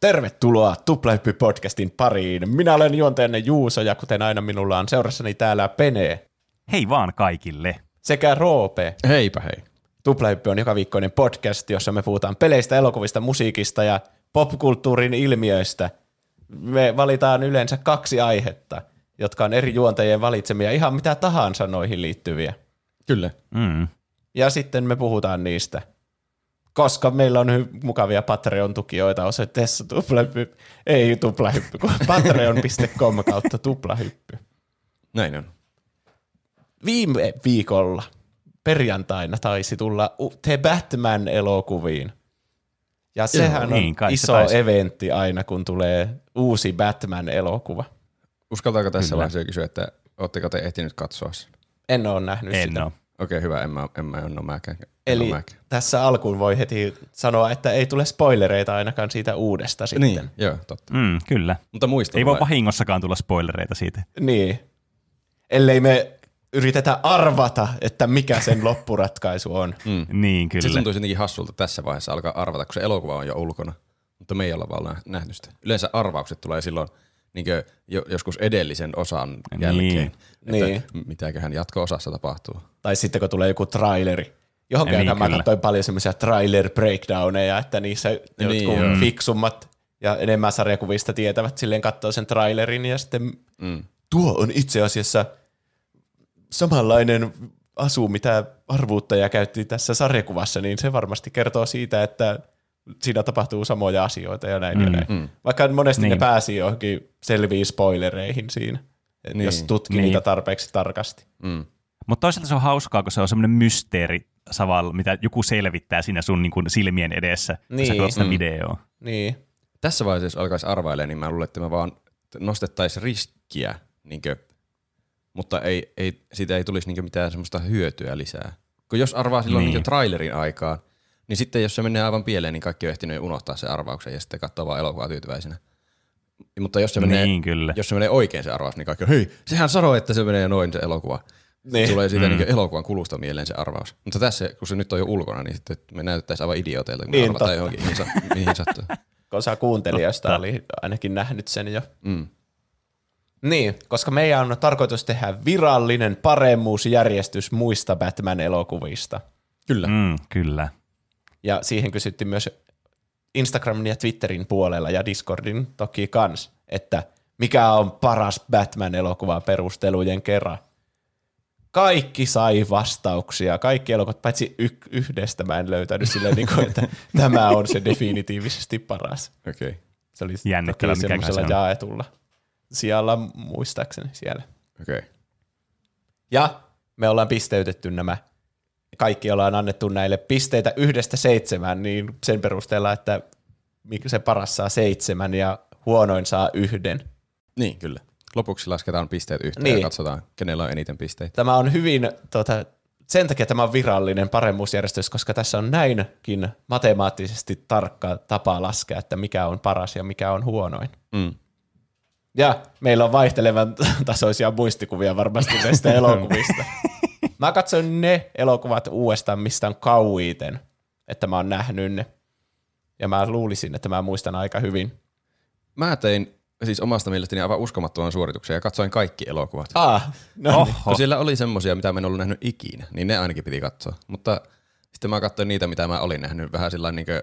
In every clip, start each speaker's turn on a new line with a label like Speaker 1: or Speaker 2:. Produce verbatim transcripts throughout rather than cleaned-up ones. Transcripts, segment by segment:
Speaker 1: Tervetuloa Tuplahyppy-podcastin pariin. Minä olen juontajanne Juuso ja kuten aina minulla on seurassani täällä Pene.
Speaker 2: Hei vaan kaikille.
Speaker 1: Sekä Roope.
Speaker 3: Heipä hei.
Speaker 1: Tuplahyppy on joka viikkoinen podcast, jossa me puhutaan peleistä, elokuvista, musiikista ja popkulttuurin ilmiöistä. Me valitaan yleensä kaksi aihetta, jotka on eri juontajien valitsemia ihan mitä tahansa noihin liittyviä.
Speaker 3: Kyllä.
Speaker 2: Mm.
Speaker 1: Ja sitten me puhutaan niistä. Koska meillä on hy- mukavia Patreon-tukijoita osoitteessa tuplahyppy, ei tuplahyppy, kun patreon piste com kautta tuplahyppy.
Speaker 3: Näin on.
Speaker 1: Viime viikolla perjantaina taisi tulla The Batman-elokuviin. Ja sehän
Speaker 2: Joo,
Speaker 1: on
Speaker 2: niin, kai se
Speaker 1: iso
Speaker 2: taisi.
Speaker 1: eventti aina, kun tulee uusi Batman-elokuva.
Speaker 3: Uskaltaako tässä
Speaker 2: Kyllä.
Speaker 3: vaiheessa kysyä, että ootteko te ehtinyt katsoa sen?
Speaker 1: En ole nähnyt
Speaker 2: En
Speaker 1: sitä.
Speaker 2: oo.
Speaker 3: Okei, hyvä, en mä, en mä ole mäkään. En
Speaker 1: Eli
Speaker 3: oo mäkään.
Speaker 1: tässä alkuun voi heti sanoa, että ei tule spoilereita ainakaan siitä uudesta sitten.
Speaker 3: Niin, joo, totta.
Speaker 2: Mm, kyllä.
Speaker 3: Mutta muista
Speaker 2: Ei voi
Speaker 3: mulle-
Speaker 2: vahingossakaan tulla spoilereita siitä.
Speaker 1: Niin. Ellei me yritetä arvata, että mikä sen loppuratkaisu on.
Speaker 3: Mm.
Speaker 2: Niin,
Speaker 3: Se
Speaker 2: kyllä.
Speaker 3: tuntuu jotenkin hassulta tässä vaiheessa alkaa arvata, kun se elokuva on jo ulkona. Mutta me ei olla vaan nä- nähnyt sitä. Yleensä arvaukset tulee silloin niin jo, joskus edellisen osan jälkeen.
Speaker 2: Niin.
Speaker 3: Että
Speaker 1: Niin.
Speaker 3: mitäköhän jatko-osassa tapahtuu.
Speaker 1: Tai sitten kun tulee joku traileri. Johonkin
Speaker 2: Niin,
Speaker 1: aikaan mä
Speaker 2: kyllä.
Speaker 1: katsoin paljon semmoisia trailer breakdowneja, että niissä
Speaker 3: Niin,
Speaker 1: jotkut
Speaker 3: joo.
Speaker 1: fiksummat ja enemmän sarjakuvista tietävät silleen katsoo sen trailerin ja sitten
Speaker 3: Mm.
Speaker 1: tuo on itse asiassa samanlainen asu, mitä arvuuttaja käytti tässä sarjakuvassa, niin se varmasti kertoo siitä, että siinä tapahtuu samoja asioita ja näin mm, ja näin.
Speaker 3: mm.
Speaker 1: Vaikka monesti niin. ne
Speaker 2: Niin.
Speaker 1: pääsi johonkin selviin spoilereihin siinä, niin.
Speaker 3: Niin.
Speaker 1: jos tutki
Speaker 2: Niin.
Speaker 1: niitä tarpeeksi tarkasti.
Speaker 3: Mm.
Speaker 2: Mutta toisaalta se on hauskaa, kun se on semmoinen mysteeri savalla, mitä joku selvittää siinä sun niin kuin silmien edessä, kun
Speaker 1: Niin.
Speaker 2: sä katsot sitä
Speaker 3: Mm.
Speaker 2: videoa.
Speaker 1: Niin.
Speaker 3: Tässä vaiheessa, jos alkaisi arvailemaan, niin mä luulen, että me vaan nostettaisiin riskiä, niinkö, mutta ei, ei, siitä ei tulisi niinkö mitään semmoista hyötyä lisää. Kun jos arvaa silloin
Speaker 2: Niin.
Speaker 3: niinkö trailerin aikaan, niin sitten jos se menee aivan pieleen, niin kaikki on ehtinyt jo unohtaa sen arvauksen ja sitten katsoo vaan elokuvaa tyytyväisenä. Mutta jos se, menee,
Speaker 2: Niin, kyllä.
Speaker 3: jos se menee oikein se arvaus, niin kaikki on, hei, sehän sanoi, että se menee noin se elokuva.
Speaker 1: Niin.
Speaker 3: Tulee siitä
Speaker 2: Mm.
Speaker 3: niinkö elokuvan kulusta mieleen se arvaus. Mutta tässä, kun se nyt on jo ulkona, niin sitten me näytettäisiin aivan idiooteilta, kun me
Speaker 1: Niin,
Speaker 3: arvataan
Speaker 1: totta.
Speaker 3: johonkin, mihin, sa- mihin sattuu.
Speaker 1: Kun osa kuuntelijoista
Speaker 2: Totta.
Speaker 1: oli ainakin nähnyt sen jo.
Speaker 3: Mm.
Speaker 1: Niin, koska meidän on tarkoitus tehdä virallinen paremmuusjärjestys muista Batman-elokuvista.
Speaker 3: Kyllä.
Speaker 2: Mm, kyllä.
Speaker 1: Ja siihen kysyttiin myös Instagramin ja Twitterin puolella ja Discordin toki kans, että mikä on paras Batman-elokuva perustelujen kerran. Kaikki sai vastauksia, kaikki elokuvat, paitsi y- yhdestä mä en löytänyt silleen, niin kuin, että tämä on se definitiivisesti paras.
Speaker 3: Okei. Okay.
Speaker 1: Se oli
Speaker 2: Jännittävää,
Speaker 1: toki
Speaker 2: mikä
Speaker 1: semmoisella
Speaker 2: se on.
Speaker 1: jaetulla sijalla muistaakseni siellä.
Speaker 3: Okei. Okay.
Speaker 1: Ja me ollaan pisteytetty nämä, kaikki ollaan annettu näille pisteitä yhdestä seitsemään, niin sen perusteella, että mikä se paras saa seitsemän ja huonoin saa yhden.
Speaker 3: Niin, kyllä. Lopuksi lasketaan pisteet yhteen
Speaker 1: Niin.
Speaker 3: ja katsotaan, kenellä on eniten pisteitä.
Speaker 1: Tämä on hyvin, tota, sen takia tämä on virallinen paremmuusjärjestys, koska tässä on näinkin matemaattisesti tarkka tapa laskea, että mikä on paras ja mikä on huonoin.
Speaker 3: Mm.
Speaker 1: Ja meillä on vaihtelevan tasoisia muistikuvia varmasti näistä elokuvista. Mä katsoin ne elokuvat uudestaan, mistä on kauiten, että mä oon nähnyt ne. Ja mä luulisin, että mä muistan aika hyvin.
Speaker 3: Mä tein siis omasta mielestäni aivan uskomattoman suorituksen ja katsoin kaikki elokuvat.
Speaker 1: Ah, no
Speaker 2: Oho.
Speaker 1: niin.
Speaker 3: Kun siellä oli semmosia, mitä mä en ollut nähnyt ikinä, niin ne ainakin piti katsoa. Mutta sitten mä katsoin niitä, mitä mä olin nähnyt vähän sillä niinkö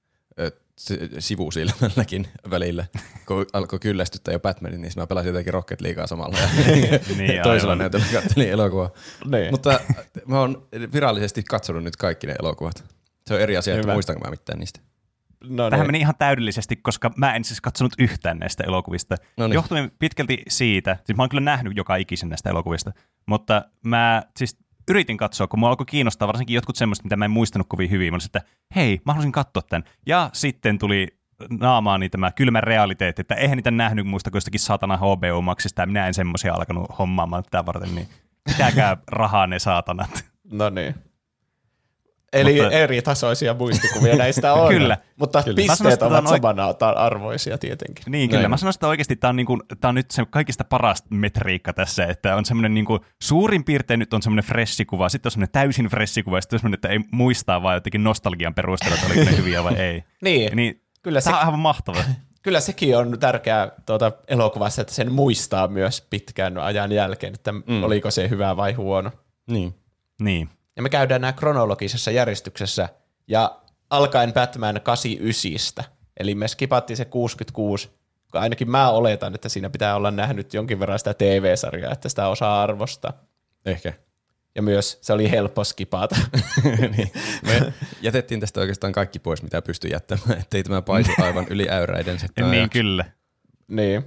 Speaker 3: sivusilmälläkin välillä. Kun alkoi kyllästyttää jo Batmanin, niin mä pelasin jotenkin Rocket Leaguea samalla. Ja
Speaker 2: Niin,
Speaker 3: toisella
Speaker 2: aivan.
Speaker 3: näytöllä katselin elokuvaa.
Speaker 1: Niin.
Speaker 3: Mutta mä oon virallisesti katsonut nyt kaikki ne elokuvat. Se on eri asia, että
Speaker 1: Hyvä.
Speaker 3: muistanko mä mitään niistä.
Speaker 1: No
Speaker 2: Tähän
Speaker 1: niin.
Speaker 2: meni ihan täydellisesti, koska mä en siis katsonut yhtään näistä elokuvista.
Speaker 3: Noniin.
Speaker 2: Johtuen pitkälti siitä, siis mä oon kyllä nähnyt joka ikisen näistä elokuvista, mutta mä siis yritin katsoa, kun mua alkoi kiinnostaa varsinkin jotkut semmoista, mitä mä en muistanut kovin hyvin. Mä olisin, että hei, mä haluaisin katsoa tämän. Ja sitten tuli naamaani tämä kylmä realiteetti, että eihän niitä nähnyt muista kuin jostakin saatana H B O-maksista, ja minä en semmoisia alkanut hommaamaan tätä varten, niin pitäkää rahaa ne saatanat.
Speaker 1: No niin. Eli
Speaker 2: Mutta-
Speaker 1: eri tasoisia muistikuvia näistä on.
Speaker 2: Kyllä.
Speaker 1: Mutta
Speaker 3: Kyllä.
Speaker 1: pisteet
Speaker 2: Mä sanoisin, että
Speaker 1: ovat
Speaker 2: tää on
Speaker 1: samana ta- arvoisia tietenkin.
Speaker 2: Niin, kyllä.
Speaker 3: Näin.
Speaker 2: Mä sanoisin, että oikeasti tämä on, niinku, tää on nyt se kaikista paras metriikka tässä, että on semmoinen niinku, suurin piirtein nyt on semmoinen freshikuva, sitten on semmoinen täysin freshikuva, ja sitten on semmoinen, että ei muistaa vaan jotenkin nostalgian perusteella, että oliko ne hyviä vai ei.
Speaker 1: Niin,
Speaker 2: Niin
Speaker 1: kyllä se,
Speaker 2: tämä on aivan mahtavaa.
Speaker 1: Kyllä sekin on tärkeää tuota, elokuvassa, että sen muistaa myös pitkän ajan jälkeen, että mm. oliko se hyvä vai huono.
Speaker 3: Niin.
Speaker 2: Niin.
Speaker 1: Ja me käydään nämä kronologisessa järjestyksessä, ja alkaen Batman kahdeksankymmentäyhdeksän, eli me skipattiin se kuusikymmentäkuusi, ainakin mä oletan, että siinä pitää olla nähnyt jonkin verran sitä T V-sarjaa, että sitä osaa arvostaa.
Speaker 3: Ehkä.
Speaker 1: Ja myös se oli helppo skipata.
Speaker 3: Niin. Me jätettiin tästä oikeastaan kaikki pois, mitä pystyi jättämään, ettei tämä paisu aivan yli äyräiden.
Speaker 2: Niin jakso. Kyllä.
Speaker 1: Niin.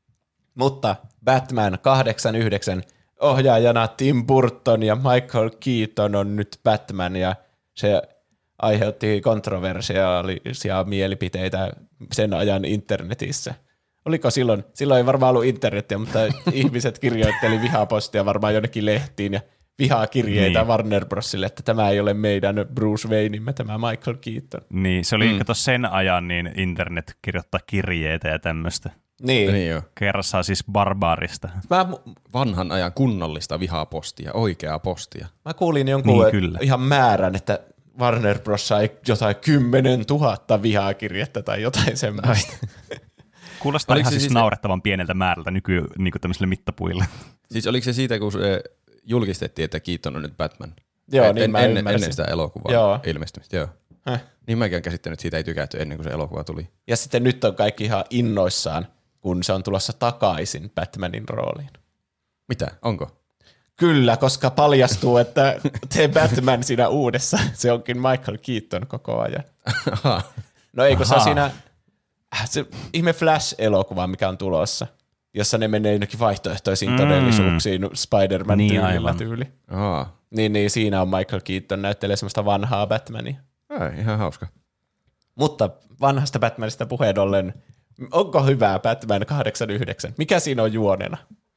Speaker 1: Mutta Batman kahdeksankymmentäyhdeksän ohjaajana Tim Burton ja Michael Keaton on nyt Batman, ja se aiheutti kontroversiaalisia mielipiteitä sen ajan internetissä. Oliko silloin? Silloin ei varmaan ollut internetiä, mutta ihmiset kirjoitteli vihapostia varmaan jonnekin lehtiin ja vihaa kirjeitä niin. Warner Brosille, että tämä ei ole meidän Bruce Wayneimme, tämä Michael Keaton.
Speaker 2: Niin, se oli mm. kato sen ajan, niin internet kirjoittaa kirjeitä ja tämmöistä.
Speaker 1: Niin.
Speaker 3: niin jo.
Speaker 2: Kerrassaan siis barbaarista.
Speaker 3: Mä, vanhan ajan kunnollista vihapostia, oikeaa postia.
Speaker 1: Mä kuulin jonkun niin, ihan määrän, että Warner Bros. Sai jotain kymmenen tuhatta vihakirjettä tai jotain semmoista.
Speaker 2: Kuulostaa oliko ihan siis, siis naurettavan pieneltä määrältä nyky niin tämmöisille mittapuille.
Speaker 3: Siis oliko se siitä, kun se julkistettiin, että Keaton on nyt Batman?
Speaker 1: Joo,
Speaker 3: en,
Speaker 1: niin mä
Speaker 3: ennen, ennen sitä elokuvaa
Speaker 1: Joo.
Speaker 3: ilmestymistä, joo.
Speaker 1: Häh.
Speaker 3: Niin mäkin olen käsittänyt, että siitä ei tykätty ennen kuin se elokuva tuli.
Speaker 1: Ja sitten nyt on kaikki ihan innoissaan, kun se on tulossa takaisin Batmanin rooliin.
Speaker 3: Mitä? Onko?
Speaker 1: Kyllä, koska paljastuu, että se Batman siinä uudessa, se onkin Michael Keaton koko ajan.
Speaker 3: Aha.
Speaker 1: No eikö se on siinä se ihme Flash-elokuva, mikä on tulossa, jossa ne menee jonnekin vaihtoehtoisiin mm. todellisuuksiin Spider-Man
Speaker 2: niin,
Speaker 1: tyylillä tyyli.
Speaker 3: Aha.
Speaker 1: Niin, niin, siinä on Michael Keaton näyttelee semmoista vanhaa Batmania.
Speaker 3: Ai, ihan hauska.
Speaker 1: Mutta vanhasta Batmanista puheen ollen, onko hyvää Batman kahdeksankymmentäyhdeksän? Mikä siinä on juonena?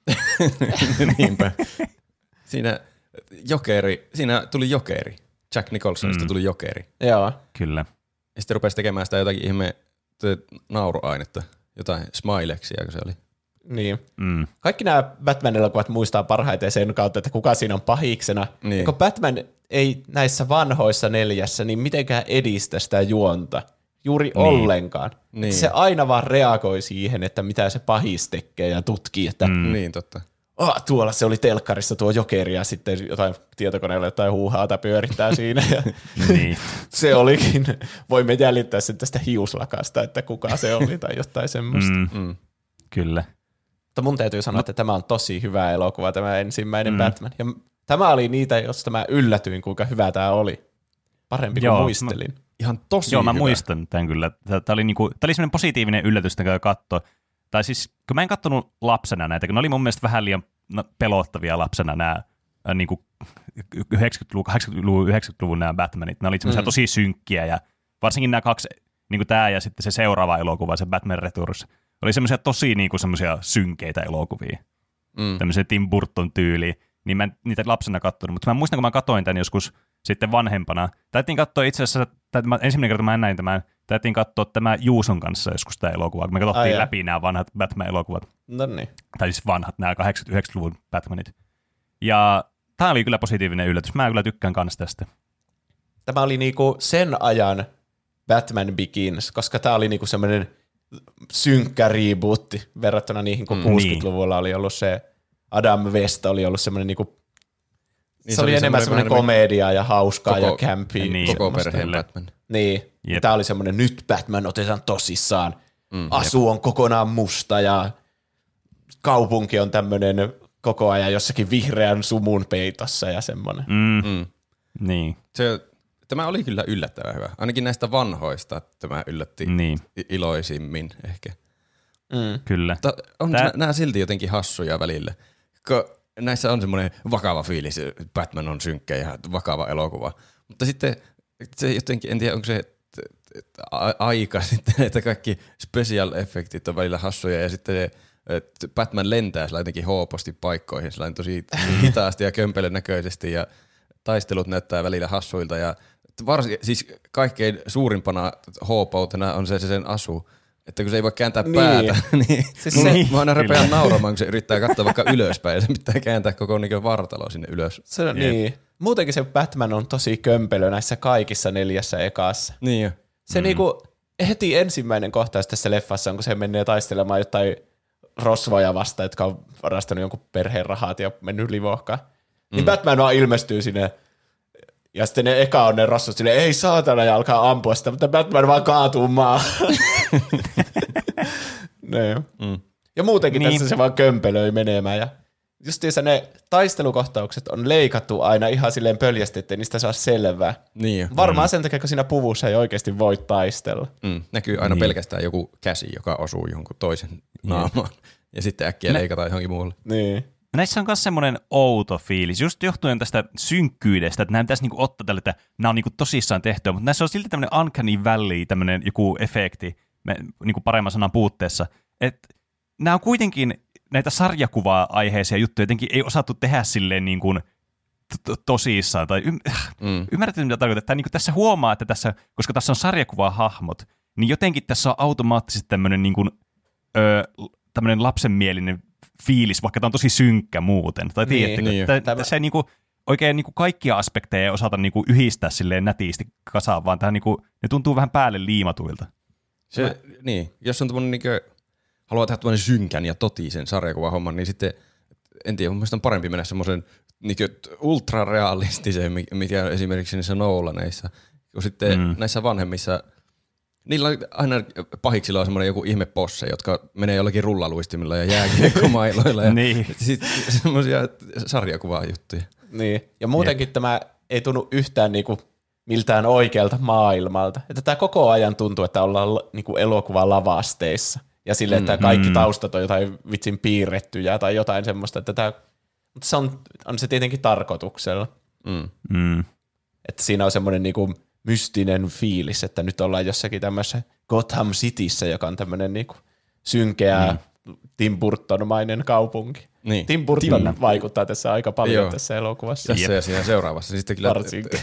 Speaker 3: Niinpä. Siinä jokeri, siinä tuli jokeri. Jack Nicholsonista mm. tuli jokeri.
Speaker 1: Joo.
Speaker 2: Kyllä.
Speaker 3: Ja sitten rupesi tekemään sitä jotakin ihme nauruainetta, jotain smileksia, kun se oli.
Speaker 1: Niin.
Speaker 2: Mm.
Speaker 1: Kaikki nämä Batman-elokuvat muistaa parhaiten sen kautta, että kuka siinä on pahiksena.
Speaker 3: Niin.
Speaker 1: Ja kun Batman ei näissä vanhoissa neljässä niin mitenkään edistä sitä juonta. Juuri niin. ollenkaan.
Speaker 3: Niin.
Speaker 1: Se aina vaan reagoi siihen, että mitä se pahis tekee ja tutkii, että
Speaker 3: mm. niin, totta.
Speaker 1: Oh, tuolla se oli telkkarissa tuo jokeri ja sitten jotain tietokoneella jotain huuhaata pyörittää siinä. Ja
Speaker 2: niin.
Speaker 1: Se olikin, voimme jäljittää sen tästä hiuslakasta, että kuka se oli tai jotain semmoista.
Speaker 2: Mm. Mm. Kyllä.
Speaker 1: Mutta mun täytyy sanoa, että tämä on tosi hyvä elokuva, tämä ensimmäinen mm. Batman. Ja tämä oli niitä, josta mä yllätyin, kuinka hyvä tämä oli. Parempi kuin
Speaker 2: Joo,
Speaker 1: muistelin.
Speaker 2: Mä,
Speaker 3: ihan tosi
Speaker 2: Joo,
Speaker 3: hyvä.
Speaker 2: mä muistan tämän kyllä. Tämä oli, niinku, tämä oli sellainen positiivinen yllätys, että katsoa. Tai siis, kun mä en katsonut lapsena näitä, kun ne oli mun mielestä vähän liian pelottavia lapsena nämä äh, niin kuin yhdeksänkymmentäluvun, kahdeksankymmentäluvun, yhdeksänkymmentäluvun nämä Batmanit. Ne oli semmoisia mm. tosi synkkiä ja varsinkin nämä kaksi, niin kuin tämä ja sitten se seuraava elokuva, se Batman Returns, oli semmoisia tosi niin kuin semmoisia synkeitä elokuvia. Mm. Tämmöisiä Tim Burton tyyliä. Niin mä en niitä lapsena katsonut, mutta mä muistan, kun mä katsoin tämän joskus sitten vanhempana. Täytiin katsoa itse asiassa, mä, ensimmäinen kerta mä en näin tämän, täytiin katsoa tämä Juuson kanssa joskus tämä elokuva, kun me katsottiin Ai läpi ja. nämä vanhat Batman-elokuvat.
Speaker 1: No niin.
Speaker 2: Tai siis vanhat, nämä kahdeksankymmentä-yhdeksänkymmentäluvun Batmanit. Ja tämä oli kyllä positiivinen yllätys. Mä kyllä tykkään kans tästä.
Speaker 1: Tämä oli niinku sen ajan Batman Begins, koska tämä oli niinku semmoinen synkkä rebootti verrattuna niihin, kun mm, kuusikymmentäluvulla niin. oli ollut se Adam West oli ollut semmoinen niinku, niin se, se oli enemmän semmoinen komedia ja hauskaa koko, ja campy.
Speaker 3: Niin, koko perheen Batman.
Speaker 1: Niin, tämä oli semmoinen, nyt Batman otetaan tosissaan. Mm, Asu jep. on kokonaan musta ja kaupunki on tämmöinen koko ajan jossakin vihreän sumun peitossa ja semmoinen.
Speaker 2: Mm. Mm. Niin.
Speaker 3: Se, tämä oli kyllä yllättävän hyvä. Ainakin näistä vanhoista tämä yllätti
Speaker 2: niin.
Speaker 3: iloisimmin ehkä.
Speaker 2: Mm. Kyllä.
Speaker 3: Ta, on Tää... nämä silti jotenkin hassuja välillä. Ko, näissä on semmoinen vakava fiilis, Batman on synkkä ja vakava elokuva. Mutta sitten se jotenkin, en tiedä onko se aika sitten, että kaikki special effektit on välillä hassuja ja sitten se, Batman lentää sillä jotenkin hooposti paikkoihin, sillä tosi hitaasti ja kömpelön näköisesti ja taistelut näyttää välillä hassuilta ja varsin, siis kaikkein suurimpana hoopoutena on se, se sen asu. Että kun se ei voi kääntää niin. päätä, niin siis se, mä aina repeän nauramaan, kun se yrittää katsoa vaikka ylöspäin ja se pitää kääntää koko niin vartalo sinne ylös.
Speaker 1: Se on niin. Muutenkin se Batman on tosi kömpelö näissä kaikissa neljässä ekassa.
Speaker 3: Niin jo.
Speaker 1: Se mm. niinku, heti ensimmäinen kohtaus tässä leffassa on, kun se menee taistelemaan jotain rosvoja vastaan, jotka on varastanut jonkun perheen rahat ja mennyt livohkaan. Mm. Niin Batman vaan ilmestyy sinne. Ja sitten ne eka on ne rosvot silleen, ei saatana, ja alkaa ampua sitä, mutta Batman vaan kaatuu maahan. No, mm. Ja muutenkin niin. Tässä se vaan kömpelöi menemään. Ja justiinsa ne taistelukohtaukset on leikattu aina ihan silleen pöljästi, ettei niistä saa selvää.
Speaker 3: Niin.
Speaker 1: Varmaan
Speaker 3: mm.
Speaker 1: sen takia, kun siinä puvussa ei oikeasti voi taistella.
Speaker 3: Mm. Näkyy aina niin. pelkästään joku käsi, joka osuu jonkun toisen naamaan. Ja sitten äkkiä Nä- leikataan johonkin muulle.
Speaker 1: Niin.
Speaker 2: Näissä on myös semmoinen outo fiilis, just johtuen tästä synkkyydestä, että nämä pitäisi niinku ottaa tälle, että nämä on niinku tosissaan tehtyä, mutta näissä on silti tämmöinen uncanny valley, tämmöinen joku efekti, me, niinku paremman sanan puutteessa, että nämä on kuitenkin näitä sarjakuvaa-aiheisia juttuja, jotenkin ei osattu tehdä silleen niin kuin tosissaan, tai ym- mm. ymmärrätte mitä tarkoittaa, että niin kuin tässä huomaa, että tässä, koska tässä on sarjakuvaa-hahmot, niin jotenkin tässä on automaattisesti tämmöinen niin kuin, öö, tämmöinen lapsenmielinen fiilis, vaikka tämä on tosi synkkä muuten. Tai niin, tiedättekö, niin, että tässä ei niinku, oikein niinku kaikkia aspekteja ei osata niinku yhdistää silleen nätisti kasaan, vaan tähän niinku, ne tuntuu vähän päälle liimatuilta.
Speaker 3: Se, Mä... Niin, jos on tämmöinen, niinku, haluaa tehdä tämmöinen synkän ja totisen sarjakuvahomman, niin sitten, en tiedä, mun mielestä on parempi mennä semmoisen niinku, ultrarealistisen, mikä on esimerkiksi niissä Nolaneissa, kun sitten mm. näissä vanhemmissa. Niillä on aina pahiksilla on semmoinen joku ihme posse, jotka menee jollakin rullaluistimilla ja jääkiekkomailoilla ja
Speaker 2: niin.
Speaker 3: sitten semmoisia sarjakuvaa juttuja.
Speaker 1: Niin, ja muutenkin Jep. tämä ei tunnu yhtään niinku miltään oikealta maailmalta. Että tämä koko ajan tuntuu, että ollaan niinku elokuvalavasteissa ja sille, että kaikki taustat on jotain vitsin piirrettyjä tai jotain semmoista. Että tämä, mutta se on, on se tietenkin tarkoituksella.
Speaker 3: Mm.
Speaker 2: Mm.
Speaker 1: Että siinä on semmoinen niinku mystinen fiilis, että nyt ollaan jossakin tämmöisessä Gotham Cityssä, joka on tämmöinen niinku synkeä mm. Tim Burton-mainen kaupunki.
Speaker 3: Niin.
Speaker 1: Tim Burton Tim. vaikuttaa tässä aika paljon Joo. tässä elokuvassa.
Speaker 3: Tässä ja siinä seuraavassa. Sitten kyllä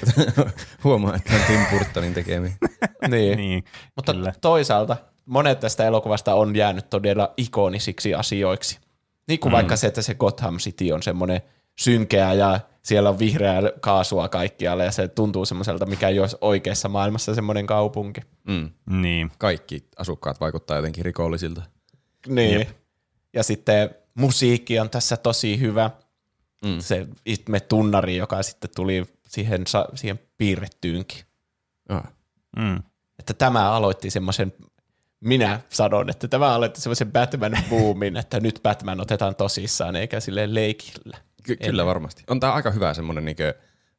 Speaker 3: huomaa, että on Tim Burtonin tekemiä.
Speaker 1: niin.
Speaker 2: niin,
Speaker 1: Mutta
Speaker 2: kyllä.
Speaker 1: toisaalta monet tästä elokuvasta on jäänyt todella ikonisiksi asioiksi. Niin kuin mm. vaikka se, että se Gotham City on semmoinen synkeä ja siellä on vihreää kaasua kaikkialla ja se tuntuu semmoiselta, mikä ei olisi oikeassa maailmassa semmoinen kaupunki.
Speaker 3: Mm.
Speaker 2: Niin.
Speaker 3: Kaikki asukkaat vaikuttaa jotenkin rikollisilta.
Speaker 1: Niin. Jep. Ja sitten musiikki on tässä tosi hyvä. Mm. Se itme tunnari, joka sitten tuli siihen, siihen piirrettyynkin.
Speaker 3: Ah.
Speaker 2: Mm.
Speaker 1: Että tämä aloitti semmoisen, minä sanon, että tämä aloitti semmoisen Batman-boomin, että nyt Batman otetaan tosissaan eikä silleen leikillä.
Speaker 3: Ky- kyllä varmasti. On tämä aika hyvä semmoinen niinkö,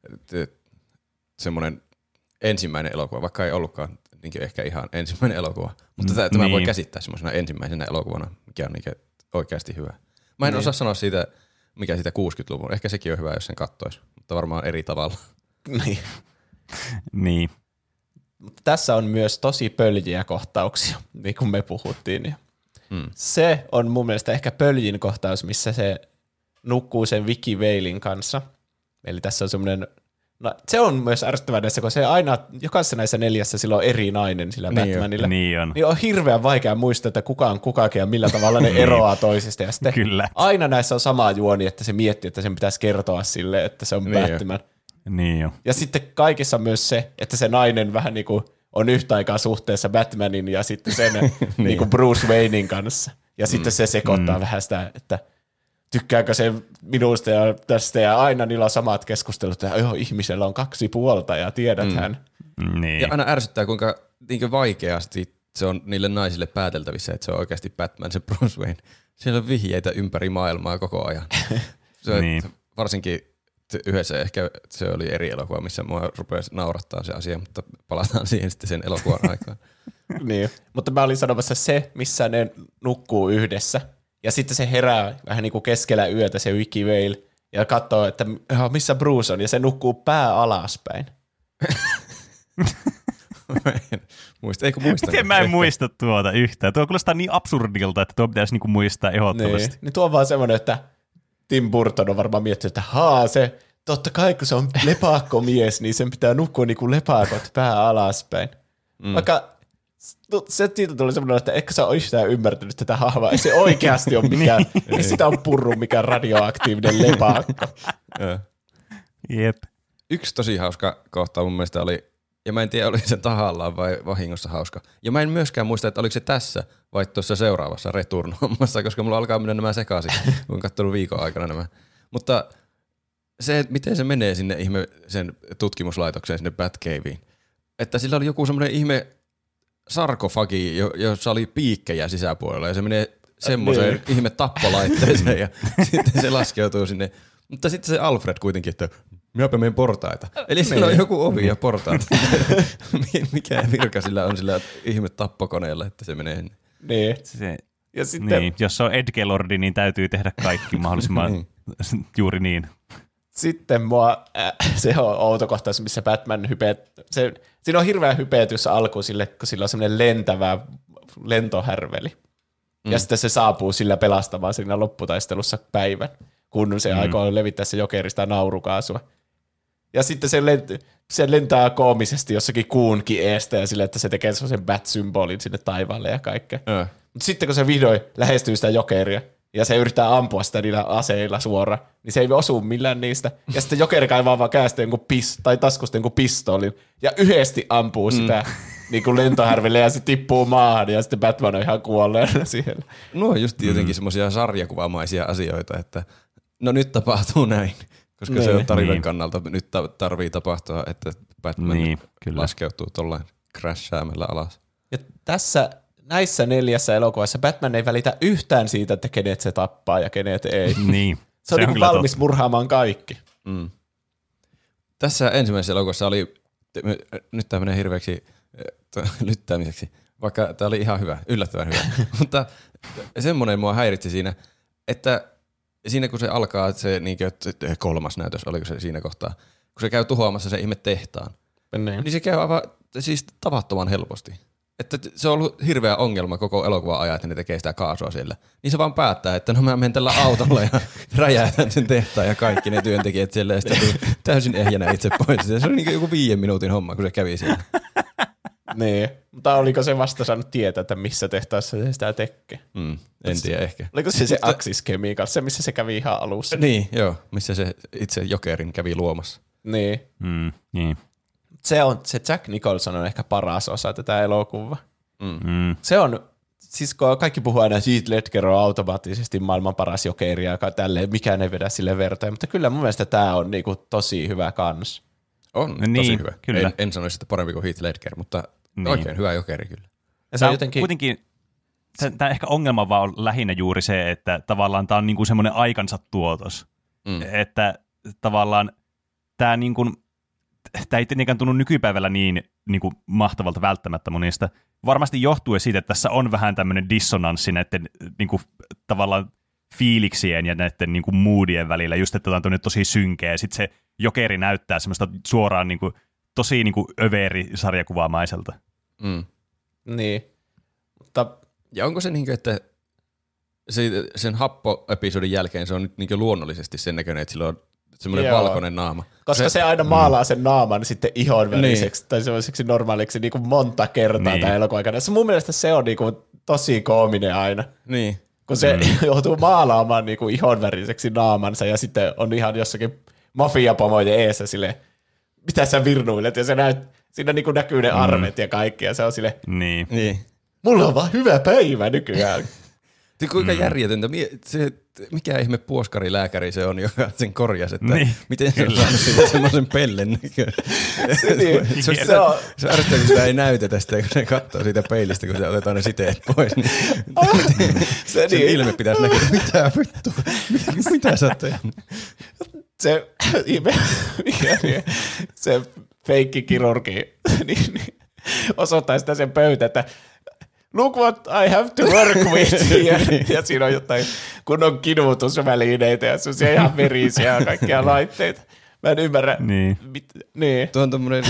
Speaker 3: semmoinen ensimmäinen elokuva, vaikka ei ollutkaan niinkö ehkä ihan ensimmäinen elokuva. Mutta tämä, tämä
Speaker 2: niin.
Speaker 3: voi käsittää semmoisena ensimmäisenä elokuvana, mikä on niinkö oikeasti hyvä. Mä en
Speaker 1: niin.
Speaker 3: osaa sanoa siitä, mikä siitä kuusikymmentäluvun. Ehkä sekin on hyvä, jos sen kattoisi, mutta varmaan eri tavalla.
Speaker 1: Niin.
Speaker 2: niin.
Speaker 1: Mutta tässä on myös tosi pöljiä kohtauksia, niin kuin me puhuttiin.
Speaker 3: Hmm.
Speaker 1: Se on mun mielestä ehkä pöljin kohtaus, missä se nukkuu sen Vicky Valein kanssa. Eli tässä on semmoinen, no, se on myös ärsyttävää näissä, kun se aina, jokaisessa näissä neljässä sillä on eri nainen sillä
Speaker 3: niin
Speaker 1: Batmanilla.
Speaker 2: Niin on.
Speaker 1: Niin on hirveän vaikea muistaa, että kuka on kukakin ja millä tavalla ne eroaa toisista. Ja sitten
Speaker 2: Kyllä.
Speaker 1: aina näissä on sama juoni, että se miettii, että sen pitäisi kertoa sille, että se on
Speaker 3: niin
Speaker 1: Batman.
Speaker 2: Niin jo.
Speaker 1: Ja sitten kaikissa on myös se, että se nainen vähän niin kuin on yhtä aikaa suhteessa Batmanin ja sitten sen niin kuin Bruce Waynein kanssa. Ja mm. sitten se sekoittaa mm. vähän sitä, että tykkääkö se minusta ja tästä, ja aina niillä on samat keskustelut, että joo, ihmisellä on kaksi puolta, ja tiedäthän.
Speaker 2: Mm. Niin.
Speaker 3: Ja aina ärsyttää, kuinka niin vaikeasti se on niille naisille pääteltävissä, että se on oikeasti Batman, se Bruce Wayne. Siellä on vihjeitä ympäri maailmaa koko ajan. Se niin. Varsinkin yhdessä ehkä se oli eri elokuva, missä mua rupesi naurattaa se asia, mutta palataan siihen sitten sen elokuvan aikaan.
Speaker 1: Niin, mutta mä olin sanomassa se, missä ne nukkuu yhdessä. Ja sitten se herää vähän niin kuin keskellä yötä se Vicky Vale ja katsoo, että missä Bruce on, ja se nukkuu pää alaspäin.
Speaker 3: muista, eikö muista?
Speaker 2: Miten mä en muista tuota yhtään? Tuo kuulostaa niin absurdilta, että tuo pitäisi niinku muistaa ehdottomasti.
Speaker 1: Niin, niin tuo on vaan semmoinen, että Tim Burton on varmaan miettinyt, että haa se, totta kai kun se on lepakkomies, niin sen pitää nukkua niin kuin lepakot pää alaspäin. Mm. Vaikka se siitä tuli semmoinen, että ehkä sä ois yhtään ymmärtänyt tätä hahmoa. Ei se oikeasti ole mikään, ei sitä on purru mikään radioaktiivinen lepakko.
Speaker 2: Jep.
Speaker 3: Yksi tosi hauska kohta mun mielestä oli Ja mä en tiedä, oliko se tahallaan vai vahingossa hauska. Ja mä en myöskään muista, että oliko se tässä vai tuossa seuraavassa Return-hommassa, koska mulla alkaa mennä nämä sekaisin, kun on katsonut viikon aikana nämä. Mutta se, että miten se menee sinne ihme sen tutkimuslaitokseen, sinne Batcaveen, että sillä oli joku semmoinen ihme sarkofagi, jossa oli piikkejä sisäpuolella, ja se menee semmoiseen niin. ihme tappolaitteeseen, ja sitten se laskeutuu sinne. Mutta sitten se Alfred kuitenkin, että minäpä menen portaita. Eli sillä on joku ovi ja portaat. Mikä virka sillä on sillä ihme tappokoneella, että se menee sinne.
Speaker 1: Niin.
Speaker 2: Se,
Speaker 1: ja sitten,
Speaker 2: niin. Jos se on Edgelordi, niin täytyy tehdä kaikki mahdollisimman niin. juuri niin.
Speaker 1: Sitten mua, äh, se on outo kohtaus, missä Batman hypeet, se, siinä on hirveä hypeetys alkuun sille, kun sillä on semmoinen lentävä lentohärveli. Mm. Ja sitten se saapuu sillä pelastamaan siinä lopputaistelussa päivän, kun se mm. aikoo levittää se jokerista naurukaasua. Ja sitten se, lent- se lentää koomisesti jossakin kuunkin eestä ja sille, että se tekee sellaisen bat-symbolin sinne taivaalle ja kaikkea. Mm. Mutta sitten kun se vihdoin lähestyy sitä jokeria, ja se yrittää ampua sitä niillä aseilla suoraan, niin se ei osu millään niistä. Ja sitten jokeri kaivaa vaan käestä jonkun pis, tai taskusta jonkun pistoolin, ja yhdesti ampuu mm. sitä niin kuin lentohärville, ja se tippuu maahan, ja sitten Batman on ihan kuolleena siellä.
Speaker 3: No on just jotenkin mm. semmoisia sarjakuvamaisia asioita, että no nyt tapahtuu näin, koska niin. se on tarinan niin. kannalta, nyt tarvii tapahtua, että Batman niin, laskeutuu tuollain crashäämällä alas.
Speaker 1: Ja tässä... Näissä neljässä elokuvassa Batman ei välitä yhtään siitä, että kenet se tappaa ja kenet ei.
Speaker 2: Niin.
Speaker 1: Se on, se on niin valmis totta. murhaamaan kaikki.
Speaker 3: Mm. Tässä ensimmäisessä elokuvassa oli, nyt tämä menee hirveäksi lyttäämiseksi, vaikka tämä oli ihan hyvä, yllättävän hyvä. Mutta semmoinen mua häiritsi siinä, että siinä kun se alkaa, se niin kuin, kolmas näytös, oliko se siinä kohtaa, kun se käy tuhoamassa se ihme tehtaan, niin, niin se käy aivan siis tavattoman helposti. Että se on ollut hirveä ongelma koko elokuvan ajan, että ne tekee sitä kaasua siellä. Niin se vaan päättää, että no mä menen tällä autolla ja räjäytän sen tehtaan ja kaikki ne työntekijät siellä. Ja sitten täysin ehjänä itse pois. Se oli niin joku viiden minuutin homma, kun se kävi siellä.
Speaker 1: Niin, mutta oliko se vasta saanut tietää, että missä tehtaassa se sitä tekee?
Speaker 3: Mm, en tiedä ehkä.
Speaker 1: Oliko se se Axis Chemicals, se missä se kävi ihan alussa?
Speaker 3: Niin, joo, missä se itse Jokerin kävi luomassa.
Speaker 1: Niin.
Speaker 2: Mm, niin.
Speaker 1: Se, on, se Jack Nicholson on ehkä paras osa tätä elokuvaa.
Speaker 2: Mm. Mm.
Speaker 1: Se on, siis kun kaikki puhuu aina, että Heath Ledger on automaattisesti maailman paras jokeri ja tälleen, mikään ei vedä sille vertaan, mutta kyllä mun mielestä tämä on niinku tosi hyvä kans.
Speaker 3: On no tosi niin, hyvä. Kyllä. En, en sanoisi, että parempi kuin Heath Ledger, mutta niin. oikein hyvä jokeri kyllä.
Speaker 2: Ja se on jotenkin... Kuitenkin, tämä ehkä ongelma vaan on lähinnä juuri se, että tavallaan tämä on niinku semmoinen aikansa tuotos. Mm. Että tavallaan tämä niinku... Tämä ei tietenkään tunnu nykypäivällä niin, niin kuin mahtavalta välttämättä monista. Varmasti johtuen siitä, että tässä on vähän tämmöinen dissonanssi näiden niin kuin, tavallaan fiiliksien ja näiden niin kuin moodien välillä. Just, että tämä on tosi synkeä. Ja sitten se jokeri näyttää semmoista suoraan niin kuin, tosi niin kuin överi-sarjakuvaamaiselta.
Speaker 1: Mm. Niin. Mutta...
Speaker 3: Ja onko se niin kuin, että se, sen happo-episodin jälkeen se on nyt niin kuin luonnollisesti sen näköinen, että sillä on semmoinen Joo. valkoinen naama.
Speaker 1: Koska se, se aina maalaa mm. sen naaman sitten ihon väliseksi niin. tai semmoiseksi normaaliksi niin kuin monta kertaa niin. tämän elokuvan aikana. Se mun mielestä se on niin kuin tosi koominen aina.
Speaker 3: Niin.
Speaker 1: Kun se mm. joutuu maalaamaan niin kuin ihon väriseksi naamansa ja sitten on ihan jossakin mafiapomoiden eessä silleen, mitä sä virnuilet? Ja se näyt, siinä niin kuin näkyy ne arvet mm. ja kaikki ja se on silleen,
Speaker 2: niin.
Speaker 3: niin.
Speaker 1: mulla on vaan hyvä päivä nykyään.
Speaker 3: Kuinka mm. järjetöntä. Se, mikä ihme puoskarilääkäri se on, joka sen korjasi, että
Speaker 2: niin,
Speaker 3: miten se on saanut siitä semmoisen pellen näköön.
Speaker 1: se, niin,
Speaker 3: se, se, on, se on ärsyttävää, kun sitä ei näytetä sitä, kun se katsoo siitä peilistä, kun se otetaan ne siteet pois. Niin, se sen niin. ilme pitäisi näkyä. Mitä vittu? Mitä, mitä sä oot tehnyt?
Speaker 1: Se, mikä, se feikkikirurgi niin, niin, osoittaa sitä sen pöytä, että look what I have to work with. ja, ja siinä on jotain kunnon kidutusvälineitä ja sellaisia ihan verisiä ja kaikkia laitteita. Mä en ymmärrä.
Speaker 2: Niin.
Speaker 1: Mit, niin.
Speaker 3: Tuo on tommonen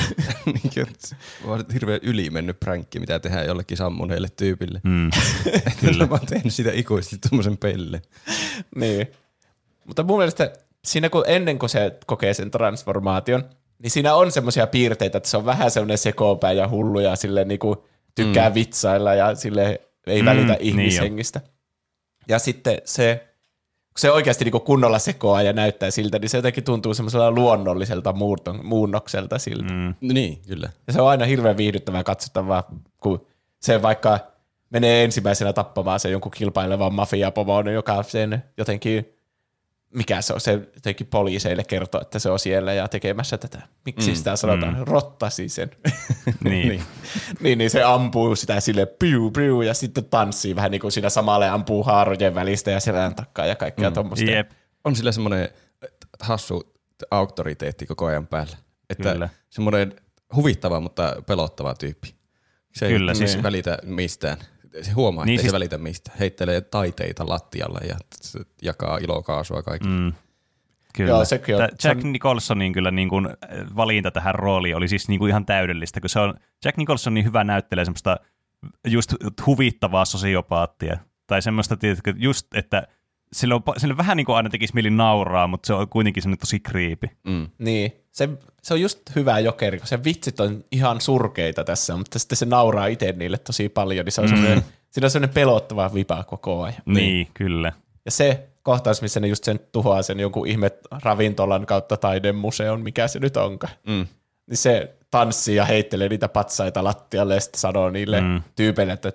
Speaker 3: hirveän yli mennyt pränkki, mitä tehdään jollekin sammuneelle tyypille.
Speaker 2: Mm.
Speaker 3: Kyllä. Mä oon tehnyt sitä ikuisesti tommosen pelle.
Speaker 1: Niin. Mutta mun mielestä siinä kun ennen kuin se kokee sen transformaation, niin siinä on semmoisia piirteitä, että se on vähän semmoinen sekopää ja hullu ja silleen niinku tykkää mm. vitsailla ja sille ei välitä mm, ihmishengistä. Niin ja sitten se, se oikeasti niinku kunnolla sekoaa ja näyttää siltä, niin se jotenkin tuntuu semmoisella luonnolliselta muunnokselta siltä.
Speaker 2: Mm.
Speaker 3: Niin, kyllä.
Speaker 1: Ja se on aina hirveän viihdyttävää katsottavaa, kun se vaikka menee ensimmäisenä tappamaan se jonkun kilpailevan mafiapomon, joka sen jotenkin, mikä se on, se jotenkin poliiseille kertoo, että se on siellä ja tekemässä tätä. Miksi mm, sitä sanotaan? Mm. Rottasi sen.
Speaker 2: Niin.
Speaker 1: niin. niin. Niin se ampuu sitä sille piu, piu, ja sitten tanssii vähän niin kuin siinä samalle ampuu haarojen välistä ja selän takaa ja kaikkea mm. tuommoista.
Speaker 2: Jep.
Speaker 3: On sillä semmoinen hassu auktoriteetti koko ajan päällä. Että
Speaker 2: Kyllä.
Speaker 3: semmoinen huvittava, mutta pelottava tyyppi. Se ei
Speaker 2: Kyllä,
Speaker 3: siis
Speaker 2: niin.
Speaker 3: välitä mistään. Se huomaa,
Speaker 2: Niin
Speaker 3: että
Speaker 2: siis-
Speaker 3: ei se välitä mistään. Heittelee taiteita lattialle ja t- jakaa ilokaasua kaikille.
Speaker 2: Mm. Kyllä.
Speaker 1: Joo, sekin on-
Speaker 2: Tää
Speaker 1: se on-
Speaker 2: Jack Nicholsonin kyllä niin kuin valinta tähän rooliin oli siis niin kuin ihan täydellistä, kun se on, Jack Nicholson niin hyvä näyttelee semmoista just huvittavaa sosiopaattia. Tai semmoista, tiedätkö, just, että sillä, on, sillä vähän niin kuin aina tekisi mieli nauraa, mutta se on kuitenkin semmoinen tosi kriipi.
Speaker 3: Mm.
Speaker 1: Niin, se, se on just hyvä jokeri, kun se vitsit on ihan surkeita tässä, mutta sitten se nauraa itse niille tosi paljon, niin se on mm. semmoinen, siinä on semmoinen pelottava vipa koko ajan.
Speaker 2: Niin, niin kyllä.
Speaker 1: Ja se kohtaus, missä ne just sen tuhoaa sen jonkun ihme ravintolan kautta taidemuseon, mikä se nyt onkaan.
Speaker 3: Mm.
Speaker 1: Niin se tanssii ja heittelee niitä patsaita lattialle ja sitten sanoo niille
Speaker 2: Mm.
Speaker 1: tyypeille, että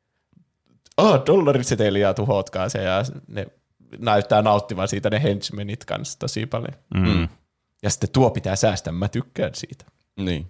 Speaker 1: oh, dollariseteliä tuhotkaa se ja ne näyttää nauttivan siitä ne henchmenit kanssa tosi paljon.
Speaker 2: Mm.
Speaker 1: Ja sitten tuo pitää säästää, mä tykkään siitä.
Speaker 3: Niin.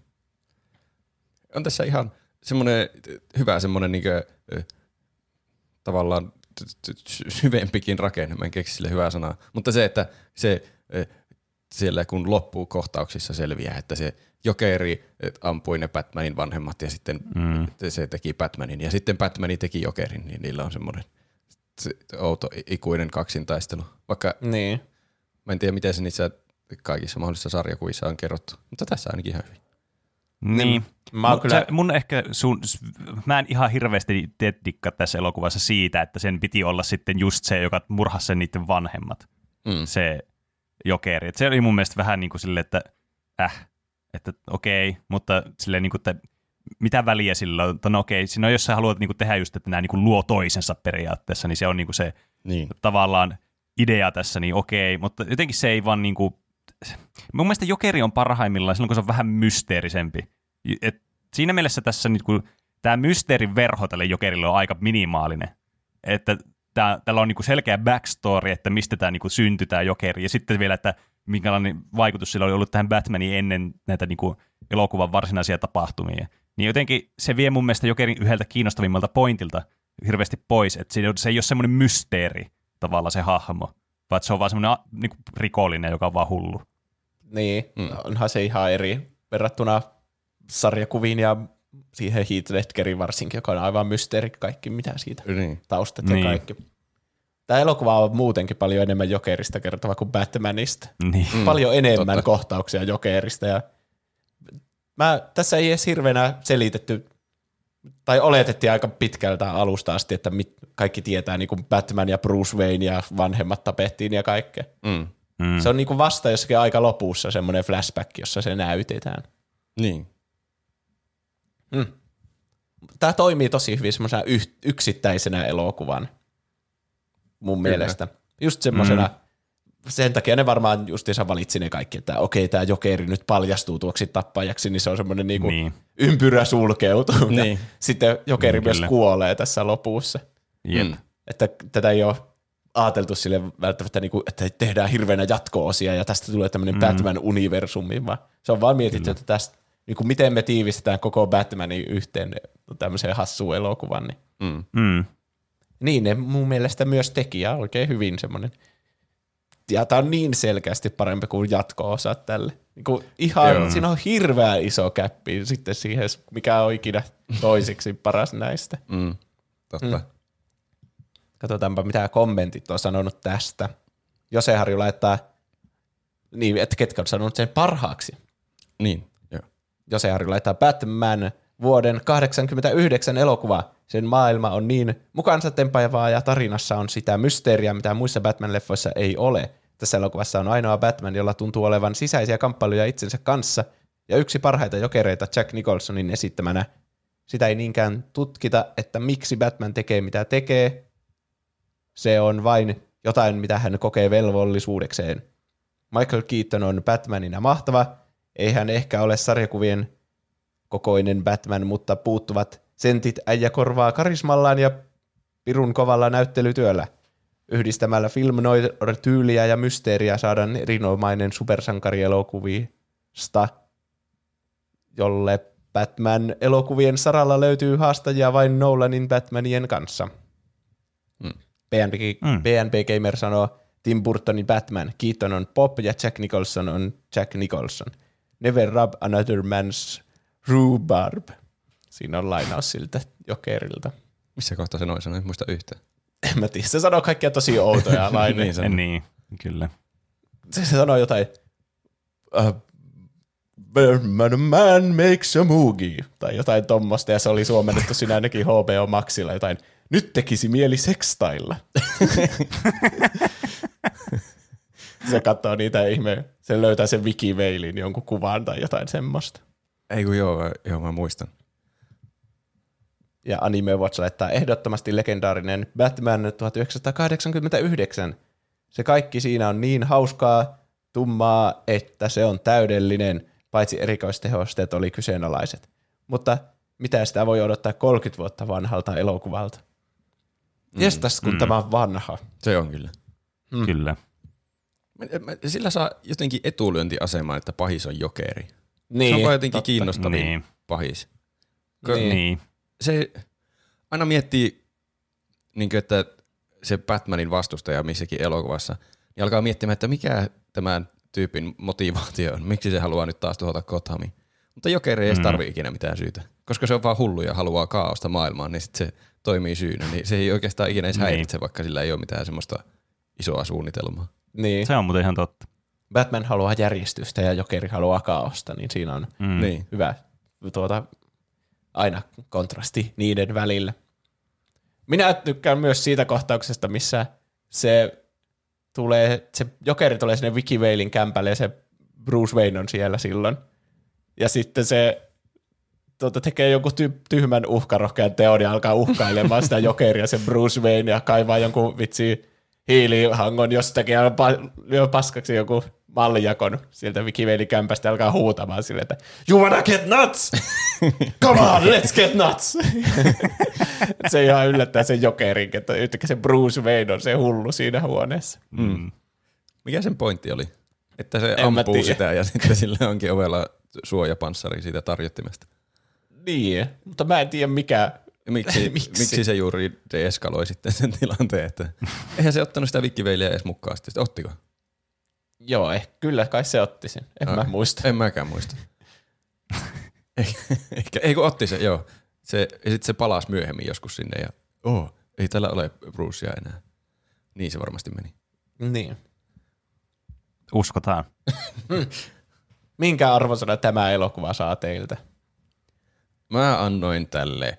Speaker 3: On tässä ihan semmoinen hyvä semmoinen niinkö, ö, tavallaan t- t- syvempikin rakenne, mä en keksi sille hyvää sanaa. Mutta se, että se ö, siellä kun loppuu kohtauksissa selviää, että se jokeri ö, ampui ne Batmanin vanhemmat ja sitten
Speaker 2: Mm.
Speaker 3: se teki Batmanin ja sitten Batmani teki jokerin, niin niillä on semmoinen se, outo ikuinen kaksintaistelu. Vaikka
Speaker 1: Niin.
Speaker 3: mä en tiedä, miten se niissä kaikissa mahdollisissa sarjakuvissa on kerrottu, mutta tässä ainakin ihan hyvin.
Speaker 2: Niin.
Speaker 1: Mä oon
Speaker 2: Mun,
Speaker 1: kyllä-
Speaker 2: se, mun ehkä sun, mä en ihan hirveästi tee dikkaa tässä elokuvassa siitä, että sen piti olla sitten just se, joka murhasi sen niiden vanhemmat,
Speaker 3: Mm.
Speaker 2: se jokeri. Et se oli mun mielestä vähän niin kuin silleen, että äh, että okei, mutta silleen niin kuin, että mitä väliä sillä on, että no okei, siinä on, jos sä haluat niin kuin tehdä just, että nämä niin kuin luo toisensa periaatteessa, niin se on niin kuin se
Speaker 3: Niin.
Speaker 2: tavallaan idea tässä, niin okei, mutta jotenkin se ei vaan niin kuin, mun mielestä jokeri on parhaimmillaan silloin, kun se on vähän mysteerisempi. Et siinä mielessä tässä niin kuin, tämä mysteerin verho tälle jokerille on aika minimaalinen. Että tää, tällä on niin kuin selkeä backstory, että mistä tämä niin kuin syntyi tämä jokeri, ja sitten vielä, että minkälainen vaikutus sillä oli ollut tähän Batmaniin ennen näitä niin kuin elokuvan varsinaisia tapahtumia. Niin jotenkin se vie mun mielestä jokerin yhdeltä kiinnostavimmalta pointilta hirveästi pois, että se, se ei ole semmoinen mysteeri tavallaan se hahmo, vaan se on vaan semmoinen niin kuin rikollinen, joka on vaan hullu.
Speaker 1: Niin, mm. onhan se ihan eri verrattuna sarjakuviin ja siihen Heath Ledgerin varsinkin, joka on aivan mysteeri kaikki, mitä siitä
Speaker 3: Niin.
Speaker 1: taustat
Speaker 2: Niin.
Speaker 1: ja kaikki. Tämä elokuva on muutenkin paljon enemmän jokerista kertova kuin Batmanista.
Speaker 2: Niin.
Speaker 1: Mm, paljon enemmän
Speaker 3: totta.
Speaker 1: kohtauksia jokerista. Ja mä, tässä ei edes hirveänä selitetty, tai oletettiin aika pitkältä alusta asti, että mit, kaikki tietää niin kuin Batman ja Bruce Wayne ja vanhemmat tapettiin ja kaikkea.
Speaker 3: Mm.
Speaker 2: Mm.
Speaker 1: Se on niin kuin vasta jossakin aika lopussa semmoinen flashback, jossa se näytetään.
Speaker 3: Niin.
Speaker 1: Mm. Tämä toimii tosi hyvin semmoisena yh- yksittäisenä elokuvan mun
Speaker 3: Kyllä.
Speaker 1: mielestä. Just semmoisena, mm. sen takia ne varmaan justiinsa valitsi ne kaikki, että okei, tämä jokeri nyt paljastuu tuoksi tappajaksi, niin se on semmoinen niinku
Speaker 2: Niin.
Speaker 1: ympyrä sulkeutuu.
Speaker 3: Niin.
Speaker 1: Ja sitten jokeri
Speaker 2: Niin,
Speaker 1: myös
Speaker 2: kyllä.
Speaker 1: kuolee tässä lopussa.
Speaker 2: Jep.
Speaker 3: Mm.
Speaker 1: Että tätä ei ole ajateltu sille välttämättä, niinku, että tehdään hirveänä jatko-osia ja tästä tulee tämmöinen mm. Batman-universumi, vaan se on vaan mietitty, kyllä. että tästä, niinku, miten me tiivistetään koko Batmanin yhteen tämmöiseen hassuun elokuvan. Niin,
Speaker 3: Mm.
Speaker 2: Mm.
Speaker 1: niin ne mun mielestä myös teki ja oikein hyvin semmoinen. Ja tämä on niin selkeästi parempi kuin jatko-osa tälle. Niinku ihan,
Speaker 3: Joo.
Speaker 1: siinä on hirveä iso käppi sitten siihen, mikä on ikinä toiseksi paras näistä.
Speaker 3: Mm. Totta.
Speaker 1: Mm. Katsotaanpa, mitä kommentit on sanonut tästä. Jose Harju laittaa, niin, että ketkä on sanonut sen parhaaksi.
Speaker 3: Niin, joo.
Speaker 1: Jose Harju laittaa Batman vuoden kahdeksankymmentäyhdeksän elokuva. Sen maailma on niin mukaansa tempaavaa ja tarinassa on sitä mysteeriä, mitä muissa Batman-leffoissa ei ole. Tässä elokuvassa on ainoa Batman, jolla tuntuu olevan sisäisiä kamppailuja itsensä kanssa ja yksi parhaita jokereita Jack Nicholsonin esittämänä. Sitä ei niinkään tutkita, että miksi Batman tekee mitä tekee. Se on vain jotain, mitä hän kokee velvollisuudekseen. Michael Keaton on Batmanina mahtava, ei hän ehkä ole sarjakuvien kokoinen Batman, mutta puuttuvat sentit äijä korvaa karismallaan ja pirun kovalla näyttelytyöllä. Yhdistämällä film noir-tyyliä ja mysteeriä saadaan erinomainen supersankarielokuvista, jolle Batman-elokuvien saralla löytyy haastajia vain Nolanin Batmanien kanssa. Mm. B N B, mm. B N B Gamer sanoo, Tim Burtonin Batman, Keaton on Bob ja Jack Nicholson on Jack Nicholson. Never rub another man's rhubarb. Siinä on lainaus siltä Jokerilta.
Speaker 3: Missä kohtaa se noin sanoi? En muista yhtään.
Speaker 1: En mä tiedä. Se sanoo kaikkia tosi outoja lainoja.
Speaker 2: niin, niin, kyllä.
Speaker 1: Se, se sanoo jotain, uh, when a man makes a movie, tai jotain tommosta, ja se oli suomennettu siinä ainakin H B O Maxilla jotain, nyt tekisi mieli sekstailla. Se katsoo niitä ihme, se löytää sen Wikiveilin jonkun kuvan tai jotain semmoista.
Speaker 3: Ei kun joo, joo mä muistan.
Speaker 1: Ja Anime Watch laittaa ehdottomasti legendaarinen Batman tuhatyhdeksänsataakahdeksankymmentäyhdeksän. Se kaikki siinä on niin hauskaa, tummaa, että se on täydellinen, paitsi erikoistehosteet oli kyseenalaiset. Mutta mitä sitä voi odottaa kolmekymmentä vuotta vanhalta elokuvalta? Mm. Jestas, kun mm. tämä on vanha.
Speaker 3: Se on kyllä.
Speaker 2: Mm. Kyllä.
Speaker 3: Sillä saa jotenkin etulyöntiasemaa, että pahis on Jokeri.
Speaker 1: Niin,
Speaker 3: se on vaan jotenkin
Speaker 1: totta.
Speaker 3: kiinnostavin
Speaker 2: niin.
Speaker 3: pahis.
Speaker 2: Niin. niin.
Speaker 3: Se aina miettii, niin kuin, että se Batmanin vastustaja missäkin elokuvassa, niin alkaa miettimään, että mikä tämän tyypin motivaatio on. Miksi se haluaa nyt taas tuhota Gothamiin. Mutta Jokeri ei mm. tarvitse ikinä mitään syytä. Koska se on vaan hullu ja haluaa kaaosta maailmaan, niin sitten se toimii syynä. Niin se ei oikeastaan ikinä edes niin. häiritse, vaikka sillä ei ole mitään semmoista isoa suunnitelmaa.
Speaker 1: Niin.
Speaker 2: Se on muuten ihan totta.
Speaker 1: Batman haluaa järjestystä ja Jokeri haluaa kaaosta, niin siinä on
Speaker 2: mm.
Speaker 1: niin. hyvä tuota, aina kontrasti niiden välillä. Minä tykkään myös siitä kohtauksesta, missä se tulee, se Jokeri tulee sinne Wikiveilin kämpälle ja se Bruce Wayne on siellä silloin. Ja sitten se tuota, tekee jonkun ty- tyhmän uhkarohkean teon ja alkaa uhkailemaan sitä Jokeria, se Bruce Wayne, ja kaivaa jonkun vitsi hiilihangon jostakin ja pa- lyö paskaksi joku mallijakon sieltä Wikiveilin kämpästä ja alkaa huutamaan silleen, että you wanna get nuts? Come on, let's get nuts! Se ihan yllättää sen Jokerin, että yhtäkkiä se Bruce Wayne on se hullu siinä huoneessa.
Speaker 2: Mm.
Speaker 3: Mikä sen pointti oli? Että se
Speaker 1: En
Speaker 3: ampuu sitä ja sitten sillä onkin ovella suojapanssari siitä tarjottimesta.
Speaker 1: Niin, mutta mä en tiedä mikä...
Speaker 3: Miksi, miksi? miksi se juuri deeskaloi sitten sen tilanteen, että eihän se ottanut sitä Wikiveiliä edes mukaan sitten. Ottiko?
Speaker 1: Joo, eh, kyllä kai se otti sen. En no, mä muista.
Speaker 3: En mäkään muista. Eikä, ei kun otti se, joo. Se, ja sitten se palasi myöhemmin joskus sinne ja oh, ei täällä ole Brucea enää. Niin se varmasti meni.
Speaker 1: Niin.
Speaker 2: Uskotaan.
Speaker 1: Minkä arvosana tämä elokuva saa teiltä?
Speaker 3: Mä annoin tälle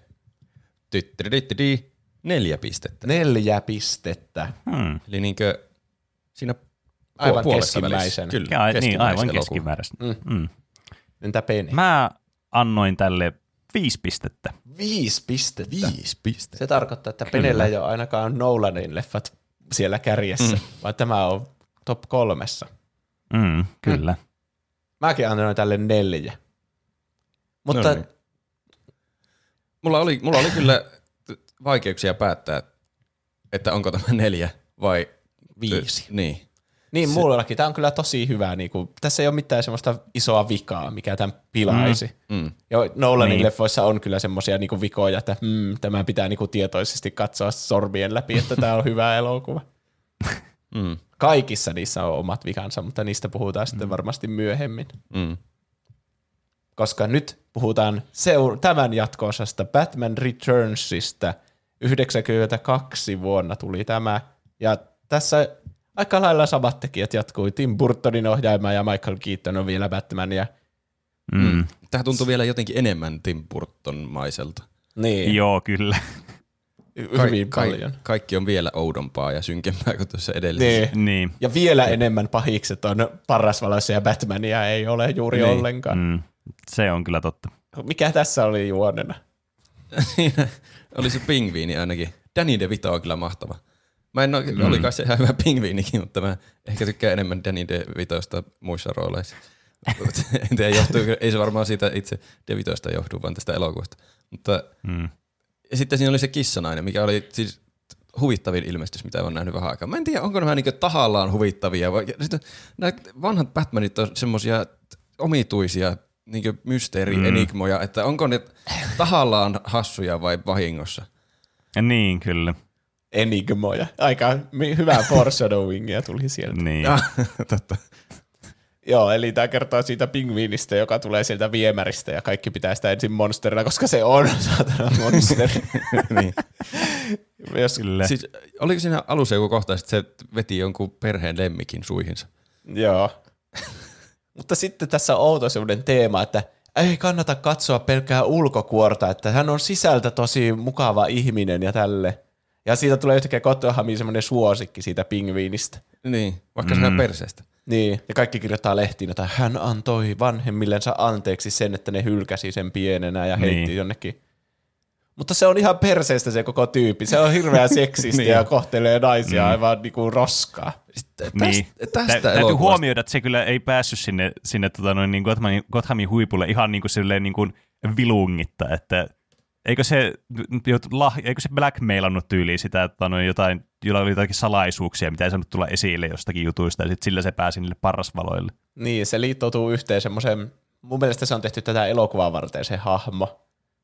Speaker 3: neljä pistettä.
Speaker 1: Neljä pistettä.
Speaker 2: Hmm.
Speaker 3: Eli niinkö siinä
Speaker 1: aivan
Speaker 3: keskimmäisen.
Speaker 1: Kyllä,
Speaker 2: ja, niin, aivan keskimääräisen.
Speaker 1: Mm. Mm. Entä Penny?
Speaker 2: Mä annoin tälle viisi pistettä.
Speaker 1: Viisi pistettä?
Speaker 3: Viisi pistettä.
Speaker 1: Se tarkoittaa, että Penellä ei ole ainakaan Nolanin leffat siellä kärjessä, mm. vaan tämä on top kolmessa.
Speaker 2: Mm, kyllä. Mm.
Speaker 1: Mäkin annoin tälle neljä. Mutta... No niin.
Speaker 3: Mulla oli, mulla oli kyllä vaikeuksia päättää, että onko tämä neljä vai
Speaker 1: viisi.
Speaker 3: Niin.
Speaker 1: Niin, se... mullakin. Tämä on kyllä tosi hyvä. Niin kuin, tässä ei ole mitään semmoista isoa vikaa, mikä tämän pilaisi. Mm. Mm. Ja Nolanin niin. leffoissa on kyllä semmoisia niin kuin vikoja, että mm, tämä pitää niin kuin tietoisesti katsoa sormien läpi, että tämä on hyvä elokuva. Mm. Kaikissa niissä on omat vikansa, mutta niistä puhutaan mm. sitten varmasti myöhemmin. Mm. Koska nyt puhutaan seur- tämän jatko-osasta Batman Returnsista. yhdeksänkymmentäkaksi vuonna tuli tämä. Ja tässä aika lailla samat tekijät jatkui. Tim Burtonin ohjaima ja Michael Keaton on vielä Batman. Ja...
Speaker 2: Mm.
Speaker 3: Tämä tuntuu vielä jotenkin enemmän Tim Burton-maiselta.
Speaker 1: Niin.
Speaker 2: Joo, kyllä.
Speaker 1: Hyvin ka- paljon.
Speaker 3: Ka- kaikki on vielä oudompaa ja synkempää kuin tuossa edellisessä.
Speaker 2: Niin. niin.
Speaker 1: Ja vielä enemmän pahikset on Parrasvaloissa ja Batmania ei ole juuri niin. ollenkaan. Mm.
Speaker 2: Se on kyllä totta.
Speaker 1: Mikä tässä oli juonena?
Speaker 3: Siinä oli se pingviini ainakin. Danny DeVito on kyllä mahtava. Mä en ole, mm. oli kai se ihan hyvä pingviinikin, mutta mä ehkä tykkään enemmän Danny DeVitosta muissa rooleissa. En tiedä, johtuu, ei se varmaan siitä itse DeVitosta johdu, vaan tästä elokuvasta. Mutta mm. ja sitten siinä oli se kissanainen, mikä oli siis huvittavin ilmestys, mitä olen nähnyt vähän aikaa. Mä en tiedä, onko nämä niinku tahallaan huvittavia. Vai, nämä vanhat Batmanit on semmoisia omituisia niinku mysteeri-enigmoja, mm. että onko ne tahallaan hassuja vai vahingossa.
Speaker 2: Ja niin, kyllä.
Speaker 1: Enigmoja. Aika hyvää foreshadowingia tuli sieltä.
Speaker 2: Niin.
Speaker 3: Totta.
Speaker 1: Joo, eli tämä kertoo siitä pingviinistä, joka tulee sieltä viemäristä ja kaikki pitää sitä ensin monsterina, koska se on saatana monsteri.
Speaker 3: Niin.
Speaker 1: Jos,
Speaker 3: siis, oliko siinä alussa joku kohta, että se veti jonkun perheen lemmikin suihinsa?
Speaker 1: Joo. Mutta sitten tässä on outo sellainen teema, että ei kannata katsoa pelkkää ulkokuorta, että hän on sisältä tosi mukava ihminen ja tälle. Ja siitä tulee yhtäkkiä Gothamiin semmoinen suosikki siitä pingviinistä.
Speaker 3: Niin, vaikka mm. se on perseestä.
Speaker 1: Niin, ja kaikki kirjoittaa lehtiin, että hän antoi vanhemmillensa anteeksi sen, että ne hylkäsi sen pienenä ja heitti niin. jonnekin. Mutta se on ihan perseestä se koko tyyppi. Se on hirveä seksisti niin. ja kohtelee naisia mm. aivan niinku roskaa.
Speaker 2: Sitten niin. Tästä, tästä Tä, täytyy huomioida, että se kyllä ei päässyt sinne, sinne tota noin, niin Gothamin, Gothamin huipulle ihan niin kuin silleen niin kuin vilungitta, että eikö se, eikö se blackmailannut tyyliin sitä, että noin jotain, jolla oli jotakin salaisuuksia, mitä ei saanut tulla esille jostakin jutuista, ja sitten sillä se pääsi niille parrasvaloille.
Speaker 1: Niin, se liittoutuu yhteen semmoisen, mun mielestä se on tehty tätä elokuvaa varten, se hahmo.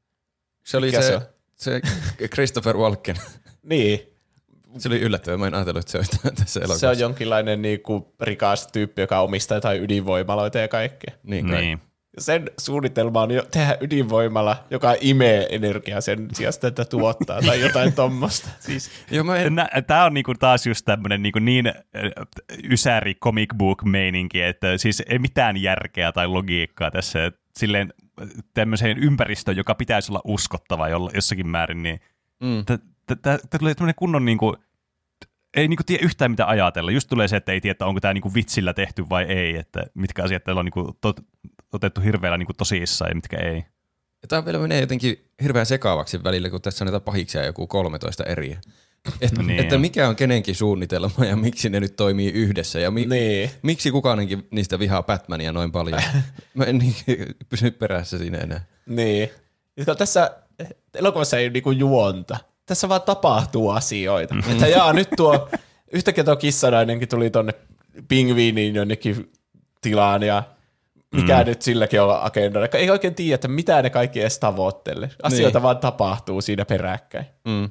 Speaker 3: Se oli se, se, se Christopher Walken.
Speaker 1: Niin.
Speaker 3: Se oli yllättävää, mä en ajatellut, että se olisi tässä elokuvassa.
Speaker 1: Se on jonkinlainen niinku rikas tyyppi, joka omistaa jotain ydinvoimaloita ja kaikkea.
Speaker 3: Niin,
Speaker 2: niin.
Speaker 1: Sen suunnitelma on jo tehdä ydinvoimala, joka imee energiaa sen sijasta, että tuottaa tai jotain tommosta. Siis.
Speaker 2: En... Tämä on niinku taas just tämmöinen niinku niin ysäri comic book meininki, että siis ei mitään järkeä tai logiikkaa tässä. Silleen tämmöiseen ympäristöön, joka pitäisi olla uskottava jossakin määrin, niin mm. tämä tulee tämmöinen kunnon niinku, ei niinku tiedä yhtään mitä ajatella. Just tulee se, että ei tiedä, onko tämä niinku vitsillä tehty vai ei, että mitkä asiat täällä on niinku tot, otettu hirveällä niinku tosissaan ja mitkä ei.
Speaker 3: Ja tämä vielä menee jotenkin hirveän sekaavaksi välillä, kun tässä on näitä pahiksia joku kolmetoista eriä. Et, niin. Että mikä on kenenkin suunnitelma ja miksi ne nyt toimii yhdessä ja mi-
Speaker 1: niin.
Speaker 3: miksi kukaanenkin niistä vihaa Batmania noin paljon. Mä en niin pysy perässä siinä enää.
Speaker 1: Niin. Tässä elokuvassa ei ole niinku juonta. Tässä vaan tapahtuu asioita. Mm-hmm. Että jaa, nyt tuo, yhtäkkiä tuo kissanainenkin tuli tonne pingviiniin jonnekin tilaan ja mikä mm. nyt silläkin on agendalla. Ei oikein tiedä, että mitä ne kaikki edes tavoittelee. Asioita niin. vaan tapahtuu siinä peräkkäin. Mm.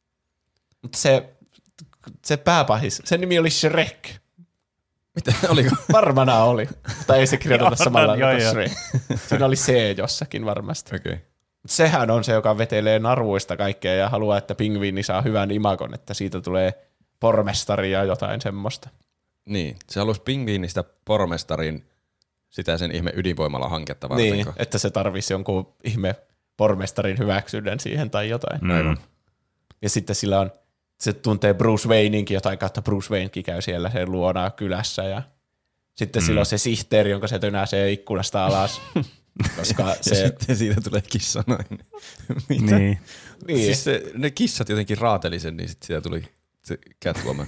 Speaker 1: Mutta se, se pääpahis, sen nimi oli Shrek.
Speaker 3: Mitä, oliko?
Speaker 1: Varmana oli, mutta ei se kirjoiteta samalla kuin Shrek. Siinä oli C jossakin varmasti.
Speaker 3: Okay.
Speaker 1: Sehän on se, joka vetelee naruista kaikkea ja haluaa, että pingviini saa hyvän imagon, että siitä tulee pormestari ja jotain semmoista.
Speaker 3: Niin, se halusi pingviinistä pormestarin sitä sen ihme ydinvoimala-hanketta varten.
Speaker 1: Niin, että se tarvisi jonkun ihme pormestarin hyväksynnän siihen tai jotain.
Speaker 2: Mm.
Speaker 1: Ja sitten sillä on, se tuntee Bruce Wayneinkin jotain kautta, Bruce Waynekin käy siellä sen luona kylässä ja sitten mm. sillä on se sihteeri, jonka se tönäsee ikkunasta alas. Koska se...
Speaker 3: Ja sitten siitä tulee kissanainen. Mitä?
Speaker 2: Niin.
Speaker 1: niin.
Speaker 3: Siis se, ne kissat jotenkin raateli sen, niin sitten siitä tuli se Catwoman.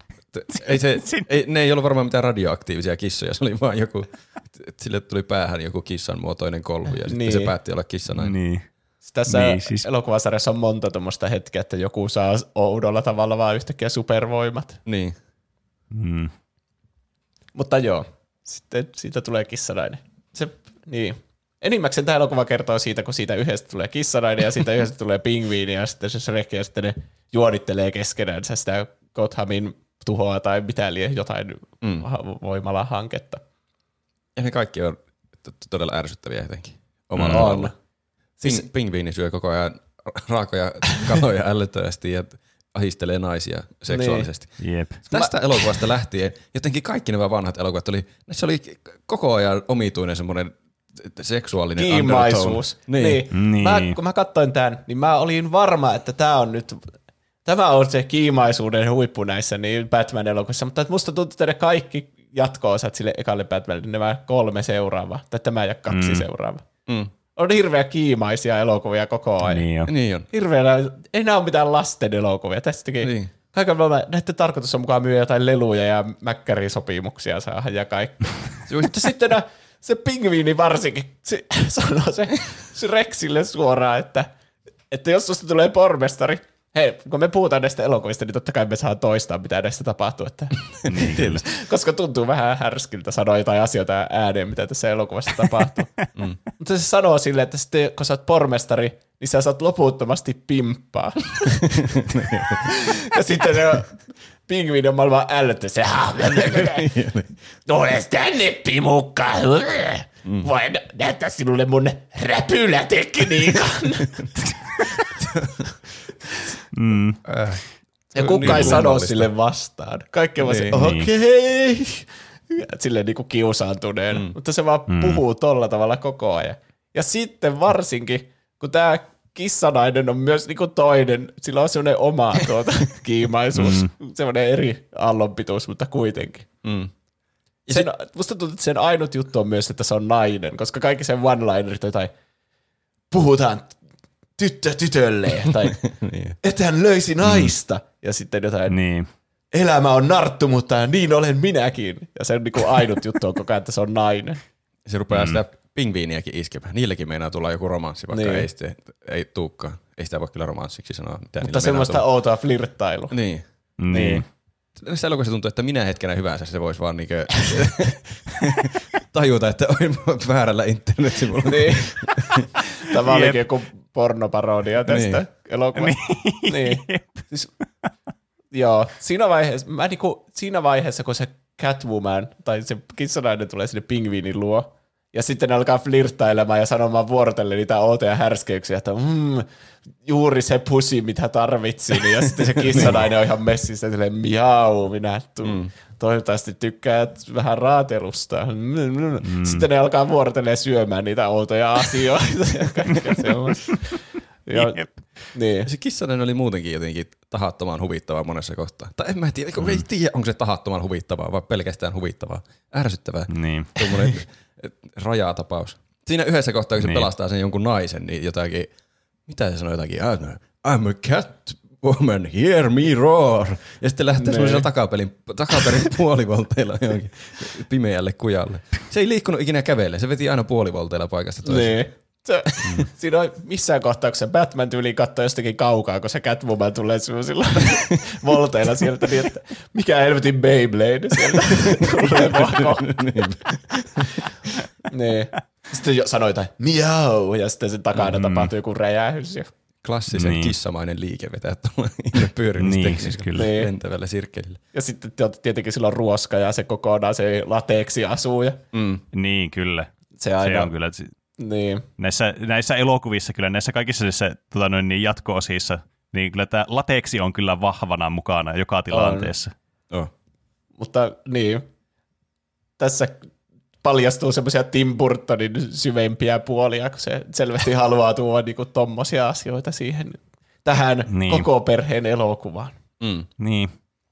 Speaker 3: Ei se, ei, ne ei ollut varmaan mitään radioaktiivisia kissoja, se oli vaan joku, sille tuli päähän joku kissan muotoinen kolhu ja sitten niin. se päätti olla kissanainen.
Speaker 2: Niin.
Speaker 1: Tässä
Speaker 2: niin, siis...
Speaker 1: elokuvasarjassa on monta tuommoista hetkeä, että joku saa oudolla tavalla vaan yhtäkkiä supervoimat.
Speaker 3: Niin.
Speaker 2: Mm.
Speaker 1: Mutta joo, sitten siitä tulee kissanainen. Se, niin. Enimmäkseen tämä elokuva kertoo siitä, kun siitä yhdestä tulee kissanainen ja siitä yhdestä tulee pingviini ja sitten se Shrek ja sitten ne juonittelee keskenään sitä Gothamin tuhoa tai mitä liian jotain mm. voimala-hanketta.
Speaker 3: Ja ne kaikki on todella ärsyttäviä jotenkin omalla tavalla. Siis Ping, pingviini syö koko ajan raakoja kaloja ällöttävästi ja ahistelee naisia seksuaalisesti.
Speaker 2: Niin. Jep.
Speaker 3: Tästä Mä... elokuvasta lähtien jotenkin kaikki nämä vanhat elokuvat oli, se oli koko ajan omituinen semmoinen seksuaalinen
Speaker 1: kiimaisuus.
Speaker 3: Niin.
Speaker 1: niin.
Speaker 2: niin.
Speaker 1: Mä, kun mä katsoin tämän, niin mä olin varma, että tämä on nyt, tämä on se kiimaisuuden huippu näissä niin Batman-elokuvissa, mutta musta tuntuu, että ne kaikki jatko-osat sille ekalle Batmanille, nämä kolme seuraavaa, tai tämä ja kaksi mm. seuraavaa. Mm. On hirveä kiimaisia elokuvia koko ajan.
Speaker 2: Niin on.
Speaker 3: Niin on.
Speaker 1: Hirveänä, ei nämä ole mitään lasten elokuvia tästäkin.
Speaker 3: Niin.
Speaker 1: Kaiken maailman näiden tarkoitus on mukaan myydä jotain leluja ja mäkkärisopimuksia saada ja kaikki. Mutta sitten no, se pingviini varsinkin se, sanoo se, se Rexille suoraan, että, että jos susta tulee pormestari, hei, kun me puhutaan näistä elokuvista, niin totta kai me saa toistaa, mitä näistä tapahtuu. Että
Speaker 2: Niin,
Speaker 1: koska tuntuu vähän härskiltä sanoa jotain asioita ääneen, mitä tässä elokuvassa tapahtuu. mm. Mutta se sanoo silleen, että sitten, kun sä oot pormestari, niin sä saat loputtomasti pimppaa. Ja sitten se pingviini on maailman ällöttä. Se tule tänne, pimukka. Mm. Voin näyttää sinulle mun räpylätekniikan.
Speaker 2: Mm.
Speaker 3: Äh,
Speaker 1: ja kukaan
Speaker 3: niin
Speaker 1: ei sano
Speaker 3: luonnollista.
Speaker 1: sille vastaan. Kaikki on vaan se,
Speaker 3: Niin.
Speaker 1: okei. Okay. Silleen niinku kiusaantuneen. Mm. Mutta se vaan
Speaker 2: Mm.
Speaker 1: puhuu tolla tavalla koko ajan. Ja sitten varsinkin, kun tää kissanainen on myös niinku toinen, sillä on semmoinen oma tuota, kiimaisuus. Mm. Semmoinen eri aallonpituus, mutta kuitenkin.
Speaker 3: Mm.
Speaker 1: Sen, musta tuntuu, että sen ainut juttu on myös, että se on nainen, koska kaikki sen one-linerit tai puhutaan tyttö tytölle tai
Speaker 3: Niin.
Speaker 1: että hän löysi naista ja sitten jotain
Speaker 2: Niin.
Speaker 1: elämä on narttu, mutta niin olen minäkin. Ja sen niinku ainut juttu on koko ajan, että se on nainen.
Speaker 3: Se rupeaa mm. sitä pingviiniäkin iskemään. Niilläkin meinaa tulla joku romanssi, vaikka
Speaker 1: Niin.
Speaker 3: ei, sitten, ei tuukkaan. Ei sitä voi kyllä romanssiksi sanoa. Mitä
Speaker 1: Mutta semmoista outoa flirttailua.
Speaker 3: Niin.
Speaker 2: Niin.
Speaker 3: Näissä elokuvissa tuntuu, että minä hetkenä hyvänsä se voisi vaan niinkö tajuta, että olen väärällä internet-sivulla.
Speaker 1: Niin. Tämä olikin
Speaker 2: Jep.
Speaker 1: joku pornoparodia tästä
Speaker 3: Niin.
Speaker 1: elokuvasta. Niin. Siis, joo, siinä vaiheessa, mä niinku, siinä vaiheessa, kun se Catwoman tai se kissanainen tulee sinne pingviinin luo, ja sitten ne alkaa flirttailemaan ja sanomaan vuorotellen niitä outoja härskeyksiä, että mm, juuri se pusi, mitä tarvitsin. Ja sitten se kissanainen on ihan messissä, silleen miau, minä tu- mm. toivottavasti tykkäät vähän raatelusta. Mm. Sitten ne alkaa vuorotellen syömään niitä outoja asioita ja kaikkea semmoista. Ja, niin.
Speaker 3: Se kissanen oli muutenkin jotenkin tahattoman huvittavaa monessa kohtaa. Tai en mä tiedä, mm. ei tiedä, onko se tahattoman huvittavaa vai pelkästään huvittavaa. Ärsyttävää.
Speaker 2: Niin.
Speaker 3: Tuommoinen rajatapaus. Siinä yhdessä kohtaa, kun se
Speaker 2: Niin.
Speaker 3: pelastaa sen jonkun naisen, niin jotakin, mitä se sanoo jotakin, I'm a, I'm a cat woman, hear me roar. Ja sitten lähtee
Speaker 1: Niin.
Speaker 3: semmoisella takapelin, takaperin puolivolteilla johonkin pimeälle kujalle. Se ei liikkunut ikinä kävelle, se veti aina puolivolteilla paikasta toiseen.
Speaker 1: Niin. Se, mm. Siinä on missään kohtaa, kun se Batman tyyliin katsoo jostakin kaukaa, kun se Catwoman tulee sellaisilla volteilla sieltä, niin että mikä helvetin Beyblade sieltä tulee vaan. Niin. Sitten jo sanoi jotain miau, ja sitten sen takana mm. tapahtuu joku räjähys.
Speaker 3: Klassisen
Speaker 2: Niin.
Speaker 3: kissamainen liike vetää tuolla pyörimistekniikalla
Speaker 2: Niin, siis kyllä.
Speaker 1: Niin.
Speaker 3: lentävällä sirkkelillä.
Speaker 1: Ja sitten tietenkin sillä on ruoska ja se kokonaan se lateeksi asuu. Ja
Speaker 3: Mm.
Speaker 2: Niin, kyllä.
Speaker 1: se, aina,
Speaker 2: Se on kyllä.
Speaker 1: Niin.
Speaker 2: Näissä, näissä elokuvissa kyllä, näissä kaikissa näissä, tota noin, niin jatko-osissa, niin kyllä tämä lateksi on kyllä vahvana mukana joka tilanteessa.
Speaker 3: Oh.
Speaker 1: Mutta niin, tässä paljastuu semmoisia Tim Burtonin syvempiä puolia, kun se selvästi haluaa tuoda niinku tommosia asioita siihen tähän
Speaker 2: Niin.
Speaker 1: koko perheen elokuvaan.
Speaker 3: Mm.
Speaker 2: Niin.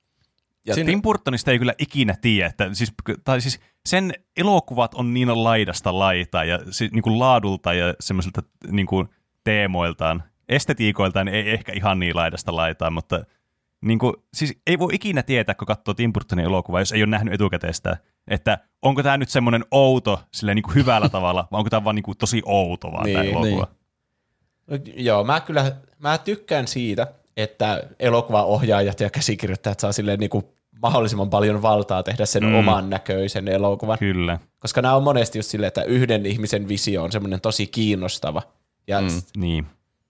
Speaker 2: Ja
Speaker 3: Siinä-
Speaker 2: Tim Burtonista ei kyllä ikinä tiedä, että siis, tai siis sen elokuvat on niin laidasta laitaa ja siis, niin kuin laadulta ja semmoisilta niin kuin teemoiltaan, estetiikoiltaan ei ehkä ihan niin laidasta laitaa, mutta niin kuin, siis ei voi ikinä tietää, kun katsoo Tim Burtonin elokuvaa, jos ei ole nähnyt etukäteen sitä, että onko tämä nyt semmoinen outo silleen niin kuin hyvällä tavalla, vai onko tämä vaan niin kuin tosi outo vaan tämä
Speaker 1: Niin,
Speaker 2: elokuva.
Speaker 1: No, joo, mä kyllä mä tykkään siitä, että elokuvaohjaajat ja käsikirjoittajat saa silleen niinku mahdollisimman paljon valtaa tehdä sen
Speaker 2: Mm.
Speaker 1: oman näköisen elokuvan.
Speaker 2: Kyllä.
Speaker 1: Koska nämä on monesti just silleen, että yhden ihmisen visio on semmoinen tosi kiinnostava. Ja
Speaker 3: Mm.
Speaker 2: Niin.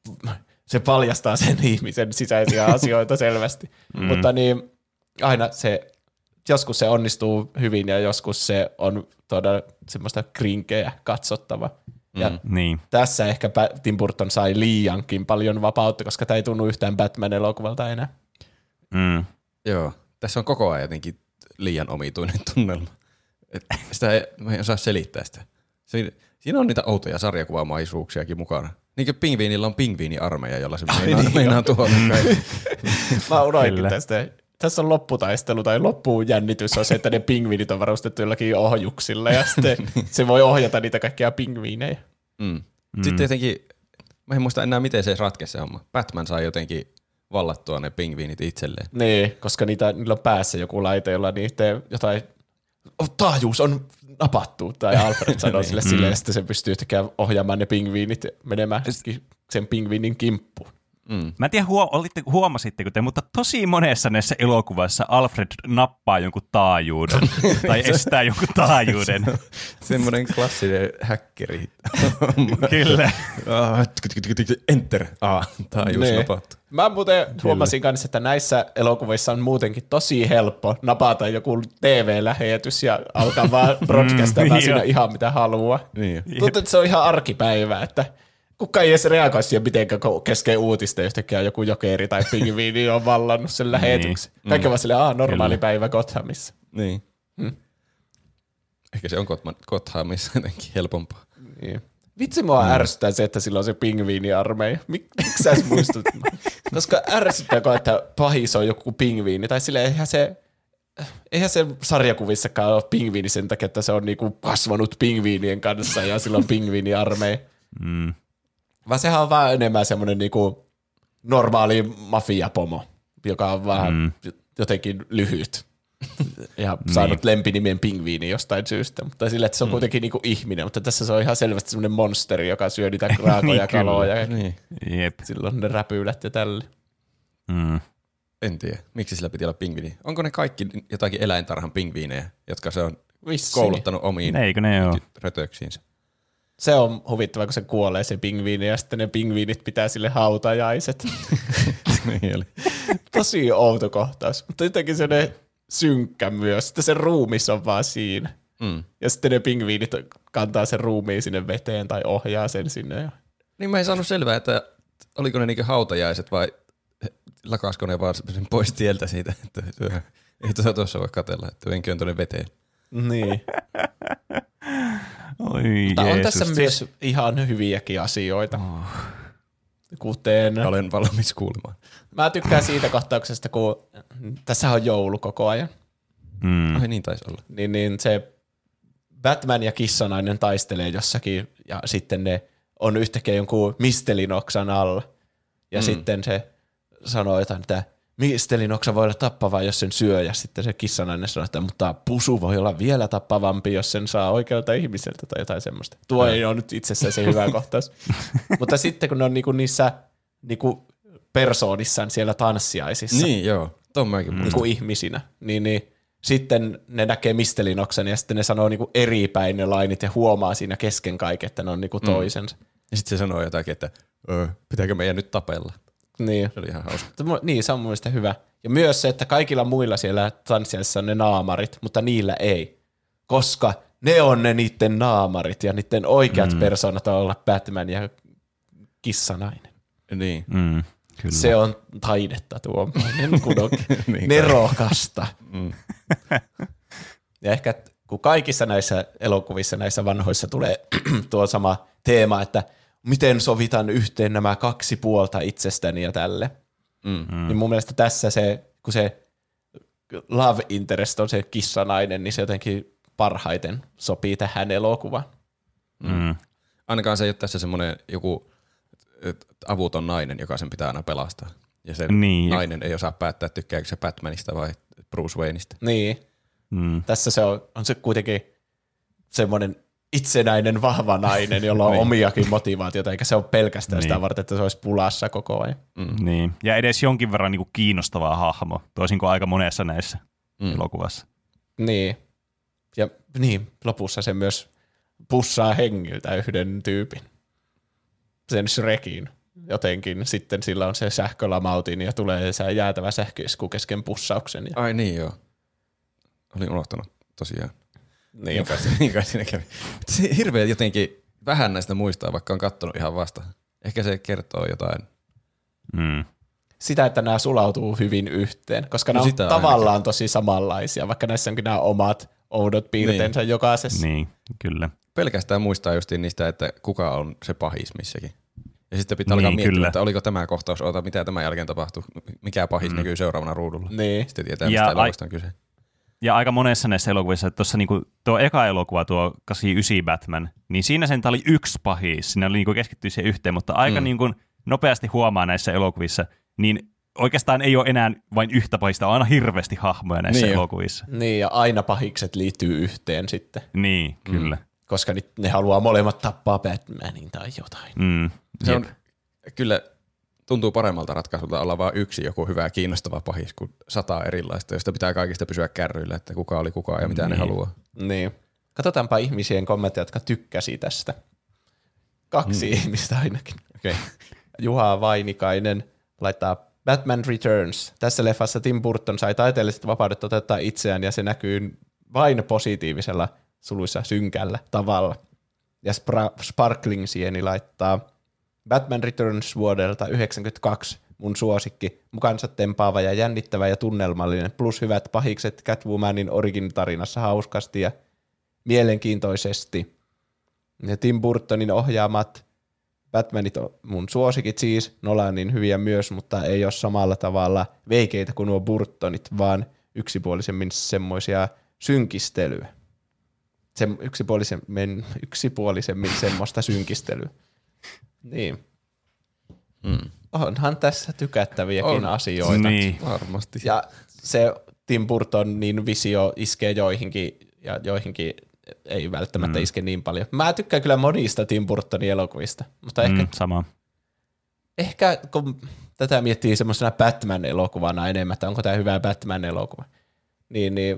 Speaker 1: se paljastaa sen ihmisen sisäisiä asioita selvästi.
Speaker 2: Mm.
Speaker 1: Mutta niin, aina se, joskus se onnistuu hyvin ja joskus se on todella semmoista krinkeä katsottava. Ja
Speaker 3: Mm.
Speaker 2: Niin.
Speaker 1: tässä ehkä Tim Burton sai liiankin paljon vapautta, koska tämä ei tunnu yhtään Batman-elokuvalta enää.
Speaker 2: Mm.
Speaker 3: Joo, tässä on koko ajan jotenkin liian omituinen tunnelma. Et sitä ei, mä en osaa selittää sitä. Se, siinä on niitä outoja sarjakuvamaisuuksiakin mukana. Niin kuin pingviinillä on pingviiniarmeija, jolla se meinaa,
Speaker 1: niin
Speaker 3: meinaa tuhota kaikki.
Speaker 1: Mä unohdin
Speaker 2: Kyllä.
Speaker 1: tästä. Tässä on lopputaistelu tai loppujännitys on se, että ne pingviinit on varustettu jollakin ohjuksilla ja sitten se voi ohjata niitä kaikkia pingviinejä.
Speaker 3: Mm.
Speaker 2: Mm.
Speaker 3: Sitten jotenkin, mä en muista enää miten se ratkesi se homma. Batman sai jotenkin vallattua ne pingviinit itselleen.
Speaker 1: Niin, koska niitä, niillä on päässä joku laite, jolla niitä jotain oh, taajuus on napattu, tai Alfred sanoo sille silleen, ja sitten se pystyy yhtäkään ohjaamaan ne pingviinit menemään sen pingviinin kimppuun.
Speaker 2: Mm. Mä en tiedä, huo- olitte, huomasitteko te, mutta tosi monessa näissä elokuvassa Alfred nappaa jonkun taajuuden tai estää jonkun taajuuden.
Speaker 3: Semmoinen klassinen häkkeri.
Speaker 2: Kyllä.
Speaker 3: Enter. Ah, taajuus
Speaker 1: Nee.
Speaker 3: napattu.
Speaker 1: Mä muuten huomasin kanssa, että näissä elokuvissa on muutenkin tosi helppo napata joku T V-lähetys ja alkaa vaan broadcastamaan
Speaker 2: Mm,
Speaker 1: siinä
Speaker 2: joo.
Speaker 1: ihan mitä haluaa.
Speaker 3: Niin.
Speaker 1: Tuntuu, että se on ihan arkipäivää, että kukaan ei edes reagoi siihen mitenkään, kun kesken uutista yhtäkkiä joku jokeri tai pingviini on vallannut sen lähetyksen.
Speaker 2: Niin.
Speaker 1: Kaikki vaan silleen, aah, normaali
Speaker 2: Kyllä.
Speaker 1: päivä Gothamissa.
Speaker 3: Niin.
Speaker 1: Hmm.
Speaker 3: Ehkä se on Gothamissa jotenkin helpompaa.
Speaker 1: Niin. Vitsi mua mm. ärsyttää se, että sillä on se pingviiniarmeija. Mik, miksi sä edes muistut? Koska ärsyttääkö, että pahis on joku pingviini, tai silleen eihän se... Eihän se sarjakuvissakaan ole pingviini sen takia, että se on niinku kasvanut pingviinien kanssa ja sillä on pingviiniarmeija.
Speaker 2: Mm.
Speaker 1: Vaan sehän on vaan enemmän semmoinen niinku normaali mafiapomo, joka on vaan
Speaker 2: Mm.
Speaker 1: jotenkin lyhyt ja saanut lempinimen pingviini jostain syystä. Mutta sillä, että se on
Speaker 3: Mm.
Speaker 1: kuitenkin niinku ihminen, mutta tässä se on ihan selvästi semmoinen monsteri, joka syö niitä raakoja
Speaker 2: Niin, kyllä.
Speaker 1: kaloja. Ja
Speaker 3: Niin.
Speaker 2: Jep.
Speaker 1: silloin ne räpylät ja tälle.
Speaker 2: Mm.
Speaker 3: En tiedä. Miksi sillä piti olla pingviini? Onko ne kaikki jotakin eläintarhan pingviinejä, jotka se on
Speaker 1: Vissiin.
Speaker 3: kouluttanut omiin
Speaker 2: Eikö ne ole?
Speaker 3: rötöksiinsä?
Speaker 1: Se on huvittava, kun se kuolee se pingviini ja sitten ne pingviinit pitää sille hautajaiset.
Speaker 3: Niin oli.
Speaker 1: Tosi outo kohtaus, mutta jotenkin se synkkä myös. Sitten se ruumis on vaan siinä.
Speaker 3: Mm.
Speaker 1: Ja sitten ne pingviinit kantaa sen ruumiin sinne veteen tai ohjaa sen sinne.
Speaker 3: Niin mä en saanut selvää, että oliko ne niinku hautajaiset vai lakasko ne vaan sen pois tieltä siitä, että ei tuossa tuossa voi katsella, että venköön tuonne veteen.
Speaker 1: Niin.
Speaker 2: Oi
Speaker 1: Mutta on
Speaker 2: Jeesus.
Speaker 1: tässä myös ihan hyviäkin asioita.
Speaker 2: Oh.
Speaker 1: Kuten,
Speaker 3: Olen valmis kuulemaan.
Speaker 1: mä tykkään siitä kohtauksesta, kun tässä on joulu koko ajan.
Speaker 2: Mm.
Speaker 3: Ai niin taisi olla.
Speaker 1: Niin, niin se Batman ja kissanainen taistelee jossakin ja sitten ne on yhtäkkiä jonkun mistelinoksan alla. Ja
Speaker 3: Mm.
Speaker 1: sitten se sanoo jotain, että mistelinoksa voi olla tappava, jos sen syö. Ja sitten se kissanainen sanoo, että mutta pusu voi olla vielä tappavampi, jos sen saa oikealta ihmiseltä tai jotain semmoista. Tuo ei ole nyt itsessään se hyvä kohtaus. Mutta sitten kun ne on niinku niissä niinku persoonissaan siellä tanssiaisissa,
Speaker 3: Niin joo, tuon mäkin muistan.
Speaker 1: niinku ihmisinä, niin, niin sitten ne näkee mistelinoksen ja sitten ne sanoo niinku eri päin ne lainit ja huomaa siinä kesken kaiken, että ne on niinku toisensa.
Speaker 3: Ja sitten se sanoo jotakin, että öö, pitääkö meidän nyt tapella.
Speaker 1: Niin.
Speaker 3: Se oli ihan hauska.
Speaker 1: Mutta mu- Niin, se on mun mielestä hyvä. Ja myös se, että kaikilla muilla siellä tanssiaisissa on ne naamarit, mutta niillä ei. Koska ne on ne niiden naamarit ja niiden oikeat mm. persoonat on olla Batman ja kissanainen.
Speaker 3: Niin.
Speaker 2: Mm. Kyllä.
Speaker 1: Se on taidetta tuomainen, kun on
Speaker 3: Niin
Speaker 1: nerokasta.
Speaker 3: Mm.
Speaker 1: Ja ehkä kun kaikissa näissä elokuvissa, näissä vanhoissa tulee tuo sama teema, että miten sovitan yhteen nämä kaksi puolta itsestäni ja tälle.
Speaker 3: Mm.
Speaker 1: Mm. Niin mun mielestä tässä se, kun se love interest on se kissanainen, niin se jotenkin parhaiten sopii tähän elokuvaan.
Speaker 2: Mm.
Speaker 3: Ainakaan se ei ole tässä semmoinen joku et, avuton nainen, joka sen pitää aina pelastaa. Ja se
Speaker 2: Niin.
Speaker 3: nainen ei osaa päättää, tykkääkö se Batmanista vai Bruce Wayneista.
Speaker 1: Niin,
Speaker 2: Mm.
Speaker 1: tässä se on, on se kuitenkin semmoinen itsenäinen, vahva nainen, jolla on
Speaker 3: Niin.
Speaker 1: omiakin motivaatioita, eikä se ole pelkästään
Speaker 2: Niin.
Speaker 1: sitä varten, että se olisi pulassa koko ajan.
Speaker 3: Mm.
Speaker 2: Niin. Ja edes jonkin verran niinku kiinnostava hahmo, toisin kuin aika monessa näissä
Speaker 3: Mm.
Speaker 2: elokuvassa.
Speaker 1: Niin. Ja niin, lopussa se myös pussaa hengiltä yhden tyypin. Sen Shrekin jotenkin. Sitten sillä on se sähkölamautin ja tulee se jäätävä sähköisku kesken pussauksen. Ja
Speaker 3: Ai niin joo. Olin unohtanut tosiaan.
Speaker 1: niin,
Speaker 3: Niin kai, niin kai siinä kävi. Mutta se hirveä jotenkin vähän näistä muistaa, vaikka on kattonut ihan vasta. Ehkä se kertoo jotain.
Speaker 2: Mm.
Speaker 1: sitä, että nämä sulautuu hyvin yhteen, koska
Speaker 3: No
Speaker 1: nämä on
Speaker 3: sitä
Speaker 1: tavallaan
Speaker 3: ainakin.
Speaker 1: tosi samanlaisia, vaikka näissä onkin nämä omat oudot piirteensä niin. jokaisessa.
Speaker 2: Niin, kyllä.
Speaker 3: Pelkästään muistaa justiin niistä, että kuka on se pahis missäkin. Ja sitten pitää
Speaker 2: Niin,
Speaker 3: alkaa miettiä,
Speaker 2: kyllä.
Speaker 3: että oliko tämä kohtaus, oota, mitä tämän jälkeen tapahtuu, mikä pahis mm. näkyy seuraavana ruudulla.
Speaker 1: Niin.
Speaker 3: Sitten tietää,
Speaker 2: Ja
Speaker 3: mistä
Speaker 2: ai-
Speaker 3: elokuvasta on kyse.
Speaker 2: Ja aika monessa näissä elokuvissa, että tuossa niinku, tuo eka elokuva, tuo kahdeksankymmentäyhdeksän Batman, niin siinä sen oli yksi pahis, siinä oli niinku keskittyy siihen yhteen, mutta aika
Speaker 3: Mm.
Speaker 2: niinku nopeasti huomaa näissä elokuvissa, niin oikeastaan ei ole enää vain yhtä pahista, on aina hirveästi hahmoja näissä
Speaker 3: Niin.
Speaker 2: elokuvissa.
Speaker 1: Niin, ja aina pahikset liittyy yhteen sitten,
Speaker 2: Niin, kyllä. Mm.
Speaker 1: koska nyt ne haluaa molemmat tappaa Batmanin tai jotain.
Speaker 2: Mm.
Speaker 3: Se
Speaker 2: Jep.
Speaker 3: on kyllä tuntuu paremmalta ratkaisulta olla vain yksi joku hyvä kiinnostava pahis kuin sata erilaista, josta pitää kaikista pysyä kärryillä, että kuka oli kuka ja mitä
Speaker 2: Niin.
Speaker 3: ne haluaa.
Speaker 1: Niin. Katsotaanpa ihmisien kommentteja, jotka tykkäsi tästä. Kaksi mm. ihmistä ainakin.
Speaker 3: Okay.
Speaker 1: Juha Vainikainen laittaa Batman Returns. Tässä leffassa Tim Burton sai taiteelliset vapaudet toteuttaa itseään, ja se näkyy vain positiivisella, suluissa synkällä tavalla. Ja Spra- Sparkling Sieni laittaa Batman Returns vuodelta yhdeksänkymmentäkaksi, mun suosikki, mukansa tempaava ja jännittävä ja tunnelmallinen, plus hyvät pahikset Catwomanin origin-tarinassa hauskasti ja mielenkiintoisesti. Ja Tim Burtonin ohjaamat Batmanit on mun suosikit siis, Nolanin hyviä myös, mutta ei ole samalla tavalla veikeitä kuin nuo Burtonit, vaan yksipuolisemmin semmoisia synkistelyä. Se, yksipuolisemmin, yksipuolisemmin semmoista synkistelyä. Niin.
Speaker 3: Mm.
Speaker 1: Onhan tässä tykättäviäkin
Speaker 3: On.
Speaker 1: asioita.
Speaker 2: Niin.
Speaker 3: Varmasti.
Speaker 1: Ja se Tim Burtonin visio iskee joihinkin, ja joihinkin ei välttämättä mm. iske niin paljon. Mä tykkään kyllä monista Tim Burtonin elokuvista, mutta
Speaker 2: Mm,
Speaker 1: ehkä,
Speaker 2: sama.
Speaker 1: ehkä kun tätä miettii semmoisena Batman-elokuvana enemmän, että onko tämä hyvä Batman-elokuva, niin, niin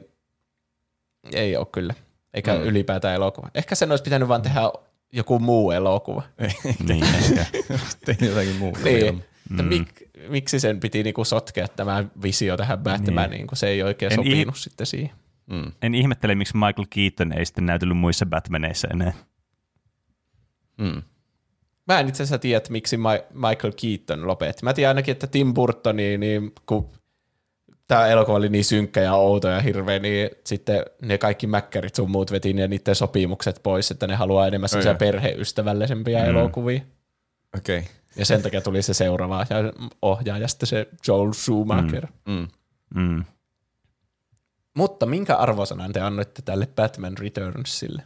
Speaker 1: ei ole kyllä. Eikä mm. ylipäätään elokuva. Ehkä sen olisi pitänyt vaan tehdä joku muu elokuva.
Speaker 2: Niin, ehkä.
Speaker 3: Tein jotakin muuta.
Speaker 1: Niin. Mm. Mik, miksi sen piti niinku sotkea tämä visio tähän Batmaniin, niin. kun se ei oikein
Speaker 2: En
Speaker 1: sopinut
Speaker 2: ih-
Speaker 1: sitten siihen.
Speaker 3: Mm.
Speaker 2: En ihmettele, miksi Michael Keaton ei sitten näytellyt muissa Batmaneissa enää.
Speaker 3: Mm.
Speaker 1: Mä en itse asiassa tiedä, että miksi Ma- Michael Keaton lopetti. Mä tiedän ainakin, että Tim Burton, niin, niin kun tämä elokuva oli niin synkkä ja outo ja hirveä, niin sitten ne kaikki mäkkärit sun muut veti ja niiden sopimukset pois, että ne haluaa enemmän sellaisia
Speaker 3: ja.
Speaker 1: perheystävällisempiä mm. elokuvia.
Speaker 3: Okei. Okay.
Speaker 1: Ja sen takia tuli se seuraava ohjaaja, sitten se Joel Schumacher.
Speaker 3: Mm. Mm.
Speaker 2: Mm.
Speaker 1: Mutta minkä arvosanan te annoitte tälle Batman Returnsille?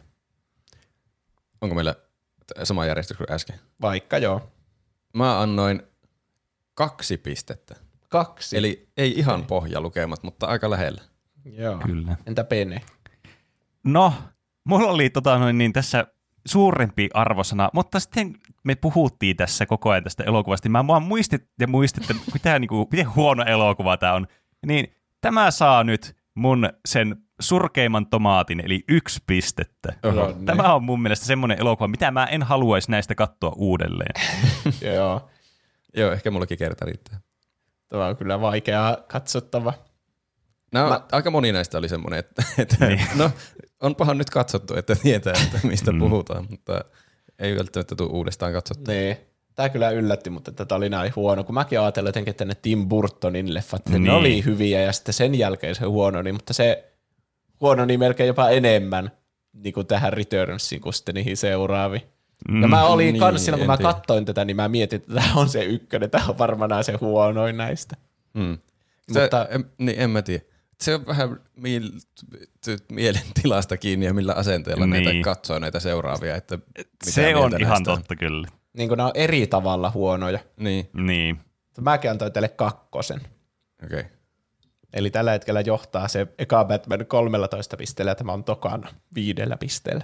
Speaker 3: Onko meillä sama järjestys kuin äsken?
Speaker 1: Vaikka joo.
Speaker 3: Mä annoin kaksi pistettä.
Speaker 1: Kaksi.
Speaker 3: Eli ei ihan pohjalukemat, mutta aika lähellä.
Speaker 1: Joo.
Speaker 2: Kyllä.
Speaker 1: Entä Pene?
Speaker 2: No, mulla oli tota, noin, niin tässä suurempi arvosana, mutta sitten me puhuttiin tässä koko ajan tästä elokuvasta. Mä vaan muistit ja muistit, että mitä, niin kuin, miten huono elokuva tämä on. Niin tämä saa nyt mun sen surkeimman tomaatin, eli yksi pistettä.
Speaker 1: Oho.
Speaker 2: Tämä on mun mielestä semmoinen elokuva, mitä mä en haluaisi näistä katsoa uudelleen.
Speaker 1: Joo.
Speaker 3: Joo, ehkä mullakin kerta riittää.
Speaker 1: Tämä on kyllä vaikeaa katsottava.
Speaker 3: No,
Speaker 1: Mä-
Speaker 3: aika moni näistä oli semmoinen, että, että
Speaker 2: Niin.
Speaker 3: no, onpahan nyt katsottu, että tietää, että mistä
Speaker 2: Mm.
Speaker 3: puhutaan, mutta ei välttämättä tule uudestaan katsottu.
Speaker 1: Niin. Tämä kyllä yllätti, mutta tätä oli näin huono. Kun mäkin ajattelin jotenkin, että ne Tim Burtonin leffat, niin. ne
Speaker 2: Niin.
Speaker 1: oli hyviä ja sitten sen jälkeen se huononi, mutta se huononi melkein jopa enemmän niin kuin tähän Returnsiin kuin sitten niihin seuraaviin.
Speaker 2: Mm.
Speaker 1: Ja mä olin
Speaker 3: Niin,
Speaker 1: kans silloin, kun
Speaker 3: en
Speaker 1: mä
Speaker 3: tiedä.
Speaker 1: katsoin tätä, niin mä mietin, että tämä on se ykkönen, tämä on varmaan se huonoin näistä.
Speaker 3: Mm. Se,
Speaker 1: Mutta-
Speaker 3: en, niin en mä tiedä. Se on vähän mil, mielentilasta kiinni ja millä asenteella niin. näitä
Speaker 2: Niin.
Speaker 3: katsoo näitä seuraavia. Että mitä
Speaker 2: Se
Speaker 3: mieltä
Speaker 2: on ihan
Speaker 3: näistä
Speaker 2: totta kyllä.
Speaker 1: Niin kuin nämä on eri tavalla huonoja.
Speaker 3: Niin,
Speaker 2: Niin.
Speaker 1: Mäkin antoin teille kakkosen.
Speaker 3: okei. Okay.
Speaker 1: Eli tällä hetkellä johtaa se eka Batman kolmellatoista pisteellä ja tämä on tokana viidellä pisteellä.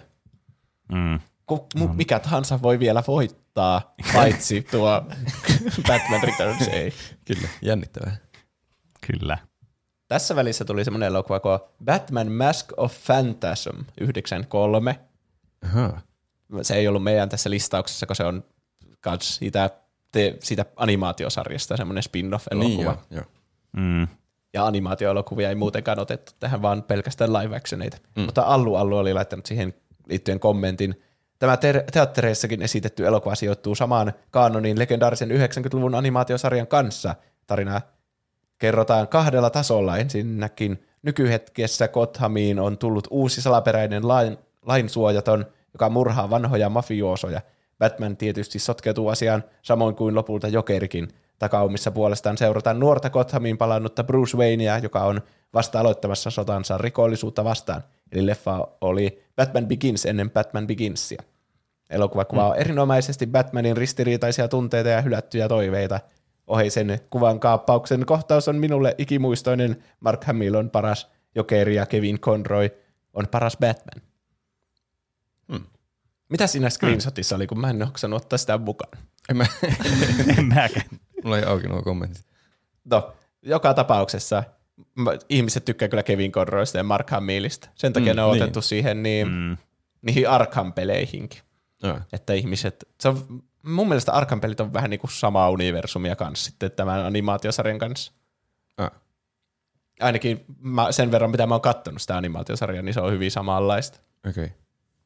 Speaker 2: Mm.
Speaker 1: Ku, mu, mikä tahansa voi vielä voittaa, paitsi tuo Batman Returns ei.
Speaker 3: Kyllä, jännittävää.
Speaker 2: Kyllä.
Speaker 1: Tässä välissä tuli semmoinen elokuva kuin Batman Mask of Phantasm yhdeksänkymmentäkolme.
Speaker 3: Aha.
Speaker 1: Se ei ollut meidän tässä listauksessa, kun se on kans siitä, te, siitä animaatiosarjasta semmoinen spin-off-elokuva.
Speaker 3: Niin joo, joo.
Speaker 2: Mm.
Speaker 1: Ja animaatioelokuvia ei muutenkaan otettu tähän, vaan pelkästään live actioneita. Mm. Mutta Allu Allu oli laittanut siihen liittyen kommentin. Tämä ter- teattereissakin esitetty elokuva sijoittuu samaan kaanonin legendaarisen yhdeksänkymmentäluvun animaatiosarjan kanssa. Tarinaa kerrotaan kahdella tasolla. Ensinnäkin nykyhetkessä Gothamiin on tullut uusi salaperäinen lain, lainsuojaton, joka murhaa vanhoja mafioosoja. Batman tietysti sotkeutuu asiaan, samoin kuin lopulta Jokerikin. Takaumissa puolestaan seurataan nuorta Gothamiin palannutta Bruce Wayneä, joka on vasta aloittamassa sotansa rikollisuutta vastaan. Eli leffa oli Batman Begins ennen Batman Beginsia. Elokuva kuvaa mm. erinomaisesti Batmanin ristiriitaisia tunteita ja hylättyjä toiveita. ohi sen kuvan kaappauksen kohtaus on minulle ikimuistoinen. Mark Hamill on paras Jokeri ja Kevin Conroy on paras Batman. Hmm. Mitä siinä screenshotissa oli, kun mä en oksannut ottaa sitä mukaan?
Speaker 3: En mä.
Speaker 2: En mäkään.
Speaker 3: Mulla ei auki nuo kommentit.
Speaker 1: No, joka tapauksessa ihmiset tykkää kyllä Kevin Conroysta ja Mark Hamillista. Sen takia mm, ne on niin. otettu siihen niin, mm. niihin Arkham-peleihinkin. No. Että ihmiset, se on, mun mielestä Arkham-pelit on vähän niin kuin sama universumia kanssa sitten tämän animaatiosarjan kanssa. No. Ainakin mä, sen verran, mitä mä oon kattonut sitä animaatiosarjaa, niin se on hyvin samanlaista.
Speaker 3: Okei. Okay.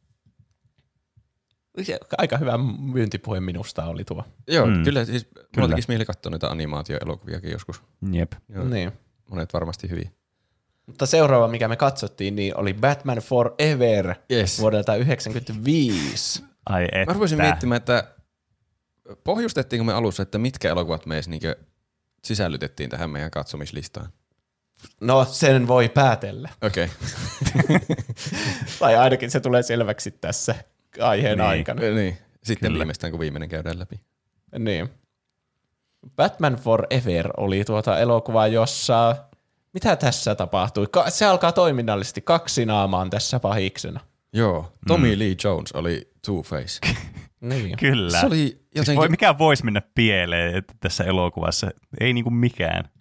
Speaker 1: Aika hyvä myyntipuhe minusta oli tuo.
Speaker 3: Joo, mm. kyllä. Siis mulla tekisi mieli katsoa niitä animaatioelokuviakin joskus.
Speaker 2: Jep.
Speaker 3: Joo, niin. Monet varmasti hyviä.
Speaker 1: Mutta seuraava, mikä me katsottiin, niin oli Batman Forever yes. vuodelta yhdeksänkymmentäviisi.
Speaker 2: Ai että.
Speaker 3: Mä rupesin miettimään, että pohjustettiinko me alussa, että mitkä elokuvat me edes niinkö sisällytettiin tähän meidän katsomislistaan?
Speaker 1: No, sen voi päätellä.
Speaker 3: Okei. Okay.
Speaker 1: Tai ainakin se tulee selväksi tässä aiheen
Speaker 3: niin.
Speaker 1: aikana.
Speaker 3: Niin. Sitten Kyllä. viimeistään, kun viimeinen käydään läpi.
Speaker 1: Niin. Batman Forever oli tuota elokuvaa, jossa... Mitä tässä tapahtui? Se alkaa toiminnallisesti. Kaksi naamaa on tässä pahiksena.
Speaker 3: Joo. Tommy mm. Lee Jones oli Two-Face.
Speaker 2: niin. Kyllä.
Speaker 3: Se oli jotenkin...
Speaker 2: siis voi, mikä voisi mennä pieleen tässä elokuvassa? Ei niinku mikään.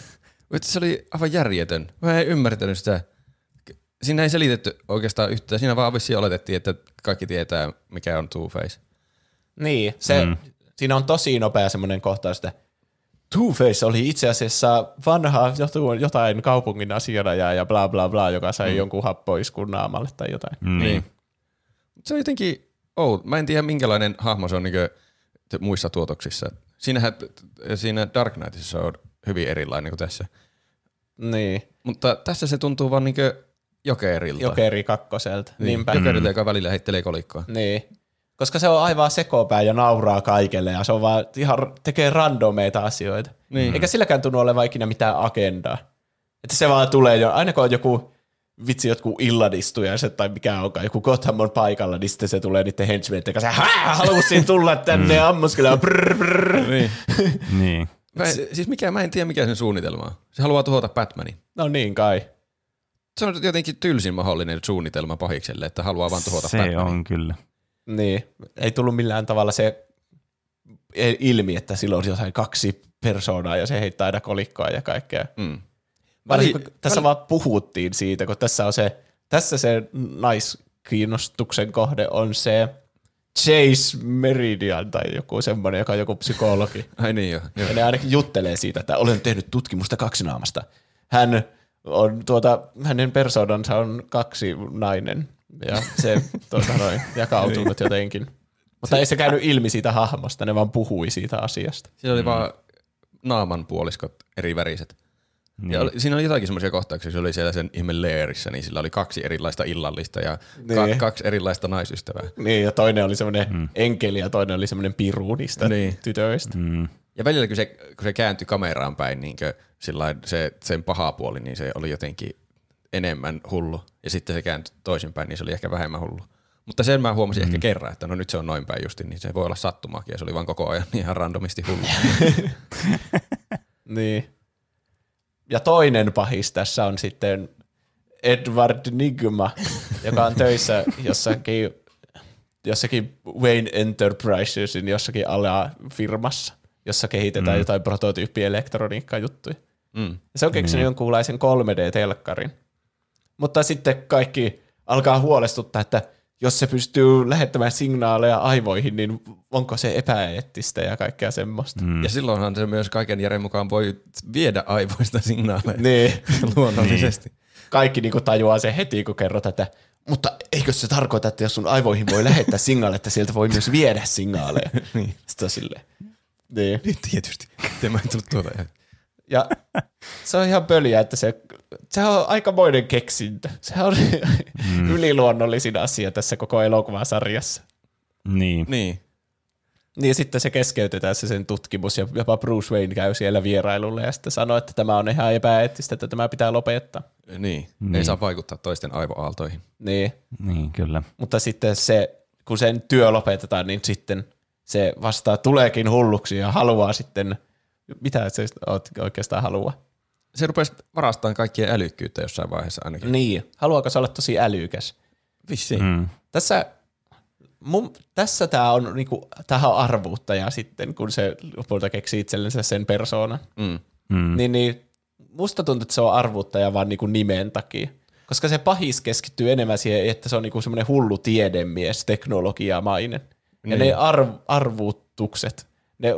Speaker 3: Se oli aivan järjetön. Mä en ymmärtänyt sitä. Siinä ei selitetty oikeastaan yhtään. Siinä vaan vissiin oletettiin, että kaikki tietää, mikä on Two-Face.
Speaker 1: Niin. Se, mm. Siinä on tosi nopea semmoinen kohtaus, että Two-Face oli itse asiassa vanha jotain kaupungin asianajaja ja bla bla bla, joka sai mm. jonkun happoiskun naamalle tai jotain.
Speaker 2: Mm. Niin.
Speaker 3: Se on jotenkin, oh, mä en tiedä minkälainen hahmo se on niin muissa tuotoksissa. Siinähän, siinä Dark Knightissa on hyvin erilainen kuin tässä.
Speaker 1: Niin.
Speaker 3: Mutta tässä se tuntuu vaan niin Jokerilta.
Speaker 1: Jokeri kakkoselta.
Speaker 3: Niin. Niinpä. Jokerilta, joka välillä heittelee kolikkoa.
Speaker 1: Niin. Koska se on aivan sekopää ja nauraa kaikelle ja se on vaan ihan tekee randomeita asioita. Niin. Eikä silläkään tunnu olevan ikinä mitään agendaa. Että se vaan tulee jo, aina kun on joku vitsi jotkut illadistujaiset tai mikä onkaan, joku Gotham on paikalla, niin sitten se tulee niiden henchmenitten kanssa, hää, halusin tulla tänne ja ammuskelemaan, brrr, brrr.
Speaker 2: Niin. niin.
Speaker 3: Mä, siis mikä, mä en tiedä mikä sen suunnitelma on. Se haluaa tuhota Batmanin.
Speaker 1: No niin kai.
Speaker 3: Se on jotenkin tylsin mahdollinen suunnitelma pahikselle, että haluaa vaan tuhota
Speaker 2: se
Speaker 3: Batmanin.
Speaker 2: Se on kyllä.
Speaker 1: Niin, ei tullut millään tavalla se ilmi, että silloin on jotain kaksi persoonaa ja se heittää aina kolikkoa ja kaikkea. Mm. Väli, väli, tässä väli. vaan puhuttiin siitä, kun tässä on se, tässä se naiskiinnostuksen kohde on se Chase Meridian tai joku semmoinen, joka on joku psykologi.
Speaker 3: Ai niin jo.
Speaker 1: Ja ne ainakin juttelee siitä, että olen tehnyt tutkimusta kaksinaamasta. Hän on tuota, hänen persoonansa on kaksi nainen. Ja se tuota, noin, jakautunut jotenkin. Mutta se, ei se käynyt ilmi siitä hahmosta, ne vaan puhui siitä asiasta.
Speaker 3: Siinä oli mm. vaan naaman puoliskot eri väriset. Niin. Ja oli, siinä oli jotakin semmoisia kohtauksia, se oli siellä sen ihme leerissä, niin sillä oli kaksi erilaista illallista ja niin. ka- kaksi erilaista naisystävää.
Speaker 1: Niin, ja toinen oli semmoinen mm. enkeli ja toinen oli semmoinen piru niistä niin. tytöistä.
Speaker 2: Mm.
Speaker 3: Ja välillä kun se, kun se kääntyi kameraan päin, niin sillain, se, sen paha puoli, niin se oli jotenkin enemmän hullu. Ja sitten se kääntyi toisinpäin, niin se oli ehkä vähemmän hullu. Mutta sen mä huomasin mm. ehkä kerran, että no nyt se on noin päin justi, niin se voi olla sattumaakin. Ja se oli vaan koko ajan ihan randomisti hullu.
Speaker 1: Niin. Ja toinen pahis tässä on sitten Edward Nygma, joka on töissä jossakin, jossakin Wayne Enterprisesin jossakin ala-firmassa, jossa kehitetään mm. jotain prototyyppielektroniikka-juttuja. Mm. Se on keksinyt mm. jonkunlaisen kolme D-telkkarin. Mutta sitten kaikki alkaa huolestuttaa, että jos se pystyy lähettämään signaaleja aivoihin, niin onko se epäeettistä ja kaikkea semmoista.
Speaker 3: Mm. Ja silloinhan se myös kaiken järjen mukaan voi viedä aivoista signaaleja
Speaker 1: niin.
Speaker 3: luonnollisesti.
Speaker 1: Niin. Kaikki niinku tajuaa se heti, kun kerrotaan, että mutta eikö se tarkoita, että jos sun aivoihin voi lähettää signaaleja, että sieltä voi myös viedä signaaleja.
Speaker 3: niin.
Speaker 1: Sitten on silleen. Niin.
Speaker 3: Niin tietysti. Miten mä en tullut tuota.
Speaker 1: Ja se on ihan pöliä, että se, se on aikamoinen keksintö. Se on mm. yliluonnollisin asia tässä koko elokuvasarjassa.
Speaker 2: Niin.
Speaker 3: Niin.
Speaker 1: Niin sitten se keskeytetään se sen tutkimus ja jopa Bruce Wayne käy siellä vierailulle ja sitten sanoo, että tämä on ihan epäeettistä, että tämä pitää lopettaa.
Speaker 3: Niin. niin. Ei saa vaikuttaa toisten aivoaaltoihin.
Speaker 1: Niin.
Speaker 2: Niin, kyllä.
Speaker 1: Mutta sitten se, kun sen työ lopetetaan, niin sitten se vastaa tuleekin hulluksi ja haluaa sitten mitä se oikeastaan haluaa?
Speaker 3: Se rupesi varastamaan kaikkien älykkyyttä jossain vaiheessa ainakin.
Speaker 1: Niin, haluaako se olla tosi älykäs?
Speaker 3: Vissiin.
Speaker 2: Mm.
Speaker 1: Tässä, mun, tässä tämä on, niinku, tämähän on arvuuttaja sitten, kun se lopulta keksii itsellensä sen persoonan.
Speaker 3: Mm.
Speaker 2: Mm.
Speaker 1: Niin, niin musta tuntuu, että se on arvuuttaja vaan niinku nimen takia. Koska se pahis keskittyy enemmän siihen, että se on niinku semmoinen hullu tiedemies, teknologiamainen. Ja
Speaker 3: Niin.
Speaker 1: ne arv- arvuutukset, ne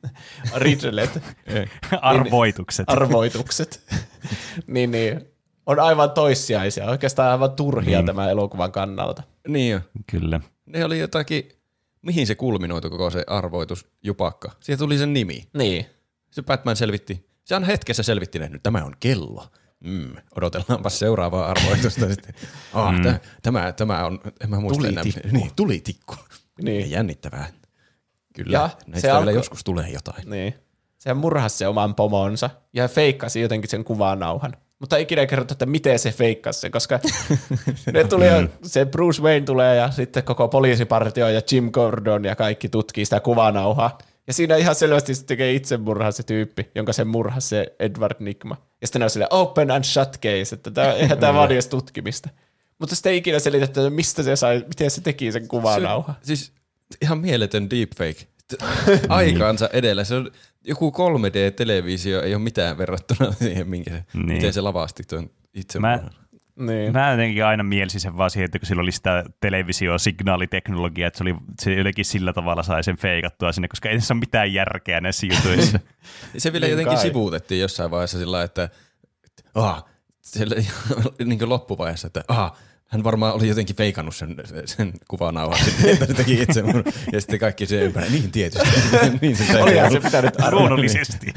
Speaker 1: riddlet,
Speaker 2: Arvoitukset.
Speaker 1: arvoitukset, niin, niin, on aivan toissijaisia, oikeastaan aivan turhia
Speaker 2: Niin.
Speaker 1: tämän elokuvan kannalta.
Speaker 3: Niin jo.
Speaker 2: Kyllä.
Speaker 3: Ne oli jotakin, mihin se kulminoitu koko se arvoitus jupakka. Siihen tuli sen nimi.
Speaker 1: Niin.
Speaker 3: Se Batman selvitti. Se on hetkessä selvitti, että nyt tämä on kello. Mm, odotellaanpa seuraavaa arvoitusta sitten. Oh, mm. t- tämä, tämä on, en mä muista enää.
Speaker 1: Tulitikku.
Speaker 3: Niin, tulitikku.
Speaker 1: Niin.
Speaker 3: Jännittävää. Kyllä,
Speaker 1: Ja
Speaker 3: näistä
Speaker 1: se
Speaker 3: vielä
Speaker 1: alkoi-
Speaker 3: joskus tulee jotain.
Speaker 1: Niin. Se murhasi se oman pomonsa ja feikkasi jotenkin sen kuvanauhan. Mutta ei ikinä kerrottu, että miten se feikkasi sen, koska ne tuli, se Bruce Wayne tulee ja sitten koko poliisipartio ja Jim Gordon ja kaikki tutkii sitä kuvanauhaa. Ja siinä ihan selvästi se tekee itsemurhaa se tyyppi, jonka se murhasi se Edward Nygma. Ja sitten ne on silleen open and shut case, että tää, eihän tämä vaadi edes tutkimista. Mutta sitten ei ikinä selitetty, että mistä se sai, miten se teki sen kuvanauhan.
Speaker 3: Se, siis ihan mieletön deepfake. Aikaansa edellä. Se on joku kolme D-televisio, ei ole mitään verrattuna siihen, minkä se,
Speaker 2: Niin.
Speaker 3: miten se lavasti tuon itse.
Speaker 2: Mä,
Speaker 1: Niin.
Speaker 2: mä jotenkin aina mielsin sen vaan siihen, että kun sillä oli sitä televisiosignaaliteknologiaa, että se, oli, se jotenkin sillä tavalla sai sen feikattua sinne, koska ei tässä ole mitään järkeä näissä jutuissa.
Speaker 3: Se vielä
Speaker 1: Niin
Speaker 3: jotenkin
Speaker 1: kai.
Speaker 3: sivuutettiin jossain vaiheessa sillä lailla, että aha, siellä, niin kuin loppuvaiheessa, että aha, hän varmaan oli jotenkin feikannut sen, sen kuvanauhan sitten, että se teki itse mun. Ja sitten kaikki se ympärillä, niin tietysti. niin se täytyy
Speaker 1: Olihan se
Speaker 3: olla.
Speaker 1: pitänyt
Speaker 2: Luonnollisesti.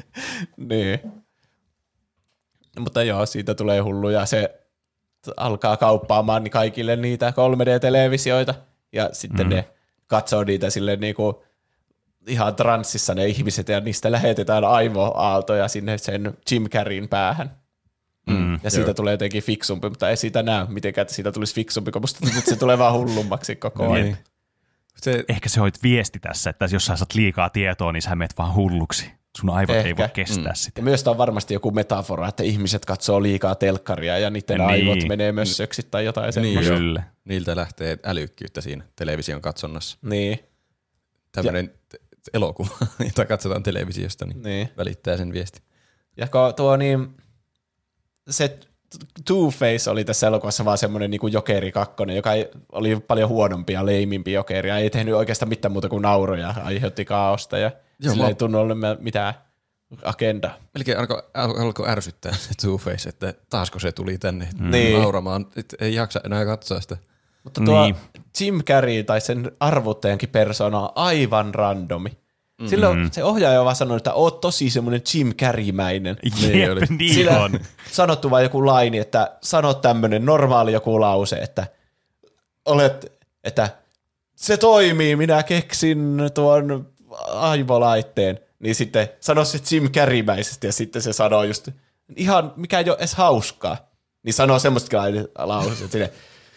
Speaker 1: Niin. Mutta joo, siitä tulee hullu ja se alkaa kauppaamaan kaikille niitä kolme D-televisioita ja sitten mm. ne katsoo niitä silleen niinku ihan transsissa ne ihmiset ja niistä lähetetään aivoaaltoja sinne sen Jim Carreyn päähän.
Speaker 2: Mm,
Speaker 1: Ja siitä
Speaker 3: joo.
Speaker 1: tulee jotenkin fiksumpi, mutta ei siitä näy mitenkään, että siitä tulisi fiksumpi, kun musta tuntuu, että se tulee vaan hullummaksi koko ajan.
Speaker 3: Niin. Se,
Speaker 2: Ehkä se olit viesti tässä, että jos sä saat liikaa tietoa, niin sä menet vaan hulluksi. Sun aivot
Speaker 1: Ehkä.
Speaker 2: ei voi kestää mm. sitä.
Speaker 1: Ja myös tämä on varmasti joku metafora, että ihmiset katsoo liikaa telkkaria ja niiden
Speaker 2: Niin.
Speaker 1: aivot menee mössöksi tai jotain semmoista.
Speaker 3: niin,
Speaker 2: Kyllä.
Speaker 3: niiltä lähtee älykkyyttä siinä television katsonnassa.
Speaker 1: Niin,
Speaker 3: Tämmöinen t- elokuva, jota katsotaan televisiosta, niin,
Speaker 1: niin.
Speaker 3: välittää sen viesti.
Speaker 1: Ja kun tuo niin, se Two-Face oli tässä elokuvassa vaan semmoinen niin kuin Jokeri kakkonen, joka ei, oli paljon huonompi ja leimimpi Jokeri, ja ei tehnyt oikeastaan mitään muuta kuin nauroja, aiheutti kaaosta, ja
Speaker 3: Joo,
Speaker 1: sillä
Speaker 3: mä-
Speaker 1: ei tunnu olemaan mitään agendaa.
Speaker 3: Melkein alkoi al- alko ärsyttää se Two-Face, että taasko se tuli tänne
Speaker 1: Niin.
Speaker 3: nauramaan, että ei jaksa enää katsoa sitä.
Speaker 1: Mutta tuo
Speaker 2: Niin.
Speaker 1: Jim Carrey tai sen arvuttajankin persona on aivan randomi. Silloin se ohjaaja on vaan sanonut, että oot tosi semmoinen Jim Carrey-mäinen.
Speaker 2: Jep,
Speaker 3: oli.
Speaker 2: niin
Speaker 1: Sillä
Speaker 2: on.
Speaker 1: sanottu vaan joku laini, että sano tämmöinen normaali joku lause, että olet, että se toimii, minä keksin tuon aivolaitteen. Niin sitten sano se Jim Carrey-mäisesti ja sitten se sanoo just ihan, mikä ei ole edes hauskaa. Niin sanoo semmoista lauseet silleen,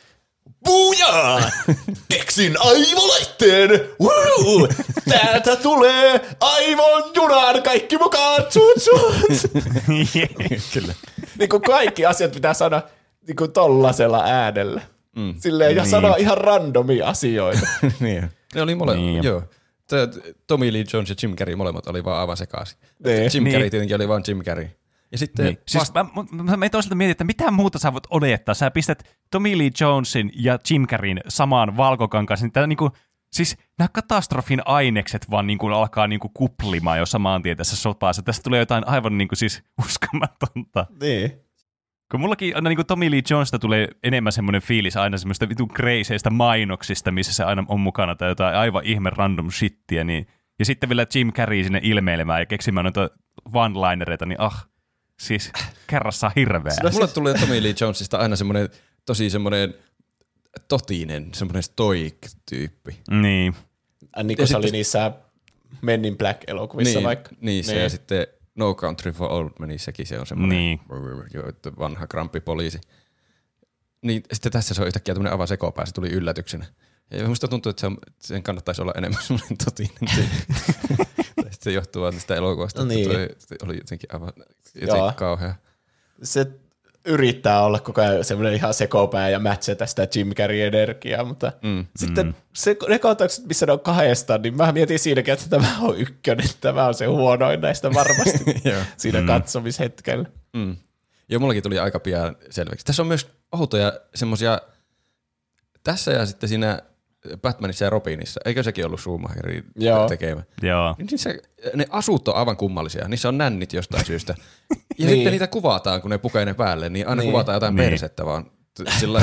Speaker 1: Bujaa! Keksin aivolaitteen! Woo! Täältä tulee aivon junaan kaikki mukaan! Tsuut, tsuut!
Speaker 3: Kyllä.
Speaker 1: Niin kuin kaikki asiat pitää sanoa niin kuin tollasella äänellä. Mm. Silleen, ja
Speaker 2: Niin.
Speaker 1: sanoa ihan randomia asioita.
Speaker 3: niin. Ne oli molemmat,
Speaker 2: Niin.
Speaker 3: joo. Tö- Tommy Lee Jones ja Jim Carrey molemmat oli vaan aivan sekaisin.
Speaker 1: Niin.
Speaker 3: Jim
Speaker 2: Niin.
Speaker 3: Carrey tietenkin oli vaan Jim Carrey. Ja sitten
Speaker 2: Niin. Siis mä, mä, mä toisaalta mietin, että mitä muuta sä voit odottaa. Sä pistät Tommy Lee Jonesin ja Jim Carreyn samaan valkokankaaseen. Niin tää niinku, siis nämä katastrofin ainekset vaan niinku alkaa niinku kuplimaan jo samaan tien tässä sopassa. Tästä tulee jotain aivan niinku siis uskomatonta.
Speaker 1: Niin.
Speaker 2: Kun mullakin aina niinku Tommy Lee Jonesista tulee enemmän semmoinen fiilis aina semmoista vitun kreiseistä mainoksista, missä se aina on mukana tai jotain aivan ihme random shittiä. Niin, ja sitten vielä Jim Carrey sinne ilmeilemään ja keksimään noita one-linereita, niin ah, siis kerrassaan hirveä.
Speaker 3: mulle tulee Tommy Lee Jonesista aina semmoinen tosi semmoinen totinen, semmoinen stoik-tyyppi.
Speaker 2: Niin.
Speaker 1: Äh, Niin
Speaker 3: Ja
Speaker 1: kuin se oli
Speaker 3: sitten-
Speaker 1: niissä Men in Black-elokuvissa
Speaker 3: Niin,
Speaker 1: vaikka.
Speaker 3: niin, se ja sitten No Country for Old Menissäkin se on semmoinen
Speaker 2: Niin.
Speaker 3: vanha kramppipoliisi. Niin sitten tässä se on yhtäkkiä tämmöinen aivan sekopää, se tuli yllätyksenä. Ja musta tuntuu, että se on, sen kannattaisi olla enemmän semmoinen totinen tyyppi. Tai se johtuu vaan tästä elokuvasta,
Speaker 1: niin.
Speaker 3: että toi oli jotenkin aivan jotenkin kauhea.
Speaker 1: Se yrittää olla koko ajan semmoinen ihan sekopää ja matchata sitä Jim Carrey-energiaa, mutta mm. sitten mm. Se, ne kohtaukset, missä ne on kahdestaan, niin mä mietin siinäkin, että tämä on ykkönen, tämä on se huonoin näistä varmasti siinä mm. katsomishetkellä.
Speaker 3: Mm. Joo, mullakin tuli aika pian selväksi. Tässä on myös outoja semmoisia, tässä ja sitten siinä Batmanissa ja Robinissa, eikö sekin ollut Schumacherin tekemä?
Speaker 2: Joo.
Speaker 3: Niin se, ne asut on aivan kummallisia, niissä on nännit jostain syystä. Ja
Speaker 1: niin.
Speaker 3: sitten niitä kuvataan, kun ne pukee ne päälle, niin aina niin. kuvataan jotain niin. persettä vaan. Sillä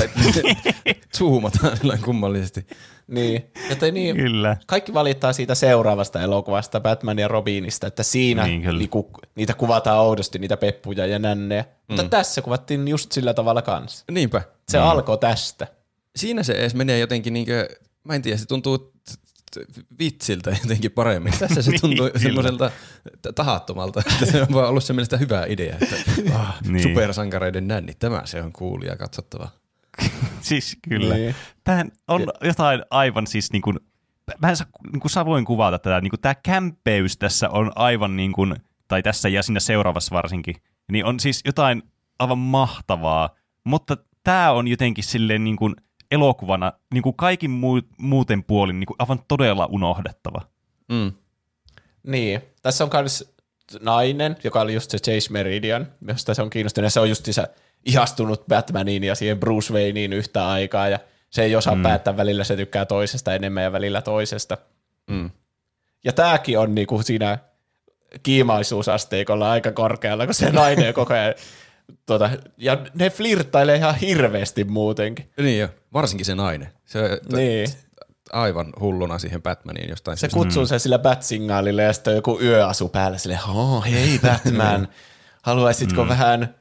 Speaker 3: zoomataan sillä kummallisesti.
Speaker 1: Niin. Joten niin,
Speaker 2: kyllä.
Speaker 1: Kaikki valittaa siitä seuraavasta elokuvasta, Batman ja Robinista, että siinä niin, liku, niitä kuvataan oudosti, niitä peppuja ja nännejä. Mm. Mutta tässä kuvattiin just sillä tavalla kanssa.
Speaker 3: Niinpä.
Speaker 1: Se mm. alkoi tästä.
Speaker 3: Siinä se edes menee jotenkin niinkö, mä en tiedä, se tuntuu vitsiltä jotenkin paremmin. Tässä se tuntuu niin, semmoiselta tahattomalta, että se on vaan ollut se mielestä hyvä idea, että oh, niin. supersankareiden nänni, tämä se on cool ja katsottava.
Speaker 2: Siis kyllä.
Speaker 1: Niin.
Speaker 2: Tämähän on jotain aivan siis niin kuin, mä en saa niin kuin voin kuvata tätä, niin kuin tämä kämpeys tässä on aivan niin kuin, tai tässä ja siinä seuraavassa varsinkin, niin on siis jotain aivan mahtavaa, mutta tämä on jotenkin silleen niin kuin elokuvana niin kuin kaikin muu, muuten puolin niin kuin aivan todella unohdettava.
Speaker 3: Mm.
Speaker 1: Niin. Tässä on myös nainen, joka oli just se Chase Meridian, josta se on kiinnostunut, ja se on just se ihastunut Batmaniin ja siihen Bruce Wayneen yhtä aikaa, ja se ei osaa mm. päättää, välillä se tykkää toisesta enemmän ja välillä toisesta.
Speaker 3: Mm.
Speaker 1: Ja tämäkin on niinku siinä kiimaisuusasteikolla aika korkealla, kun se nainen koko ajan Tuota, ja ne flirttailee ihan hirveästi muutenkin.
Speaker 3: Niin jo, varsinkin se nainen. Se
Speaker 1: niin.
Speaker 3: aivan hulluna siihen Batmaniin jostain.
Speaker 1: Se kutsuu sen sillä bat-signaalilla ja sitten on joku yöasu päällä silleen, oh, hei Batman, haluaisitko mm. vähän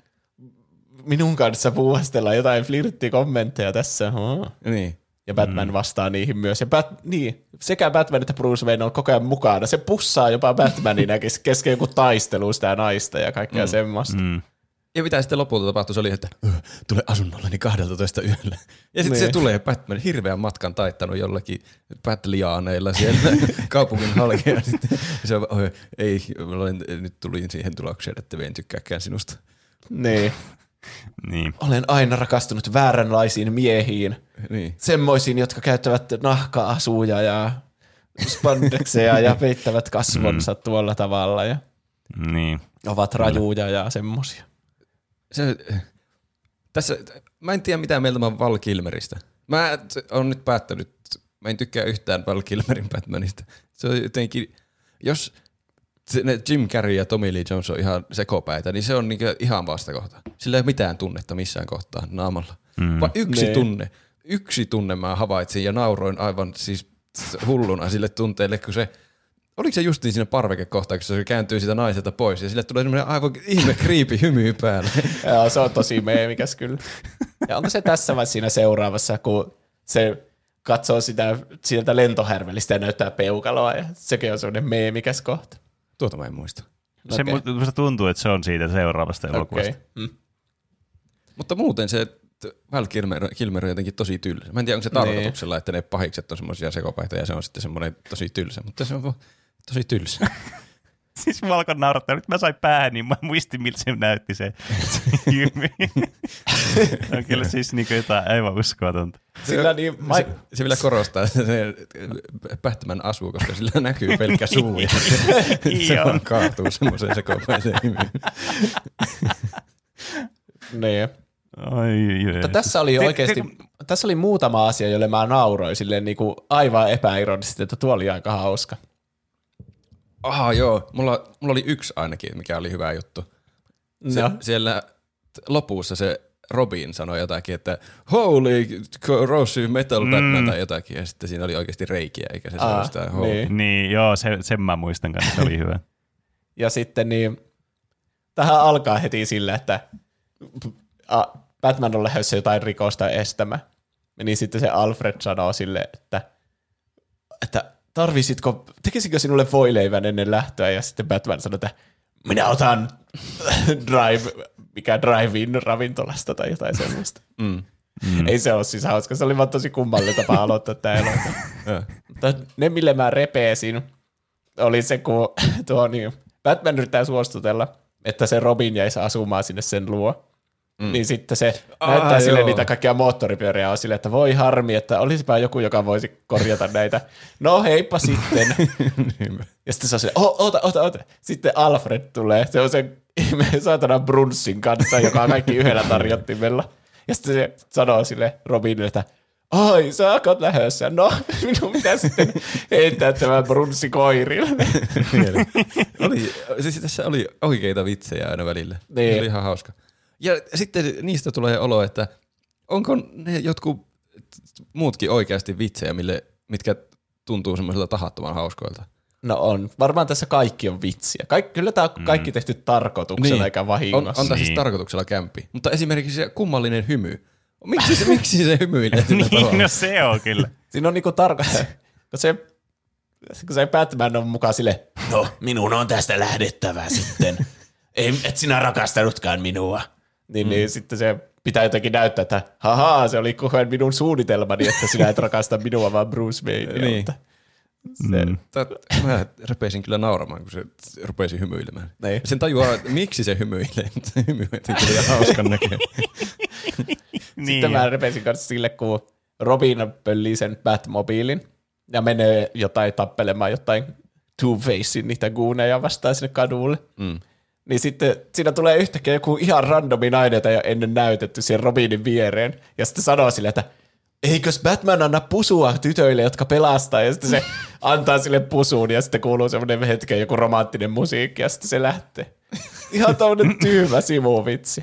Speaker 1: minun kanssa puuhastella jotain flirttikommentteja tässä? Oh.
Speaker 3: Niin.
Speaker 1: Ja Batman mm. vastaa niihin myös. Ja Bat- niin, sekä Batman että Bruce Wayne on koko ajan mukana. Se pussaa jopa Batmanina kesken joku taistelu sitä naista ja kaikkea mm. semmoista. Mm.
Speaker 3: Ja mitä sitten lopulta tapahtui, se oli, että tule asunnolleni kahdeltatoista yöllä. Ja sitten
Speaker 1: niin.
Speaker 3: se tulee Batman, hirveän matkan taittanut jollakin Batliaaneilla siellä kaupungin halki. Ja sitten se on, oh, ei, olen, nyt tulin siihen tulokseen, että en tykkääkään sinusta.
Speaker 1: Niin.
Speaker 2: niin.
Speaker 1: Olen aina rakastunut vääränlaisiin miehiin.
Speaker 3: Niin.
Speaker 1: Semmoisiin, jotka käyttävät nahka-asuja ja spandexeja ja peittävät kasvonsa mm. tuolla tavalla. Ja
Speaker 2: niin.
Speaker 1: ovat rajuja ja semmoisia.
Speaker 3: Se, tässä, mä en tiedä mitä mieltä mä oon Val Kilmeristä. Mä oon nyt päättänyt, mä en tykkää yhtään Val Kilmerin Batmanista. Se on jotenkin, jos ne Jim Carrey ja Tommy Lee Jones on ihan sekopäitä, niin se on niinku ihan vastakohta. Sillä ei ole mitään tunnetta missään kohtaa naamalla. Mm. Vaan yksi ne. tunne, yksi tunne mä havaitsin ja nauroin aivan siis hulluna sille tunteelle, kun se oliko se justiin siinä parvekekohtauksessa, se kääntyy sitä naiselta pois ja sille tulee semmoinen aivan ihme creepy hymy päälle.
Speaker 1: Joo, se on tosi meemikäs kyllä. Ja onko se tässä vai siinä seuraavassa, kun se katsoo sitä sieltä lentohärvelistä ja näyttää peukaloa ja sekin on semmoinen meemikäs kohta.
Speaker 3: Tuota mä en muista.
Speaker 2: Se okay. Musta tuntuu, että se on siitä seuraavasta elokuvasta.
Speaker 1: Okay. Hmm.
Speaker 3: Mutta muuten se Val Kilmer, Kilmer on jotenkin tosi tylsä. Mä en tiedä, onko se tarkoituksella, että ne pahikset on semmoisia sekopäitä ja se on sitten semmoinen tosi tylsä, mutta se on tosi tylsä.
Speaker 2: Siis mä alkoin naurattaa. Nyt mä sain päähän, niin mä muistin, miltä se näytti se hymy. On kyllä siis niin jotain aivan uskomatonta.
Speaker 1: Sillä niin,
Speaker 3: se, se, se vielä korostaa se Batman asu, koska sillä näkyy pelkkä suu ja se, se on kaatuu semmoiseen sekopäiseen hymyyn.
Speaker 1: Niin.
Speaker 2: Ai,
Speaker 1: mutta tässä oli oikeasti, te, te, tässä oli muutama asia, jolle mä nauroin silleen niin kuin aivan epäironisesti, että tuo oli aika hauska.
Speaker 3: Aha, joo. Mulla, mulla oli yksi ainakin, mikä oli hyvä juttu. Se, no. Siellä lopussa se Robin sanoi jotakin, että holy corrosive metal mm. Batman tai jotakin, ja sitten siinä oli oikeasti reikiä, eikä se sano sitä holy.
Speaker 2: Niin. niin, joo, se, sen mä muistan kanssa, se oli hyvä.
Speaker 1: Ja sitten niin, tähän alkaa heti sillä, että Batman on lähdössä jotain rikosta estämään. Ja niin sitten se Alfred sanoo sille, että, että tarvisitko, tekisikö sinulle voileivän ennen lähtöä? Ja sitten Batman sanoi, että minä otan drive, mikä drive-in ravintolasta tai jotain semmoista.
Speaker 3: Mm.
Speaker 1: Mm. Ei se ole siis hauska, se oli vaan tosi kummallinen tapa aloittaa tämä elokuva. Mutta ne, mille mä repeesin, oli se, kun tuo niin, Batman yrittää suostutella, että se Robin jäisi asumaan sinne sen luo. Mm. Niin sitten se ah, näyttää sille niitä kaikkia moottoripyöriä on sille, että voi harmi, että olisipa joku, joka voisi korjata näitä. No heippa sitten. Ja sitten se on silleen, oh, ota, ota, ota. Sitten Alfred tulee, se on sen ihmeen saatana brunssin kanssa, joka on kaikki yhdellä tarjottimella. Ja sitten se sanoo sille Robinille, että ai, sä oot lähdössä. No, minun pitää sitten heittää tämä brunssi koirille.
Speaker 3: oli, siis tässä oli oikeita vitsejä aina välillä. Niin. Se oli ihan hauska. Ja sitten niistä tulee olo, että onko ne jotkut muutkin oikeasti vitsejä, mille, mitkä tuntuu semmoiselta tahattoman hauskoilta?
Speaker 1: No on. Varmaan tässä kaikki on vitsiä. Kaik, kyllä tämä on kaikki tehty tarkoituksella niin. Eikä vahingossa.
Speaker 3: On, on tässä niin. Siis tarkoituksella kämpi. Mutta esimerkiksi se kummallinen hymy. Miksi se, miksi se hymyilee sillä
Speaker 2: niin, tavalla? No se on kyllä.
Speaker 1: Siinä on niinku tarkoitus. Kun se, kun se Batman on mukaan silleen, no minun on tästä lähdettävä sitten. Ei, et sinä rakastanutkaan minua. Niin, mm. niin sitten se pitää jotenkin näyttää, että hahaa, se oli koko ajan minun suunnitelmani, että sinä et rakasta minua, vaan Bruce Wayne.
Speaker 3: Niin. Se, mm. Mä repesin kyllä nauramaan, kun se rupesi hymyilemään. Niin. Sen tajuaa, että miksi se hymyilee, mutta se hymyilee kyllä hauskan näköinen.
Speaker 1: Niin. Sitten mä repesin kanssa sille, kun Robin pöllii sen Batmobiilin ja menee jotain tappelemaan jotain Two-Facein niitä guuneja vastaan sinne kadulle. Mm. Niin sitten siinä tulee yhtäkkiä joku ihan randomi nainen, jota ei ole ennen näytetty siihen Robinin viereen. Ja sitten sanoo sille, että eikös Batman anna pusua tytöille, jotka pelastaa. Ja sitten se antaa sille pusuun ja sitten kuuluu semmoinen hetken joku romanttinen musiikki ja sitten se lähtee. Ihan tommoinen tyhmä sivuvitsi.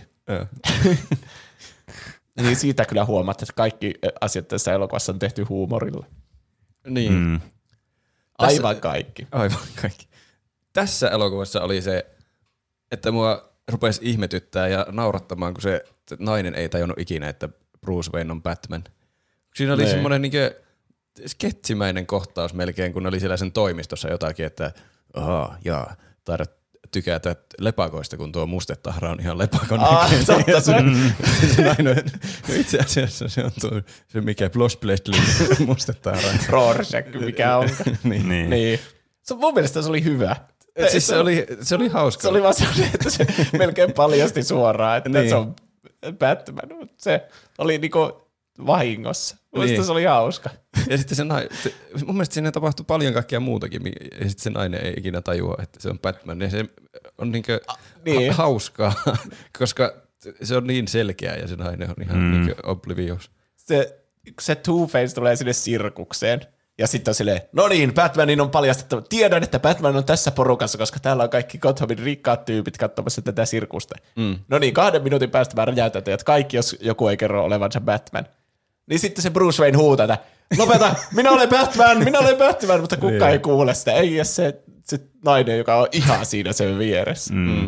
Speaker 1: Niin siitä kyllä huomaat, että kaikki asiat tässä elokuvassa on tehty huumorilla.
Speaker 3: Niin. Mm.
Speaker 1: Aivan kaikki.
Speaker 3: Aivan kaikki. Tässä elokuvassa oli se, että mua rupesi ihmetyttää ja naurattamaan, kun se nainen ei tajunnut ikinä, että Bruce Wayne on Batman. Siinä oli semmoinen niinkö sketsimäinen kohtaus melkein, kun oli siellä sen toimistossa jotakin, että ahaa, jaa, taidat tykätä lepakoista, kun tuo mustetahra on ihan lepakon näköinen.
Speaker 1: Ah, totta se on.
Speaker 3: Se nainen, no itse asiassa se on tuo, se mikä Bloss Bledley mustetahra.
Speaker 1: Rorschach, mikä on.
Speaker 3: niin.
Speaker 1: niin. niin. Se, mun mielestä se oli hyvä.
Speaker 3: Et siis se, oli, se oli hauska.
Speaker 1: Se oli vaan sellainen, että se melkein paljasti suoraan, että niin. Se on Batman. Se oli niinku vahingossa. Mun niin. Se oli hauska.
Speaker 3: Ja sitten se nainen, mun mielestä siinä tapahtui paljon kaikkea muutakin, ja sitten se nainen ei ikinä tajua, että se on Batman. Ja se on niinkö niin. ha- hauskaa, koska se on niin selkeä ja se nainen on ihan mm. niinkö oblivious.
Speaker 1: Se, se Two-Face tulee sinne sirkukseen. Ja sitten on silleen, no niin, Batmanin on paljastettava. Tiedän, että Batman on tässä porukassa, koska täällä on kaikki Gothamin rikkaat tyypit katsomassa tätä sirkusta. Mm. No niin, kahden minuutin päästä mä räjäytän teidät kaikki, jos joku ei kerro olevansa Batman. Niin sitten se Bruce Wayne huutaa, että lopeta, minä olen Batman, minä olen Batman, mutta kukaan ei kuule sitä. Ei edes se, se nainen, joka on ihan siinä sen vieressä. Mm.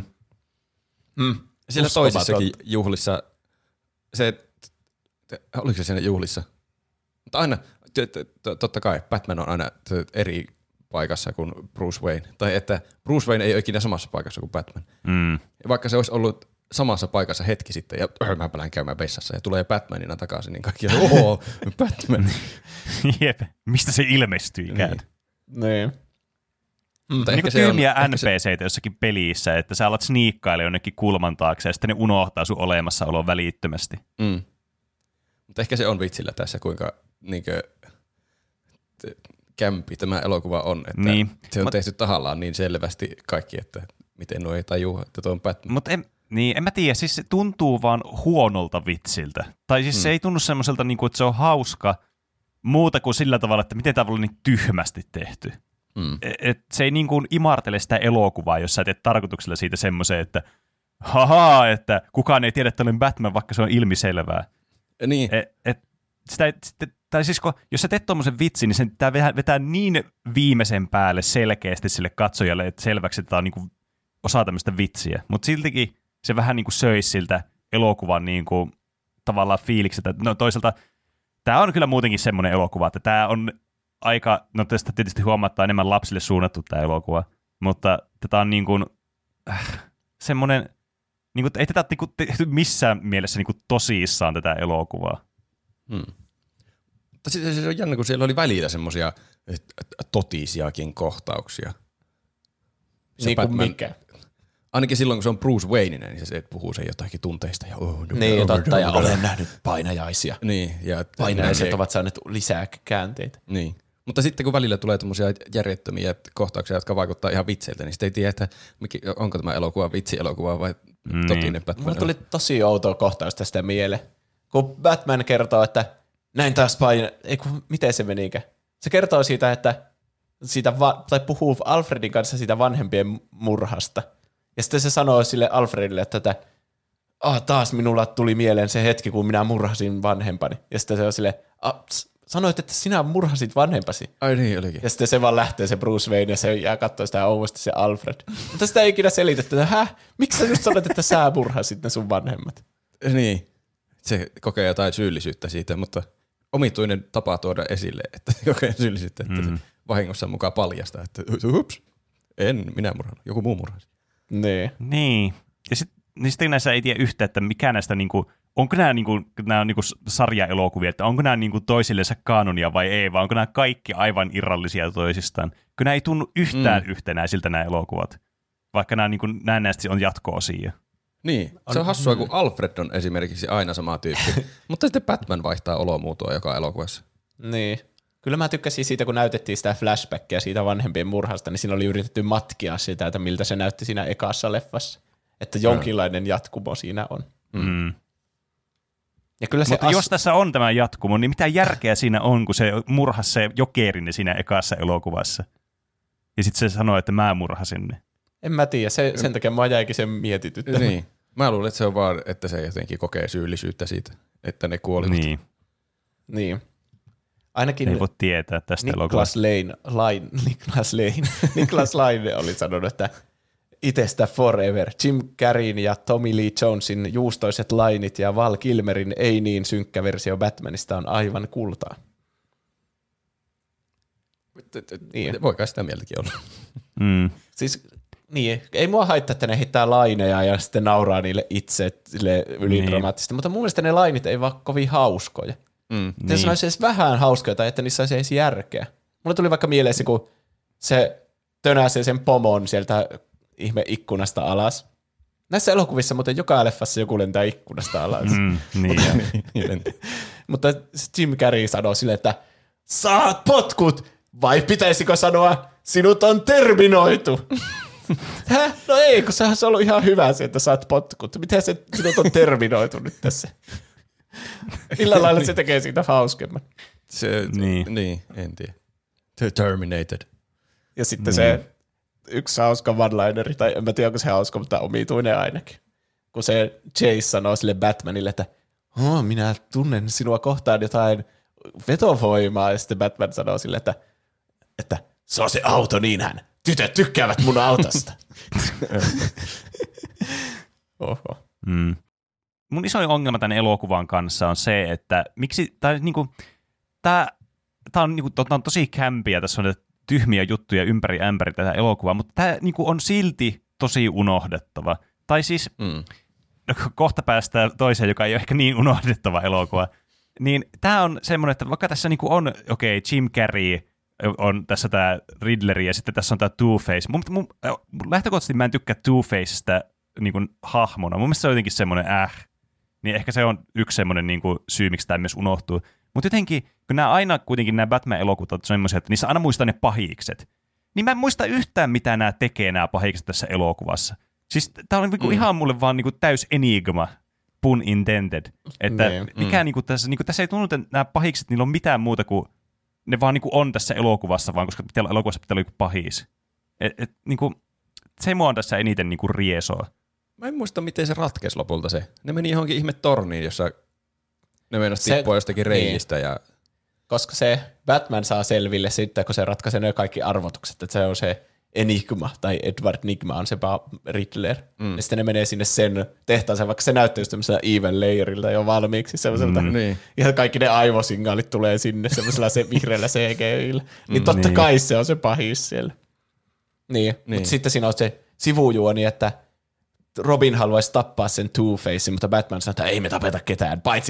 Speaker 3: Mm. Siellä toisissakin juhlissa, se, oliko se siinä juhlissa? Mutta aina, totta kai Batman on aina eri paikassa kuin Bruce Wayne. Tai että Bruce Wayne ei ole ikinä samassa paikassa kuin Batman. Mm. Vaikka se olisi ollut samassa paikassa hetki sitten, ja öö, mä lähden käymään vessassa, ja tulee Batmanina takaisin, niin kaikki on, oho, Batman.
Speaker 2: Jep, mistä se ilmestyikään.
Speaker 1: Niin. niin.
Speaker 2: Mm. Niin kuin tyyliä N P C:tä jossakin pelissä, että sä alat sniikkailla jonnekin kulman taakse, ja sitten ne unohtaa sun olemassaolon välittömästi.
Speaker 3: Mm. Mutta ehkä se on vitsillä tässä, kuinka niinkö kämpi tämä elokuva on, että niin. Se on Mut, tehty tahallaan niin selvästi kaikki, että miten nuo ei tajua, että tuo on Batman.
Speaker 2: Mutta en, niin, en mä tiedä, siis se tuntuu vaan huonolta vitsiltä. Tai siis mm. se ei tunnu semmoiselta, niin kuin, että se on hauska muuta kuin sillä tavalla, että miten tämä on niin tyhmästi tehty. Mm. Et se ei niin kuin imartele sitä elokuvaa, jos sä teet tarkoituksella siitä semmoisen, että hahaa, että kukaan ei tiedä, että olen Batman, vaikka se on ilmiselvää.
Speaker 3: Niin.
Speaker 2: Et, et, sitä, sitä, tai siis kun, jos sä teet tuommoisen vitsin, niin sen pitää vetää niin viimeisen päälle selkeästi sille katsojalle, että selväksi, että tämä on niin kuin osa tämmöistä vitsiä. Mutta siltikin se vähän niin kuin söisi siltä elokuvan niin kuin tavallaan fiiliksestä. No toisaalta tämä on kyllä muutenkin semmoinen elokuva, että tämä on aika, no tästä tietysti huomattaa enemmän lapsille suunnattu tämä elokuva, mutta tätä on niin kuin äh, semmoinen, niin kuin, ei tätä niin kuin tehty missään mielessä niin kuin tosissaan tätä elokuvaa.
Speaker 3: Hmm. Mutta sitten se on jännä, kun siellä oli välillä semmoisia totisiakin kohtauksia. Se
Speaker 1: niin kuin Batman, mikä?
Speaker 3: Ainakin silloin, kun se on Bruce Wayneinen, niin se puhuu sen jotakin tunteista. Ja, oh,
Speaker 1: niin, oh, totta, oh, ja olen nähnyt painajaisia.
Speaker 3: Niin, ja
Speaker 1: painajaiset ovat saaneet lisää käänteitä.
Speaker 3: Niin. Mutta sitten kun välillä tulee tämmöisiä järjettömiä kohtauksia, jotka vaikuttaa ihan vitseiltä, niin sitten ei tiedä, että onko tämä elokuva vitsielokuva vai niin. totinen Batman.
Speaker 1: Mulla tuli tosi outoa kohtaus tästä mieleen. Kun Batman kertoo, että näin taas paina... Ei kun, miten se menikään? Se kertoo siitä, että siitä va- tai puhuu Alfredin kanssa siitä vanhempien murhasta. Ja sitten se sanoo sille Alfredille, että, että ah, taas minulla tuli mieleen se hetki, kun minä murhasin vanhempani. Ja sitten se on silleen, ah, sanoit, että sinä murhasit vanhempasi.
Speaker 3: Ai niin, olikin.
Speaker 1: Ja sitten se vaan lähtee se Bruce Wayne ja se jää katsoa sitä ouvosti se Alfred. Mutta sitä ei ikinä selitetty, että häh, miksi sä just sanoit, että sä murhasit ne sun vanhemmat?
Speaker 3: Niin, se kokee jotain syyllisyyttä siitä, mutta omituinen tapa tuoda esille, että kokee syyllisyyttä, että mm-hmm. se vahingossa mukaan paljastaa, että hups, en minä murhan, joku muu murhasi.
Speaker 1: Niin.
Speaker 2: Niin. Ja sitten niin sit näissä ei tiedä yhtä, että mikä näistä, niinku, onko nämä, niinku, nämä niinku sarjaelokuvia, että onko nämä niinku toisillensa kanonia vai ei, vai onko nämä kaikki aivan irrallisia toisistaan. Kun nämä ei tunnu yhtään mm. yhtenäisiltä nämä elokuvat, vaikka nämä, niinku, nämä näistä on jatko-osia.
Speaker 3: Niin, se on hassua, kun Alfred on esimerkiksi aina sama tyyppi, mutta sitten Batman vaihtaa olomuotoa joka elokuvassa.
Speaker 1: Niin. Kyllä mä tykkäsin siitä, kun näytettiin sitä flashbackia siitä vanhempien murhasta, niin siinä oli yritetty matkia sitä, että miltä se näytti siinä ekassa leffassa. Että jonkinlainen mm. jatkumo siinä on.
Speaker 2: Mm.
Speaker 1: Ja kyllä se
Speaker 2: Mutta
Speaker 1: as-
Speaker 2: jos tässä on tämä jatkumo, niin mitä järkeä siinä on, kun se murhasi se jokerin siinä ekassa elokuvassa? Ja sitten se sanoi, että mä murhasin ne.
Speaker 1: En mä tiedä, se, sen takia mua jäikin sen mietityttämään.
Speaker 3: Niin. Mä luulen, että se on vaan, että se jotenkin kokee syyllisyyttä siitä, että ne kuolivat.
Speaker 2: Niin.
Speaker 1: Niin. Ainakin
Speaker 2: ei voi tietää tästä
Speaker 1: Niklas Lane, Lane, Niklas Lane, Niklas Lane oli sanonut, että itestä forever. Jim Carreyn ja Tommy Lee Jonesin juustoiset lainit ja Val Kilmerin ei niin synkkä versio Batmanista on aivan kultaa.
Speaker 3: Niin. Voi kai sitä mieltäkin olla.
Speaker 2: Mm.
Speaker 1: Siis niin, ei mua haittaa, että ne heittää laineja ja sitten nauraa niille itse ylidramaattisesti, niin. Mutta mun mielestä ne lainit ei vaan kovin hauskoja. Mm, niin. Jos olisi edes vähän hauskoja tai että niissä olisi edes järkeä. Mulle tuli vaikka mieleen se, kun se tönäsee sen pomon sieltä ihme ikkunasta alas. Näissä elokuvissa muuten joka leffassa joku lentää ikkunasta alas.
Speaker 2: Mm, niin.
Speaker 1: Mutta, mutta Jim Carrey sanoo silleen, että saat potkut, vai pitäisikö sanoa, sinut on terminoitu. Häh? No ei, kun sehän on ollut ihan hyvä se, että saat potkut. Miten se sinut on terminoitu nyt tässä? Millä lailla se tekee siitä hauskemman?
Speaker 3: Se, niin. niin, en tiedä. Terminated.
Speaker 1: Ja sitten niin. se yksi hauska one-lineri, tai en mä tiedä, onko se hauska, mutta omituinen ainakin. Kun se Chase sanoo sille Batmanille, että oh, minä tunnen sinua kohtaan jotain vetovoimaa, ja sitten Batman sanoo sille, että, että se on se auto, niinhän. Tytöt tykkäävät mun autosta. Oho.
Speaker 2: Mm. Mun isoin ongelma tämän elokuvan kanssa on se, että miksi, tai niinku, tää, tää on, niinku, tää on tosi kämpiä, tässä on tyhmiä juttuja ympäri ämpäri tätä elokuvaa, mutta tää niinku on silti tosi unohdettava. Tai siis, mm. kohta päästään toiseen, joka ei ole ehkä niin unohdettava elokuva, niin tää on semmoinen, että vaikka tässä niinku on, okei, okay, Jim Carrey, on tässä tää Riddleri ja sitten tässä on tää Two-Face. Mun, mun, lähtökohtaisesti mä en tykkää Two-Faceista niinku hahmona. Mun mielestä se on jotenkin semmoinen äh. Niin ehkä se on yksi semmoinen niinku syy, miksi tämä myös unohtuu. Mutta jotenkin, kun nämä aina kuitenkin nämä Batman-elokuvat on semmoisia, että niissä aina muistaa ne pahikset. Niin mä en muista yhtään, mitä nämä tekee nämä pahikset tässä elokuvassa. Siis tää on niinku mm. ihan mulle vaan niinku täys enigma, pun intended. Että mm. mikä niinku tässä, niinku tässä ei tunnu, että nämä pahikset, niillä on mitään muuta kuin ne vaan niinku on tässä elokuvassa, vaan koska pitää olla elokuvassa pitää olla joku pahis. Et, et, niinku, se mua on tässä eniten niinku riesoa.
Speaker 3: Mä en muista, miten se ratkesi lopulta se. Ne meni johonkin ihme torniin, jossa ne meinasi tippua jostakin reiistä. Niin. Ja...
Speaker 1: Koska se Batman saa selville sitten, kun se ratkaisee ne kaikki arvotukset, että se on se Enigma, tai Edward Nigma on se Riddler. Mm. Ja sitten ne menee sinne sen tehtaaseen, vaikka se näyttää just tämmöisellä even layerilta jo valmiiksi semmoiselta. Mm. Niin. Ja kaikki ne aivosignaalit tulee sinne semmoisella se vihreällä C G I:llä. Niin mm, totta niin. kai se on se pahis siellä. Niin, niin. Mutta sitten siinä on se sivujuoni, että Robin haluaisi tappaa sen Two-Facein, mutta Batman sanoo, että ei me tapeta ketään, paitsi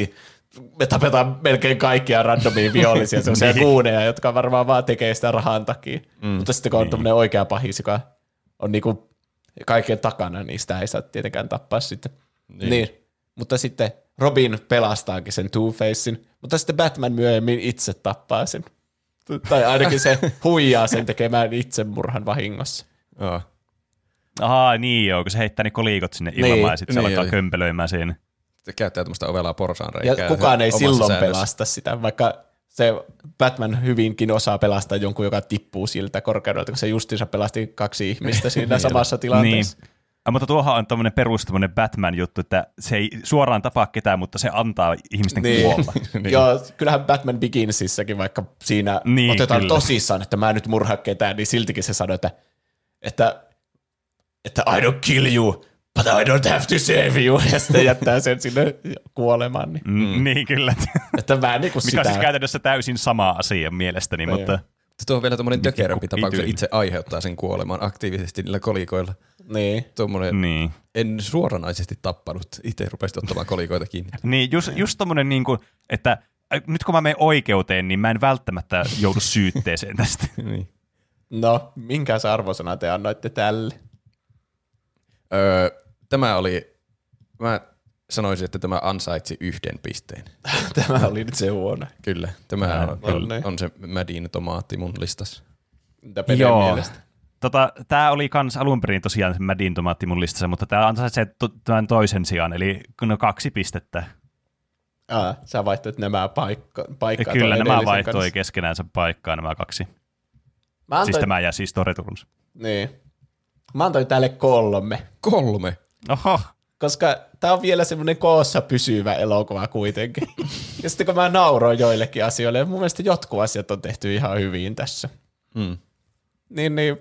Speaker 1: me tapetaan melkein kaikkia randomia vihollisia, sellaisia kuuneja, jotka varmaan vaan tekee sitä rahan takia. Mm. Mutta sitten kun on niin. tämmöinen oikea pahis, joka on niinku kaiken takana, niin sitä ei saa tietenkään tappaa sitten. Niin. niin. Mutta sitten Robin pelastaakin sen Two-Facein, mutta sitten Batman myöhemmin itse tappaa sen. Tai ainakin se huijaa sen tekemään itsemurhan vahingossa.
Speaker 3: Oh.
Speaker 2: Ahaa, niin joo, kun se heittää ne kolikot sinne ilmaan niin. ja sitten se niin, alkaa kömpelöimään siinä.
Speaker 3: Se käyttää tämmöistä ovelaa porsaanreikää.
Speaker 1: Ja kukaan ei silloin säännössä. pelasta sitä, vaikka se Batman hyvinkin osaa pelastaa jonkun, joka tippuu siltä korkeudelta, kun se justiinsa pelasti kaksi ihmistä siinä samassa tilanteessa. Niin.
Speaker 2: Ja, mutta tuohan on tämmöinen perus tämmöinen Batman-juttu, että se ei suoraan tapaa ketään, mutta se antaa ihmisten
Speaker 1: niin.
Speaker 2: kuolla.
Speaker 1: niin. Joo, kyllähän Batman Beginsissäkin, vaikka siinä niin, otetaan kyllä. tosissaan, että mä en nyt murhaa ketään, niin siltikin se sanoo, että, että, että I don't kill you, but I don't have to save you, ja sitten jättää sen sinne kuolemaan. Niin,
Speaker 2: mm. niin kyllä.
Speaker 1: että mä niin kuin
Speaker 2: Mikä
Speaker 1: sitä...
Speaker 2: on siis käytännössä täysin sama asia mielestäni,
Speaker 1: no
Speaker 2: mutta...
Speaker 3: Tuo on vielä tommoinen tökerömpi tapa, kun se itse aiheuttaa sen kuolemaan aktiivisesti niillä kolikoilla.
Speaker 1: Niin.
Speaker 3: Tuommoinen,
Speaker 2: niin.
Speaker 3: En suoranaisesti tappanut, itse rupesin ottamaan kolikoita kiinni.
Speaker 2: niin, just, just tommoinen, niin kuin, että nyt kun mä menen oikeuteen, niin mä en välttämättä joudu syytteeseen tästä.
Speaker 1: niin. No, minkä arvosana te annoitte tälle?
Speaker 3: Öö, tämä oli, mä sanoisin, että tämä ansaitsi yhden pisteen.
Speaker 1: Tämä oli nyt se huono.
Speaker 3: Kyllä, tämä
Speaker 2: Ää,
Speaker 3: on, on, on se Mädin tomaatti mun listassa.
Speaker 1: Mitä Peden mielestä?
Speaker 2: Tota, tämä oli kans alun perin tosiaan se Mädin tomaatti mun listassa, mutta tämä ansaitsee to- tämän toisen sijaan, eli no kaksi pistettä.
Speaker 1: Aa, sä vaihtoit nämä paikka, paikkaa.
Speaker 2: Kyllä, nämä vaihtoi keskenäänsä paikkaa nämä kaksi. Antoin... Siis tämä ja siis Story Turns.
Speaker 1: Niin. Mä antoin tälle kolme.
Speaker 3: Kolme?
Speaker 2: Oho.
Speaker 1: Koska tää on vielä semmoinen koossa pysyvä elokuva kuitenkin. Ja sitten kun mä nauroin joillekin asioille, mun mielestä jotkut asiat on tehty ihan hyvin tässä.
Speaker 3: Hmm.
Speaker 1: Niin, niin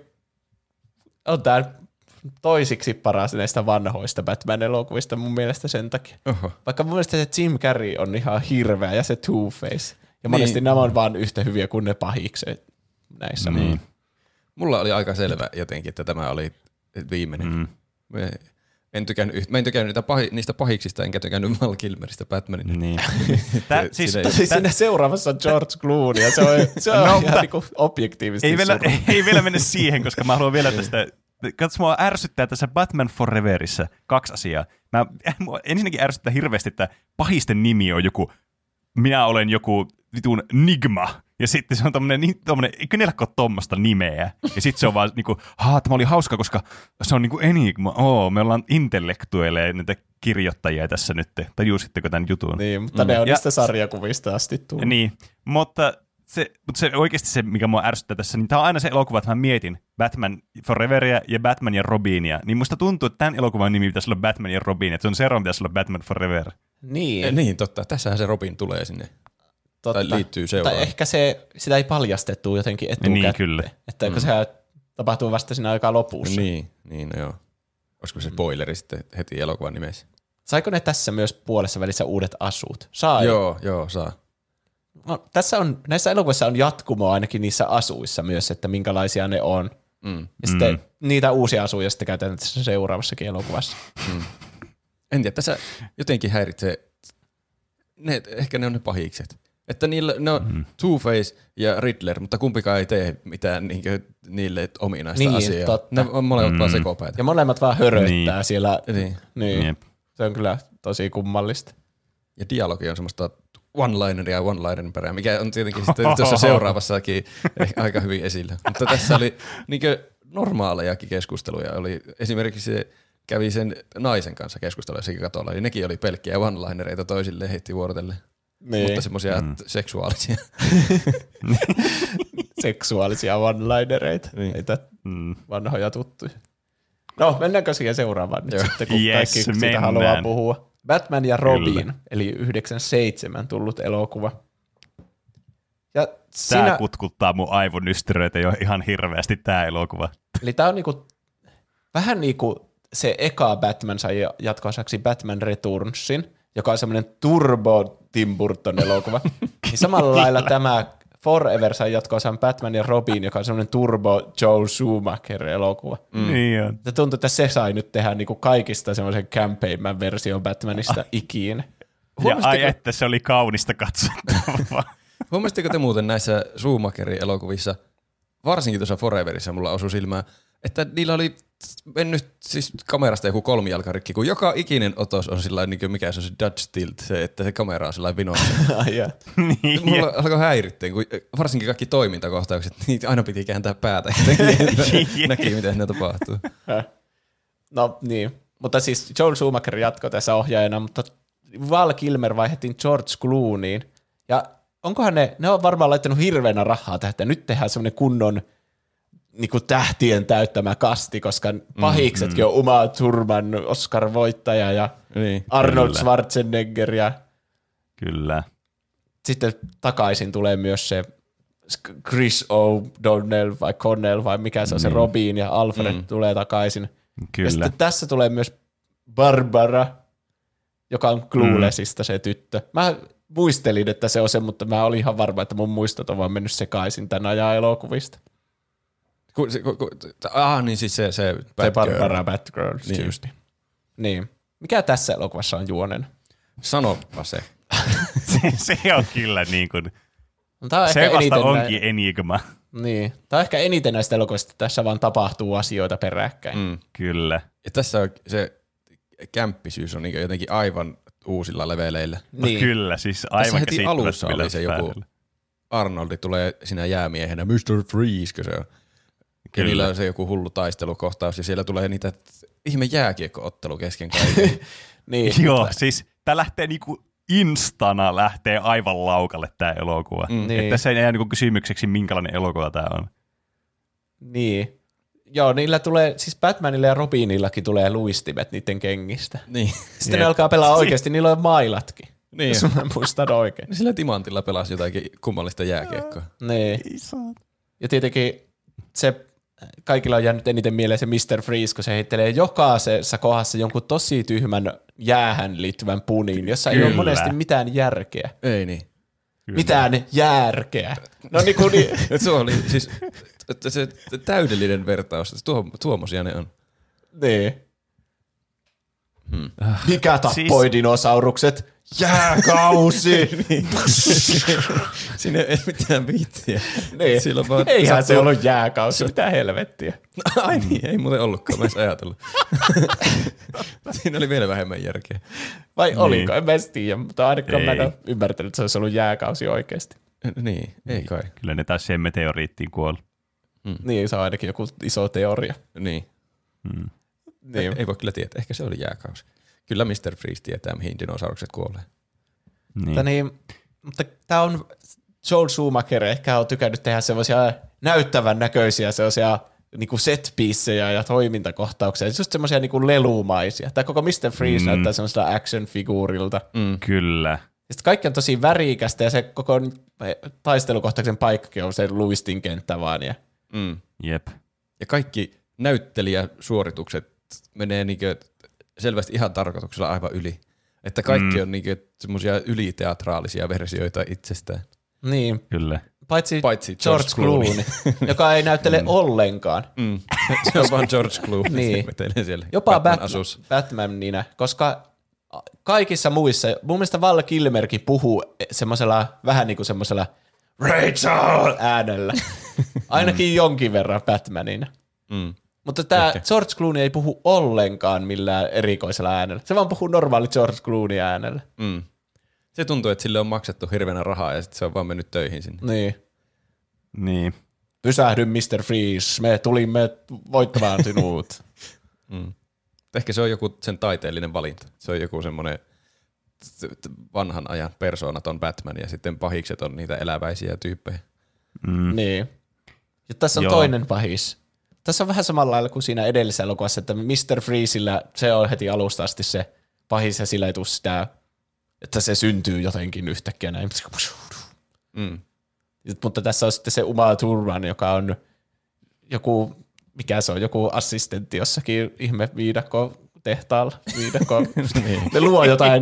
Speaker 1: on tää toisiksi paras näistä vanhoista Batman-elokuvista mun mielestä sen takia.
Speaker 3: Oho.
Speaker 1: Vaikka mun mielestä se Jim Carrey on ihan hirveä ja se Two-Face. Ja monesti niin. nämä on vaan yhtä hyviä kuin ne pahikset näissä.
Speaker 2: Niin.
Speaker 3: Mulla oli aika selvä jotenkin, että tämä oli viimeinen. Mm. Me en tykännyt, yht, mä en tykännyt niitä pahi, niistä pahiksista, enkä tykännyt Val Kilmeristä Batmanina.
Speaker 2: Niin. Tää, siis,
Speaker 1: siinä, siis siinä seuraavassa on George Clooney, ja se on, se on no, ihan niinku objektiivisesti
Speaker 2: ei vielä, ei vielä mennä siihen, koska mä haluan vielä tästä... Katso, mua ärsyttää tässä Batman Foreverissä kaksi asiaa. Mä, mua ensinnäkin ärsyttää hirveästi, että pahisten nimi on joku, minä olen joku vitun Nigma. Ja sitten se on tommonen, niin, tommonen, eikö niillä ole tommoista nimeä? Ja sitten se on vaan niinku, haa, tämä oli hauska, koska se on niinku Enigma. Oo, me ollaan intellektuelleja näitä kirjoittajia tässä nyt. Tajusitteko tämän jutun?
Speaker 1: Niin, mutta mm. ne on ja, niistä sarjakuvista asti tullut.
Speaker 2: Niin, mutta se, mutta se oikeasti se, mikä mua ärsyttää tässä, niin tämä on aina se elokuva, että mä mietin Batman Foreveria ja Batman ja Robinia. Niin musta tuntuu, että tämän elokuvan nimi pitäisi olla Batman ja Robin, että se on seuraava pitäisi olla Batman Forever.
Speaker 1: Niin.
Speaker 3: Ja niin, totta. Tässähän se Robin tulee sinne. Totta. Tai liittyy seuraavaan.
Speaker 1: Tai ehkä se, sitä ei paljastettu jotenkin etukäteen.
Speaker 2: Niin, kyllä.
Speaker 1: Että kun mm. se tapahtuu vasta siinä aikaa lopussa.
Speaker 3: Niin, niin no joo. Olisiko se spoileri sitten heti elokuvan nimessä?
Speaker 1: Saiko ne tässä myös puolessa välissä uudet asut? Saa.
Speaker 3: Joo, joo, saa.
Speaker 1: No, tässä on, näissä elokuvissa on jatkumoa ainakin niissä asuissa myös, että minkälaisia ne on.
Speaker 3: Mm.
Speaker 1: Ja sitten mm. niitä uusia asuja sitten käytetään tässä seuraavassakin elokuvassa.
Speaker 3: Mm. En tiedä, tässä jotenkin häiritsee, ne, ehkä ne on ne pahikset. Että niillä, ne on mm. Two-Face ja Riddler, mutta kumpikaan ei tee mitään niinkö, niille ominaista
Speaker 1: niin,
Speaker 3: asiaa.
Speaker 1: Totta.
Speaker 3: Ne on molemmat mm. vaan sekopäitä.
Speaker 1: Ja molemmat vaan höröittää
Speaker 2: niin.
Speaker 1: siellä.
Speaker 3: Niin.
Speaker 1: Niin. Se on kyllä tosi kummallista.
Speaker 3: Ja dialogi on semmoista one-lineria ja one-linerin perään, mikä on tietenkin sitten tuossa seuraavassakin aika hyvin esillä. Mutta tässä oli niinkö normaalejakin keskusteluja. Oli esimerkiksi se kävi sen naisen kanssa keskustelua sekin katolla, niin nekin oli pelkkiä one-linereita toisilleen heitti vuorotelle. Niin. Mutta semmoisia mm. seksuaalisia.
Speaker 1: seksuaalisia one-linereita, niin. Niitä mm. vanhoja tuttuja. No, mennäänkö siihen seuraavaan nyt sitten, kun
Speaker 2: yes,
Speaker 1: kaikki siitä
Speaker 2: mennään.
Speaker 1: haluaa puhua. Batman ja Robin, Kyllä. eli yhdeksänkymmentäseitsemän tullut elokuva. Ja
Speaker 2: Tämä
Speaker 1: siinä...
Speaker 2: kutkuttaa mun aivonystyröitä jo ihan hirveästi, tämä elokuva.
Speaker 1: Eli tämä on niinku, vähän niin kuin se eka Batman sai jatko-osaksi Batman Returnsin, joka on semmoinen turbo Tim Burton elokuva. Niin samalla lailla tämä Forever sai jatko-osan Batman ja Robin, joka on semmoinen turbo Joel Schumacher elokuva.
Speaker 2: Mm. Niin on.
Speaker 1: Ja tuntuu, että se sai nyt tehdä niinku kaikista semmoisen campaignman version Batmanista ikinä.
Speaker 2: Ja ai että se oli kaunista katsottavaa.
Speaker 3: Huomasitteko te muuten näissä Schumacherin elokuvissa, varsinkin tuossa Foreverissa mulla osui silmään, että niillä oli mennyt siis kamerasta joku kolmijalkarikki, kun joka ikinen otos on sillä niin kuin mikä se on se Dutch tilt, se, että se kamera on sillä vinossa.
Speaker 2: Niin,
Speaker 3: mulla alkoi häiritteen, kun varsinkin kaikki toimintakohtaukset, niin aina piti kääntää päätä, että näki miten ne tapahtuu.
Speaker 1: No niin, mutta siis Joel Schumacher jatkoi tässä ohjaajana, mutta Val Kilmer vaihdettiin George Clooneyin. Ja onkohan ne, ne on varmaan laittanut hirveänä rahaa tähän, että nyt tehdään semmoinen kunnon niin kuin tähtien täyttämä kasti, koska pahiksetkin mm, mm. on Uma Thurman, Oscar-voittaja ja niin, Arnold kyllä. Schwarzenegger. Ja
Speaker 2: kyllä.
Speaker 1: Sitten takaisin tulee myös se Chris O'Donnell vai Connell vai mikä se on, niin. se Robin ja Alfred mm. tulee takaisin.
Speaker 2: Kyllä.
Speaker 1: Ja sitten tässä tulee myös Barbara, joka on Cluelessista se tyttö. Mä muistelin, että se on se, mutta mä olin ihan varma, että mun muistot on vaan mennyt sekaisin tämän ajan elokuvista.
Speaker 3: Ku, se, ku, ku, ah, niin siis se, se,
Speaker 1: se Barbara Batgirl, niin. Just. Niin. Mikä tässä elokuvassa on juonen?
Speaker 3: Sanoppa se.
Speaker 2: se. Se on kyllä niin kuin,
Speaker 1: no,
Speaker 2: se vasta onkin nä- enigma.
Speaker 1: Niin. Tämä on ehkä eniten näistä elokuvista, tässä vaan tapahtuu asioita peräkkäin.
Speaker 2: Mm. Kyllä.
Speaker 3: Ja tässä on se kämppisyys on niin jotenkin aivan uusilla leveleillä.
Speaker 2: Niin. No kyllä, siis aivan
Speaker 3: heti alussa oli se joku Arnoldi tulee sinä jäämiehenä, mister Freeze, kun se on. Ja niillä on se joku hullu taistelukohtaus ja siellä tulee niitä ihme jääkiekko-ottelu kesken kaiken.
Speaker 1: Niin.
Speaker 2: Joo, siis tää lähtee niinku instana lähtee aivan laukalle tää elokuva. Mm. Niin. Että tässä ei jää niinku kysymykseksi, minkälainen elokuva tää on.
Speaker 1: Niin. Joo, niillä tulee, siis Batmanilla ja Robinillakin tulee luistimet niiden kengistä.
Speaker 3: Niin.
Speaker 1: Sitten Jep. ne alkaa pelaa oikeasti, niillä on mailatkin. Niin. Jos mä muistan oikein.
Speaker 3: Sillä Timantilla pelasi jotakin kummallista jääkiekkoa.
Speaker 1: Niin. Ja tietenkin se kaikilla on jäänyt eniten mieleen se mister Freeze, kun se heittelee jokaisessa kohdassa jonkun tosi tyhmän jäähän liittyvän punin, jossa Kyllä. ei ole monesti mitään järkeä.
Speaker 3: Ei niin.
Speaker 1: Kyllä. Mitään järkeä. No niin kuin niin.
Speaker 3: Se oli siis että se täydellinen vertaus, että tuo, tuommoisia ne on.
Speaker 1: Niin. Hmm. Mikä tappoi siis dinosaurukset? Jääkausi!
Speaker 3: Siinä ei mitään viittiä.
Speaker 1: Niin. Eihän se ollut jääkausi, mitä helvettiä.
Speaker 3: Ai niin, ei muuten ollutkaan, mä edes ajatellut. Siinä oli vielä vähemmän järkeä.
Speaker 1: Vai niin. oliko, en mä edes tiedä, mutta ainakaan ei. Mä en ole ymmärtänyt, että se olisi ollut jääkausi oikeasti.
Speaker 3: Niin, ei kai.
Speaker 2: Kyllä ne taas sen meteoriittiin kuoli.
Speaker 1: Mm. Niin, se on ainakin joku iso teoria.
Speaker 3: Niin.
Speaker 2: Mm.
Speaker 3: niin. Ei voi kyllä tietää, ehkä se oli jääkausi. Kyllä mister Freeze tietää, mihin dinosaurukset kuolee.
Speaker 1: Niin. Mutta, niin, mutta tämä on Joel Schumacher ehkä on tykännyt tehdä sellaisia näyttävän näköisiä sellaisia niinku set-piecejä ja toimintakohtauksia. Just semmoisia niinku lelumaisia. Tämä koko mister Freeze mm. näyttää semmoista action-figuurilta.
Speaker 2: Mm. Kyllä.
Speaker 1: Sitten kaikki on tosi värikästä ja se koko taistelukohtauksen paikkakin on se luistin kenttä vaan. Ja.
Speaker 2: Mm. Jep.
Speaker 3: Ja kaikki näyttelijäsuoritukset menee niinku selvästi ihan tarkoituksella aivan yli. Että kaikki mm. on niinku semmoisia yliteatraalisia versioita itsestään.
Speaker 1: Niin.
Speaker 2: Kyllä.
Speaker 1: Paitsi, Paitsi George, George Clooney, joka ei näyttele mm. ollenkaan.
Speaker 3: Mm. Se on vaan George Clooney.
Speaker 1: Niin.
Speaker 3: Siellä
Speaker 1: jopa Batman, Batmanina, koska kaikissa muissa, mun mielestä Val Kilmerkin puhuu semmoisella vähän niin kuin semmoisella Rachel äänellä. Ainakin jonkin verran Batmanina.
Speaker 3: Mm.
Speaker 1: Mutta tämä George Clooney ei puhu ollenkaan millään erikoisella äänellä. Se vaan puhuu normaali George Clooney äänellä.
Speaker 3: Mm. Se tuntuu, että sille on maksettu hirveänä rahaa ja sitten se on vaan mennyt töihin sinne.
Speaker 1: Niin.
Speaker 2: Niin.
Speaker 1: Pysähdy mister Freeze, me tulimme voittamaan sinut.
Speaker 3: mm. Ehkä se on joku sen taiteellinen valinta. Se on joku semmoinen vanhan ajan persoonaton Batman ja sitten pahikset on niitä eläväisiä tyyppejä.
Speaker 1: Mm. Niin. Ja tässä on Joo. toinen pahis. Tässä on vähän samalla lailla kuin siinä edellisessä elokuvassa, että mister Freezellä se on heti alusta asti se pahis ja sillä ei tule sitä, että se syntyy jotenkin yhtäkkiä näin.
Speaker 3: Mm.
Speaker 1: Mutta tässä on sitten se Uma Thurman, joka on joku, mikä se on, joku assistentti jossakin ihme viidakko tehtaalla. Viidakko. niin. Ne luo jotain,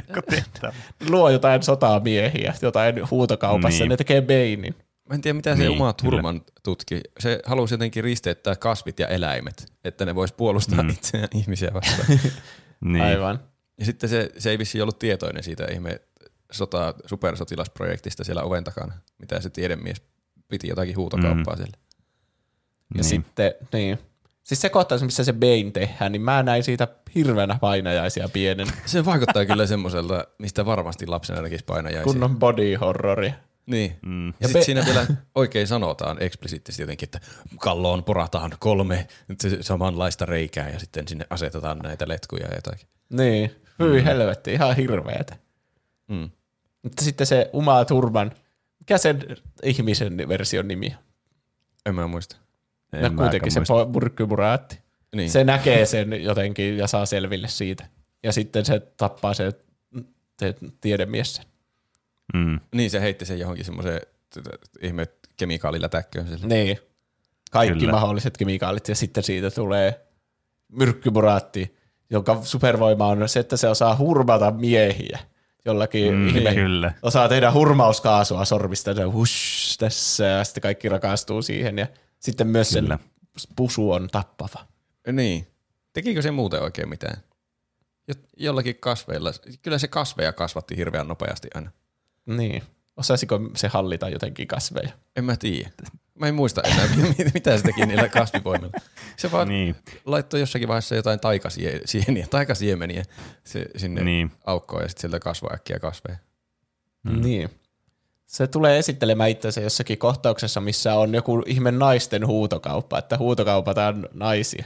Speaker 1: ne luo jotain sotamiehiä, jotain huutokaupassa, niin. Ne tekee Banein.
Speaker 3: Mä en tiedä, mitä niin, se Uma Thurman tutki. Se halusi jotenkin risteyttää kasvit ja eläimet, että ne vois puolustaa mm. itseään ihmisiä vastaan.
Speaker 1: niin. Aivan.
Speaker 3: Ja sitten se, se ei vissiin ollut tietoinen siitä ihme sota, supersotilasprojektista siellä oven takana, mitä se tiedemies piti jotakin huutokauppaa mm. siellä.
Speaker 1: Ja niin. sitten, niin. Siis se kohtaus, missä se Bane tehdään, niin mä näin siitä hirveänä painajaisia pienen.
Speaker 3: Se vaikuttaa kyllä semmoiselta, mistä varmasti lapsena näkisi painajaisia.
Speaker 1: Kunnon body horrori.
Speaker 3: Niin.
Speaker 2: Mm.
Speaker 3: Ja,
Speaker 1: Ja
Speaker 3: sitten
Speaker 1: be-
Speaker 3: siinä vielä oikein sanotaan eksplisiittisesti jotenkin, että kalloon porataan kolme se samanlaista reikää ja sitten sinne asetetaan näitä letkuja ja jotakin.
Speaker 1: Niin, hyi mm. helvetti, ihan hirveetä.
Speaker 3: Mm.
Speaker 1: Mutta sitten se Uma Thurman, mikä sen ihmisen version nimi on?
Speaker 3: En mä muista.
Speaker 1: No kuitenkin se myrkkymuraatti.
Speaker 3: Niin.
Speaker 1: Se näkee sen jotenkin ja saa selville siitä. Ja sitten se tappaa se, se tiedemies sen.
Speaker 2: Mm.
Speaker 3: Niin, se heitti sen johonkin semmoiseen ihme kemikaalilätäkköön.
Speaker 1: Niin. Kaikki
Speaker 2: Kyllä.
Speaker 1: mahdolliset kemikaalit ja sitten siitä tulee myrkkymuraatti, jonka supervoima on se, että se osaa hurmata miehiä. Jollakin
Speaker 2: Mm,
Speaker 1: ihme
Speaker 2: kyllä.
Speaker 1: osaa tehdä hurmauskaasua sormista ja hush tässä ja sitten kaikki rakastuu siihen ja sitten myös
Speaker 2: Kyllä.
Speaker 1: sen pusu on tappava.
Speaker 3: Niin. Tekikö se muuten oikein mitään? Jo- jollakin kasveilla. Kyllä se kasveja kasvatti hirveän nopeasti aina.
Speaker 1: Niin. Osaisiko se hallita jotenkin kasveja?
Speaker 3: En mä tiedä. Mä en muista enää, mitä se teki niillä kasvivoimilla. Se vaan
Speaker 2: Niin.
Speaker 3: laittoi jossakin vaiheessa jotain taikasieniä, taikasiemeniä se, sinne
Speaker 2: Niin.
Speaker 3: aukkoon ja sitten sieltä kasvoi äkkiä kasveja.
Speaker 1: Mm. Niin. Se tulee esittelemään itseänsä jossakin kohtauksessa, missä on joku ihme naisten huutokauppa, että huutokaupataan naisia.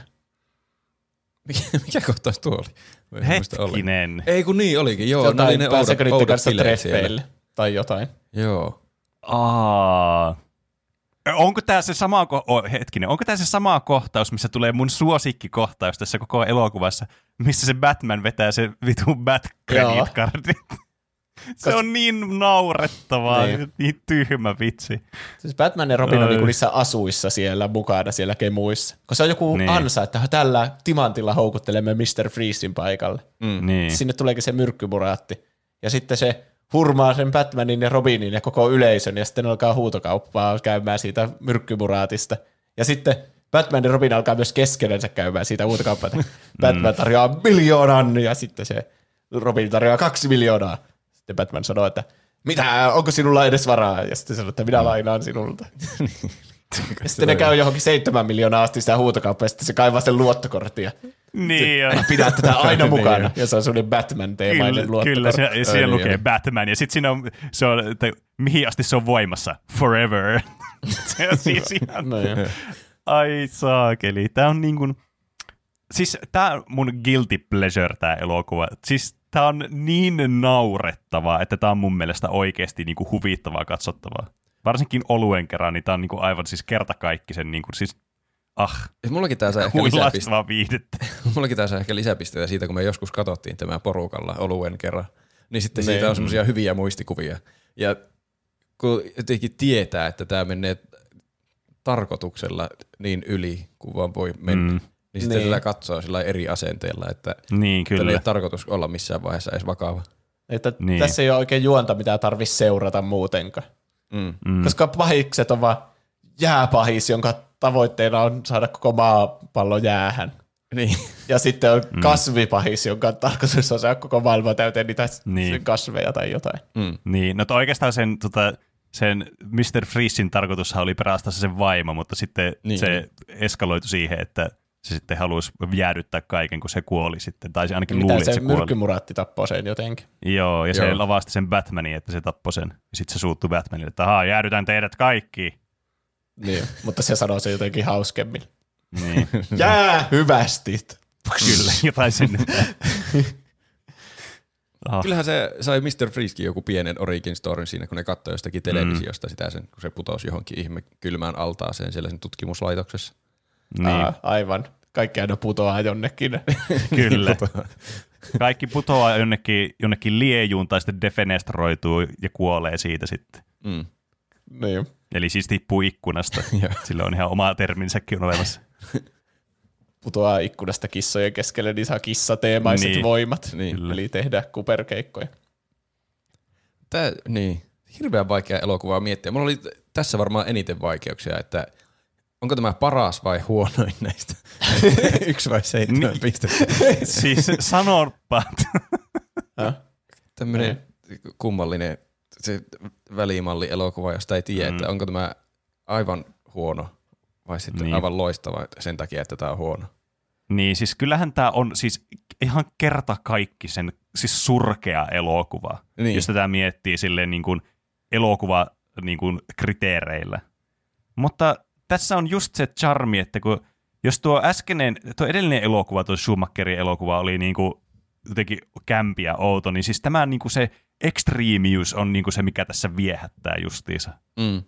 Speaker 3: Mikä, mikä kohtaus tuo oli? Mä en muista ollenkaan.
Speaker 2: Hetkinen.
Speaker 3: Ei kun niin olikin, joo.
Speaker 1: Jotain,
Speaker 3: ne oli ne
Speaker 1: pääseekö
Speaker 3: oudot,
Speaker 1: niiden
Speaker 3: oudot
Speaker 1: kanssa
Speaker 3: bileet siellä.
Speaker 1: treffeille tai jotain.
Speaker 3: Joo.
Speaker 2: Aa. Onko tämä se sama, ko- oh, hetkinen, onko tämä se sama kohtaus, missä tulee mun suosikkikohtaus tässä koko elokuvassa, missä se Batman vetää se vitun bat credit cardit? Se on niin naurettavaa,
Speaker 1: Niin.
Speaker 2: niin tyhmä vitsi.
Speaker 1: Siis Batman ja Robin on
Speaker 2: Ai.
Speaker 1: niinku niissä asuissa siellä mukana, siellä kemuissa. Koska se on joku
Speaker 2: Niin.
Speaker 1: ansa, että tällä timantilla houkuttelemme mister Freezein paikalle.
Speaker 3: Mm.
Speaker 2: Niin.
Speaker 1: Sinne tuleekin se myrkkymuraatti. Ja sitten se hurmaa sen Batmanin ja Robinin ja koko yleisön, ja sitten alkaa huutokauppaa käymään siitä myrkkymuraatista. Ja sitten Batman ja Robin alkaa myös keskenensä käymään siitä huutokauppaa. Batman tarjoaa miljoonan, ja sitten se Robin tarjoaa kaksi miljoonaa. Sitten Batman sanoo, että mitä, onko sinulla edes varaa? Ja sitten sanoo, että minä lainaan sinulta. Ja sitten ne käy johonkin seitsemän miljoonaa asti sitä huutokauppaa, ja sitten se kaivaa sen luottokorttia.
Speaker 2: Niin on.
Speaker 1: Pidät tätä aina mukana. Ja se on sellainen Batman-teemainen
Speaker 2: Kyllä,
Speaker 1: luottokortti.
Speaker 2: kyllä siellä, siellä
Speaker 3: Ai,
Speaker 2: lukee
Speaker 3: niin.
Speaker 2: Batman, ja sitten siinä on, se on, että mihin asti se on voimassa? Forever. Se on siis ihan,
Speaker 1: No joo.
Speaker 2: ai saakeli. Tämä on niin kuin, siis tämä on mun guilty pleasure tämä elokuva. Siis tämä on niin naurettavaa, että tämä on mun mielestä oikeasti niin kuin huvittavaa katsottavaa. Varsinkin oluen kerran, niin tämä on niin kuin aivan siis kertakaikkisen, niin kuin siis, ah,
Speaker 3: Mullakin tää saa ehkä
Speaker 2: huilastavaa
Speaker 3: lisäpisteitä.
Speaker 2: viihdettä.
Speaker 3: Mullakin tää saa ehkä lisäpisteitä siitä, kun me joskus katsottiin tämä porukalla oluen kerran. Niin sitten
Speaker 1: Niin.
Speaker 3: siitä on semmoisia hyviä muistikuvia. Ja kun jotenkin tietää, että tämä menee tarkoituksella niin yli kuin vaan voi mennä,
Speaker 2: Mm.
Speaker 3: niin sitten
Speaker 1: Niin.
Speaker 3: tätä katsoo sillä eri asenteella, että
Speaker 2: Niin,
Speaker 3: tällä ei
Speaker 2: kyllä.
Speaker 3: ole tarkoitus olla missään vaiheessa edes vakava.
Speaker 1: Että
Speaker 2: Niin.
Speaker 1: tässä ei ole oikein juonta, mitä tarvitsisi seurata muutenkaan.
Speaker 3: Mm.
Speaker 2: Mm.
Speaker 1: Koska pahikset on vaan jääpahis, jonka tavoitteena on saada koko maapallo jäähän.
Speaker 3: Niin.
Speaker 1: Ja sitten on kasvipahis, jonka tarkoitus on saada koko maailma täyteen niitä
Speaker 2: Niin.
Speaker 1: kasveja tai jotain.
Speaker 3: Mm.
Speaker 2: Niin, no oikeastaan sen, tota, sen mister Freezein tarkoitushan oli pelastaa sen vaimo, mutta sitten
Speaker 3: Niin.
Speaker 2: se eskaloitu siihen, että se sitten halusi jäädyttää kaiken, kun se kuoli sitten. Tai se ainakin luuli,
Speaker 1: Mitä
Speaker 2: että
Speaker 1: se,
Speaker 2: se kuoli.
Speaker 1: myrkkymuraatti tappoi sen jotenkin.
Speaker 2: Joo, ja se
Speaker 3: Joo.
Speaker 2: lavasti sen Batmanin, että se tappoi sen. Ja sitten se suuttui Batmanille, että ahaa, jäädytään teidät kaikki.
Speaker 1: Niin, mutta se sanoo se jotenkin hauskemmin.
Speaker 2: Niin,
Speaker 1: Jää hyvästi.
Speaker 2: kyllä, jotain sinne. Ah,
Speaker 3: Kyllähän se sai mister Freezekin joku pienen origin storyn siinä, kun ne katsoi jostakin televisiosta mm. sitä sen, kun se putosi johonkin ihme kylmään altaaseen siellä sen tutkimuslaitoksessa.
Speaker 2: niin,
Speaker 1: Aa, aivan. Kaikki aina putoaa jonnekin.
Speaker 2: kyllä. Kaikki putoaa jonnekin, jonnekin liejuun tai sitten defenestroituu ja kuolee siitä sitten.
Speaker 3: Mm.
Speaker 1: Niin.
Speaker 2: Eli siis tippuu ikkunasta.
Speaker 3: Joo.
Speaker 2: Sillä on ihan oma terminsäkin on olemassa.
Speaker 1: Putoaa ikkunasta kissojen keskelle, niin saa kissateemaiset
Speaker 2: Niin.
Speaker 1: voimat.
Speaker 3: Niin.
Speaker 1: Eli tehdä kuperkeikkoja.
Speaker 3: Tää, niin, hirveän vaikea elokuvaa miettiä. Mulla oli t- tässä varmaan eniten vaikeuksia, että onko tämä paras vai huonoin näistä? Yksi vai seitsemän
Speaker 2: Niin.
Speaker 3: pistettä?
Speaker 2: Siis sanonpa.
Speaker 3: tämmöinen kummallinen se välimalli-elokuva, josta ei tiedä, mm. että onko tämä aivan huono vai sitten niin. aivan loistava sen takia, että tämä on huono.
Speaker 2: Niin, siis kyllähän tämä on siis ihan kerta kaikki sen siis surkea elokuva, niin. jos tätä miettii silleen niin kuin elokuva niin kuin kriteereillä. Mutta tässä on just se charmi, että kun, jos tuo äskeinen, tuo edellinen elokuva, tuo Schumacherin elokuva oli niin kuin jotenkin kämpi ja outo, niin siis tämä niin kuin se extremius on niin kuin se, mikä tässä viehättää justiinsa. Mm.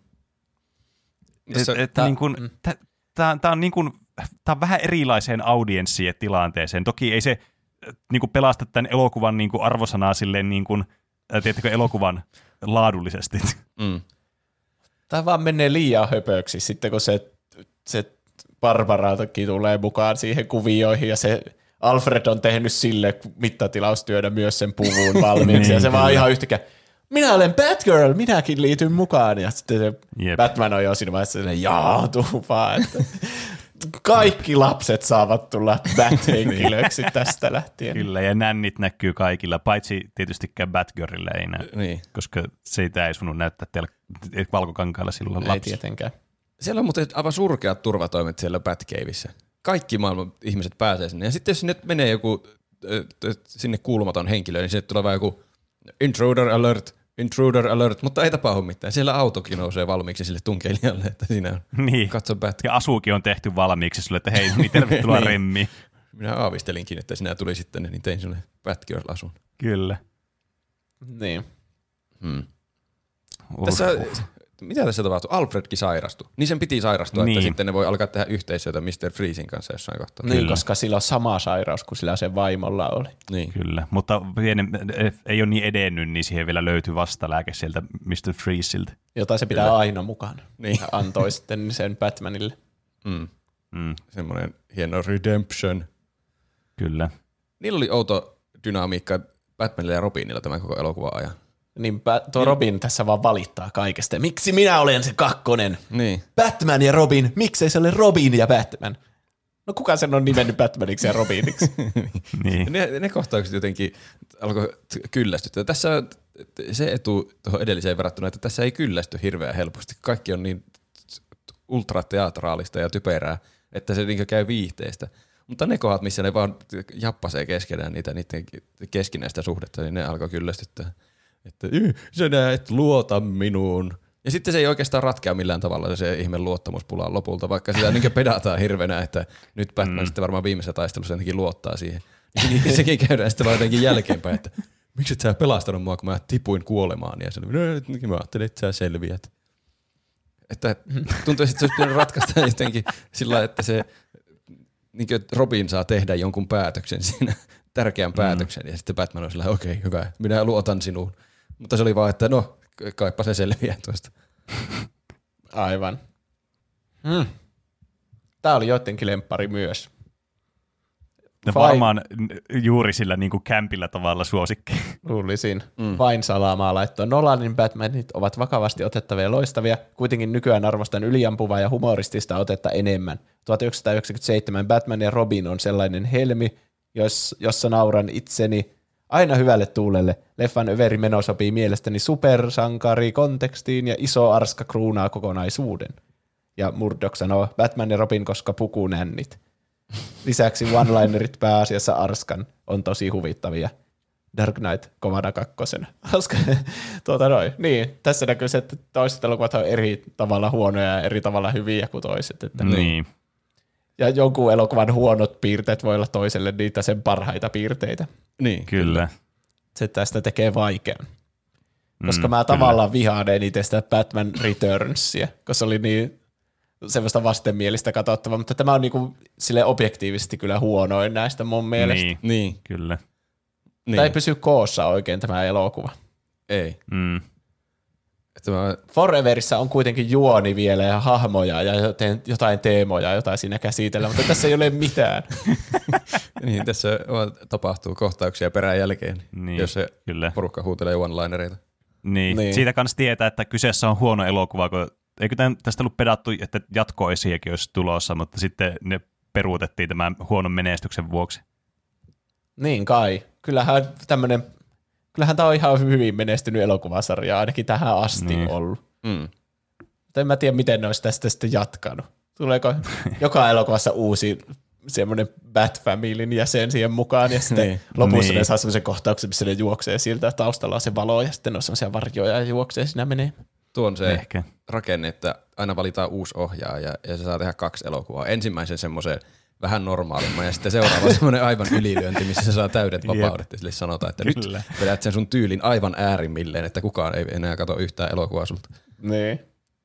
Speaker 2: Et, että niin kuin, tämä on niin kuin Tämä on vähän erilaiseen audienssien tilanteeseen. Toki ei se niin kuin pelasta tämän elokuvan niin kuin arvosanaa silleen, niin kuin, tiedättekö, elokuvan laadullisesti. Mm.
Speaker 1: Tämä vaan menee liian höpöksi sitten, kun se, se Barbaratakin tulee mukaan siihen kuvioihin ja se Alfred on tehnyt sille mittatilaustyönä myös sen puvun valmiiksi niin, ja se vaan ihan yhtäkkiä, minä olen Batgirl, minäkin liityn mukaan. Ja sitten se Jep. Batman on jo siinä vaiheessa silleen, jaa, tuu vaan, että kaikki lapset saavat tulla Bat-henkilöiksi tästä lähtien.
Speaker 2: Kyllä, ja nännit näkyy kaikilla, paitsi tietystikään Batgirlille ei näy, niin. koska sitä ei sunut näyttää teillä valkokankailla silloin lapsi.
Speaker 1: Ei tietenkään.
Speaker 3: Siellä on muuten aivan surkeat turvatoimet siellä Batcaveissa. Kaikki maailman ihmiset pääsee sinne. Ja sitten jos sinne menee joku sinne kuulumaton henkilö, niin sinne tulee vaan joku intruder alert, intruder alert, mutta ei tapahdu mitään. Siellä autokin nousee valmiiksi sille tunkeilijalle, että siinä on.
Speaker 2: Niin.
Speaker 3: Katso Batgirl.
Speaker 2: Ja asuukin on tehty valmiiksi sille, että hei, niin tervetuloa niin. remmiin.
Speaker 3: Minä aavistelinkin, että sinä tuli sitten, niin tein sinulle Batgirl-asun.
Speaker 2: Kyllä.
Speaker 1: Niin.
Speaker 3: Hmm. Tässä, mitä tässä tapahtui? Alfredkin sairastui. Niin sen piti sairastua, niin. että sitten ne voi alkaa tehdä yhteistyötä mister Freezin kanssa jossain kohtaa.
Speaker 1: Niin, koska sillä on sama sairaus kuin sillä sen vaimolla oli.
Speaker 2: Niin. Kyllä, mutta pieni, ei ole niin edennyt, niin siihen vielä löytyy vastalääke sieltä mister Freeziltä.
Speaker 1: Jota se pitää Kyllä. aina mukana. Niin. Ja antoi sitten sen Batmanille.
Speaker 3: Mm. Mm. Semmoinen hieno redemption.
Speaker 2: Kyllä.
Speaker 3: Niillä oli outo dynamiikka Batmanilla ja Robinilla tämän koko elokuvan ajan.
Speaker 1: Niin tuo niin. Robin tässä vaan valittaa kaikesta. Miksi minä olen se kakkonen?
Speaker 3: Niin.
Speaker 1: Batman ja Robin. Miksei se ole Robin ja Batman? No kuka sen on nimennyt Batmaniksi ja Robiniksi?
Speaker 2: niin.
Speaker 3: ne, ne kohtaukset jotenkin alkoi kyllästyttää. Tässä on se etu tuohon edelliseen verrattuna, että tässä ei kyllästy hirveän helposti. Kaikki on niin ultrateatraalista ja typerää, että se niin käy viihteestä. Mutta ne kohdat, missä ne vaan jappasee keskenään niitä niiden keskinäistä suhdetta, niin ne alkoi kyllästyttää. Että sä et luota minuun. Ja sitten se ei oikeastaan ratkea millään tavalla se ihme luottamuspula lopulta, vaikka sitä niin pedataan hirveänä, että nyt Batman mm. sitten varmaan viimeisessä taistelussa jotenkin luottaa siihen. Ja sekin käydään sitten vaan jotenkin jälkeenpäin, että miksi et sä pelastanut mua, kun mä tipuin kuolemaan. Ja se oli, no mä ajattelin, että sä selviät. Että tuntuu, että se olisi pitänyt ratkaista jotenkin sillä, että se niin Robin saa tehdä jonkun päätöksen siinä, tärkeän päätöksen, mm. ja sitten Batman on sillä, okei, okay, hyvä, minä luotan sinuun. Mutta se oli vaan, että no, kaipa se selviää tuosta.
Speaker 1: Aivan. Hmm. Tämä oli joidenkin lemppari myös.
Speaker 2: No varmaan juuri sillä niin kuin kämpillä tavalla suosikki.
Speaker 1: Luulisin. Mm. Vain salaamaa laittoi. Nolanin Batmanit ovat vakavasti otettavia ja loistavia. Kuitenkin nykyään arvostan yliampuvaa ja humoristista otetta enemmän. tuhatyhdeksänsataayhdeksänkymmentäseitsemän Batman ja Robin on sellainen helmi, jos, jossa nauran itseni aina hyvälle tuulelle. Leffan överi meno sopii mielestäni supersankari kontekstiin ja iso arska kruunaa kokonaisuuden. Ja Murdoch sanoo Batman ja Robin, koska pukunännit. Lisäksi one-linerit pääasiassa arskan on tosi huvittavia. Dark Knight kovana kakkosena. tuota noin. Niin, tässä näkyy se, että toiset elokuvat on eri tavalla huonoja ja eri tavalla hyviä kuin toiset. Että
Speaker 2: niin.
Speaker 1: Ja jonkun elokuvan huonot piirteet voi olla toiselle niitä sen parhaita piirteitä.
Speaker 3: Niin.
Speaker 2: Kyllä.
Speaker 1: Se tästä tekee vaikean. Koska
Speaker 2: mm,
Speaker 1: mä tavallaan kyllä. vihaan eniten sitä Batman Returnsia, koska se oli niin semmoista vastenmielistä katsottavaa, mutta tämä on niinku sille objektiivisesti kyllä huonoin näistä mun mielestä.
Speaker 2: Niin, niin. kyllä.
Speaker 1: Niin. Tämä ei pysy koossa oikein tämä elokuva.
Speaker 3: Ei.
Speaker 2: Mm.
Speaker 3: Mä...
Speaker 1: Foreverissä on kuitenkin juoni vielä ja hahmoja ja jotain teemoja, jotain siinä käsitellä, mutta tässä ei ole mitään.
Speaker 3: Niin, tässä tapahtuu kohtauksia perään jälkeen,
Speaker 2: niin,
Speaker 3: jos se
Speaker 2: kyllä.
Speaker 3: porukka huutelee one-linereita.
Speaker 2: Niin. niin, siitä kanssa tietää, että kyseessä on huono elokuva, kun eikö tästä ollut pedattu, että jatko-osiakin olisi tulossa, mutta sitten ne peruutettiin tämän huonon menestyksen vuoksi.
Speaker 1: Niin kai. Kyllähän tämmöinen kyllähän tämä on ihan hyvin menestynyt elokuvasarja, ainakin tähän asti
Speaker 2: Niin.
Speaker 1: ollut.
Speaker 3: Mm.
Speaker 1: Mutta en mä tiedä, miten ne olisi tästä sitten jatkanut. Tuleeko joka elokuvassa uusi semmoinen Bat-Familyn jäsen siihen mukaan, ja sitten
Speaker 3: Niin.
Speaker 1: lopussa
Speaker 2: Niin.
Speaker 1: ne saa semmoisen kohtauksen, missä ne juoksee siltä, että taustalla on se valo, ja sitten on semmoisia varjoja, ja juoksee siinä menee.
Speaker 3: Tuo on se
Speaker 2: Ehkä.
Speaker 3: rakenne, että aina valitaan uusi ohjaaja ja se saa tehdä kaksi elokuvaa. Ensimmäisen semmoisen vähän normaalimman ja sitten seuraava semmoinen aivan ylilyönti, missä se saa täydet vapaudet. Ja sille sanotaan, että
Speaker 2: Kyllä.
Speaker 3: nyt vedät sen sun tyylin aivan äärimmilleen, että kukaan ei enää katso yhtään elokuvaa sulta.
Speaker 1: Niin.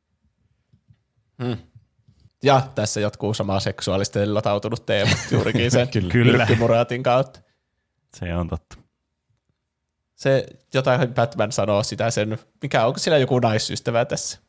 Speaker 1: Hmm. Ja tässä jatkuu samaa seksuaalisesti latautunut teema juurikin sen
Speaker 2: Kyllä.
Speaker 1: Muraatin kautta.
Speaker 2: Se on totta.
Speaker 1: Se jotain Batman sanoo sitä sen, mikä onko sillä joku naisystävä tässä?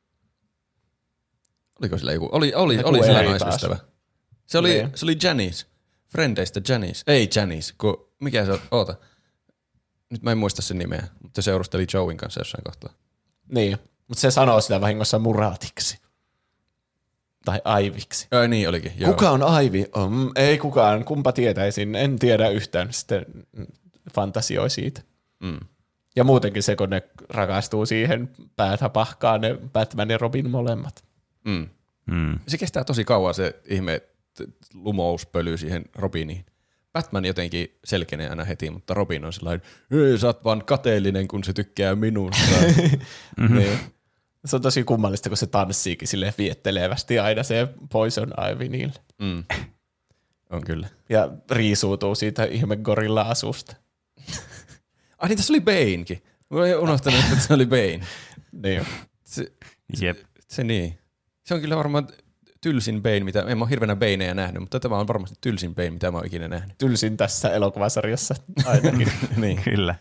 Speaker 3: Oliko sillä joku? Oli, oli,
Speaker 1: Joku
Speaker 3: oli sillä
Speaker 1: eri
Speaker 3: naisystävä. Se oli,
Speaker 1: Niin.
Speaker 3: se oli Janice. Frendeistä Janice. Ei Janice, kun mikä se on? Oota. Nyt mä en muista sen nimeä, mutta se seurusteli Joein kanssa jossain kohtaa.
Speaker 1: Niin, mutta se sanoo sitä vahingossa Muraatiksi. Tai Aiviksi.
Speaker 3: Ai niin olikin, joo.
Speaker 1: Kuka on Aivi? Oh, mm, ei kukaan, kumpa tietäisin, en tiedä yhtään. Sitten fantasioi siitä.
Speaker 3: Mm.
Speaker 1: Ja muutenkin se, kun ne rakastuu siihen päätä pahkaan, ne Batman ja Robin molemmat.
Speaker 3: Mm.
Speaker 2: Mm.
Speaker 3: Se kestää tosi kauan se ihme t- lumouspöly siihen Robiniin. Batman jotenkin selkenee aina heti, mutta Robin on sellainen, ei sä oot vaan kateellinen, kun se tykkää minusta.
Speaker 2: Mm-hmm.
Speaker 1: Niin. Se on tosi kummallista, kun se tanssiikin silleen viettelevästi aina se Poison Ivy niille.
Speaker 3: Mm. On kyllä.
Speaker 1: Ja riisuutuu siitä ihme gorilla-asusta.
Speaker 3: Ai niin, tässä oli Banekin. Mä olin unohtanut, että se oli Bane.
Speaker 1: Niin.
Speaker 3: Se,
Speaker 2: Jep.
Speaker 3: se niin. Se on kyllä varmaan tylsin Bane, mitä, en mä ole hirveänä Baneja nähnyt, mutta tämä on varmasti tylsin Bane, mitä mä oon ikinä nähnyt.
Speaker 1: Tylsin tässä elokuvasarjassa ainakin.
Speaker 3: Niin.
Speaker 2: Kyllä.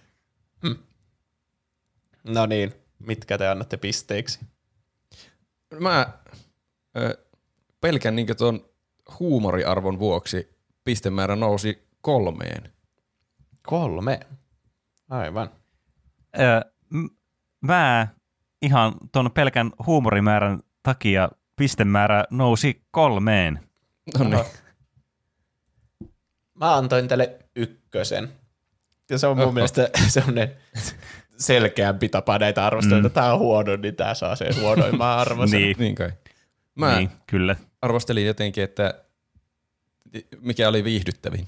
Speaker 1: No niin, mitkä te annatte pisteiksi?
Speaker 3: Mä ö, pelkän niin tuon huumoriarvon vuoksi pistemäärä nousi kolmeen.
Speaker 1: Kolme. Aivan.
Speaker 2: Öö, m- mä ihan tuon pelkän huumorimäärän takia pistemäärä nousi kolmeen.
Speaker 3: No niin.
Speaker 1: Aha. Mä antoin tälle ykkösen. Ja se on mun
Speaker 3: Oho.
Speaker 1: mielestä semmoinen selkeämpi tapa näitä arvosteluita.
Speaker 2: Mm.
Speaker 1: Tää on huono, niin tää saa sen huonoimman arvon.
Speaker 2: Niin.
Speaker 3: Niin kai. Mä
Speaker 2: Niin, kyllä.
Speaker 3: arvostelin jotenkin, että mikä oli viihdyttävin.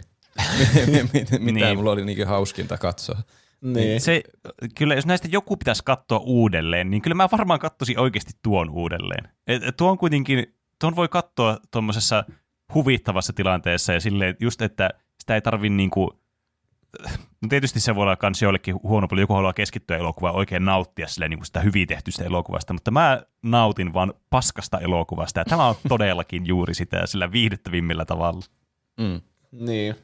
Speaker 3: Mitä
Speaker 2: Niin.
Speaker 3: mulla oli niin hauskinta katsoa.
Speaker 1: Niin.
Speaker 2: Se, kyllä jos näistä joku pitäisi katsoa uudelleen, niin kyllä mä varmaan katsoisin oikeasti tuon uudelleen. Et, et tuon kuitenkin, tuon voi katsoa tuommoisessa huvittavassa tilanteessa ja silleen just, että sitä ei tarvi niinku, no tietysti se voi olla kans joillekin huono puoli, joku haluaa keskittyä elokuvaan oikein nauttia silleen, niinku sitä hyvin tehtystä elokuvasta, mutta mä nautin vaan paskasta elokuvasta ja tämä on todellakin juuri sitä sillä viihdyttävimmillä tavalla.
Speaker 3: Mm.
Speaker 1: Niin.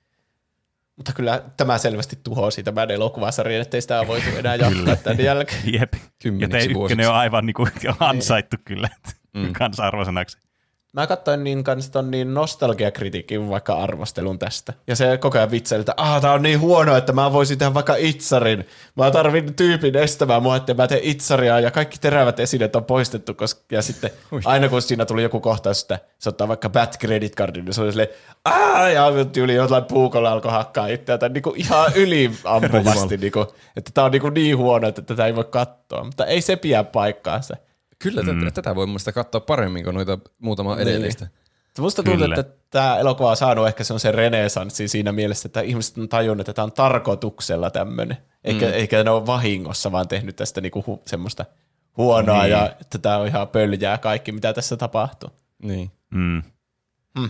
Speaker 1: Mutta kyllä tämä selvästi tuhosi tämän elokuvasarjan, ettei sitä ole voitu enää jatkaa tämän jälkeen.
Speaker 2: Jep.
Speaker 3: Kymmeniksi
Speaker 2: Joten
Speaker 3: vuosiksi.
Speaker 2: ykkönen on aivan niinku ansaittu kyllä
Speaker 3: Mm.
Speaker 2: kansa-arvosanaksi.
Speaker 1: Mä katsoin niin kanssa ton niin nostalgiakritiikin vaikka arvostelun tästä. Ja se koko ajan vitsaili, että ah, tää on niin huono, että mä voisin tehdä vaikka itsarin. Mä tarvin tyypin estämään mua, että mä teen itsaria ja kaikki terävät esineet on poistettu. Koska, ja sitten
Speaker 3: Ui.
Speaker 1: aina kun siinä tuli joku kohtaus, että se ottaa vaikka bad credit cardin, niin se oli silleen, aah, ja yli jotain puukolla alkoi hakkaa itseään. Niin kuin ihan yliampuvasti, niin kuin, että tää on niin, kuin niin huono, että tätä ei voi katsoa. Mutta ei se pidä paikkaansa.
Speaker 3: Kyllä mm. tätä, tätä voi mun mielestä katsoa paremmin kuin noita muutamaa
Speaker 1: Niin.
Speaker 3: edellistä.
Speaker 1: Musta tuntuu,
Speaker 2: Kyllä.
Speaker 1: että tämä elokuva on saanut ehkä se renesanssi siinä mielessä, että ihmiset on tajunnut, että tämä on tarkoituksella tämmöinen. Eikä, mm. eikä ne ole vahingossa, vaan tehnyt tästä niinku hu- semmoista huonoa
Speaker 2: Niin.
Speaker 1: ja että tämä on ihan pöljää kaikki, mitä tässä tapahtuu.
Speaker 3: Niin.
Speaker 2: Mm.
Speaker 1: Hmm.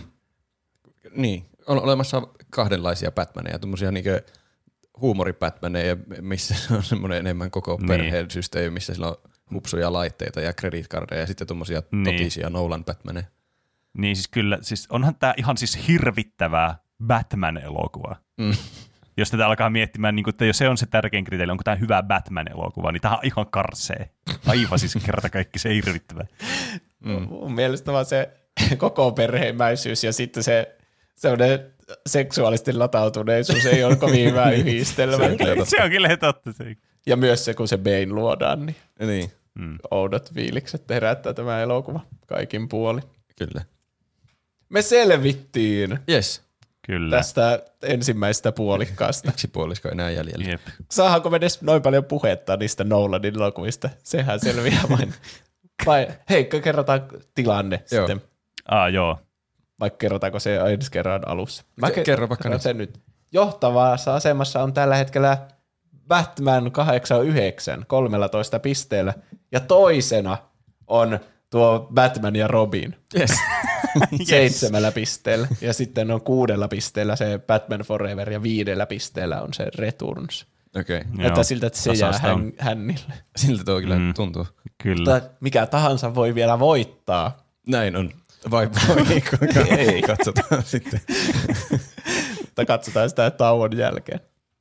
Speaker 3: Niin. On olemassa kahdenlaisia Batmaneja, tuommoisia niinkö huumori-Batmaneja, missä se on semmoinen enemmän koko
Speaker 2: Niin.
Speaker 3: perheen systeemi, missä sillä on hupsuja laitteita ja credit cardeja ja sitten tuommoisia
Speaker 2: Niin.
Speaker 3: totisia Nolan Batmaneja.
Speaker 2: Niin siis kyllä, siis onhan tämä ihan siis hirvittävää Batman-elokuva.
Speaker 3: Mm.
Speaker 2: Jos tätä alkaa miettimään, niin kun, että jos se on se tärkein kriteeri, onko tämä hyvä Batman-elokuva, niin tämä on ihan karsee. Aivan siis kerta kaikki se hirvittävä.
Speaker 1: Mm. Mun mielestä vaan se koko perheemäisyys ja sitten se semmoinen seksuaalisesti latautuneisuus ei ole kovin hyvä yhdistelmä.
Speaker 3: Se on kyllä totta.
Speaker 2: Se on kyllä totta. Se.
Speaker 1: Ja myös se, kun se Bane luodaan, niin
Speaker 3: Niin,
Speaker 2: Mm.
Speaker 1: oudot fiilikset herättää tämä elokuva kaikin puoli.
Speaker 3: kyllä.
Speaker 1: Me selvittiin.
Speaker 3: Yes.
Speaker 2: Kyllä.
Speaker 1: tästä ensimmäisestä puolikkaasta.
Speaker 3: Yksi puolisko enää jäljellä.
Speaker 2: Jep.
Speaker 1: Saadaanko me edes noin paljon puhetta niistä Nolanin elokuvista? Sehän selviää vain. Vai hei, kerrotaan tilanne
Speaker 3: Joo.
Speaker 1: sitten.
Speaker 2: Ah, joo.
Speaker 1: Vaikka kerrotaanko se ensi kerran alussa. Mä
Speaker 3: Ke- kerro vaikka nyt.
Speaker 1: sen nyt. Johtavassa asemassa on tällä hetkellä Batman kahdeksankymmentäyhdeksän kolmetoista pisteellä. Ja toisena on tuo Batman ja Robin
Speaker 3: Yes.
Speaker 1: seitsemällä pisteellä. Ja sitten on kuudella pisteellä se Batman Forever ja viidellä pisteellä on se Returns.
Speaker 3: Okei. Okay.
Speaker 1: Näyttää siltä, että se jää
Speaker 2: tasasta on.
Speaker 1: hän, hännille.
Speaker 3: Siltä tuo kyllä
Speaker 2: Mm.
Speaker 3: tuntuu.
Speaker 2: Kyllä.
Speaker 1: Mutta mikä tahansa voi vielä voittaa.
Speaker 3: Näin on. Vai voi, ei. Katsotaan sitten.
Speaker 1: Mutta katsotaan sitä tauon jälkeen.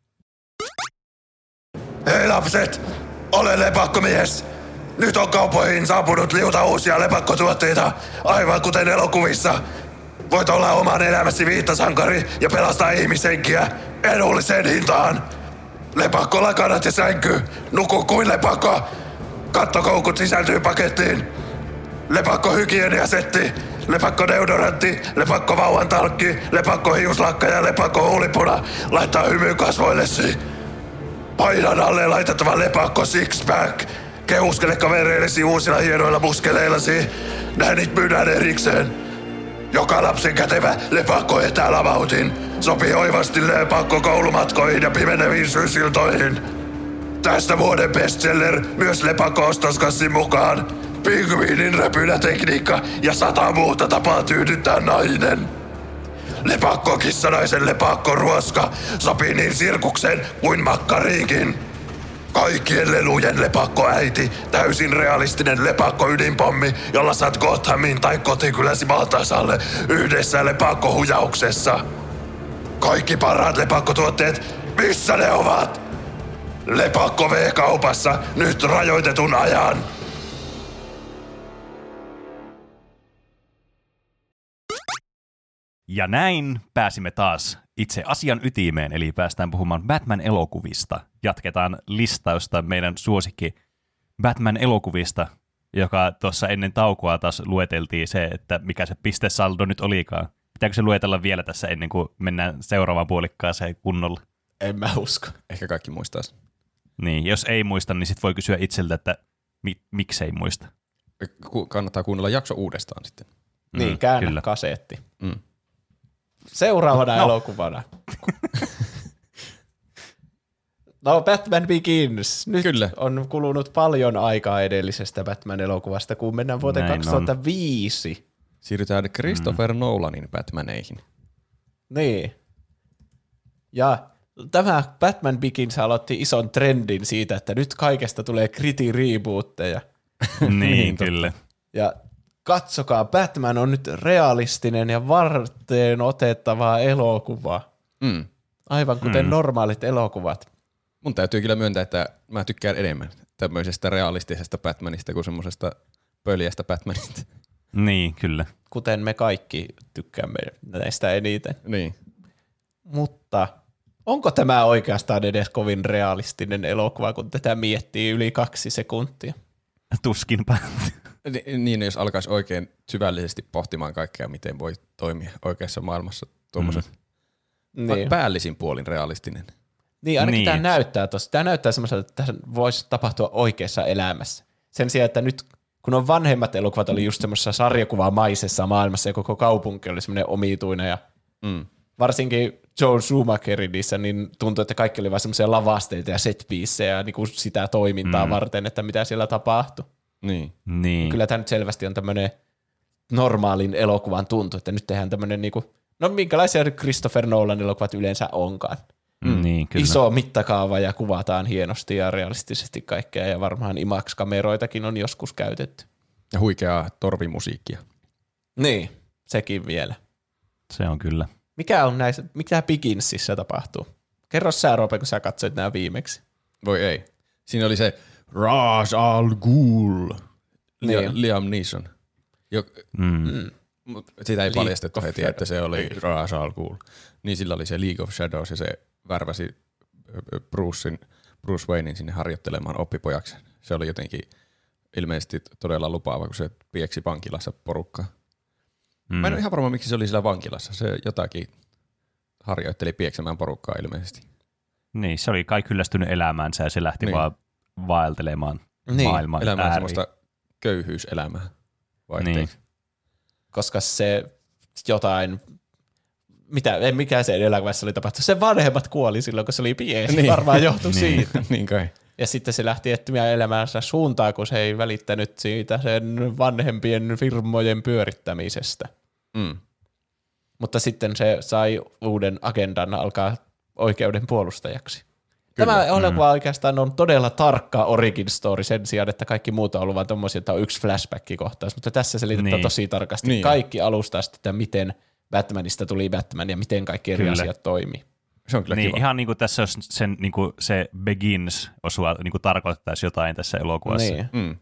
Speaker 4: Hei lapset, olen lepakkomies. Nyt on kaupoihin saapunut liuta uusia lepakkotuotteita, aivan kuten elokuvissa. Voit olla oman elämäsi viittasankari ja pelastaa ihmishenkiä edulliseen hintaan. Lepakkolakanat ja sänky, nuku kuin lepakko. Kattokoukut sisältyy pakettiin. Lepakkohygieniasetti, lepakkodeodorantti, lepakkovauvan talkki, lepakkohiuslakka ja lepakkohuulipuna laittaa hymyyn kasvoillesi. Paidan alle laitettava lepakko six-pack. Kehuskele kavereillesi uusilla hienoilla muskeleillasi. Nännit myydään erikseen. Joka lapsen kätevä lepakko etälavautin sopii oivasti lepakko koulumatkoihin ja pimeneviin syysiltoihin. Tästä vuoden bestseller myös lepakko-ostoskassin mukaan. Pingviinin räpynätekniikka ja sata muuta tapaa tyydyttää nainen. Lepakko kissanaisen lepakko ruoska sopii niin sirkukseen kuin makkariikin. Kaikkien lelujen lepakko äiti, täysin realistinen lepakko ydinpommi, jolla saat Gothamin tai kotikyläsi maatasalle yhdessä lepakkohujauksessa. Kaikki parhaat lepakkotuotteet, missä ne ovat? Lepakko V-kaupassa nyt rajoitetun ajan.
Speaker 2: Ja näin pääsimme taas itse asian ytimeen, eli päästään puhumaan Batman-elokuvista. Jatketaan listausta meidän suosikki Batman-elokuvista, joka tuossa ennen taukoa taas lueteltiin se, että mikä se pistesaldo nyt olikaan. Pitääkö se luetella vielä tässä ennen kuin mennään seuraavaan puolikkaaseen kunnolla?
Speaker 1: En mä usko.
Speaker 3: Ehkä kaikki muistaa sen.
Speaker 2: Niin, jos ei muista, niin sit voi kysyä itseltä, että mi- miksei muista.
Speaker 3: Ku- Kannattaa kuunnella jakso uudestaan sitten.
Speaker 1: Niin,
Speaker 2: Mm,
Speaker 1: käännä
Speaker 2: kyllä.
Speaker 1: kaseetti.
Speaker 3: Mm.
Speaker 1: Seuraavana
Speaker 2: No.
Speaker 1: elokuvana. No, Batman Begins. Nyt
Speaker 3: Kyllä.
Speaker 1: on kulunut paljon aikaa edellisestä Batman-elokuvasta, kun mennään vuoteen
Speaker 2: Näin on.
Speaker 1: kaksituhattaviisi.
Speaker 3: Siirrytään Christopher mm. Nolanin Batmaneihin.
Speaker 1: Niin. Ja tämä Batman Begins aloitti ison trendin siitä, että nyt kaikesta tulee gritty rebootteja.
Speaker 2: niin, kyllä.
Speaker 1: Ja katsokaa, Batman on nyt realistinen ja varteen otettava elokuva.
Speaker 3: Mm.
Speaker 1: Aivan kuten mm. normaalit elokuvat.
Speaker 3: Mun täytyy kyllä myöntää, että mä tykkään enemmän tämmöisestä realistisesta Batmanista kuin semmoisesta pöljästä Batmanista.
Speaker 2: Niin, kyllä.
Speaker 1: Kuten me kaikki tykkäämme näistä eniten.
Speaker 3: Niin.
Speaker 1: Mutta onko tämä oikeastaan edes kovin realistinen elokuva, kun tätä miettii yli kaksi sekuntia?
Speaker 2: Tuskinpä.
Speaker 3: Ni- niin, jos alkaisi oikein syvällisesti pohtimaan kaikkea, miten voi toimia oikeassa maailmassa tuommoisen mm.
Speaker 1: Niin,
Speaker 3: päällisin puolin realistinen.
Speaker 1: niin ainakin
Speaker 2: Niin.
Speaker 1: tämä näyttää tossa. Tämä näyttää semmoiselta, että tämä voisi tapahtua oikeassa elämässä. Sen sijaan, että nyt kun on vanhemmat elokuvat oli just semmoisessa sarjakuvamaisessa maailmassa ja koko kaupunki oli semmoinen omituinen ja
Speaker 3: Mm.
Speaker 1: varsinkin Joel Schumacherin niissä, niin tuntui, että kaikki oli vain semmoisia lavasteita ja setpiecejä ja niinku sitä toimintaa mm. varten, että mitä siellä tapahtui.
Speaker 3: Niin.
Speaker 2: Niin.
Speaker 1: Kyllä tämä nyt selvästi on tämmöinen normaalin elokuvan tuntu, että nyt tehdään tämmöinen niinku, no minkälaisia Christopher Nolan elokuvat yleensä onkaan.
Speaker 2: Mm. Niin, kyllä.
Speaker 1: Iso mittakaava ja kuvataan hienosti ja realistisesti kaikkea ja varmaan IMAX-kameroitakin on joskus käytetty.
Speaker 3: Ja huikeaa torvimusiikkia.
Speaker 1: Niin, sekin vielä.
Speaker 2: Se on kyllä.
Speaker 1: Mikä on näissä, mitä Beginsissä tapahtuu? Kerro sä, Roope, kun sä katsoit nämä viimeksi.
Speaker 3: Voi ei. Siinä oli se Ra's al Ghul.
Speaker 1: Niin.
Speaker 3: Li- Liam Neeson. Jo,
Speaker 2: Mm.
Speaker 1: Mm.
Speaker 3: mut sitä ei
Speaker 1: League
Speaker 3: paljastettu
Speaker 1: of
Speaker 3: heti,
Speaker 1: Shadows.
Speaker 3: että se oli Ra's al Ghul. Niin sillä oli se League of Shadows ja se värväsi Brucein, Bruce Waynein sinne harjoittelemaan oppipojaksi. Se oli jotenkin ilmeisesti todella lupaava, kun se pieksi vankilassa porukkaa.
Speaker 2: Mm.
Speaker 3: Mä en ole ihan varma, miksi se oli siellä vankilassa. Se jotakin harjoitteli pieksemään porukkaa ilmeisesti.
Speaker 2: Niin, se oli kai kyllästynyt elämäänsä ja se lähti
Speaker 3: Niin.
Speaker 2: vaan vaeltelemaan
Speaker 1: Niin,
Speaker 2: maailman
Speaker 3: Elämä on
Speaker 2: ääriin.
Speaker 3: semmoista köyhyyselämää vaihteeksi.
Speaker 2: Niin.
Speaker 1: Koska se jotain, mitä, ei mikä se elämässä oli tapahtunut. Sen vanhemmat kuoli silloin, kun se oli pieni.
Speaker 3: Niin.
Speaker 1: Varmaan johtui
Speaker 2: Niin.
Speaker 1: siitä.
Speaker 3: niin kai.
Speaker 1: Ja sitten se lähti etsimään elämänsä suuntaan, kun se ei välittänyt siitä sen vanhempien firmojen pyörittämisestä.
Speaker 3: Mm.
Speaker 1: Mutta sitten se sai uuden agendan alkaa oikeuden puolustajaksi.
Speaker 3: Kyllä.
Speaker 1: Tämä elokuva oikeastaan on todella tarkka origin story sen sijaan, että kaikki muuta on ollut vain tommosia, että on yksi flashback-kohtaus, mutta tässä selitetään
Speaker 2: Niin.
Speaker 1: tosi tarkasti
Speaker 3: Niin.
Speaker 1: kaikki alusta asti, että miten Batmanista tuli Batman ja miten kaikki eri
Speaker 2: Kyllä.
Speaker 1: asiat toimii.
Speaker 3: Se on kyllä
Speaker 2: Niin,
Speaker 3: kiva.
Speaker 2: ihan niin kuin tässä olisi sen, niin kuin se Begins-osua niin kuin tarkoittaisi jotain tässä elokuvassa.
Speaker 1: Niin.
Speaker 3: Mm.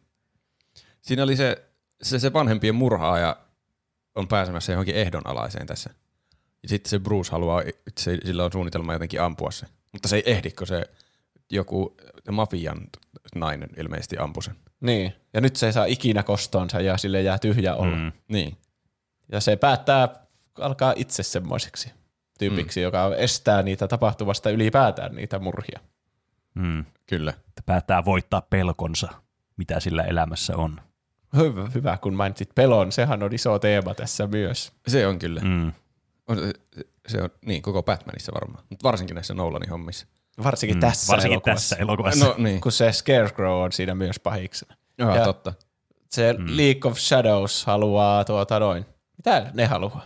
Speaker 3: Siinä oli se, se, se vanhempien murhaaja on pääsemässä johonkin ehdonalaiseen tässä. Ja sitten se Bruce haluaa, se, sillä on suunnitelma jotenkin ampua se. Mutta se ei ehdi, kun se joku mafian nainen ilmeisesti ampui sen.
Speaker 1: niin. Ja nyt se ei saa ikinä kostoonsa ja sille jää tyhjä olla.
Speaker 2: Mm.
Speaker 3: Niin.
Speaker 1: Ja se päättää alkaa itse semmoiseksi tyypiksi, mm. joka estää niitä tapahtumasta ylipäätään niitä murhia.
Speaker 2: Mm.
Speaker 3: Kyllä.
Speaker 2: Että päättää voittaa pelkonsa, mitä sillä elämässä on.
Speaker 1: Hyvä, hyvä kun mainitsit pelon. Sehän on iso teema tässä myös.
Speaker 3: Se on kyllä.
Speaker 2: Mm.
Speaker 3: On, se- se on niin koko Batmanissa varmaan, mutta varsinkin näissä Nolanin hommissa.
Speaker 1: Varsinkin
Speaker 2: Mm.
Speaker 1: tässä
Speaker 2: Varsinkin
Speaker 1: elokuvassa.
Speaker 2: tässä elokuvassa.
Speaker 3: No niin.
Speaker 1: Kun se Scarecrow on siinä myös pahiksena.
Speaker 3: Joo,
Speaker 1: Ja-
Speaker 3: totta.
Speaker 1: Se mm. League of Shadows haluaa tuota noin. Mitä ne haluaa?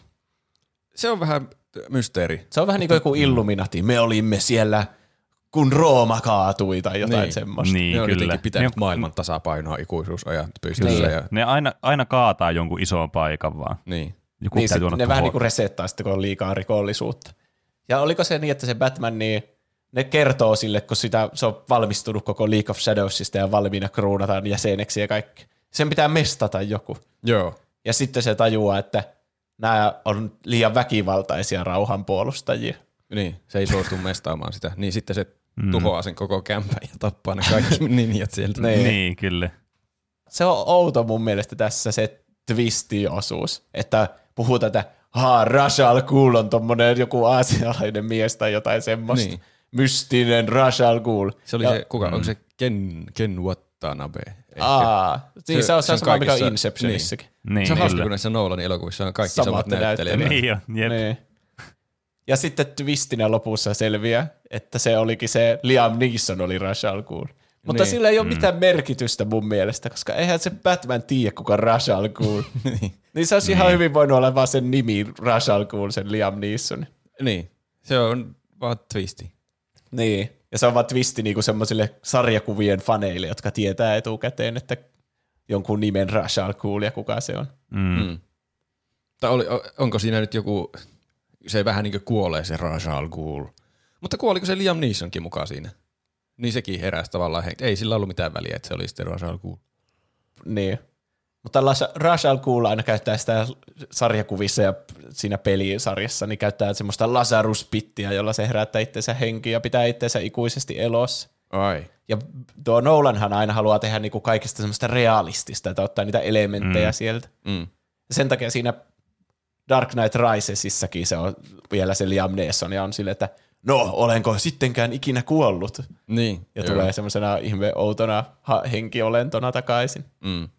Speaker 3: Se on vähän mysteeri.
Speaker 1: Se on vähän niin kuin joku Illuminati. Me olimme siellä, kun Rooma kaatui tai jotain
Speaker 3: Niin.
Speaker 1: semmoista.
Speaker 2: Niin,
Speaker 3: Ne on
Speaker 2: kyllä.
Speaker 3: jotenkin pitänyt
Speaker 2: Ne,
Speaker 3: maailman tasapainoa ikuisuusajan pystyssä.
Speaker 1: Niin.
Speaker 3: Ja,
Speaker 2: ne aina, aina kaataa jonkun ison paikan vaan.
Speaker 3: niin.
Speaker 2: Joku
Speaker 1: Niin,
Speaker 2: täytyy
Speaker 1: sit
Speaker 2: olla
Speaker 1: ne vähän niin
Speaker 2: tuho.
Speaker 1: kuin resettaa sitten, kun on liikaa rikollisuutta. Ja oliko se niin, että se Batman, niin ne kertoo sille, kun sitä, se on valmistunut koko League of Shadowsista ja valmiina kruunataan jäseneksi ja kaikki. Sen pitää mestata joku.
Speaker 3: Joo.
Speaker 1: Ja sitten se tajuaa, että nämä on liian väkivaltaisia rauhanpuolustajia.
Speaker 3: Niin, se ei suostu mestaamaan sitä. Niin sitten se mm. tuhoaa sen koko kämpän ja tappaa ne kaikki ninjat sieltä.
Speaker 1: Niin.
Speaker 2: Niin, kyllä.
Speaker 1: Se on outo mun mielestä tässä se twisti-osuus, että puhutaan, että haa, Ra's al Ghul on tommonen joku aasialainen mies tai jotain semmoista.
Speaker 3: Niin.
Speaker 1: Mystinen Ra's al Ghul.
Speaker 3: Se oli
Speaker 1: ja,
Speaker 3: se, kuka, mm. onko se Ken, Ken Watanabe? Ehkä.
Speaker 1: Aa, niin se, se on se, sama, mikä on
Speaker 3: kaikissa-
Speaker 1: Inceptionissakin.
Speaker 2: Niin,
Speaker 3: se on hauska,
Speaker 2: kyllä.
Speaker 3: kun näissä Nolanin elokuvissa on kaikki
Speaker 1: Samat
Speaker 3: samat näyttelijät.
Speaker 1: näyttelijät.
Speaker 2: Niin jo, jep.
Speaker 1: Niin. Ja sitten twistinä lopussa selviää, että se olikin se Liam Neeson oli Ra's al Ghul. Mutta
Speaker 3: Niin.
Speaker 1: sillä ei ole mitään merkitystä mun mielestä, koska eihän se Batman tiedä, kuka on Ra's al Ghul.
Speaker 3: niin.
Speaker 1: Niin se olisi ihan hyvin voinut olla vaan sen nimi Ra's al Ghul, sen Liam Neeson.
Speaker 3: niin, se on vaan twisti.
Speaker 1: Niin. Ja se on vaan twisti niinku semmoisille sarjakuvien faneille, jotka tietää etukäteen, että jonkun nimen Ra's al Ghul ja kuka se on.
Speaker 2: Mm.
Speaker 3: Mm. Tai oli, o- onko siinä nyt joku, se vähän niin kuin kuolee se Ra's al Ghul. Mutta kuoliko se Liam Neesonkin mukaan siinä? Niin sekin heräsi tavallaan, hen- ei sillä ollut mitään väliä, että se oli sitten Ra's al Ghul.
Speaker 1: Niin. Mutta Las- Ra's al Ghul aina käyttää sitä sarjakuvissa ja siinä pelisarjassa, niin käyttää semmoista Lazarus-pittiä, jolla se herättää itsensä henkiin ja pitää itsensä ikuisesti elossa.
Speaker 3: Ai.
Speaker 1: Ja tuo Nolanhan aina haluaa tehdä niinku kaikista semmoista realistista, että ottaa niitä elementtejä mm. sieltä.
Speaker 3: Mm.
Speaker 1: Sen takia siinä Dark Knight Risesissakin se on vielä se Liam Neeson ja on sille, että no, olenko sittenkään ikinä kuollut?
Speaker 3: Niin.
Speaker 1: Ja
Speaker 3: joo.
Speaker 1: tulee semmoisena ihme outona ha- henkiolentona takaisin.
Speaker 3: Mm.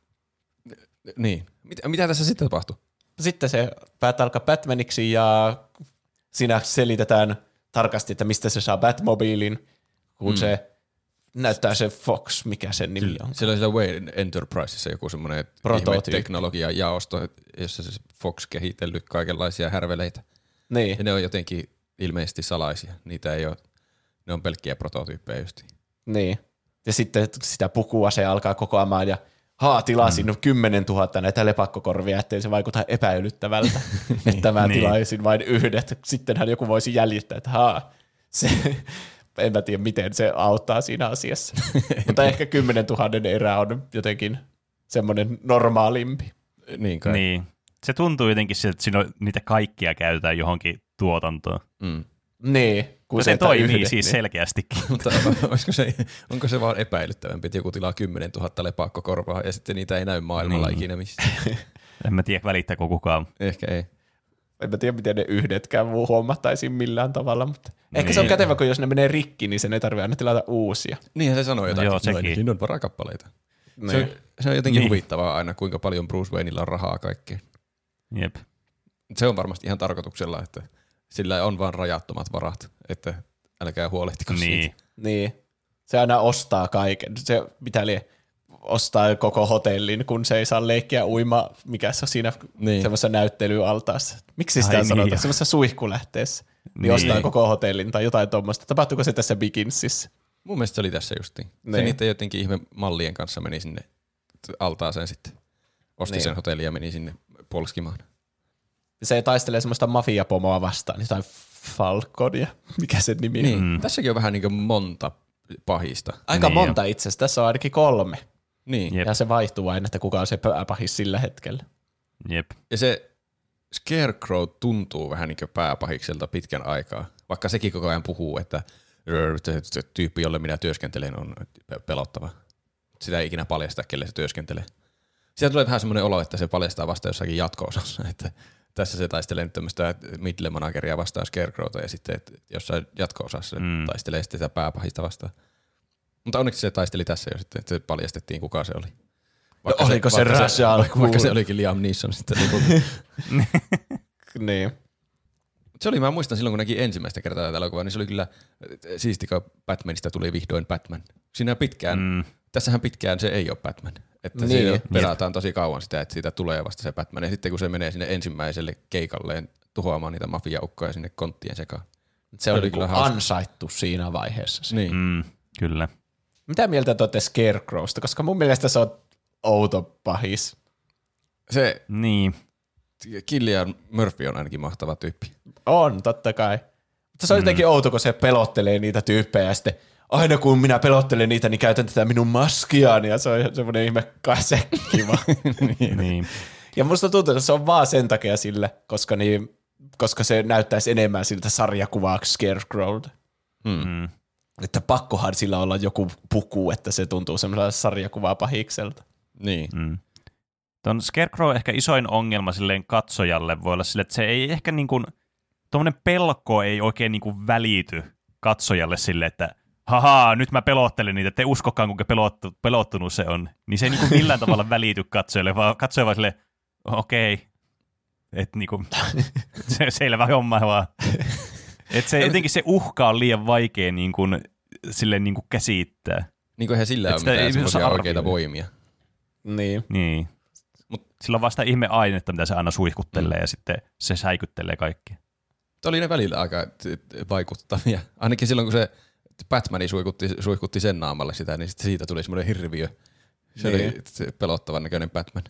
Speaker 3: Niin. Mitä, mitä tässä sitten tapahtui?
Speaker 1: Sitten se päättää alkaa Batmaniksi ja siinä selitetään tarkasti, että mistä se saa Batmobiilin, kun mm. se näyttää se Fox, mikä sen nimi on.
Speaker 3: Siellä oli siellä Wayne Enterprisessa joku semmoinen
Speaker 1: Prototyyppi.
Speaker 3: teknologia-jaosto, jossa se Fox kehitellyt kaikenlaisia härveleitä.
Speaker 1: Niin.
Speaker 3: Ja ne on jotenkin ilmeisesti salaisia. Niitä ei ole, ne on pelkkiä prototyyppejä just.
Speaker 1: Niin. Ja sitten sitä pukua se alkaa kokoamaan ja haa, tilasin mm. kymmenen tuhatta näitä lepakkokorvia, ettei se vaikuta epäilyttävältä, että mä
Speaker 2: Niin.
Speaker 1: tilaisin vain yhdet. Sittenhän joku voisi jäljittää, että haa, se, en mä tiedä miten se auttaa siinä asiassa. Mutta ehkä kymmenen tuhannen erä on jotenkin semmoinen normaalimpi.
Speaker 3: Niin kai.
Speaker 2: Niin. Se tuntuu jotenkin siltä, että siinä on, niitä kaikkia käytetään johonkin tuotantoon.
Speaker 3: Mm.
Speaker 1: Niin. Kun
Speaker 2: Se
Speaker 1: että
Speaker 2: toimii
Speaker 1: yhdet,
Speaker 2: siis
Speaker 1: niin.
Speaker 2: selkeästikin.
Speaker 3: Mutta olisiko se, onko se vaan epäilyttävämpi, että joku tilaa kymmenen tuhatta lepakkokorvaa ja sitten niitä ei näy maailmalla
Speaker 2: Niin.
Speaker 3: ikinä missään?
Speaker 2: En mä tiedä, välittääkö kukaan.
Speaker 3: Ehkä ei.
Speaker 1: En mä tiedä, miten ne yhdetkään huomattaisiin millään tavalla, mutta niin. Ehkä se on
Speaker 2: Niin.
Speaker 1: kätevä, kun jos ne menee rikki, niin sen ei tarvitse aina tilata uusia.
Speaker 3: Niinhän se sanoo jotakin.
Speaker 2: Joo,
Speaker 3: Noin,
Speaker 2: sekin.
Speaker 3: siinä on varakappaleita.
Speaker 1: Niin.
Speaker 3: Se, on, se on jotenkin
Speaker 2: Niin.
Speaker 3: huvittavaa aina, kuinka paljon Bruce Wayneilla on rahaa kaikkeen.
Speaker 2: Jep.
Speaker 3: Se on varmasti ihan tarkoituksella, että sillä on vaan rajattomat varat, että älkää huolehtiko
Speaker 2: Niin.
Speaker 3: siitä.
Speaker 1: Niin. Se aina ostaa kaiken. Se mitä lie ostaa koko hotellin, kun se ei saa leikkiä uima, mikä se on siinä
Speaker 3: Niin.
Speaker 1: semmoisessa näyttelyaltaassa. Miksi sitä
Speaker 2: Ai
Speaker 1: sanotaan?
Speaker 2: niin.
Speaker 1: Semmoisessa suihkulähteessä. Niin,
Speaker 2: Niin.
Speaker 1: ostaa koko hotellin tai jotain tuommoista. Tapahtuuko se tässä Beginsissä?
Speaker 3: Mun mielestä se oli tässä justiin. Se
Speaker 1: Niin.
Speaker 3: niiden jotenkin ihme mallien kanssa meni sinne altaaseen sitten. Osti
Speaker 1: Niin.
Speaker 3: sen hotellin ja meni sinne polskimaan.
Speaker 1: Se taistelee semmoista mafiapomoa vastaan, jotain Falconia. Mikä se nimi on?
Speaker 3: Niin. Mm. Tässäkin on vähän niin kuin monta pahista.
Speaker 1: Aika
Speaker 2: Niin
Speaker 1: monta itse asiassa. Tässä on ainakin kolme.
Speaker 3: Niin.
Speaker 2: Jep.
Speaker 1: Ja se vaihtuu aina, että kuka on se pääpahis sillä hetkellä.
Speaker 2: Jep.
Speaker 3: Ja se Scarecrow tuntuu vähän niin kuin pääpahikselta pitkän aikaa. Vaikka sekin koko ajan puhuu, että se, se tyyppi, jolle minä työskentelen, on pelottava. Sitä ei ikinä paljasta, kelle se työskentelee. Siitä tulee vähän semmoinen olo, että se paljastaa vasta jossakin jatko-osassa, että tässä se taistelee nyt tämmöistä middle-manageria vastaan Scarecrowta ja sitten että jossain jatko-osassa se
Speaker 2: Mm.
Speaker 3: taistelee sitten sitä pääpahista vastaan. Mutta onneksi se taisteli tässä jo sitten, että se paljastettiin kuka se oli.
Speaker 1: No, oliko se
Speaker 3: vaikka
Speaker 1: Ra's al
Speaker 3: vaikka, vaikka
Speaker 1: Ghul?
Speaker 3: se olikin Liam Neeson sitten.
Speaker 1: Niin.
Speaker 3: Se oli, mä muistan silloin, kun näki ensimmäistä kertaa tätä elokuvaa, niin se oli kyllä siisti, kun Batmanista tuli vihdoin Batman. Siinä pitkään, mm. tässähän pitkään se ei ole Batman. Että
Speaker 1: Niin.
Speaker 3: siinä pelataan tosi kauan sitä, että siitä tulee vasta se Batman. Ja sitten kun se menee sinne ensimmäiselle keikalleen tuhoamaan niitä mafiaukkoja sinne konttien sekaan.
Speaker 1: Se oli
Speaker 3: oli
Speaker 1: kyllä
Speaker 3: kyllä hauska.
Speaker 1: ansaittu siinä vaiheessa. Se.
Speaker 3: Niin.
Speaker 2: Mm, kyllä.
Speaker 1: Mitä mieltä te olette Scarecrowsta? Koska mun mielestä se on outo pahis.
Speaker 3: Se
Speaker 2: Niin.
Speaker 3: Cillian Murphy on ainakin mahtava tyyppi.
Speaker 1: On, totta kai. Mutta se on jotenkin outo, kun se pelottelee niitä tyyppejä ja sitten aina kun minä pelottelen niitä, niin käytän tätä minun maskiaani ja se on semmoinen ihme kasekki vaan.
Speaker 2: niin.
Speaker 1: Ja musta tuntuu, että se on vaan sen takia sille, koska, niin, koska se näyttäisi enemmän siltä sarjakuvaaksi Scarecrowlta.
Speaker 2: Mm.
Speaker 1: Että pakkohan sillä olla joku puku, että se tuntuu semmoisella sarjakuvaa pahikselta.
Speaker 3: Niin.
Speaker 2: Mm. Tuon Scarecrow ehkä isoin ongelma silleen katsojalle voi olla sille, että se ei ehkä niin kuin, tuommoinen pelko ei oikein niin kuin välity katsojalle sille, että haha, nyt mä pelottelen niitä, te uskokaan kuinka pelottu, pelottunut se on. Niin se ei niin kuin millään tavalla välity katsojalle, vaan katsoja vaan silleen, okei, okay. Että niin kuin, se selvä homma vaan. Että se, jotenkin se uhka on liian vaikea niin kuin, silleen niin kuin käsittää.
Speaker 3: Niin kuin eihän sillä ole
Speaker 2: sitä ei
Speaker 3: mitään
Speaker 2: osaa
Speaker 3: semmoisia oikeita
Speaker 2: arvioida.
Speaker 3: voimia.
Speaker 1: Niin.
Speaker 2: Niin.
Speaker 3: Mut-
Speaker 2: Sillä on vasta ihme ainetta, mitä se aina suihkuttelee mm. ja sitten se säikyttelee kaikki.
Speaker 3: Tämä oli ne välillä aika t- vaikuttavia. Ainakin silloin, kun se Batman suihkutti, suihkutti sen naamalle sitä, niin sitten siitä tuli semmoinen hirviö. Se
Speaker 1: Niin.
Speaker 3: oli se pelottavan näköinen Batman.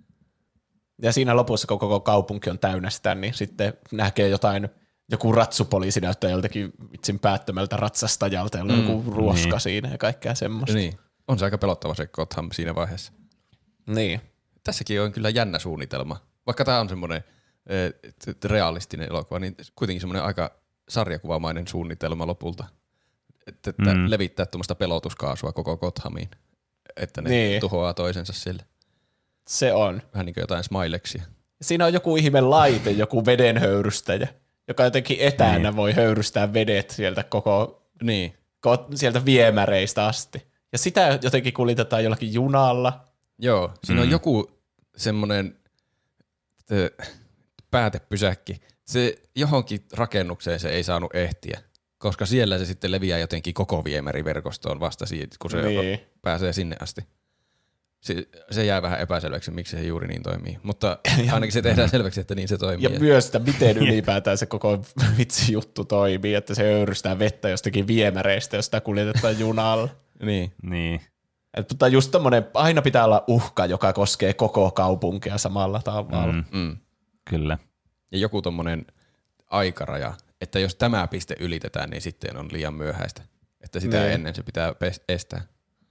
Speaker 1: Ja siinä lopussa, kun koko kaupunki on täynnä sitä, niin sitten näkee jotain, joku ratsupoliisi näyttää joltakin vitsin päättömältä ratsastajalta, jolla on
Speaker 3: Mm,
Speaker 1: joku ruoska
Speaker 2: niin.
Speaker 1: siinä ja kaikkea semmoista.
Speaker 3: Niin. On se aika pelottava se Gotham siinä vaiheessa.
Speaker 1: Niin.
Speaker 3: Tässäkin on kyllä jännä suunnitelma. Vaikka tämä on semmoinen eh, t- realistinen elokuva, niin kuitenkin semmoinen aika sarjakuvamainen suunnitelma lopulta. Että, että
Speaker 2: Mm.
Speaker 3: levittää tuommoista pelotuskaasua koko Gothamiin. Että ne
Speaker 1: Niin.
Speaker 3: tuhoaa toisensa sille.
Speaker 1: Se on.
Speaker 3: Vähän niin kuin jotain smileksia.
Speaker 1: Siinä on joku ihme laite, joku vedenhöyrystäjä, joka jotenkin etänä
Speaker 2: Niin.
Speaker 1: voi höyrystää vedet sieltä koko,
Speaker 3: Niin.
Speaker 1: ko- sieltä viemäreistä asti. Ja sitä jotenkin kuljetetaan jollakin junalla.
Speaker 3: Joo, siinä
Speaker 2: Mm.
Speaker 3: on joku semmoinen päätepysäkki. Se johonkin rakennukseen se ei saanut ehtiä, koska siellä se sitten leviää jotenkin koko viemäriverkostoon vasta siitä, kun se
Speaker 1: Niin.
Speaker 3: pääsee sinne asti. Se, se jää vähän epäselväksi, miksi se juuri niin toimii, mutta ainakin se tehdään selväksi, että niin se toimii.
Speaker 1: Ja myös sitä, miten ylipäätään se koko vitsi juttu toimii, että se höyrystää vettä jostakin viemäreistä, jos sitä kuljetetaan junalla.
Speaker 3: Niin.
Speaker 2: Niin.
Speaker 1: Mutta just tommonen, aina pitää olla uhka, joka koskee koko kaupunkia samalla tavalla.
Speaker 2: Mm.
Speaker 3: Mm.
Speaker 2: Kyllä.
Speaker 3: Ja joku tommonen aikaraja, että jos tämä piste ylitetään, niin sitten on liian myöhäistä. Että sitä
Speaker 1: Niin.
Speaker 3: ennen se pitää pes- estää.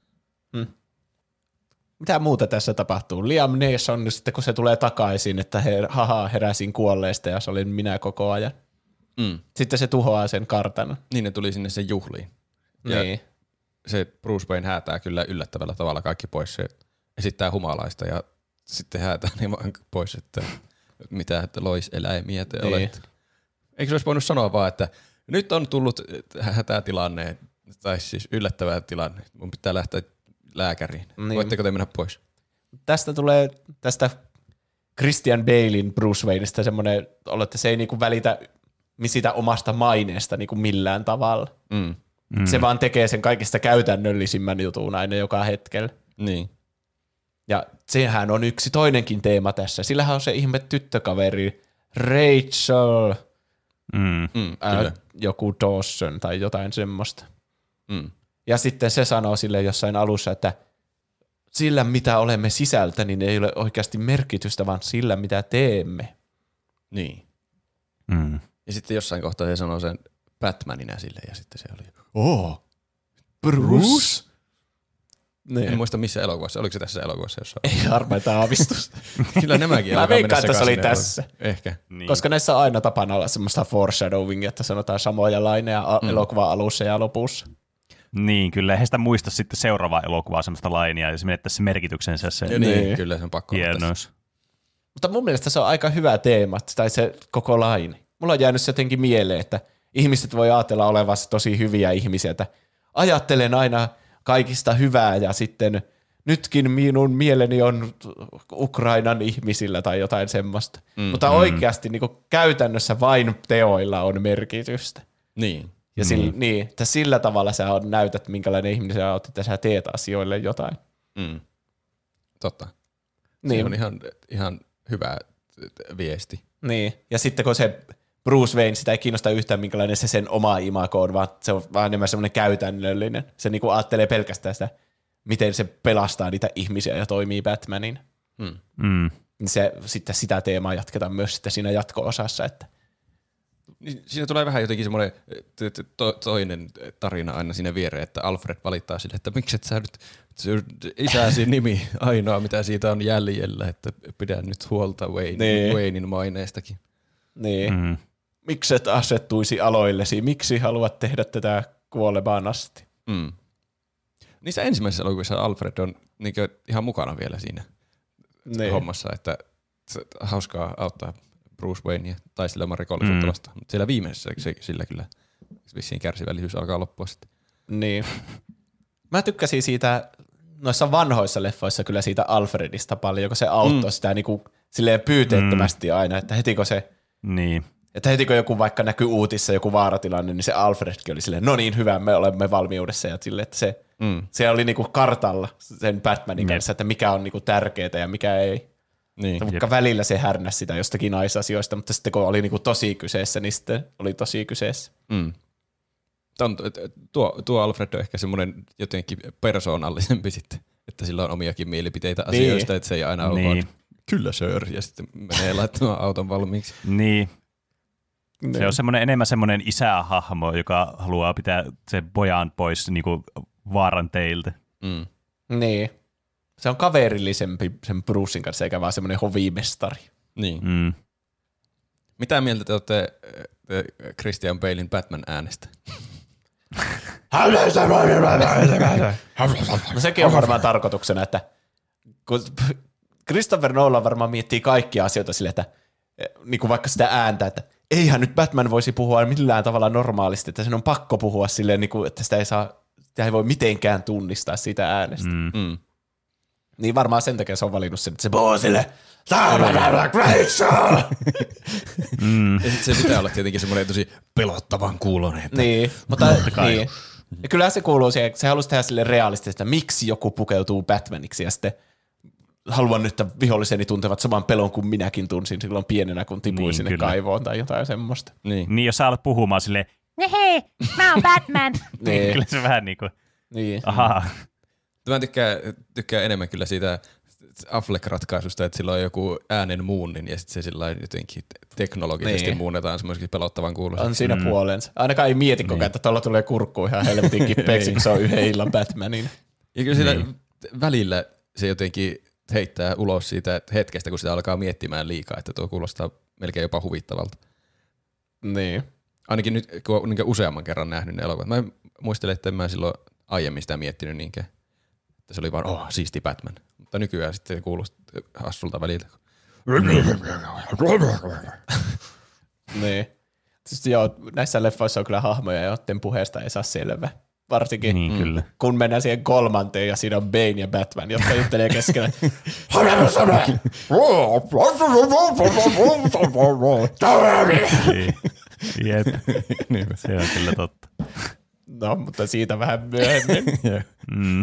Speaker 1: Mitä muuta tässä tapahtuu? Liam Neeson, sitten kun se tulee takaisin, että he, haha, heräsin kuolleesta ja se olin minä koko ajan.
Speaker 3: Mm.
Speaker 1: Sitten se tuhoaa sen kartanon.
Speaker 3: Niin ne tuli sinne sen juhliin. Ja
Speaker 1: Niin.
Speaker 3: se Bruce Wayne häätää kyllä yllättävällä tavalla kaikki pois. Se esittää humalaista ja sitten häätää niin vaan pois, että mitä loiseläimiä te
Speaker 1: Niin.
Speaker 3: olette. Eikö se olisi voinut sanoa vaan, että nyt on tullut hätätilanne, tai siis yllättävä tilanne, mun pitää lähteä lääkäriin.
Speaker 1: Niin.
Speaker 3: Voitteko te mennä pois?
Speaker 1: Tästä tulee tästä Christian Balein Bruce Wayneista semmoinen, että se ei niinku välitä siitä omasta maineesta niinku millään tavalla.
Speaker 3: Mm.
Speaker 1: Mm. Se vaan tekee sen kaikista käytännöllisimmän jutun aina joka hetkellä.
Speaker 3: Niin.
Speaker 1: Ja sehän on yksi toinenkin teema tässä. Sillähän on se ihme tyttökaveri Rachel,
Speaker 2: Mm.
Speaker 3: Mm,
Speaker 1: ää, joku Dawson tai jotain semmoista.
Speaker 3: Mm.
Speaker 1: Ja sitten se sanoo sille jossain alussa, että sillä mitä olemme sisältä, niin ei ole oikeasti merkitystä, vaan sillä mitä teemme.
Speaker 3: Niin.
Speaker 2: Mm.
Speaker 3: Ja sitten jossain kohtaa se sanoo sen Batmanina sille, ja sitten se oli, oh, Bruce?
Speaker 1: Niin.
Speaker 3: En muista missä elokuvassa, oliko se tässä elokuvassa jossain?
Speaker 1: Ei harmaita aavistusta.
Speaker 3: Kyllä nämäkin
Speaker 1: Mä
Speaker 3: alkaa mennä
Speaker 1: veikkaan, että se oli
Speaker 3: sekaisin
Speaker 1: tässä.
Speaker 3: elokuvassa. Ehkä.
Speaker 2: Niin.
Speaker 1: Koska näissä on aina tapana olla semmoista foreshadowingia, että sanotaan samoja laineja a-
Speaker 3: Mm.
Speaker 1: elokuvan alussa ja lopussa.
Speaker 2: Niin, kyllä. Eihän sitä muista sitten seuraavaa elokuvaa semmoista lainia, ja se menettäisi se merkityksensä se
Speaker 3: Ja niin,
Speaker 1: Niin.
Speaker 3: kyllä se on pakko olla tässä.
Speaker 2: hienous.
Speaker 1: Mutta mun mielestä se on aika hyvä teema, tai se koko laini. Mulla on jäänyt se jotenkin mieleen, että ihmiset voi ajatella olevansa tosi hyviä ihmisiä, että ajattelen aina kaikista hyvää ja sitten nytkin minun mieleni on Ukrainan ihmisillä tai jotain semmoista. Mm, Mutta oikeasti niin kuin käytännössä vain teoilla on merkitystä.
Speaker 3: Niin.
Speaker 1: Ja mm. sillä, niin, että sillä tavalla sä näytät, minkälainen ihminen sä oot, että sä teet asioille jotain.
Speaker 3: Mm. Totta.
Speaker 1: Niin.
Speaker 3: Se on ihan, ihan hyvä viesti.
Speaker 1: Niin, ja sitten kun se Bruce Wayne, sitä ei kiinnosta yhtään, minkälainen se sen oma imago on, vaan se on vaan enemmän semmoinen käytännöllinen. Se niinku ajattelee pelkästään sitä, miten se pelastaa niitä ihmisiä ja toimii Batmanin.
Speaker 3: Mm.
Speaker 2: Mm.
Speaker 1: Niin se, sitten sitä teemaa jatketaan myös sitten siinä jatko-osassa. Että.
Speaker 3: Niin siinä tulee vähän jotenkin semmoinen to, to, toinen tarina aina sinne viereen, että Alfred valittaa sille, että miksi et sä nyt se on isäsi nimi ainoa, mitä siitä on jäljellä, että pidä nyt huolta Wayne,
Speaker 1: Niin.
Speaker 3: Waynein maineestakin.
Speaker 1: Niin.
Speaker 2: Mm.
Speaker 1: Miksi et asettuisi aloillesi? Miksi haluat tehdä tätä kuolemaan asti?
Speaker 3: Mm. Niissä ensimmäisissä elokuvissa Alfred on niinkö ihan mukana vielä siinä
Speaker 1: Niin.
Speaker 3: hommassa, että se, hauskaa auttaa Bruce Waynea taistelemaan rikollisuutta
Speaker 2: Mm.
Speaker 3: vastaan. Mutta siellä viimeisessä se, sillä kyllä vissiin kärsivällisyys alkaa loppua sitten.
Speaker 1: Niin. Mä tykkäsin siitä, noissa vanhoissa leffoissa kyllä siitä Alfredista paljon, kun se auttoi mm. sitä niinku silleen pyyteettömästi aina, että heti kun se,
Speaker 2: Niin.
Speaker 1: että heti kun joku vaikka näkyy uutissa joku vaaratilanne, niin se Alfredkin oli silleen, no niin hyvä, me olemme valmiudessa ja silleen, että se,
Speaker 3: Mm.
Speaker 1: se oli niinku kartalla sen Batmanin
Speaker 2: Jep.
Speaker 1: kanssa, että mikä on niinku tärkeää ja mikä ei.
Speaker 3: Niin.
Speaker 1: Vaikka välillä se härnäsi sitä jostakin naisasioista, mutta sitten kun oli niinku tosi kyseessä, niin sitten oli tosi kyseessä.
Speaker 3: Mm. Ton, tuo, tuo Alfred on ehkä semmoinen jotenkin persoonallisempi sitten, että sillä on omiakin mielipiteitä
Speaker 1: Niin.
Speaker 3: asioista, että se ei aina ole
Speaker 2: Niin.
Speaker 3: vaan, kyllä sir, ja sitten menee laittamaan auton valmiiksi.
Speaker 2: Niin.
Speaker 1: Niin.
Speaker 2: Se on semmoinen, enemmän semmoinen isähahmo, joka haluaa pitää sen pojan pois niinku vaaran teiltä.
Speaker 3: Mm.
Speaker 1: Niin. Se on kaverillisempi sen Brucein kanssa, eikä vaan semmoinen hovimestari.
Speaker 3: Niin.
Speaker 2: Mm.
Speaker 3: Mitä mieltä te olette äh, Christian Balein Batman-äänestä?
Speaker 1: No sekin on varmaan tarkoituksena, että kun Christopher Nolan varmaan miettii kaikkia asioita sille, että niin kuin vaikka sitä ääntä, että eihän nyt Batman voisi puhua millään tavalla normaalisti, että sen on pakko puhua silleen, niin kuin, että sitä ei, saa, sitä ei voi mitenkään tunnistaa siitä äänestä.
Speaker 2: Mm.
Speaker 3: Mm.
Speaker 1: Niin varmaan sen takia se on valinnut sen, että se puhuu silleen, Rachel!
Speaker 2: Mm.
Speaker 3: Ja sitten se pitää olla tietenkin semmoinen tosi pelottavan kuulonen. Että
Speaker 1: Niin, mutta
Speaker 2: kai.
Speaker 1: niin. Ja kyllä se kuuluu siihen, se halusi tehdä sille realistisesti, että miksi joku pukeutuu Batmaniksi ja sitten haluan nyt, että viholliseni tuntevat saman pelon kuin minäkin tunsin silloin pienenä, kun tipuin
Speaker 2: Niin,
Speaker 1: sinne
Speaker 2: kyllä.
Speaker 1: kaivoon tai jotain semmoista.
Speaker 3: Niin.
Speaker 2: Niin, jos sä alat puhumaan silleen,
Speaker 5: Hei, mä oon Batman.
Speaker 1: Niin.
Speaker 2: kyllä se vähän niin kuin,
Speaker 1: Niin.
Speaker 2: ahaa.
Speaker 3: Mä tykkään, tykkään enemmän kyllä siitä Affleck-ratkaisusta, että sillä on joku äänen muunnin ja sitten se sillä jotenkin teknologisesti
Speaker 1: Niin.
Speaker 3: muunnetaan semmoisesti pelottavan kuulosta.
Speaker 1: On siinä mm. puolensa. Ainakaan ei mieti koko ajan, että tuolla tulee kurkku ihan helvetin kipeäksi, kun se on yhden illan Batmanin.
Speaker 3: Ja kyllä sillä välillä se jotenkin heittää ulos siitä hetkestä, kun sitä alkaa miettimään liikaa, että tuo kuulostaa melkein jopa huvittavalta.
Speaker 1: Niin.
Speaker 3: Ainakin nyt, kun olen niin useamman kerran nähnyt ne elokuvat. Mä muistelen, että en mä silloin aiemmin sitä miettinyt niinkään. Että se oli vaan, oh, siisti Batman. Mutta nykyään sitten se kuulostaa hassulta välillä.
Speaker 1: Niin. Tietysti joo, näissä leffoissa on kyllä hahmoja, joiden puheesta ei saa selvää. Varsinkin
Speaker 2: Niin,
Speaker 1: mm.
Speaker 2: kyllä.
Speaker 1: kun mennään siihen kolmanteen ja siinä on Bane ja Batman, jotka juttelee keskenään.
Speaker 2: Jep, se on kyllä totta.
Speaker 1: No, mutta siitä vähän myöhemmin.
Speaker 2: mm.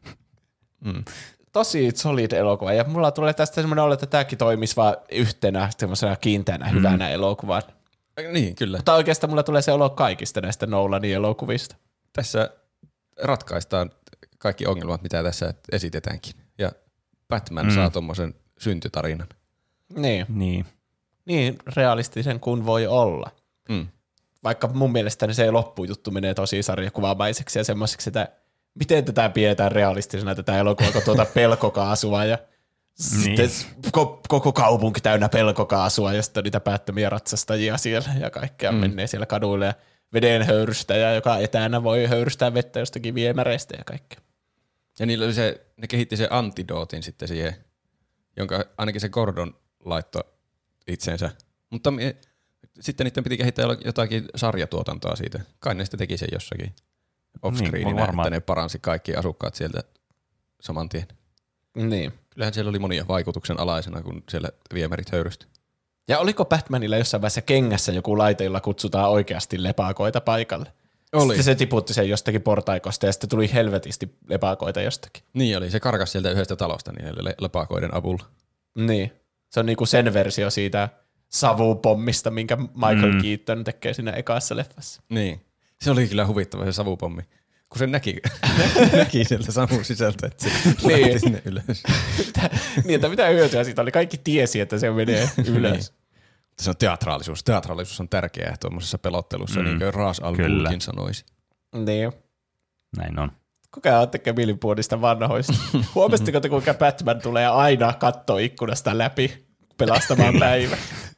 Speaker 1: Mm. Tosi solid elokuva, ja mulla tulee tästä semmoinen olo, että tämäkin toimisi vaan yhtenä semmoisena kiinteänä mm. hyvänä elokuvana.
Speaker 3: Niin, kyllä.
Speaker 1: Mutta oikeastaan mulla tulee se olo kaikista näistä Nolanin elokuvista.
Speaker 3: Tässä ratkaistaan kaikki ongelmat, mitä tässä esitetäänkin. Ja Batman mm. saa tommosen syntytarinan.
Speaker 1: Niin.
Speaker 2: Niin.
Speaker 1: Niin realistisen kuin voi olla.
Speaker 3: Mm.
Speaker 1: Vaikka mun mielestäni se loppujuttu menee tosi sarjakuvamaiseksi ja semmoiseksi, että miten tätä pidetään realistisena tätä elokuvaa, kun tuota pelkokaasua ja niin. sitten koko kaupunki täynnä pelkokaasua ja sitten on niitä päättömiä ratsastajia siellä ja kaikkea mm. menee siellä kaduille ja veden höyrystäjä, joka etänä voi höyrystää vettä jostakin viemäreistä ja kaikkea.
Speaker 3: Ja niillä oli se, ne kehitti se antidootin sitten siihen, jonka ainakin se Gordon laittoi itsensä. Mutta me, sitten niiden piti kehittää jotakin sarjatuotantoa siitä. Kai ne sitten teki sen jossakin off-screeninä, niin, että ne paransi kaikki asukkaat sieltä saman tien.
Speaker 1: Niin.
Speaker 3: Kyllähän siellä oli monia vaikutuksen alaisena, kun siellä viemärit höyrystyi.
Speaker 1: Ja oliko Batmanilla jossain vaiheessa kengässä joku laite, jolla kutsutaan oikeasti lepakoita paikalle? Oli. Sitten se tiputti sen jostakin portaikosta ja sitten tuli helvetisti lepakoita jostakin.
Speaker 3: Niin oli, se karkasi sieltä yhdestä talosta niille lepakoiden avulla.
Speaker 1: Niin, se on niinku sen versio siitä savupommista, minkä Michael mm. Keaton tekee siinä ekassa leffassa.
Speaker 3: Niin, se oli kyllä huvittava se savupommi. Kun se näki, näki sieltä savun sisältä, että se
Speaker 1: niin.
Speaker 3: lähti sinne ylös.
Speaker 1: Mitä, niin, että mitä hyötyä siitä oli? Kaikki tiesi, että se menee ylös.
Speaker 3: Niin. Se on teatraalisuus. Teatraalisuus on tärkeää tuommoisessa pelottelussa, mm. niin kuin Ra's al Ghulkin sanoisi.
Speaker 1: Niin.
Speaker 2: Näin on.
Speaker 1: Kuka olette Kemilin puolista vanhoista? Huomasitteko te, kuinka Batman tulee aina katsoa ikkunasta läpi pelastamaan päivän?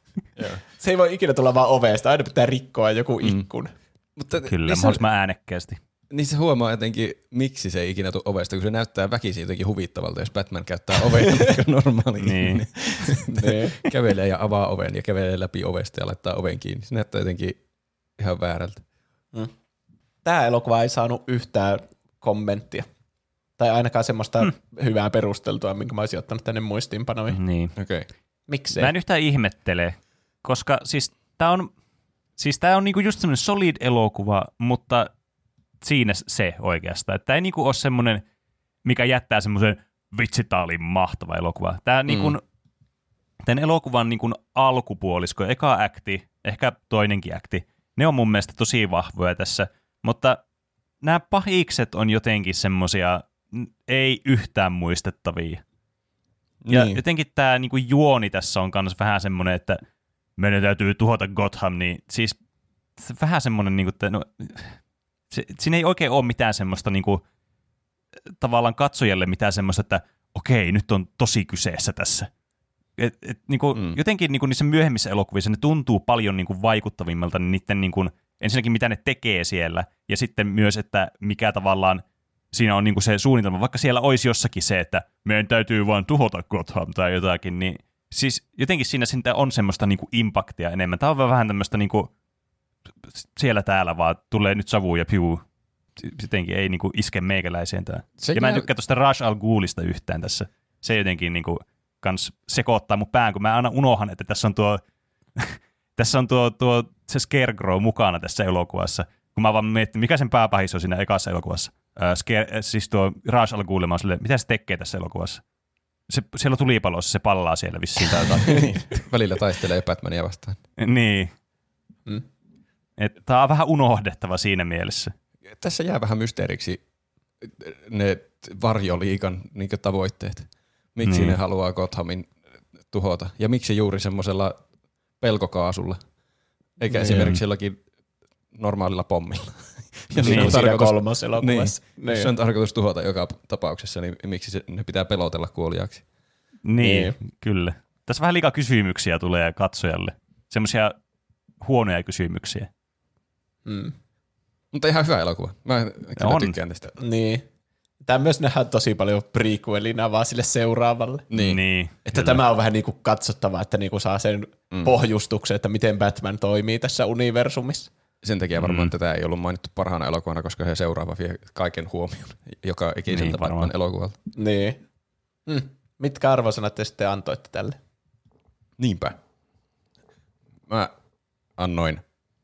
Speaker 1: Se ei voi ikinä tulla vaan ovesta, aina pitää rikkoa joku mm. ikkuna.
Speaker 2: Mutta kyllä, niin mahdollisimman äänekkäästi.
Speaker 3: Niin se huomaa jotenkin, miksi se ei ikinä tule ovesta, kun se näyttää väkisin jotenkin huvittavalta, jos Batman käyttää ovea normaali.
Speaker 2: niin.
Speaker 3: niin. Kävelee ja avaa oven ja kävelee läpi ovesta ja laittaa oven kiinni. Se näyttää jotenkin ihan väärältä.
Speaker 1: Mm. Tämä elokuva ei saanut yhtään kommenttia. Tai ainakaan semmoista mm. hyvää perusteltua, minkä mä olisin ottanut tänne muistiinpanoihin.
Speaker 2: Niin.
Speaker 3: Okay.
Speaker 1: Miksei?
Speaker 2: Mä en yhtään ihmettele, koska siis tää on, siis tää on niinku just semmoinen solid elokuva, mutta siinä se oikeastaan. Että tää ei niinku ole semmoinen, mikä jättää semmoisen vitsi, tää oli mahtava elokuva. Tää mm. niinku, tämän elokuvan niinku alkupuolisko, eka akti, ehkä toinenkin akti, ne on mun mielestä tosi vahvoja tässä, mutta nämä pahikset on jotenkin semmosia ei yhtään muistettavia. Ja niin. jotenkin tämä niinku juoni tässä on myös vähän semmoinen, että meidän täytyy tuhota Gotham, niin siis se vähän semmoinen, niinku, että no, se, siinä ei oikein ole mitään semmoista niinku, tavallaan katsojalle mitään semmoista, että okei, nyt on tosi kyseessä tässä. Et, et, niinku, mm. Jotenkin niinku, niissä myöhemmissä elokuvissa ne tuntuu paljon niinku, vaikuttavimmalta niiden niinku, ensinnäkin mitä ne tekee siellä, ja sitten myös, että mikä tavallaan siinä on niinku se suunnitelma, vaikka siellä olisi jossakin se, että meidän täytyy vaan tuhota Gotham tai jotakin, niin siis jotenkin siinä on semmoista niinku impaktia enemmän. Tämä on vähän tämmöistä niinku siellä täällä vaan tulee nyt savu ja piu. Jotenkin ei niinku iske meikäläiseen tämä. Ja mä en tykkää tuosta Ra's al Ghulista yhtään tässä. Se jotenkin niinku kans sekoittaa mun pään, kun mä aina unohan, että tässä on tuo tässä on tuo, tuo se Scarecrow mukana tässä elokuvassa. Kun mä vaan mietin, mikä sen pääpahis on siinä ekassa elokuvassa. Äh, scare, siis tuo Ra's al Ghul, mä silleen, mitä se tekee tässä elokuvassa? Se, siellä on tulipalossa, se pallaa siellä vissiin tai jotain.
Speaker 3: Välillä taistelee Batmania vastaan.
Speaker 2: Niin. Mm. Tämä on vähän unohdettava siinä mielessä.
Speaker 3: Tässä jää vähän mysteeriksi ne varjoliigan niin tavoitteet. Miksi niin. ne haluaa Gothamin tuhota? Ja miksi juuri semmoisella pelkokaasulla? Eikä niin. esimerkiksi jollakin normaalilla pommilla.
Speaker 1: Ja niin, on tarkoitus, kolmas elokuvassa.
Speaker 3: Niin, niin. Se on tarkoitus tuhota joka tapauksessa, niin miksi se, ne pitää pelotella kuoliaaksi?
Speaker 2: Niin, niin, kyllä. Tässä vähän liikaa kysymyksiä tulee katsojalle. Semmoisia huonoja kysymyksiä.
Speaker 1: Mm.
Speaker 3: Mutta ihan hyvä elokuva. Mä kyllä tykkään tästä.
Speaker 1: Niin. Tämä myös nähdään tosi paljon prequelina vaan sille seuraavalle.
Speaker 3: Niin.
Speaker 2: niin
Speaker 1: Että
Speaker 2: kyllä.
Speaker 1: tämä on vähän niin kuin katsottava, että niin kuin saa sen mm. pohjustuksen, että miten Batman toimii tässä universumissa.
Speaker 3: Sen takia varmaan
Speaker 2: Mm.
Speaker 3: tätä ei ollut mainittu parhaana elokuvana, koska se seuraava vie kaiken huomioon joka ikiseltä
Speaker 2: Niin,
Speaker 3: niin,
Speaker 2: varmaan.
Speaker 3: Batman elokuvalta.
Speaker 1: Niin. Hmm. Mitkä arvosanat te sitten antoitte tälle?
Speaker 3: Niinpä. Mä annoin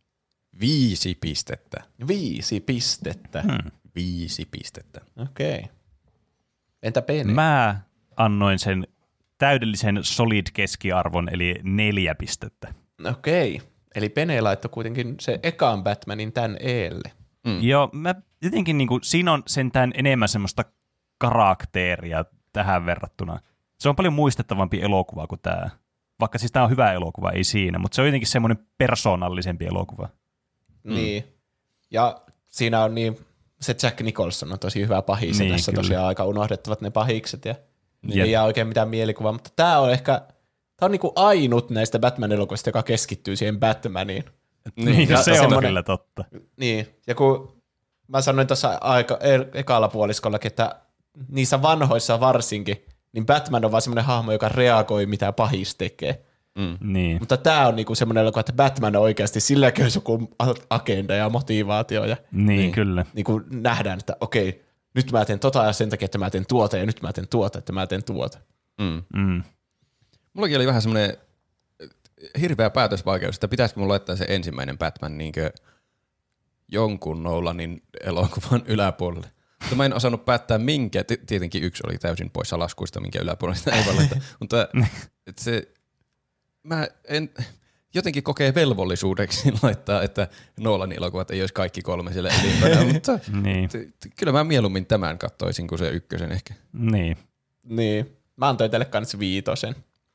Speaker 3: viisi pistettä.
Speaker 1: Viisi pistettä.
Speaker 2: Hmm.
Speaker 3: Viisi pistettä.
Speaker 1: Okei. Okay. Entä Pene?
Speaker 2: Mä annoin sen täydellisen solid keskiarvon, eli neljä pistettä.
Speaker 1: Okei. Okay. Eli Pene laittoi kuitenkin se ekan Batmanin tän eelle.
Speaker 2: Mm. Joo, mä jotenkin niinku, siinä on sentään enemmän semmoista karakteria tähän verrattuna. Se on paljon muistettavampi elokuva kuin tämä. Vaikka siis tämä on hyvä elokuva, ei siinä, mutta se on jotenkin semmoinen persoonallisempi elokuva.
Speaker 1: Mm. Niin. Ja siinä on niin, se Jack Nicholson on tosi hyvä pahis,
Speaker 2: Niin,
Speaker 1: ja tässä
Speaker 2: kyllä.
Speaker 1: tosiaan aika unohdettavat ne pahikset, ja
Speaker 2: Jep.
Speaker 1: ei jää oikein mitään mielikuvaa, mutta tämä on ehkä, tämä on niinku ainut näistä Batman-elokuvista, joka keskittyy siihen Batmaniin.
Speaker 2: Niin,
Speaker 1: ja
Speaker 2: no, se on
Speaker 1: semmoinen-
Speaker 2: kyllä totta.
Speaker 1: Niin, ja kun mä sanoin tuossa aika e- ekalla puoliskollakin, että niissä vanhoissa varsinkin, niin Batman on vaan semmoinen hahmo, joka reagoi, mitä pahis tekee.
Speaker 2: Niin.
Speaker 1: Mutta tämä on niinku semmoinen elokuva, että Batman on oikeasti, silläkin on joku agenda ja motivaatio. Ja
Speaker 2: Niin, kyllä.
Speaker 1: niinku nähdään, että okei, nyt mä teen tota ja sen takia, että mä teen tuota ja nyt mä teen tuota, että mä teen tuota.
Speaker 3: Mm.
Speaker 2: Mm.
Speaker 3: Mullakin oli vähän semmoinen hirveä päätösvaikeus, että pitäisikö mun laittaa se ensimmäinen Batman niinkö jonkun Nolanin elokuvan yläpuolelle. Mutta mä en osannut päättää minkä, T- tietenkin yksi oli täysin poissa laskuista, minkä yläpuolelle sitä ei voi laittaa. Mutta et se, mä en jotenkin kokee velvollisuudeksi laittaa, että Nolanin elokuvat ei olisi kaikki kolme siellä ylimpänä, mutta
Speaker 2: Niin.
Speaker 3: t- t- kyllä mä mieluummin tämän kattoisin kuin se ykkösen ehkä.
Speaker 2: Niin.
Speaker 1: Niin, mä antoin teille kanssa viitosen.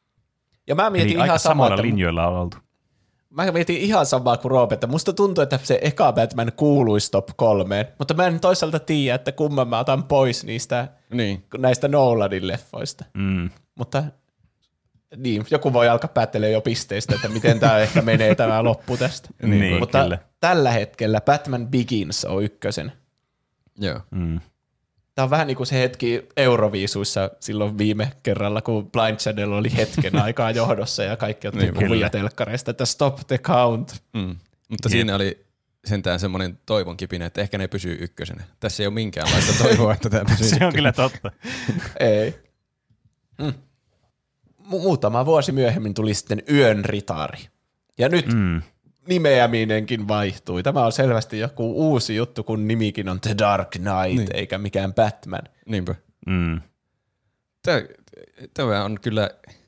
Speaker 1: Ja mä
Speaker 2: Eli
Speaker 1: mietin
Speaker 2: aika
Speaker 1: ihan samaa,
Speaker 2: samalla
Speaker 1: että
Speaker 2: linjoilla on oltu.
Speaker 1: mä mietin ihan samaa kuin Roope, että musta tuntuu, että se eka Batman kuuluisi top kolmeen, mutta mä en toisaalta tiedä, että kumman mä otan pois niistä
Speaker 3: Niin.
Speaker 1: näistä Nolanin leffoista.
Speaker 2: Mm.
Speaker 1: Mutta niin, joku voi alkaa päättelemään jo pisteistä, että miten tämä ehkä menee tämä loppu tästä.
Speaker 2: Niin,
Speaker 1: mutta
Speaker 2: kyllä.
Speaker 1: tällä hetkellä Batman Begins on ykkösen.
Speaker 3: Joo.
Speaker 2: Mm.
Speaker 1: Tämä on vähän niin kuin se hetki Euroviisuissa silloin viime kerralla, kun Blind Channel oli hetken aikaa johdossa ja kaikki otti
Speaker 3: Niin,
Speaker 1: kuvia
Speaker 2: kyllä.
Speaker 1: telkkareista, että stop the count.
Speaker 3: Mm. Mutta
Speaker 2: Jep.
Speaker 3: siinä oli sentään semmoinen toivon kipinä, että ehkä ne pysyy ykkösenä. Tässä ei ole minkäänlaista toivoa, että tämä pysyy
Speaker 2: Se on kyllä totta.
Speaker 1: Ei. Mm. Mu- muutama vuosi myöhemmin tuli sitten Yön ritari. Ja nyt
Speaker 2: Mm.
Speaker 1: nimeäminenkin vaihtui. Tämä on selvästi joku uusi juttu, kun nimikin on The Dark Knight,
Speaker 3: Niin.
Speaker 1: eikä mikään Batman.
Speaker 3: Niinpä.
Speaker 2: Mm.
Speaker 3: Tämä, tämä on kyllä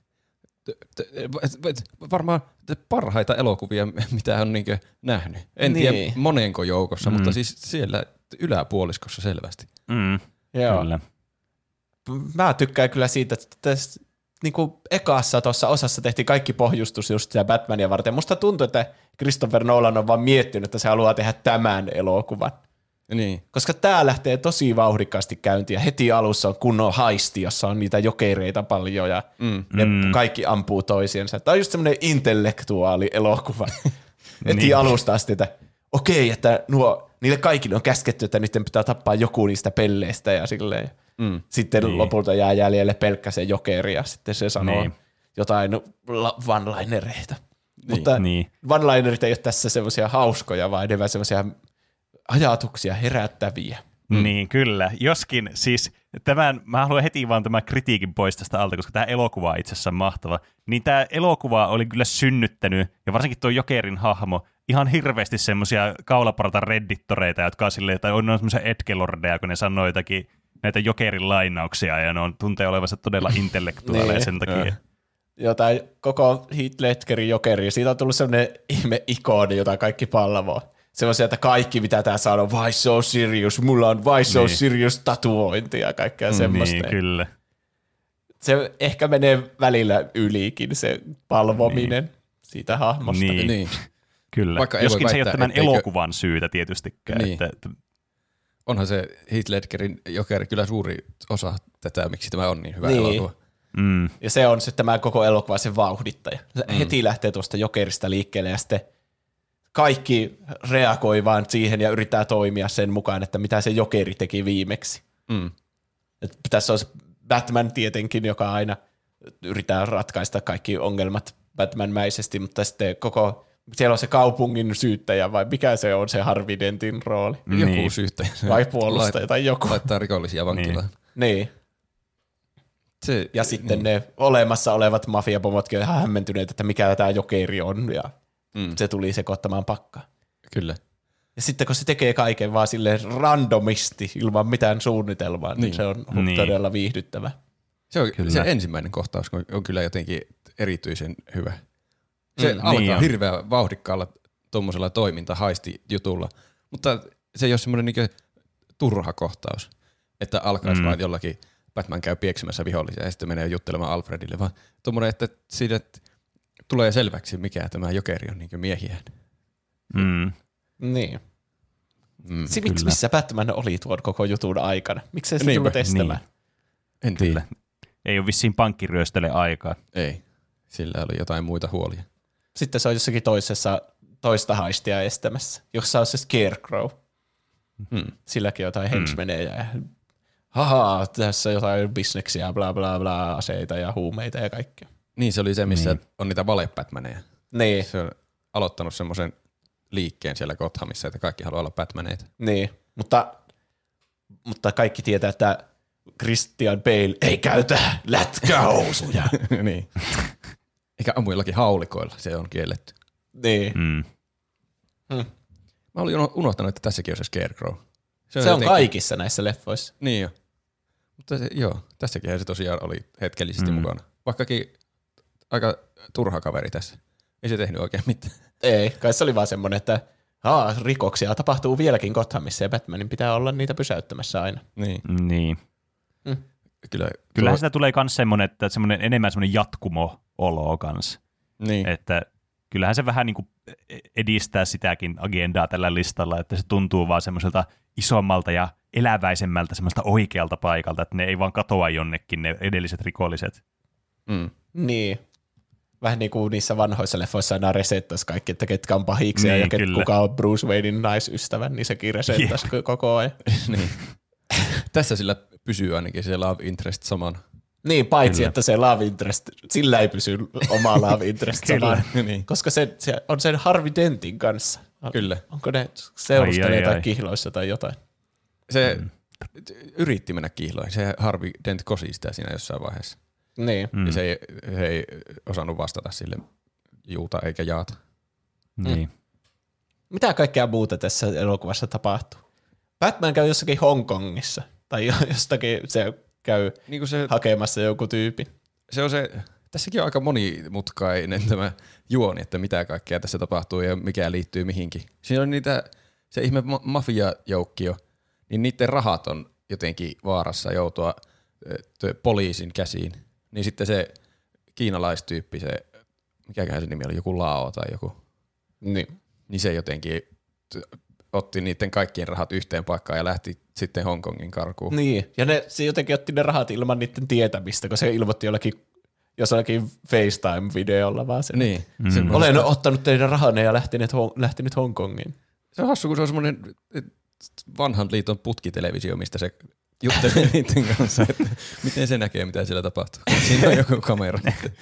Speaker 3: t- t- varmaan parhaita elokuvia, mitä on niinkö nähnyt. En
Speaker 1: Niin.
Speaker 3: tiedä monenko joukossa,
Speaker 2: Mm.
Speaker 3: mutta siis siellä yläpuoliskossa selvästi.
Speaker 2: Mm.
Speaker 1: Joo.
Speaker 2: Kyllä.
Speaker 1: Mä tykkään kyllä siitä, että tässä niin kuin ekassa tuossa osassa tehtiin kaikki pohjustus just sitä Batmania varten. Musta tuntuu, että Christopher Nolan on vaan miettinyt, että se haluaa tehdä tämän elokuvan.
Speaker 3: Niin.
Speaker 1: Koska tää lähtee tosi vauhdikkaasti käyntiin ja heti alussa on kunnon haisti, jossa on niitä jokereita paljon ja
Speaker 3: Mm.
Speaker 1: ne
Speaker 2: Mm.
Speaker 1: kaikki ampuu toisiinsa. Tämä on just semmoinen intellektuaali elokuva. Heti
Speaker 2: Niin.
Speaker 1: alusta asti, että okei, että nuo, niille kaikille on käsketty, että nyt pitää tappaa joku niistä pelleistä ja silleen.
Speaker 3: Mm.
Speaker 1: Sitten
Speaker 2: Niin.
Speaker 1: lopulta jää jäljelle pelkkä se jokeri ja sitten se sanoo
Speaker 2: Niin.
Speaker 1: jotain la- one-linereita. Mutta
Speaker 2: Niin.
Speaker 1: one-linerit ei ole tässä semmoisia hauskoja, vaan enemmän semmoisia ajatuksia herättäviä.
Speaker 2: Mm. Niin, kyllä. Joskin siis tämän, mä haluan heti vaan tämän kritiikin pois tästä alta, koska tämä elokuva on itse asiassa mahtava. Niin tämä elokuva oli kyllä synnyttänyt, ja varsinkin tuo Jokerin hahmo, ihan hirveästi semmoisia kaulaparta reddittoreita, jotka on silleen, tai on semmoisia edgelordeja, kun ne sanoo jotakin näitä Jokerin lainauksia, ja ne on tuntee olevansa todella intellektuaaleja
Speaker 1: Niin.
Speaker 2: sen takia.
Speaker 1: Jotain koko Heath Ledgerin jokeri, siitä on tullut semmoinen ihme-ikoni, jota kaikki palvoo. Semmoisia, että kaikki mitä tää saa on why so serious, mulla on why so
Speaker 2: Niin.
Speaker 1: serious tatuointi ja kaikkea semmoista.
Speaker 2: Niin, kyllä.
Speaker 1: Se ehkä menee välillä ylikin se palvominen niin. siitä hahmosta.
Speaker 2: Niin.
Speaker 3: Niin.
Speaker 2: Kyllä.
Speaker 3: Vaikka ei
Speaker 2: Joskin
Speaker 3: voi
Speaker 2: se ei ole
Speaker 3: väittää,
Speaker 2: tämän
Speaker 3: etteikö-
Speaker 2: elokuvan syytä tietystikään.
Speaker 3: Niin.
Speaker 2: Että, että,
Speaker 3: Onhan se Heath Ledgerin Jokeri kyllä suuri osa tätä, miksi tämä on niin hyvä
Speaker 1: Niin.
Speaker 3: elokuva.
Speaker 2: mm,
Speaker 1: Ja se on sitten tämä koko elokuva sen vauhdittaja. Mm. Heti lähtee tuosta jokerista liikkeelle ja sitten kaikki reagoi vaan siihen ja yrittää toimia sen mukaan, että mitä se jokeri teki viimeksi.
Speaker 3: Mm.
Speaker 1: Et tässä on se Batman tietenkin, joka aina yrittää ratkaista kaikki ongelmat Batman-mäisesti, mutta sitten koko, siellä on se kaupungin syyttäjä, vai mikä se on se Harvey Dentin rooli?
Speaker 3: Joku
Speaker 2: Niin.
Speaker 3: syyttäjä.
Speaker 1: Vai puolustaja tai joku.
Speaker 3: Laittaa rikollisia vankilaan.
Speaker 1: Niin.
Speaker 3: Se,
Speaker 1: Ja sitten ne olemassa olevat mafiapomotkin on ihan hämmentyneet, että mikä tämä jokeri on, ja
Speaker 3: Mm.
Speaker 1: se tuli sekoittamaan pakkaa.
Speaker 3: Kyllä.
Speaker 1: Ja sitten kun se tekee kaiken vaan silleen randomisti, ilman mitään suunnitelmaa, niin,
Speaker 3: Niin.
Speaker 1: se on
Speaker 2: Niin.
Speaker 1: todella viihdyttävä.
Speaker 3: Se, on,
Speaker 2: Kyllä.
Speaker 3: se ensimmäinen kohtaus on, on kyllä jotenkin erityisen hyvä. Se
Speaker 1: Mm,
Speaker 3: mm, alkaa
Speaker 2: niin on.
Speaker 3: hirveän vauhdikkaalla tuommoisella toimintahaisti-jutulla, mutta se ei ole semmoinen niinku turha kohtaus, että alkaisi
Speaker 2: Mm.
Speaker 3: vaan jollakin Batman käy pieksemässä vihollisia ja sitten menee juttelemaan Alfredille, vaan tuommoinen, että siitä tulee selväksi, mikä tämä jokeri on niinku miehiä.
Speaker 2: Mm.
Speaker 1: Niin.
Speaker 3: Mm,
Speaker 1: Si- miksi,
Speaker 2: kyllä.
Speaker 1: missä Batman oli tuon koko jutun aikana? Miksei se
Speaker 3: Niinpä,
Speaker 1: tullut estämään?
Speaker 2: niin.
Speaker 3: en tiedä.
Speaker 2: Kyllä. Ei ole vissiin pankkiryöstölle aikaa.
Speaker 3: Ei. Sillä oli jotain muita huolia.
Speaker 1: Sitten se on jossakin toisessa toista haistia estämässä, jossa on se Scarecrow.
Speaker 3: Hmm.
Speaker 1: Silläkin on jotain henchmenejä ja haha, tässä jotain bisneksiä, bla bla bla, aseita ja huumeita ja kaikkea.
Speaker 3: Niin se oli se, missä
Speaker 2: Niin.
Speaker 3: on niitä vale-Batmaneja.
Speaker 1: Niin,
Speaker 3: Se on aloittanut semmoisen liikkeen siellä Gothamissa, että kaikki haluaa olla Batmaneita.
Speaker 1: niin. Mutta, mutta kaikki tietää, että Christian Bale ei käytä lätkähousuja.
Speaker 3: niin. Eikä ammuillakin haulikoilla, se on kielletty.
Speaker 1: niin.
Speaker 2: Mm.
Speaker 3: Mä olin uno- unohtanut, että tässäkin on se Scarecrow.
Speaker 1: Se on
Speaker 3: jotenkin-
Speaker 1: kaikissa näissä leffoissa.
Speaker 3: Niin jo. Mutta se, joo, tässäkin se tosiaan oli hetkellisesti
Speaker 2: Mm.
Speaker 3: mukana. Vaikkakin aika turha kaveri tässä. Ei se tehnyt oikein mitään.
Speaker 1: Ei, kai se oli vaan semmoinen, että aa, rikoksia tapahtuu vieläkin Gothamissa ja Batmanin pitää olla niitä pysäyttämässä aina.
Speaker 3: Niin,
Speaker 2: Niin.
Speaker 3: kyllä.
Speaker 2: Kyllähän
Speaker 3: tuo-
Speaker 2: sitä tulee myös semmoinen, että semmoinen, enemmän semmoinen jatkumo-olo kanssa.
Speaker 3: Niin,
Speaker 2: Että kyllähän se vähän niin kuin edistää sitäkin agendaa tällä listalla, että se tuntuu vaan semmoiselta isommalta ja eläväisemmältä semmoista oikealta paikalta, että ne ei vaan katoa jonnekin ne edelliset rikolliset.
Speaker 3: mm.
Speaker 1: Niin. Vähän niin kuin niissä vanhoissa leffoissa aina resettäisi kaikki, että ketkä on pahiksia
Speaker 2: Niin,
Speaker 1: ja ket,
Speaker 2: kyllä.
Speaker 1: kuka on Bruce Waynein naisystävä, niin sekin resettäisi yeah. koko ajan.
Speaker 3: niin. Tässä sillä pysyy ainakin se love interest samana.
Speaker 1: Niin, paitsi
Speaker 2: Kyllä.
Speaker 1: että se love interest, sillä ei pysy oma love interest
Speaker 2: Kyllä.
Speaker 1: samaan,
Speaker 3: niin.
Speaker 1: koska se, se on sen Harvey Dentin kanssa.
Speaker 3: Kyllä.
Speaker 1: Onko ne seurustelee
Speaker 2: Ai, ai,
Speaker 1: tai
Speaker 2: ai.
Speaker 1: kihloissa tai jotain?
Speaker 3: Se mm. yritti mennä kihloihin. Se Harvey Dent kosi sitä siinä jossain vaiheessa.
Speaker 1: Niin.
Speaker 2: Mm.
Speaker 3: Ja se ei, se ei osannut vastata sille juuta eikä jaata.
Speaker 2: Niin.
Speaker 1: Mitä kaikkea muuta tässä elokuvassa tapahtuu? Batman käy jossakin Hongkongissa, tai jostakin se käy
Speaker 3: Niin kuin se,
Speaker 1: hakemassa joku tyypin.
Speaker 3: se on se, tässäkin on aika monimutkainen tämä juoni, että mitä kaikkea tässä tapahtuu ja mikä liittyy mihinkin. Siinä on niitä, se ihme ma- mafiajoukkio, niin niiden rahat on jotenkin vaarassa joutua ö, poliisin käsiin. Niin sitten se kiinalaistyyppi, se, mikäköhän se nimi oli, joku Lao tai joku,
Speaker 1: Niin.
Speaker 3: niin se jotenkin t- otti niiden kaikkien rahat yhteen paikkaan ja lähti sitten Hongkongin karkuun.
Speaker 1: Niin, ja ne, se jotenkin otti ne rahat ilman niiden tietämistä, kun se ilmoitti jollakin jossakin FaceTime-videolla vaan sen.
Speaker 3: Niin.
Speaker 2: Mm.
Speaker 3: Se,
Speaker 1: Olen ottanut teidän rahanne ja lähtenyt, lähtenyt Hongkongiin.
Speaker 3: se on hassu, kun se on semmoinen vanhan liiton putkitelevisio, mistä se juttelee niiden kanssa, että miten se näkee, mitä siellä tapahtuu. Siinä on joku kamera.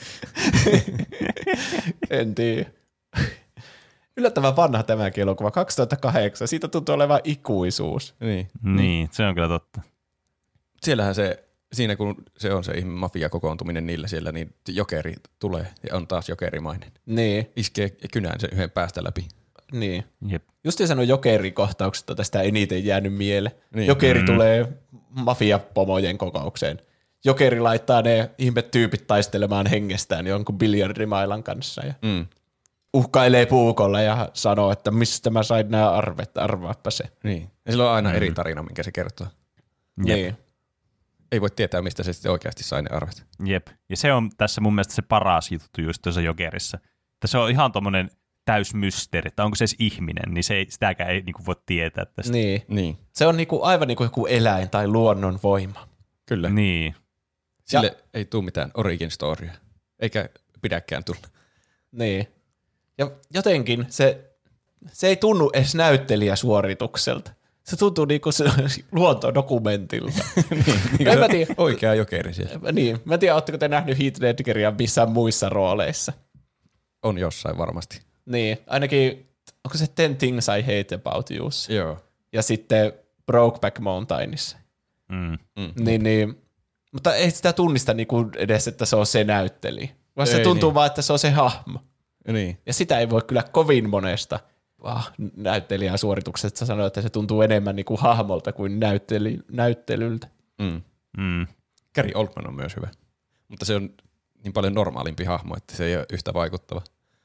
Speaker 1: En tiedä. Yllättävän vanha tämäkin elokuva, kaksituhattakahdeksan. Siitä tuntuu olevan ikuisuus.
Speaker 3: niin.
Speaker 2: Niin, se on kyllä totta.
Speaker 3: Siellähän se, siinä kun se on se ihme mafia kokoontuminen niillä siellä, niin jokeri tulee ja on taas jokerimainen.
Speaker 1: Niin,
Speaker 3: Iskee kynään sen yhden päästä läpi.
Speaker 1: niin.
Speaker 2: Jep.
Speaker 1: Justiin sanoi Jokeri-kohtauksesta tästä eniten jäänyt mieleen.
Speaker 3: Niin.
Speaker 1: Jokeri
Speaker 2: Mm.
Speaker 1: tulee mafiapomojen kokoukseen. Jokeri laittaa ne ihmet tyypit taistelemaan hengestään jonkun biljardimailan kanssa ja
Speaker 3: Mm.
Speaker 1: uhkailee puukolla ja sanoo, että mistä mä sain nämä arvet, arvaappa se.
Speaker 3: Niin. Ja sillä on aina eri tarina, minkä se kertoo.
Speaker 2: Jep.
Speaker 1: Niin.
Speaker 3: Ei voi tietää, mistä se sitten oikeasti sai ne arvet.
Speaker 2: Jep. Ja se on tässä mun mielestä se paras juttu just tuossa Jokerissa. Että se on ihan tommonen täys mysteeri, että onko se edes ihminen, niin se ei, sitäkään ei niinku voi tietää tästä.
Speaker 1: Niin.
Speaker 3: Niin.
Speaker 1: Se on niinku, aivan niin kuin joku eläin tai luonnon voima.
Speaker 3: Kyllä.
Speaker 2: Niin.
Speaker 3: Sille ja ei tule mitään origin storya. Eikä pidäkään tulla.
Speaker 1: Niin. Ja jotenkin se, se ei tunnu edes näyttelijäsuoritukselta. Se tuntuu niinku se luontodokumentilta.
Speaker 3: niin,
Speaker 1: en mä tiedä.
Speaker 3: Oikea jokeri siellä.
Speaker 1: Niin, mä en tiedä, ootteko te nähnyt Heath Ledgeria missään muissa rooleissa.
Speaker 3: On jossain varmasti.
Speaker 1: Niin, ainakin, onko se Ten Things I Hate About You?
Speaker 3: Joo.
Speaker 1: Ja sitten Brokeback Mountainissa.
Speaker 2: Mm.
Speaker 3: Mm.
Speaker 1: Niin, niin, mutta ei sitä tunnista niinku edes, että se on se näyttelijä. Vaan se
Speaker 3: Ei
Speaker 1: tuntuu
Speaker 3: niin.
Speaker 1: vaan, että se on se hahmo.
Speaker 3: Niin.
Speaker 1: Ja sitä ei voi kyllä kovin monesta ah, näyttelijän suorituksesta sanoa, että se tuntuu enemmän niinku hahmolta kuin näyttely, näyttelyltä.
Speaker 3: Mm.
Speaker 2: Mm.
Speaker 3: Gary Oldman on myös hyvä. Mutta se on niin paljon normaalimpi hahmo, että se ei ole yhtä vaikuttava.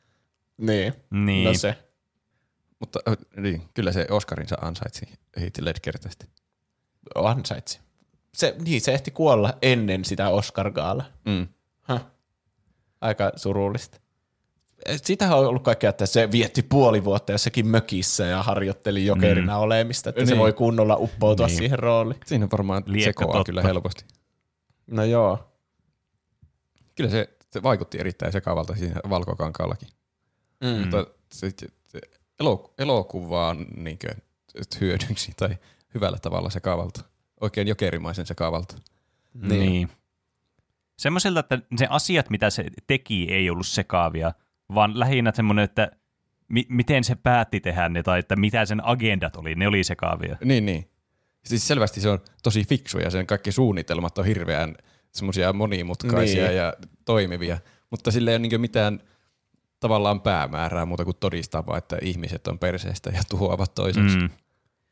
Speaker 1: Niin,
Speaker 2: Niin.
Speaker 1: no se.
Speaker 3: Mutta niin, kyllä se Oscarinsa ansaitsi Heath Ledger tästä.
Speaker 1: Ansaitsi. Se, niin, se ehti kuolla ennen sitä Oscar-gaala.
Speaker 3: Mm.
Speaker 1: Huh. Aika surullista. Sitähän on ollut kaikkea, että se vietti puoli vuotta jossakin mökissä ja harjoitteli jokerina mm. olemista, että niin. se voi kunnolla uppoutua niin. siihen rooliin.
Speaker 3: Siinä varmaan
Speaker 2: Liekka
Speaker 3: sekoaa
Speaker 2: totta.
Speaker 3: kyllä helposti.
Speaker 1: No joo.
Speaker 3: Kyllä se, se vaikutti erittäin sekavalta siinä valkokankaallakin.
Speaker 1: Mm.
Speaker 3: Mutta se, se elok- elokuvaan niinkö, hyödyksi tai hyvällä tavalla sekavalta. Oikein jokerimaisen sekavalta.
Speaker 2: Niin. niin. Semmoiselta, että se asiat, mitä se teki, ei ollut sekaavia, vaan lähinnä semmoinen, että mi- miten se päätti tehdä ne, tai että mitä sen agendat oli, ne oli sekaavia.
Speaker 3: Niin, niin. Siis selvästi se on tosi fiksu ja sen kaikki suunnitelmat on hirveän semmoisia monimutkaisia
Speaker 1: niin.
Speaker 3: ja toimivia, mutta sillä ei ole niin mitään tavallaan päämäärää muuta kuin todistaa vaan, että ihmiset on perseestä ja tuhoavat toisensa. Mm.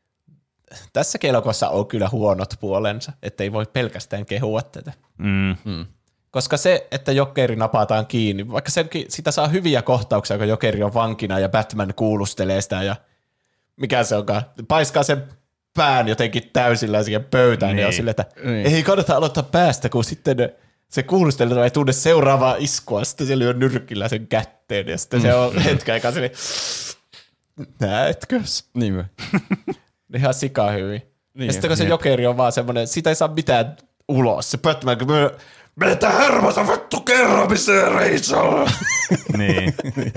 Speaker 1: Tässä elokuvassa on kyllä huonot puolensa, että ei voi pelkästään kehua tätä.
Speaker 2: Mm.
Speaker 3: Mm.
Speaker 1: Koska se, että jokeri napataan kiinni, vaikka senkin, sitä saa hyviä kohtauksia, kun jokeri on vankina ja Batman kuulustelee sitä ja mikä se onkaan, paiskaa sen pään jotenkin täysillä siihen pöytään niin. ja on silleen, että niin. ei kannata aloittaa päästä, kun sitten se kuulusteleva ei tunne seuraavaa iskua, sitten se lyö nyrkillä sen kätteen ja sitten mm. se on hetken aikaa silleen, näetkös?
Speaker 3: Niin
Speaker 1: Ihan sika hyvin.
Speaker 3: Niin,
Speaker 1: ja sitten kun se
Speaker 3: jep.
Speaker 1: jokeri on vaan semmoinen, sitä ei saa mitään ulos. Se Batman, kun me...
Speaker 4: Meitä hermosa vittu kerromiseen, Rachel!
Speaker 2: niin.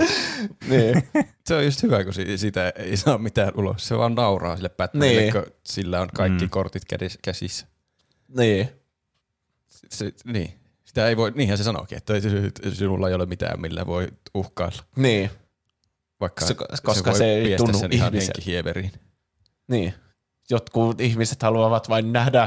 Speaker 1: niin.
Speaker 3: Se on just hyvä, kun siitä ei saa mitään ulos. Se vaan nauraa sille Batmanille,
Speaker 1: niin.
Speaker 3: kun sillä on kaikki
Speaker 2: Mm.
Speaker 3: kortit käsissä.
Speaker 1: Niin.
Speaker 3: Se, niin. Sitä ei voi, niinhän se sanookin, että sinulla ei ole mitään, millä voi uhkailla.
Speaker 1: Niin.
Speaker 3: Vaikka
Speaker 1: se, koska
Speaker 3: se, voi
Speaker 1: se ei
Speaker 3: piestä
Speaker 1: tunnu
Speaker 3: sen ihan
Speaker 1: ihmisen.
Speaker 3: henkihieveriin.
Speaker 1: Niin. Jotkut ihmiset haluavat vain nähdä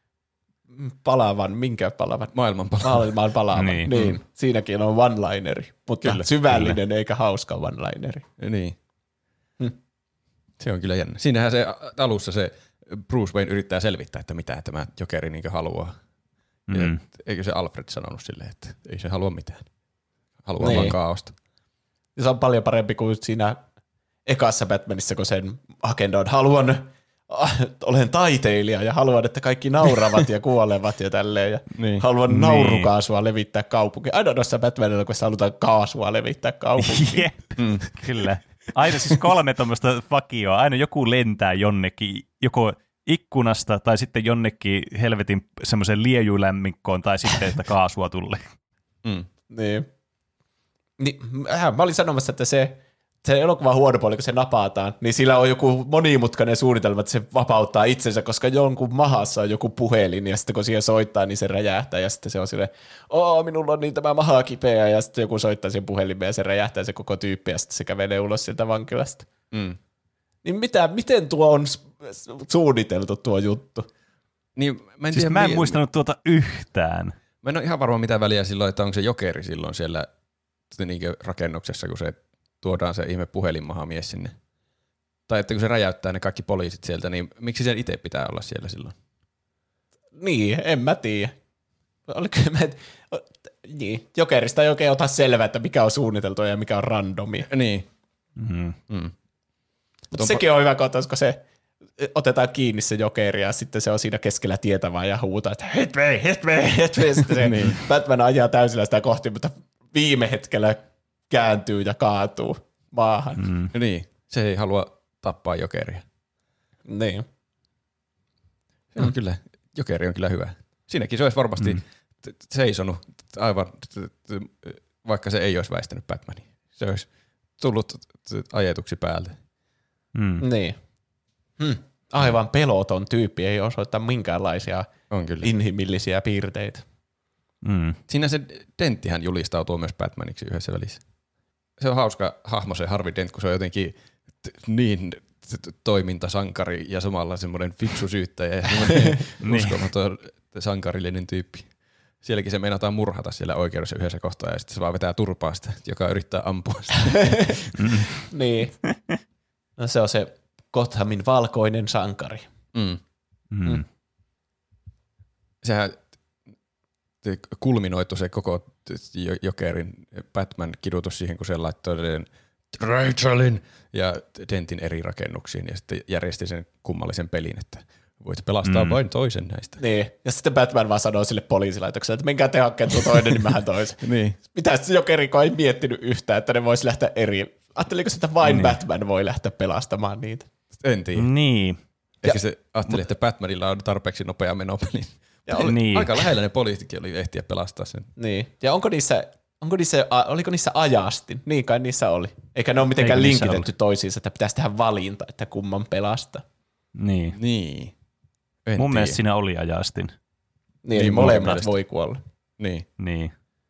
Speaker 1: palavan, minkä palavan?
Speaker 3: Maailman palavan.
Speaker 1: Maailman palavan.
Speaker 2: Niin.
Speaker 1: niin. Siinäkin on one-lineri, mutta
Speaker 3: Kyllä,
Speaker 1: syvällinen kyllä. eikä hauska one-lineri.
Speaker 3: Niin.
Speaker 1: Hm.
Speaker 3: Se on kyllä jännä. Siinähän se alussa se Bruce Wayne yrittää selvittää, että mitä tämä jokeri niin haluaa.
Speaker 2: Mm.
Speaker 3: Ja eikö se Alfred sanonut silleen, että ei se halua mitään. Haluaa
Speaker 1: Niin.
Speaker 3: vaan kaaosta.
Speaker 1: Ja se on paljon parempi kuin siinä ekassa Batmanissa, kun sen agenda on, haluan, äh, olen taiteilija ja haluan, että kaikki nauravat ja kuolevat ja tälleen. Ja
Speaker 3: Niin.
Speaker 1: haluan
Speaker 2: Niin.
Speaker 1: naurukaasua levittää kaupunkiin. Aina noissa Batmanilla, kun halutaan kaasua levittää kaupunkiin.
Speaker 2: Jep, mm. kyllä. Aina siis kolme tuommoista fakioa. Aina joku lentää jonnekin, joko ikkunasta tai sitten jonnekin helvetin semmoisen liejulämmikkoon tai sitten, että kaasua tulee.
Speaker 3: Mm.
Speaker 1: Niin. Niin, äh, mä olin sanomassa, että se, se elokuvan huono puoli, kun se napataan, niin sillä on joku monimutkainen suunnitelma, että se vapauttaa itsensä, koska jonkun mahassa on joku puhelin, ja sitten kun siihen soittaa, niin se räjähtää, ja sitten se on silleen, oo, minulla on niin tämä maha kipeä, ja sitten joku soittaa sen puhelimeen, ja se räjähtää se koko tyyppi, ja sitten se kävelee ulos sieltä vankilasta.
Speaker 3: Mm.
Speaker 1: Niin mitä, miten tuo on suunniteltu tuo juttu?
Speaker 3: Niin, mä en,
Speaker 2: Siis
Speaker 3: tiedä,
Speaker 2: mä en
Speaker 3: mi-
Speaker 2: muistanut tuota yhtään.
Speaker 3: Mä en ole ihan varma mitä väliä silloin, että onko se jokeri silloin siellä niinkö rakennuksessa, kun se tuodaan se ihme puhelinmahamies sinne. Tai että kun se räjäyttää ne kaikki poliisit sieltä, niin miksi sen itse pitää olla siellä silloin?
Speaker 1: Niin, en mä tiedä. Oliko mä, niin, jokerista ei oikein ota selvää, että mikä on suunniteltua ja mikä on randomia.
Speaker 3: Niin.
Speaker 2: Mm.
Speaker 3: Mm.
Speaker 1: Mutta sekin on hyvä kohtaus, kun se otetaan kiinni se jokeri ja sitten se on siinä keskellä tietä vaan ja huutaa, että hit me, hit me, hit me. Sitten se niin. Batman ajaa täysillä sitä kohti, mutta viime hetkellä kääntyy ja kaatuu maahan.
Speaker 2: Mm.
Speaker 3: Niin, se ei halua tappaa jokeria.
Speaker 1: Niin.
Speaker 3: Se on mm. kyllä, jokeri on kyllä hyvä. Siinäkin se olisi varmasti mm. seisonut aivan, vaikka se ei olisi väistänyt Batmania. Se olisi tullut ajetuksi päältä.
Speaker 2: Mm.
Speaker 1: Niin. Hmm. aivan peloton tyyppi, ei osoita minkäänlaisia
Speaker 3: On kyllä.
Speaker 1: inhimillisiä piirteitä.
Speaker 2: Mm.
Speaker 3: Siinä se Denttihän julistautuu myös Batmaniksi yhdessä välissä. Se on hauska hahmo se Harvey Dent, kun se on jotenkin t- niin t- toimintasankari ja samalla semmoinen fiksu syyttäjä ja semmoinen uskomaton sankarillinen tyyppi. Sielläkin se meinataan murhata siellä oikeudessa yhdessä kohtaa ja sitten se vaan vetää turpaa sitä, joka yrittää ampua sitä.
Speaker 1: Niin. No se on se Gothamin valkoinen sankari.
Speaker 3: Mm.
Speaker 2: Mm.
Speaker 3: Sehän kulminoitu se koko Jokerin Batman-kidutus siihen, kun se laittoi Rachelin ja Dentin eri rakennuksiin ja sitten järjesti sen kummallisen pelin, että voit pelastaa mm. vain toisen näistä.
Speaker 1: Niin. Ja sitten Batman vaan sanoo sille poliisilaitokselle, että menkää te hakkeen tuo toinen, niin mähän toisen.
Speaker 3: Niin.
Speaker 1: Mitä se Jokeriko ei miettinyt yhtään, että ne vois lähteä eri. Ajatteliko sitä, että vain
Speaker 2: niin.
Speaker 1: Batman voi lähteä pelastamaan niitä?
Speaker 3: En tiedä.
Speaker 2: Niin.
Speaker 3: Ehkä se ajatteli, että Batmanilla on tarpeeksi nopea menopeli. Ja oli
Speaker 2: Niin.
Speaker 3: aika lähellä ne poliisitkin oli ehtiä pelastaa sen.
Speaker 1: Niin. Ja onko niissä, onko niissä, oliko niissä ajasti? Niin kai niissä oli. Eikä ne ole mitenkään
Speaker 2: Eikö niissä
Speaker 1: linkitetty toisiinsa, että pitäisi tehdä valinta, että kumman pelastaa.
Speaker 2: Niin.
Speaker 3: Niin. En
Speaker 2: Mun
Speaker 3: tiedä.
Speaker 2: mielestä siinä oli ajastin.
Speaker 1: Niin,
Speaker 3: Niin,
Speaker 1: niin
Speaker 3: munkin
Speaker 1: molemmat
Speaker 3: mielestä.
Speaker 1: voi kuolla.
Speaker 3: Niin.
Speaker 2: Niin.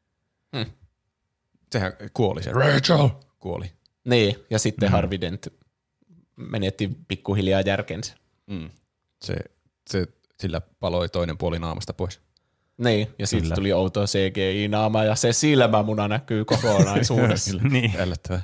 Speaker 3: Sehän kuoli se. Rachel! Kuoli.
Speaker 1: Niin, ja sitten
Speaker 2: Mm.
Speaker 1: mm. Harvey Dent menetti pikkuhiljaa järkensä.
Speaker 3: Mm. Se, se, sillä paloi toinen puoli naamasta pois.
Speaker 1: Niin, ja sitten
Speaker 2: Kyllä.
Speaker 1: tuli outo C G I-naama, ja se silmämuna näkyy kokonaisuudessa.
Speaker 2: Niin.
Speaker 3: Ällöttävää.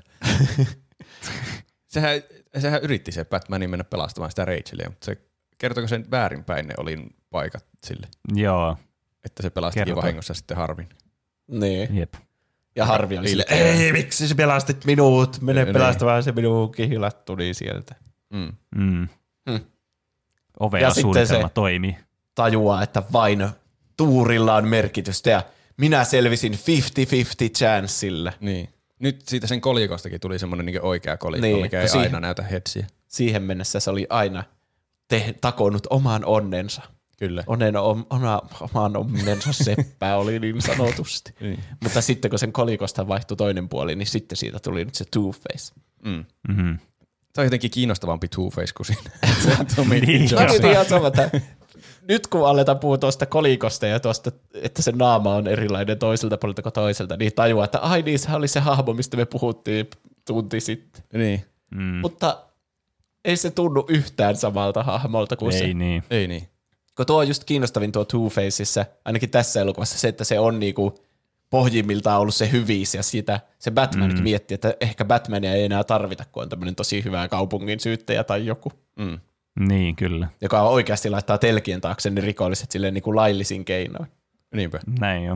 Speaker 3: sehän, sehän yritti se Batmanin mennä pelastamaan sitä Rachelia, mutta se kertoiko sen väärinpäin ne oli paikat sille,
Speaker 2: Joo.
Speaker 3: että se pelastikin
Speaker 2: Kertoo.
Speaker 3: vahingossa sitten Harvin.
Speaker 1: Niin,
Speaker 2: Jep.
Speaker 1: ja Harvey oli sille,
Speaker 3: Ei,
Speaker 1: ei, miksi sä pelastit minut, mene
Speaker 3: Niin.
Speaker 1: pelastamaan se minun kihlat tuli sieltä.
Speaker 3: Mm.
Speaker 2: Mm.
Speaker 1: Hmm.
Speaker 2: Ovea
Speaker 1: Ja sitten
Speaker 2: suunnitelma
Speaker 1: se-
Speaker 2: toimii.
Speaker 1: Tajuaa, että vain tuurilla on merkitystä, ja minä selvisin viisikymmentä viisikymmentä chanceilla.
Speaker 3: Niin. Nyt siitä sen kolikostakin tuli semmoinen niin oikea kolikko,
Speaker 1: Niin,
Speaker 3: mikä ei
Speaker 1: siihen-
Speaker 3: aina näytä hetsiä.
Speaker 1: Siihen mennessä se oli aina te- takonut oman onnensa.
Speaker 3: Kyllä.
Speaker 1: Onen, om, ona, oman onnensa seppää oli niin sanotusti.
Speaker 3: Niin.
Speaker 1: Mutta sitten kun sen kolikosta vaihtui toinen puoli, niin sitten siitä tuli nyt se Two-Face.
Speaker 3: Mm.
Speaker 2: Mm-hmm.
Speaker 3: Tämä on jotenkin kiinnostavampi Two-Face kuin siinä. Se on Tommy
Speaker 2: Niin.
Speaker 3: Johnson.
Speaker 1: Mä mietin ihan sama, että nyt kun aletaan puhua tuosta kolikosta ja tuosta, että se naama on erilainen toiselta puolelta kuin toiselta, niin tajuaa, että ai niin, sehän oli se hahmo, mistä me puhuttiin tunti sitten.
Speaker 3: Niin.
Speaker 2: Mm.
Speaker 1: Mutta ei se tunnu yhtään samalta hahmolta kuin se.
Speaker 2: Ei niin.
Speaker 3: Ei niin.
Speaker 1: Kun tuo on just kiinnostavin tuo Two-Faceissa, ainakin tässä elokuvassa, se, että se on niinku pohjimmiltaan ollut se hyvis, ja sitä se Batmankin mm. mietti, että ehkä Batmania ei enää tarvita, kun on tämmöinen tosi hyvä kaupungin syyttäjä tai joku,
Speaker 3: Mm.
Speaker 2: Niin, kyllä.
Speaker 1: joka oikeasti laittaa telkien taakse ne rikolliset silleen niinku laillisin keinoin.
Speaker 3: Niinpä.
Speaker 2: Näin on.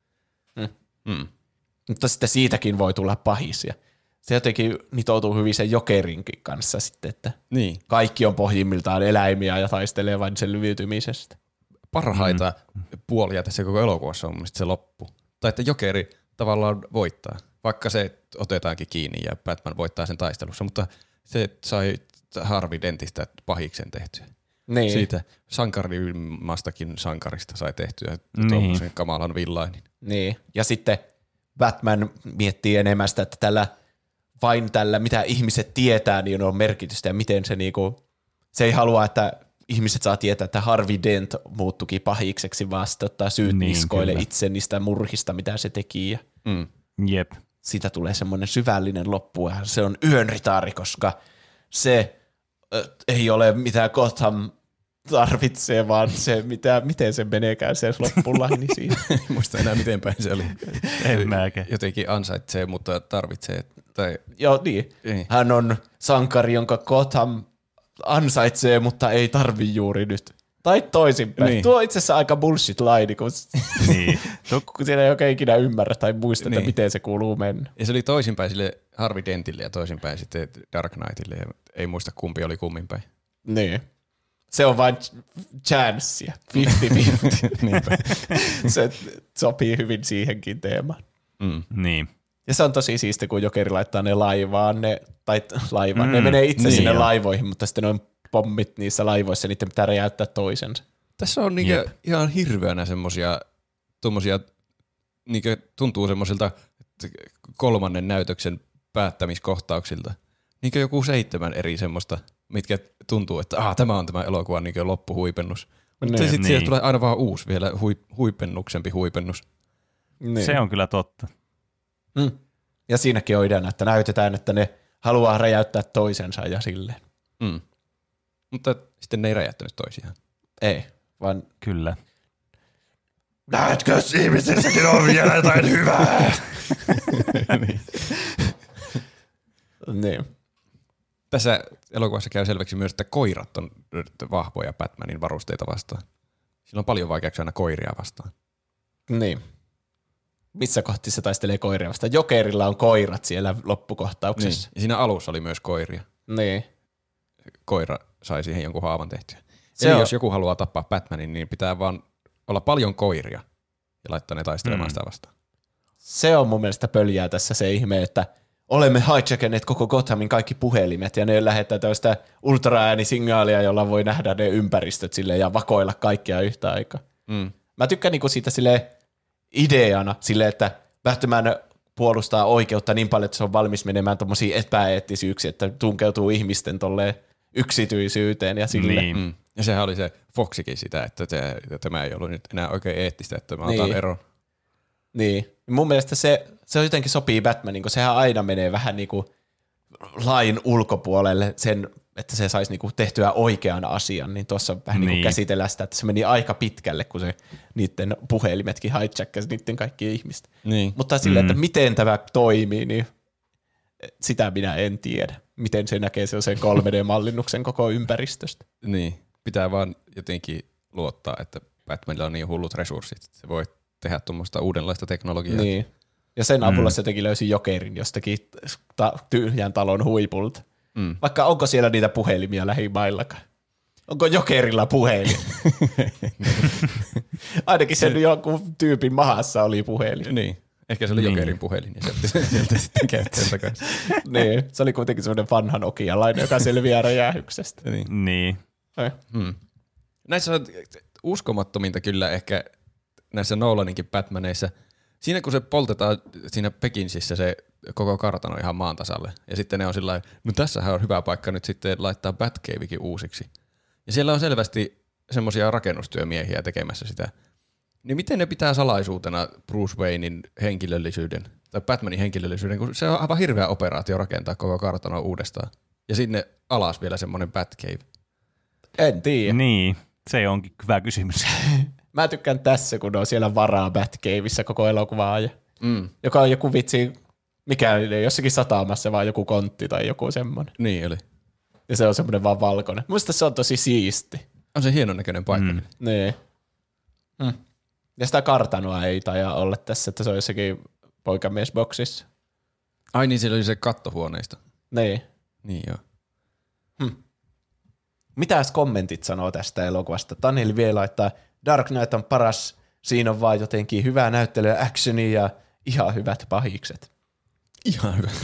Speaker 3: Mm.
Speaker 1: Mutta sitten siitäkin voi tulla pahis, ja se jotenkin nitoutuu hyvin sen Jokerinkin kanssa sitten, että
Speaker 3: Niin.
Speaker 1: kaikki on pohjimmiltaan eläimiä ja taistelee vain selviytymisestä.
Speaker 3: Parhaita mm. puolia tässä koko elokuvassa on mun mielestä se loppu. Tai että Jokeri tavallaan voittaa, vaikka se otetaankin kiinni ja Batman voittaa sen taistelussa, mutta se sai Harvey Dentistä pahiksen tehtyä.
Speaker 1: Niin.
Speaker 3: Siitä sankarimmastakin sankarista sai tehtyä
Speaker 2: Niin.
Speaker 3: tuommoisen kamalan villainin.
Speaker 1: Niin, ja sitten Batman miettii enemmän sitä, että tällä, vain tällä, mitä ihmiset tietää, niin on merkitystä, ja miten se niinku, se ei halua, että ihmiset saa tietää, että Harvey Dent muuttukin pahikseksi, vaan sitten ottaa syyt
Speaker 2: Niin,
Speaker 1: niskoille
Speaker 2: kyllä.
Speaker 1: itse niistä murhista, mitä se teki, ja
Speaker 3: Mm.
Speaker 2: Jep.
Speaker 1: siitä tulee semmoinen syvällinen loppu, ja se on yön ritaari, koska se ö, ei ole mitään Gotham tarvitsee, vaan se, mitä, miten se meneekään se loppulaini siinä.
Speaker 3: En muista enää miten päin se oli.
Speaker 2: En mäkään.
Speaker 3: Jotenkin ansaitsee, mutta tarvitsee. Tai,
Speaker 1: Joo, niin.
Speaker 3: Ei.
Speaker 1: Hän on sankari, jonka Gotham ansaitsee, mutta ei tarvi juuri nyt. Tai toisinpäin.
Speaker 3: Niin.
Speaker 1: Niin. Tuo on itse asiassa aika bullshit-laini, kun,
Speaker 2: Niin.
Speaker 1: kun siellä ei oikein ikinä ymmärrä tai muista,
Speaker 3: Niin.
Speaker 1: että miten se kuuluu mennä.
Speaker 3: ja se oli toisinpäin sille Harvey Dentille ja toisinpäin sitten Dark Knightille. Ja ei muista kumpi oli kumminpäin.
Speaker 1: Niin. Se on vain chanssia. viisikymmentä viisikymmentä.
Speaker 3: Niinpä.
Speaker 1: Se sopii hyvin siihenkin teemaan.
Speaker 3: Mm.
Speaker 2: Niin.
Speaker 1: Ja se on tosi siisti, kun Jokeri laittaa ne laivaan, ne, tai laivaan,
Speaker 2: Mm,
Speaker 1: ne menee itse
Speaker 2: niin
Speaker 1: sinne
Speaker 2: joo.
Speaker 1: laivoihin, mutta sitten on pommit niissä laivoissa, niiden pitää räjäyttää toisensa.
Speaker 3: Tässä on niinkö
Speaker 2: Jep.
Speaker 3: ihan hirveänä semmosia, tommosia, niinkö tuntuu semmosilta kolmannen näytöksen päättämiskohtauksilta. Niinkö joku seitsemän eri semmoista, mitkä tuntuu, että ah, tämä on tämä elokuvan niin loppuhuipennus. Mutta
Speaker 1: Niin.
Speaker 3: sitten siihen
Speaker 2: Niin.
Speaker 3: tulee aina vaan uusi, vielä hui, huipennuksempi huipennus.
Speaker 1: Niin.
Speaker 2: Se on kyllä totta.
Speaker 1: Mm. Ja siinäkin on ideana, että näytetään, että ne haluaa räjäyttää toisensa ja silleen.
Speaker 3: Mm. Mutta sitten ne ei räjäyttänyt toisiaan.
Speaker 1: Ei, vaan
Speaker 2: Kyllä.
Speaker 4: Näetkö, ihmisissäkin on vielä jotain hyvää?
Speaker 1: niin.
Speaker 3: Tässä elokuvassa käy selväksi myös, että koirat on vahvoja Batmanin varusteita vastaan. Sillä on paljon vaikeuksia aina koiria vastaan.
Speaker 1: Niin. Missä kohti se taistelee koiria vastaan? Jokerilla on koirat siellä loppukohtauksessa.
Speaker 3: Niin. Ja siinä alussa oli myös koiria.
Speaker 1: Niin.
Speaker 3: Koira sai siihen jonkun haavan tehtyä.
Speaker 1: Se
Speaker 3: Eli
Speaker 1: on-
Speaker 3: jos joku haluaa tappaa Batmanin, niin pitää vaan olla paljon koiria ja laittaa ne taistelemaan
Speaker 2: Mm.
Speaker 3: sitä vastaan.
Speaker 1: Se on mun mielestä pöljää tässä se ihme, että olemme hijackanneet koko Gothamin kaikki puhelimet ja ne lähettää tällaista ultraäänisignaalia, jolla voi nähdä ne ympäristöt silleen ja vakoilla kaikkia yhtä aikaa.
Speaker 3: Mm.
Speaker 1: Mä tykkään niinku siitä sille ideana, sille että Batman puolustaa oikeutta niin paljon, että se on valmis menemään tommosiin epäeettisyyksiin, että tunkeutuu ihmisten tolleen yksityisyyteen ja sille.
Speaker 2: Niin.
Speaker 3: Mm. Ja sehän oli se Foxikin sitä, että te, tämä ei ollut nyt enää oikein eettistä, että mä otan
Speaker 1: Niin.
Speaker 3: eron.
Speaker 1: Niin. Mun mielestä se, se jotenkin sopii Batmanin, kun sehän aina menee vähän niinku lain ulkopuolelle sen, että se saisi niinku tehtyä oikean asian, niin tuossa vähän niin.
Speaker 2: Niin.
Speaker 1: niinku käsitellään sitä, että se meni aika pitkälle, kun se niiden puhelimetkin hijackkasi niiden kaikkien ihmisten.
Speaker 3: Niin.
Speaker 1: Mutta silleen,
Speaker 2: Mm.
Speaker 1: että miten tämä toimii, niin sitä minä en tiedä. Miten se näkee sen kolme D-mallinnuksen koko ympäristöstä.
Speaker 3: Niin. Pitää vaan jotenkin luottaa, että Batmanilla on niin hullut resurssit, että se voi tehdä tuommoista uudenlaista teknologiaa.
Speaker 1: Niin. Ja sen avulla
Speaker 2: Mm.
Speaker 1: se jotenkin löysi Jokerin jostakin ta- tyhjän talon huipulta.
Speaker 3: Mm.
Speaker 1: Vaikka onko siellä niitä puhelimia lähimaillakaan? Onko Jokerilla puhelin? Ainakin sen joku tyypin mahassa oli puhelin.
Speaker 3: Niin. Ehkä se oli
Speaker 2: Niin.
Speaker 3: Jokerin puhelin ja sieltä, sieltä sitten käyttäjän takaisin.
Speaker 1: Niin. Se oli kuitenkin semmoinen vanha Nokia-lainen, joka selviää räjähyksestä.
Speaker 3: Niin.
Speaker 2: Niin.
Speaker 1: Ei.
Speaker 3: Hmm. Näissä on uskomattominta kyllä ehkä näissä Nolaninkin Batmaneissa. Siinä kun se poltetaan siinä Pekinsissä se koko kartano ihan maan tasalle. Ja sitten ne on sillä lailla, no tässähän on hyvä paikka nyt sitten laittaa Batcavekin uusiksi. Ja siellä on selvästi semmoisia rakennustyömiehiä tekemässä sitä. Niin miten ne pitää salaisuutena Bruce Waynein henkilöllisyyden, tai Batmanin henkilöllisyyden, kun se on aivan hirveä operaatio rakentaa koko kartano uudestaan. Ja sinne alas vielä semmoinen Batcave.
Speaker 1: En tiedä.
Speaker 2: Niin. Se onkin hyvä kysymys.
Speaker 1: Mä tykkään tässä, kun on siellä varaa Batcaveissa koko elokuvaa ajan.
Speaker 3: Mm.
Speaker 1: Joka on joku vitsi, mikä ei jossakin satamassa, vaan joku kontti tai joku semmoinen.
Speaker 3: Niin oli.
Speaker 1: Ja se on semmoinen vaan valkoinen. Musta se on tosi siisti.
Speaker 3: On se hienon näköinen paikka.
Speaker 2: Mm.
Speaker 1: Niin. Mm. Ja sitä kartanoa ei taida olla tässä, että se on jossakin poikamiesboksissa.
Speaker 3: Ai niin, siellä oli se kattohuoneista.
Speaker 1: Niin.
Speaker 3: Niin joo.
Speaker 1: Mitäs kommentit sanoo tästä elokuvasta? Taneli vielä laittaa, Dark Knight on paras, siinä on vaan jotenkin hyvää näyttelyä, actionia ja ihan hyvät pahikset.
Speaker 3: Ihan hyvä.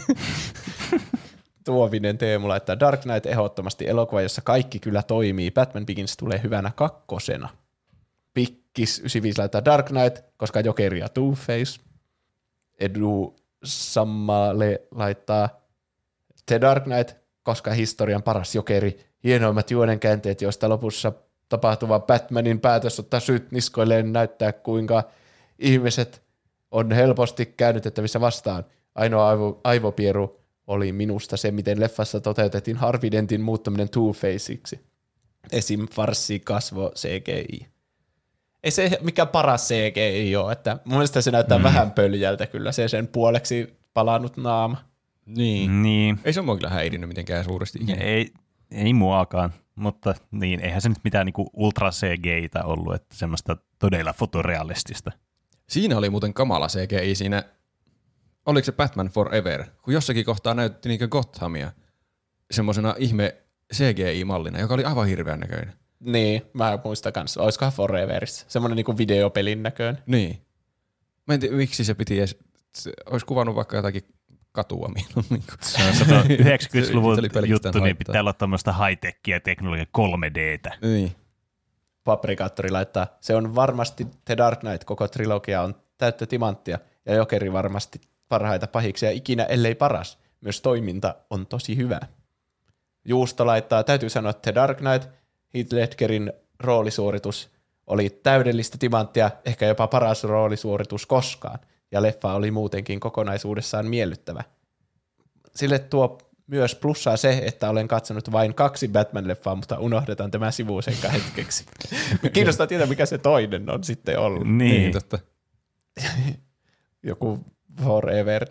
Speaker 1: Tuovinen Teemu laittaa, Dark Knight ehdottomasti elokuva, jossa kaikki kyllä toimii. Batman Begins tulee hyvänä kakkosena. Pikkis yhdeksänkymmentäviisi laittaa Dark Knight, koska Joker ja Two-Face. Edu Sammale laittaa The Dark Knight, koska historian paras Jokeri. Hienoimmat juonenkäänteet, joista lopussa tapahtuva Batmanin päätös ottaa syyt niskoilleen näyttää, kuinka ihmiset on helposti käännytettävissä vastaan. Ainoa aivo, aivopieru oli minusta se, miten leffassa toteutettiin Harvey Dentin muuttaminen Two-Faceiksi. Esim. Farssi kasvo C G I. Ei se mikä paras C G I ole, että mun mielestä se näyttää mm. vähän pöljältä kyllä, se sen puoleksi palannut naama.
Speaker 3: Niin.
Speaker 2: Niin.
Speaker 3: Ei se ole mua kyllä häirinyt mitenkään suuresti ikinä.
Speaker 2: Ei, ei muakaan, mutta niin, eihän se nyt mitään niinku ultra C G I-tä ollut, että semmoista todella fotorealistista.
Speaker 3: Siinä oli muuten kamala C G I siinä, oliko se Batman Forever, kun jossakin kohtaa näytti niinkö Gothamia semmoisena ihme C G I-mallina, joka oli aivan hirveän näköinen.
Speaker 1: Niin, mä muistan kanssa. Olisikohan Foreverissa? Semmoinen niinku videopelin näköinen.
Speaker 3: Niin. Mä en tiedä, miksi se piti edes, se olisi kuvannut vaikka jotakin katua mieluummin.
Speaker 2: Se on yhdeksänkymmentäluvun
Speaker 3: Se oli pelkästään
Speaker 2: juttu, niin
Speaker 3: haittaa.
Speaker 2: pitää olla tämmöistä high-techia teknologiaa kolme D:tä.
Speaker 3: Niin.
Speaker 1: Fabrikaattori laittaa, se on varmasti The Dark Knight, koko trilogia on täyttä timanttia, ja Jokeri varmasti parhaita pahiksia ikinä, ellei paras. Myös toiminta on tosi hyvä. Juusto laittaa, täytyy sanoa, että The Dark Knight, Heath Ledgerin roolisuoritus oli täydellistä timanttia, ehkä jopa paras roolisuoritus koskaan, ja leffa oli muutenkin kokonaisuudessaan miellyttävä. Sille tuo myös plussaa se, että olen katsonut vain kaksi Batman-leffaa, mutta unohdetaan tämä sivuseikka hetkeksi. Kiinnostaa tietää, mikä se toinen on sitten ollut.
Speaker 2: Niin,
Speaker 3: Niin, totta.
Speaker 1: Joku Forever.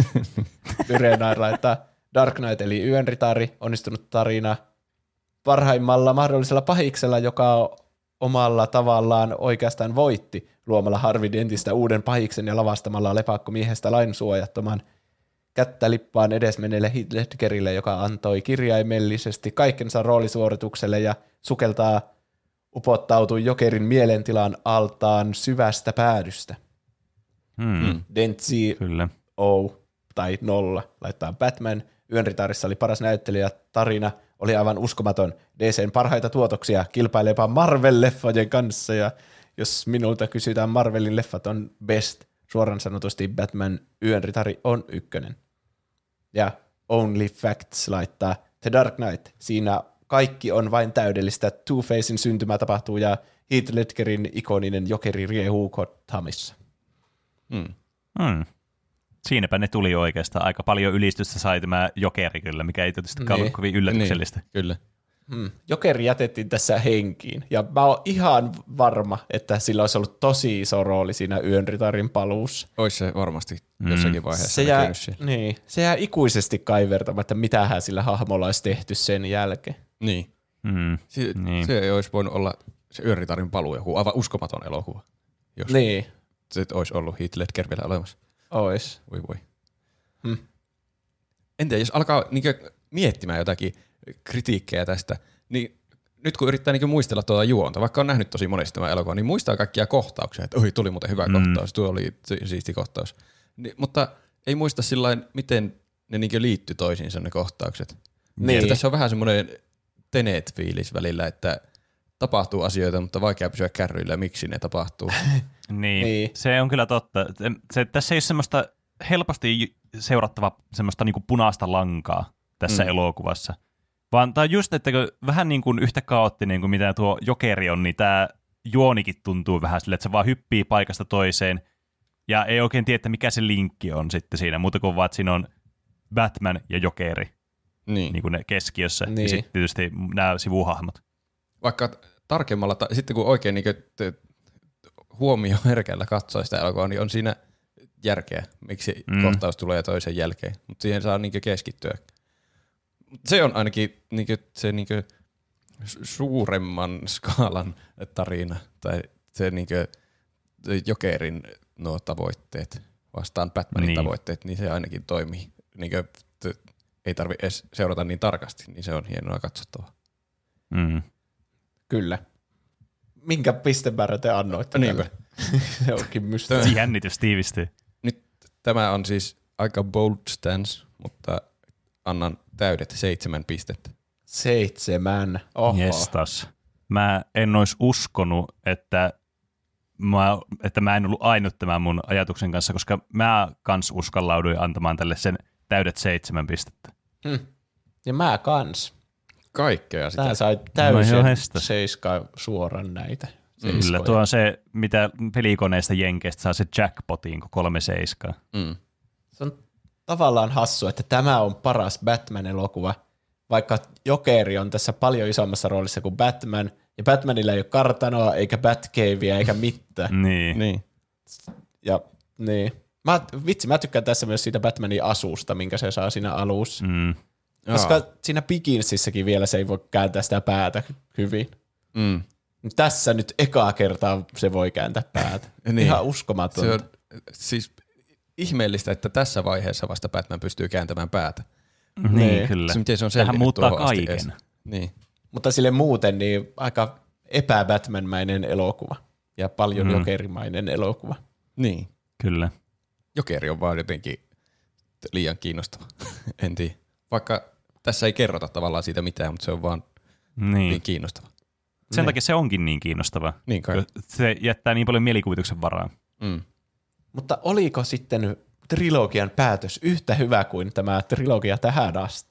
Speaker 1: Yrenaar laittaa Dark Knight eli Yön ritari, onnistunut tarina parhaimmalla mahdollisella pahiksella, joka omalla tavallaan oikeastaan voitti luomalla Harvey Dentistä uuden pahiksen ja lavastamalla lepakkomiehestä lainsuojattoman kättä lippaan edesmenneelle Heath Ledgerille, joka antoi kirjaimellisesti kaikkensa roolisuoritukselle ja sukeltaa upottautui Jokerin mielentilan altaan syvästä päädystä.
Speaker 2: Hmm.
Speaker 1: Dentsi
Speaker 2: Kyllä.
Speaker 1: O tai nolla laittaa Batman. Yön ritarissa oli paras näyttelijä, tarina oli aivan uskomaton. D C:n parhaita tuotoksia kilpailepa Marvel-leffojen kanssa, ja jos minulta kysytään, Marvelin leffat on best. Suoraan sanotusti Batman Yön ritari on ykkönen. Ja Only Facts laittaa The Dark Knight. Siinä kaikki on vain täydellistä. Two-Facein syntymä tapahtuu ja Heath Ledgerin ikoninen jokeri riehuu Gothamissa.
Speaker 3: Mm.
Speaker 2: Hmm. Siinäpä ne tuli oikeastaan. Aika paljon ylistystä sai tämä jokeri kyllä, mikä ei tietysti
Speaker 1: Niin.
Speaker 2: ollut kovin yllätyksellistä.
Speaker 3: Niin, kyllä.
Speaker 1: Hmm. Jokeri jätettiin tässä henkiin, ja mä oon ihan varma, että sillä olisi ollut tosi iso rooli siinä Yön ritarin paluussa.
Speaker 3: Ois se varmasti
Speaker 2: Mm.
Speaker 3: jossakin vaiheessa
Speaker 1: Se jää,
Speaker 3: näkynyt siellä.
Speaker 1: niin, se jää ikuisesti kaivertamatta, mitähän sillä hahmolla olisi tehty sen jälkeen.
Speaker 3: Niin.
Speaker 2: Hmm.
Speaker 3: Se,
Speaker 2: Niin.
Speaker 3: se ei olisi voinut olla se Yöritarin paluu, joku aivan uskomaton elokuva, jos
Speaker 1: Niin,
Speaker 3: se olisi ollut Heath Ledger vielä olemassa.
Speaker 1: ois.
Speaker 3: Voi voi.
Speaker 1: Hmm.
Speaker 3: En tiedä, jos alkaa niinkö miettimään jotakin kritiikkejä tästä, niin nyt kun yrittää niinkö muistella tuota juonta, vaikka on nähnyt tosi monesti tämä elokuva, niin muistaa kaikkia kohtauksia, että oi, tuli muuten hyvä
Speaker 2: Mm.
Speaker 3: kohtaus, tuo oli si- siisti kohtaus. Ni, mutta ei muista sillain, miten ne niinkö liittyy toisiinsa ne kohtaukset.
Speaker 1: Niin.
Speaker 3: Ja tässä on vähän semmoinen Tenet-fiilis välillä, että tapahtuu asioita, mutta vaikea pysyä kärryillä, miksi ne tapahtuu.
Speaker 2: Niin,
Speaker 1: Niin.
Speaker 2: se on kyllä totta. Se, se, tässä ei ole semmoista helposti seurattava semmoista niinku punaista lankaa tässä
Speaker 3: Mm.
Speaker 2: elokuvassa. Vaan tämä just, että kun vähän niin kuin yhtä kaoottinen kuin mitä tuo jokeri on, niin tämä juonikin tuntuu vähän silleen, että se vaan hyppii paikasta toiseen ja ei oikein tiedä, että mikä se linkki on sitten siinä, muuta kuin vaan, että siinä on Batman ja jokeri
Speaker 3: Niin.
Speaker 2: niin kuin ne keskiössä
Speaker 1: Niin.
Speaker 2: ja sitten tietysti nämä sivuhahmot.
Speaker 3: Vaikka tarkemmalla, ta- sitten kun oikein niin huomioon herkällä katsoo sitä elokuvaa, niin on siinä järkeä, miksi
Speaker 2: Mm.
Speaker 3: mm. kohtaus tulee toisen jälkeen. Mutta siihen saa niin keskittyä. Se on ainakin niin se niin suuremman skaalan tarina, tai se niin Jokerin nuo tavoitteet vastaan Batmanin
Speaker 2: Niin.
Speaker 3: niin. tavoitteet, niin se ainakin toimii. Niin kuin, ei tarvitse edes seurata niin tarkasti, niin se on hienoa katsottavaa.
Speaker 2: Mm.
Speaker 1: Kyllä. Minkä pistemäärä te annoitte
Speaker 3: Niinpä.
Speaker 1: tälle? Se onkin mysteeri.
Speaker 2: Jännitys tiivistyy.
Speaker 3: Nyt tämä on siis aika bold stance, mutta annan täydet seitsemän pistettä.
Speaker 1: Seitsemän. Oho.
Speaker 2: Jestas. Mä en olisi uskonut, että mä, että mä en ollut ainut tämän mun ajatuksen kanssa, koska mä kans uskallauduin antamaan tälle sen täydet seitsemän pistettä.
Speaker 1: Hmm. Ja mä kans.
Speaker 3: Kaikkea sitä.
Speaker 1: Tää sai
Speaker 2: No
Speaker 1: täysin
Speaker 2: joo, hestä.
Speaker 1: seiskaa suoran näitä.
Speaker 2: Kyllä,
Speaker 1: seiskoja.
Speaker 2: tuo on se, mitä pelikoneista jenkeistä saa se jackpotiin, kun kolme seiskaa.
Speaker 3: Mm.
Speaker 1: Se on tavallaan hassu, että tämä on paras Batman-elokuva, vaikka Jokeri on tässä paljon isommassa roolissa kuin Batman, ja Batmanilla ei ole kartanoa, eikä Batcavea, eikä mitään.
Speaker 2: Niin.
Speaker 3: Niin.
Speaker 1: Ja niin. Mä, vitsi, mä tykkään tässä myös siitä Batmanin asusta, minkä se saa siinä alussa.
Speaker 2: Mm.
Speaker 1: Koska
Speaker 3: Jaa.
Speaker 1: siinä Beginsissäkin vielä se ei voi kääntää sitä päätä hyvin.
Speaker 3: Mm.
Speaker 1: Tässä nyt ekaa kertaa se voi kääntää päätä.
Speaker 3: Niin.
Speaker 1: Ihan uskomatonta.
Speaker 3: Se on siis ihmeellistä, että tässä vaiheessa vasta Batman pystyy kääntämään päätä.
Speaker 2: Niin,
Speaker 1: Niin.
Speaker 2: kyllä.
Speaker 3: Se, miten se on
Speaker 2: Tähän
Speaker 3: selvinnyt
Speaker 2: muuttaa
Speaker 3: tuohon asti
Speaker 2: kaiken.
Speaker 3: edes. Niin.
Speaker 1: Mutta sille muuten niin aika epä-Batman-mäinen elokuva. Ja paljon
Speaker 2: Mm.
Speaker 1: mm. jokerimainen elokuva.
Speaker 3: Niin.
Speaker 2: Kyllä.
Speaker 3: Jokeri on vaan jotenkin liian kiinnostava. En tiedä. Vaikka tässä ei kerrota tavallaan siitä mitään, mutta se on vaan
Speaker 2: Niin.
Speaker 3: niin kiinnostava.
Speaker 2: Sen
Speaker 1: Niin.
Speaker 2: takia se onkin niin kiinnostava.
Speaker 3: Niin kai.
Speaker 2: Se jättää niin paljon mielikuvituksen varaa.
Speaker 3: Mm.
Speaker 1: Mutta oliko sitten trilogian päätös yhtä hyvä kuin tämä trilogia tähän asti?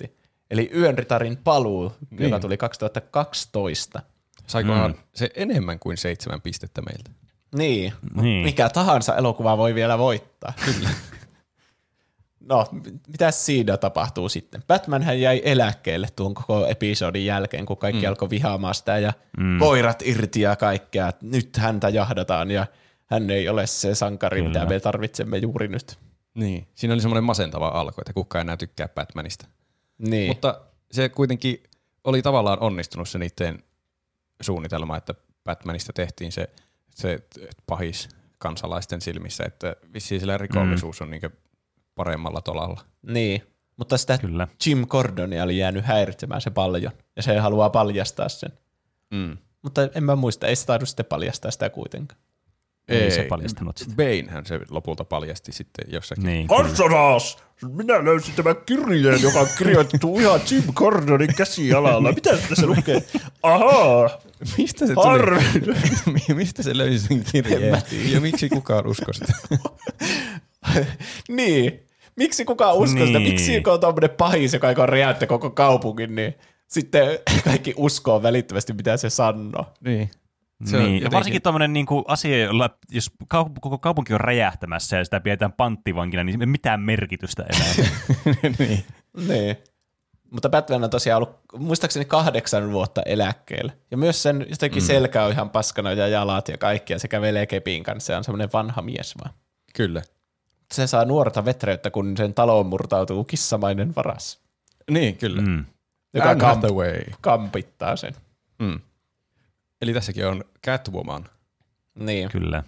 Speaker 1: eli Yön ritarin paluu,
Speaker 3: Niin.
Speaker 1: joka tuli kaksituhattakaksitoista.
Speaker 3: Saikohan
Speaker 2: Mm.
Speaker 3: se enemmän kuin seitsemän pistettä meiltä?
Speaker 1: Niin,
Speaker 2: Niin.
Speaker 1: mikä tahansa elokuva voi vielä voittaa. Kyllä. No, mitä siinä tapahtuu sitten? Batmanhän jäi eläkkeelle tuon koko episodin jälkeen, kun kaikki mm. alkoi vihaamaan sitä ja mm. koirat irti ja kaikkea. Nyt häntä jahdataan ja hän ei ole se sankari, Kyllä. mitä me tarvitsemme juuri nyt.
Speaker 3: Niin. Siinä oli semmoinen masentava alku, että kukaan enää tykkää Batmanista.
Speaker 1: Niin.
Speaker 3: Mutta se kuitenkin oli tavallaan onnistunut se niiden suunnitelma, että Batmanista tehtiin se, se pahis kansalaisten silmissä, että vissiin sillä rikollisuus mm. on niinku paremmalla tolalla.
Speaker 1: Niin, mutta sitä
Speaker 2: Kyllä.
Speaker 1: Jim Gordonia oli jäänyt häiritsemään se paljon, ja se haluaa paljastaa sen.
Speaker 3: Mm.
Speaker 1: Mutta en mä muista, ei se taidu sitten paljastaa sitä kuitenkaan.
Speaker 2: Ei, ei se paljastanut sitä.
Speaker 3: Banehän se lopulta paljasti sitten jossakin.
Speaker 2: Niin, kyllä.
Speaker 4: Arsonas! Minä löysin tämän kirjeen, joka on kirjoitettu ihan Jim Gordonin käsialalla. Mitä se lukee? Ahaa!
Speaker 3: Mistä se
Speaker 4: Harvi!
Speaker 3: tuli? Mistä se löysi sen kirjeen? Ja miksi kukaan uskoi sitä?
Speaker 1: Niin, miksi kukaan uskoo sitä?
Speaker 2: Niin.
Speaker 1: Miksi kun on tommoinen pahis, joka aikoo räjäyttää koko kaupungin, niin sitten kaikki uskoo välittömästi, mitä se sanoo.
Speaker 3: Niin.
Speaker 2: Se niin. Ja varsinkin tuommoinen niinku asia, jolla jos kaup- koko kaupunki on räjähtämässä ja sitä pidetään panttivankina, niin ei mitään merkitystä enää.
Speaker 3: niin.
Speaker 1: Niin. Mutta Batman on tosiaan ollut muistaakseni kahdeksan vuotta eläkkeellä. Ja myös sen jotenkin mm. selkä on ihan paskana ja jalat ja kaikki, ja se kävelee kepin kanssa. Se on semmoinen vanha mies vaan.
Speaker 3: Kyllä.
Speaker 1: Se saa nuorta vetreyttä, kun sen taloon murtautuu kissamainen varas,
Speaker 3: Niin, kyllä.
Speaker 2: Mm.
Speaker 1: joka
Speaker 3: Anne
Speaker 1: kamp-
Speaker 3: Hathaway.
Speaker 1: kampittaa sen.
Speaker 3: Mm. Eli tässäkin on Catwoman.
Speaker 1: Niin.
Speaker 2: Kyllä.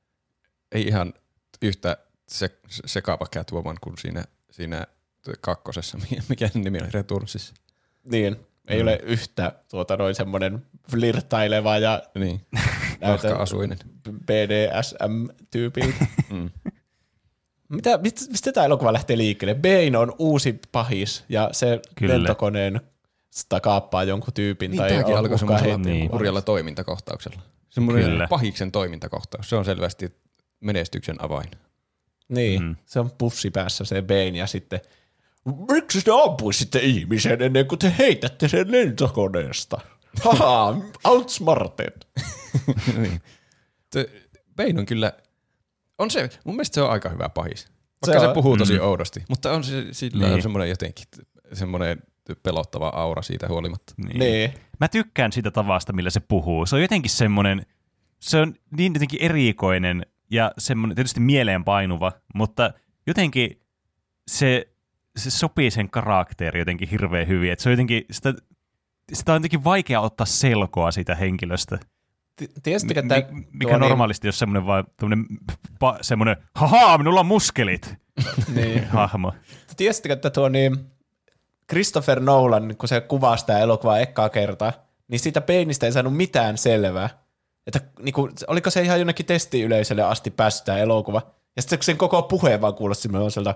Speaker 3: Ei ihan yhtä se, sekaava Catwoman kuin siinä, siinä kakkosessa, mikä sen nimi oli, Returnsissa.
Speaker 1: Niin. Ei mm. ole yhtä tuota noin semmoinen flirtaileva ja
Speaker 3: Niin,
Speaker 1: näytä
Speaker 3: asuinen.
Speaker 1: B D S M-tyypiltä.
Speaker 3: Mm.
Speaker 1: Mitä, mistä tämä elokuva lähtee liikkeelle? Bane on uusi pahis ja se
Speaker 2: Kyllä.
Speaker 1: lentokoneen sitä kaappaa jonkun tyypin.
Speaker 3: Niin,
Speaker 1: tai
Speaker 3: tämäkin
Speaker 1: on
Speaker 3: alkoi
Speaker 1: uhkaa
Speaker 3: semmoisella
Speaker 1: heti.
Speaker 2: niin.
Speaker 3: hurjalla toimintakohtauksella. Semmoinen
Speaker 2: Kyllä.
Speaker 3: pahiksen toimintakohtaus. Se on selvästi menestyksen avain.
Speaker 1: Niin,
Speaker 2: Mm.
Speaker 1: se on pussi päässä se Bane ja sitten miksi te ampuisitte ihmisen ennen kuin te heitätte sen lentokoneesta? Haha, outsmarted.
Speaker 3: niin. Bane on kyllä, on se, mun mielestä se on aika hyvä pahis. Vaikka
Speaker 1: Se
Speaker 3: se,
Speaker 1: on.
Speaker 3: se puhuu tosi
Speaker 2: Mm.
Speaker 3: oudosti, mutta on se, sillä
Speaker 2: Niin.
Speaker 3: on semmoinen jotenkin semmoinen pelottava aura siitä huolimatta.
Speaker 2: Niin.
Speaker 1: Niin.
Speaker 2: Mä tykkään siitä tavasta, millä se puhuu. Se on jotenkin semmoinen, se on niin jotenkin erikoinen ja semmoinen tietysti mieleenpainuva, mutta jotenkin se, se sopii sen karakteri jotenkin hirveän hyvin. Että se on jotenkin, sitä, sitä on jotenkin vaikea ottaa selkoa siitä henkilöstä.
Speaker 1: Tiesittekö,
Speaker 2: M-
Speaker 1: että
Speaker 2: mi- mikä
Speaker 1: tuo
Speaker 2: normaalisti jos semmoinen vaan pa, semmoinen, hahaa, minulla on muskelit,
Speaker 1: niin,
Speaker 2: hahmo.
Speaker 1: tiesittekö, että tuo niin Christopher Nolan, kun se kuvaa sitä elokuvaa ekkaa kertaa, niin siitä Baneista ei saanut mitään selvää. Että niinku, oliko se ihan jonnekin testiyleisölle asti päässyt tämä elokuva. Ja sitten sen koko puheen vaan kuulosti semmoiselta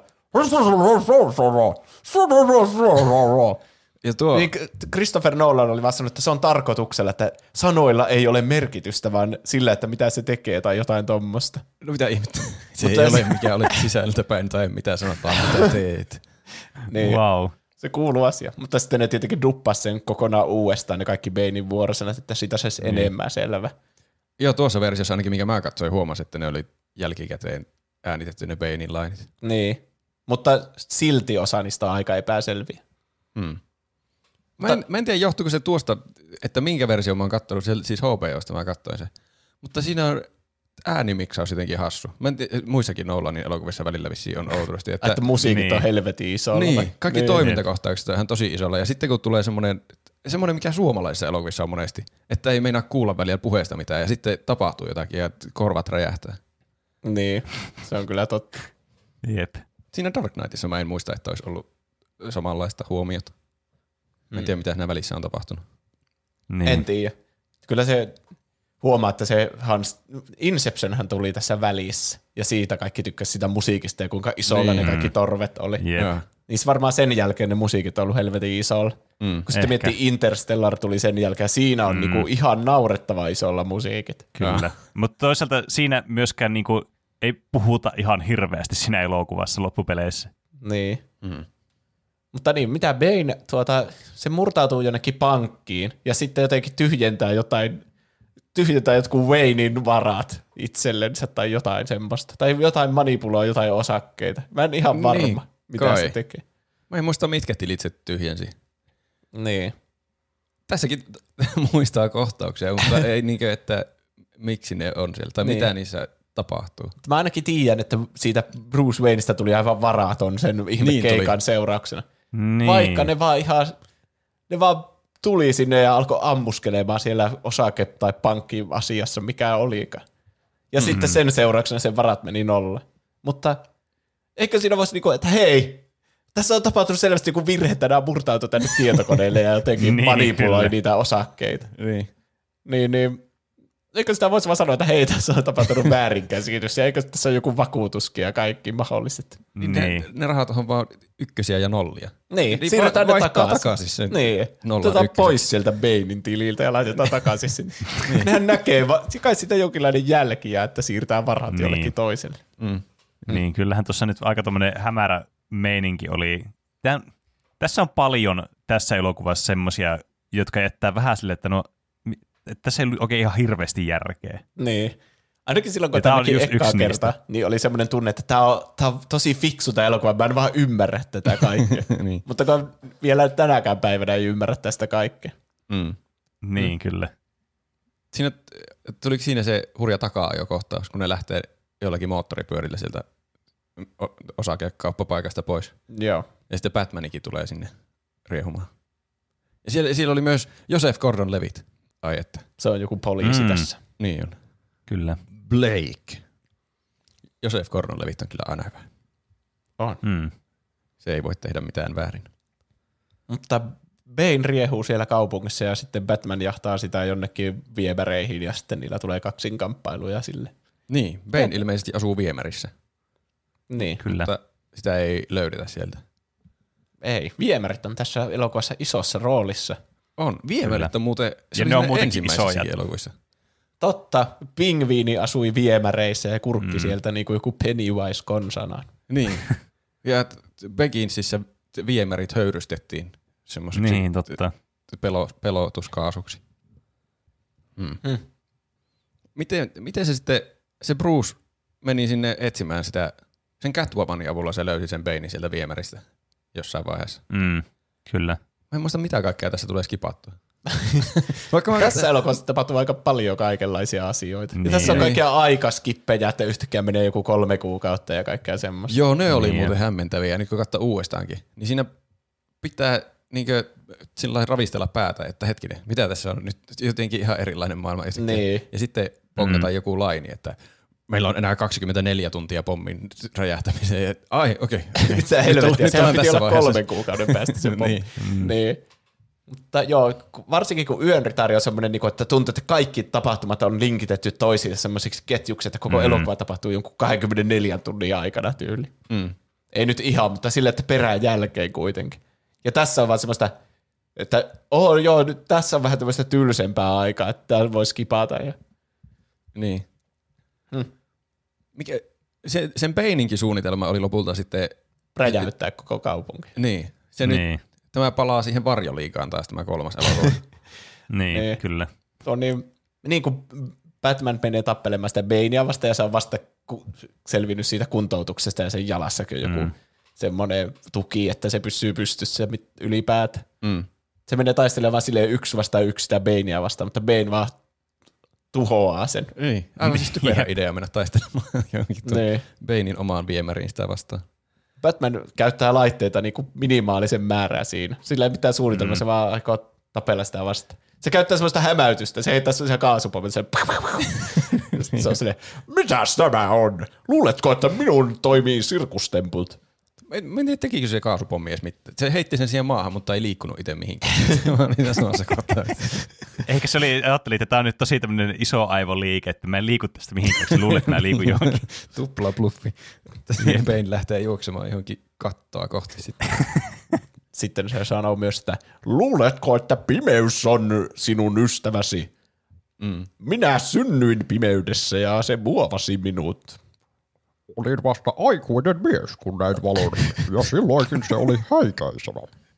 Speaker 3: Ja tuo,
Speaker 1: niin Christopher Nolan oli vastannut, että se on tarkoituksella, että sanoilla ei ole merkitystä, vaan sillä, että mitä se tekee tai jotain tommosta.
Speaker 3: no mitä ihmettä, se
Speaker 1: Mutta
Speaker 3: ei
Speaker 1: se-
Speaker 3: ole mikä olet sisältäpäin tai mitä sanotaan, mitä teet.
Speaker 1: Niin.
Speaker 2: Wow.
Speaker 1: Se kuuluu asia. Mutta sitten ne tietenkin duppasi sen kokonaan uudestaan, ne kaikki Banein vuorosanat, että siitä olisi
Speaker 3: Niin.
Speaker 1: enemmän selvä.
Speaker 3: Joo, tuossa versiossa ainakin, minkä mä katsoin, huomasin, että ne oli jälkikäteen äänitetty ne Banein lainit.
Speaker 1: Niin. Mutta silti osa niistä on aika epäselviä.
Speaker 3: Hmm. Mä, en, mä en tiedä, johtuuko se tuosta, että minkä versio mä oon kattonut, se- siis H B Osta mä katsoin se. Mutta siinä on äänimiksaus jotenkin hassu. Mä en tiedä, muissakin Nolanin elokuvissa välillä vissiin on outosti. Että,
Speaker 1: Että musiikit
Speaker 2: niin.
Speaker 1: on helvetin isolla.
Speaker 3: niin, kaikki
Speaker 1: niin.
Speaker 3: toimintakohtaukset on ihan tosi isolla. Ja sitten kun tulee semmoinen, semmoinen mikä suomalaisissa elokuvissa on monesti, että ei meinaa kuulla välillä puheesta mitään ja sitten tapahtuu jotakin ja korvat räjähtää.
Speaker 1: Niin, se on kyllä totta.
Speaker 2: Jep.
Speaker 3: Siinä Dark Knightissa mä en muista, että olisi ollut samanlaista huomiota. Mä en tiedä, mitä siinä välissä on tapahtunut.
Speaker 2: Niin.
Speaker 1: En tiedä. Kyllä se huomaa, että se Hans, Inceptionhan tuli tässä välissä, ja siitä kaikki tykkäsivät sitä musiikista, ja kuinka isolla
Speaker 3: Niin.
Speaker 1: ne kaikki torvet oli.
Speaker 2: Jep.
Speaker 3: Joo.
Speaker 1: Niin varmaan sen jälkeen ne musiikit on ollut helvetin isolla.
Speaker 3: Mm.
Speaker 1: Kun sitten
Speaker 2: Ehkä.
Speaker 1: miettii Interstellar tuli sen jälkeen, ja siinä on mm. niinku ihan naurettava isolla musiikit.
Speaker 2: Kyllä. Mutta toisaalta siinä myöskään niinku ei puhuta ihan hirveästi siinä elokuvassa loppupeleissä.
Speaker 1: Niin.
Speaker 3: Mm.
Speaker 1: Mutta niin, mitä Bane, tuota, se murtautuu jonnekin pankkiin ja sitten jotenkin tyhjentää jotain, tyhjentää jotkut Waynein varat itsellensä tai jotain semmoista. Tai jotain manipuloi jotain osakkeita. Mä en ihan varma, niin, mitä kai se tekee.
Speaker 3: Mä en muista, mitkä tilit se tyhjensi.
Speaker 1: Niin.
Speaker 3: Tässäkin muistaa kohtauksia, mutta ei niinkö, että miksi ne on siellä tai niin. mitä niissä tapahtuu.
Speaker 1: Mä ainakin tiedän, että siitä Bruce Wayneista tuli aivan varaton sen ihmekeikan niin seurauksena. Niin. Vaikka ne vaan ihan, ne vaan tuli sinne ja alkoi ammuskelemaan siellä osake- tai pankki-asiassa, mikä olikaan. Ja mm-hmm. sitten sen seurauksena sen varat meni nolla. Mutta eikö siinä voisi niinku, että hei, tässä on tapahtunut selvästi joku virhe, että nämä murtautui tänne tietokoneelle ja jotenkin niin, manipuloi kyllä. niitä osakkeita. Niin. Niin, niin. Eikö sitä voisi vaan sanoa, että hei, tässä on tapahtunut väärinkäsitys, ja eikö tässä ole joku vakuutuskin ja kaikki mahdolliset.
Speaker 3: Niin. Ne, ne rahat on vaan ykkösiä ja nollia.
Speaker 1: Niin, niin siirretään ne takaisin.
Speaker 3: takaisin sen
Speaker 1: niin, otetaan pois sieltä Banein tililtä ja laitetaan takaisin sinne. niin. Nehän näkee, kai sitä jonkinlainen jälkiä, että siirtää varat niin. jollekin toiselle.
Speaker 2: Mm. Mm. Niin, kyllähän tuossa nyt aika tommoinen hämärä meininki oli. Tän, tässä on paljon tässä elokuvassa semmoisia, jotka jättää vähän sille, että no että tässä ei ollut oikein ihan hirveästi järkeä.
Speaker 1: Niin. Ainakin silloin, kun tämä näki ekkaa kertaa, niin oli semmoinen tunne, että tämä on, tämä on tosi fiksu tämä elokuva, mä en vaan ymmärrä tätä kaikkea. niin. Mutta kun vielä tänäkään päivänä ei ymmärrä tästä kaikkea.
Speaker 2: Mm. Niin, mm. kyllä.
Speaker 3: Siinä, tuliko siinä se hurja takaa-ajo-kohtaus, kun ne lähtee jollakin moottoripyörillä sieltä osakekauppapaikasta pois?
Speaker 1: Joo.
Speaker 3: Ja sitten Batmanikin tulee sinne riehumaan. Ja siellä, siellä oli myös Joseph Gordon-Levitt. Ai että.
Speaker 1: Se on joku poliisi mm. tässä.
Speaker 3: Niin on.
Speaker 2: Kyllä.
Speaker 3: Blake. Joseph Gordon-Levitt on kyllä aina hyvä.
Speaker 1: On.
Speaker 2: Mm.
Speaker 3: Se ei voi tehdä mitään väärin.
Speaker 1: Mutta Bane riehuu siellä kaupungissa ja sitten Batman jahtaa sitä jonnekin viemäreihin ja sitten niillä tulee kaksinkamppailuja sille.
Speaker 3: Niin, Bane ja. ilmeisesti asuu viemärissä.
Speaker 1: Niin.
Speaker 2: Kyllä.
Speaker 3: Mutta sitä ei löydetä sieltä.
Speaker 1: Ei, viemärit on tässä elokuvassa isossa roolissa.
Speaker 3: On. Viemärit on muuten, se
Speaker 2: ja ne on muutenkin isoja
Speaker 3: elokuvissa.
Speaker 1: Totta. Pingviini asui viemäreissä ja kurkki mm. sieltä niin kuin joku Pennywise konsanaan.
Speaker 3: Niin. Ja Beginsissä viemärit höyrystettiin semmoiseksi
Speaker 2: niin, totta.
Speaker 3: Pelo, pelotuskaasuksi. Mm. Mm. Miten, miten se sitten, se Bruce meni sinne etsimään sitä, sen Catwomanin avulla se löysi sen Banein sieltä viemäristä jossain vaiheessa.
Speaker 2: Mm, kyllä.
Speaker 3: Mä en muista mitä kaikkea tässä tulee skipattua.
Speaker 1: Tässä elokuvassa tapahtuu aika paljon kaikenlaisia asioita. Niin. Ja tässä on kaikkia aikaskippejä, että yhtäkkiä menee joku kolme kuukautta ja kaikkea semmoista.
Speaker 3: Joo, ne oli niin. muuten hämmentäviä. Nyt kun katsoo uudestaankin, niin siinä pitää niinkö sillä ravistella päätä, että hetkinen, mitä tässä on nyt jotenkin ihan erilainen maailma. Ja sitten,
Speaker 1: niin.
Speaker 3: ja sitten pongataan mm. joku laini, että meillä on enää kaksikymmentäneljä tuntia pommin räjähtämiseen. Ja, ai, okei. Okay.
Speaker 1: Mitä helvettiä, sehän piti olla vaiheessa. kolmen kuukauden päästä se pommi. niin. Mm. niin. Mutta joo, varsinkin kun Yön ritari on semmoinen, että tuntuu, että kaikki tapahtumat on linkitetty toisiinsa semmoisiksi ketjuksi, että koko mm. elokuva tapahtuu jonkun kaksikymmentäneljä tunnin aikana tyyli. Mm. Ei nyt ihan, mutta sille, että perään jälkeen kuitenkin. Ja tässä on vaan semmoista, että oh, joo, nyt tässä on vähän tämmöistä tylsempää aikaa, että täällä voi skipata. Ja...
Speaker 3: Niin. Hmm. Mikä, se, sen Baneninkin suunnitelma oli lopulta sitten...
Speaker 1: Räjäyttää koko kaupunki.
Speaker 3: Niin. Se
Speaker 2: niin.
Speaker 3: nyt, tämä palaa siihen varjoliigaan taas tämä kolmas elokuva.
Speaker 2: niin, niin, kyllä.
Speaker 1: On niin, niin kuin Batman menee tappelemaan sitä Banea vasta ja se on vasta ku, selvinnyt siitä kuntoutuksesta ja sen jalassakin joku mm. semmoinen tuki, että se pysyy pystyssä ylipäätään. Mm. Se menee taistelemaan silleen yksi vastaan yksi sitä Banea vastaan, mutta Bane vaan tuhoaa sen.
Speaker 3: Niin, aivan siis typerä idea mennä taistelemaan jonkin niin. Banein omaan viemäriin sitä vastaan.
Speaker 1: Batman käyttää laitteita niin kuin minimaalisen määrää siinä. Sillä ei mitään suunnitelmaa, mm. se vaan aikoo tapella sitä vastaan. Se käyttää semmoista hämäytystä, se heittää semmoisia kaasupommin, se, se on silleen, mitäs tämä on? Luuletko, että minun toimii sirkustemput?
Speaker 3: Mä en tiedä, tekikö se kaasupommi edes mitään. Se heitti sen siihen maahan, mutta ei liikkunut itse mihinkään. Mä niitä samassa kohtaa.
Speaker 2: Ehkä se oli, ajattelin, että tämä on nyt tosi tämmöinen iso aivoliike, että mä en liiku tästä mihinkään, se luulee, että mä liikun johonkin.
Speaker 3: Tupla bluffi. Bane lähtee juoksemaan johonkin kattoa kohti sitten.
Speaker 1: Sitten se sanoo myös, että luuletko, että pimeys on sinun ystäväsi? Mm. Minä synnyin pimeydessä ja se muovasi minut.
Speaker 6: Olin vasta aikuinen mies, kun näin valon, ja silloinkin se oli häikäisevä.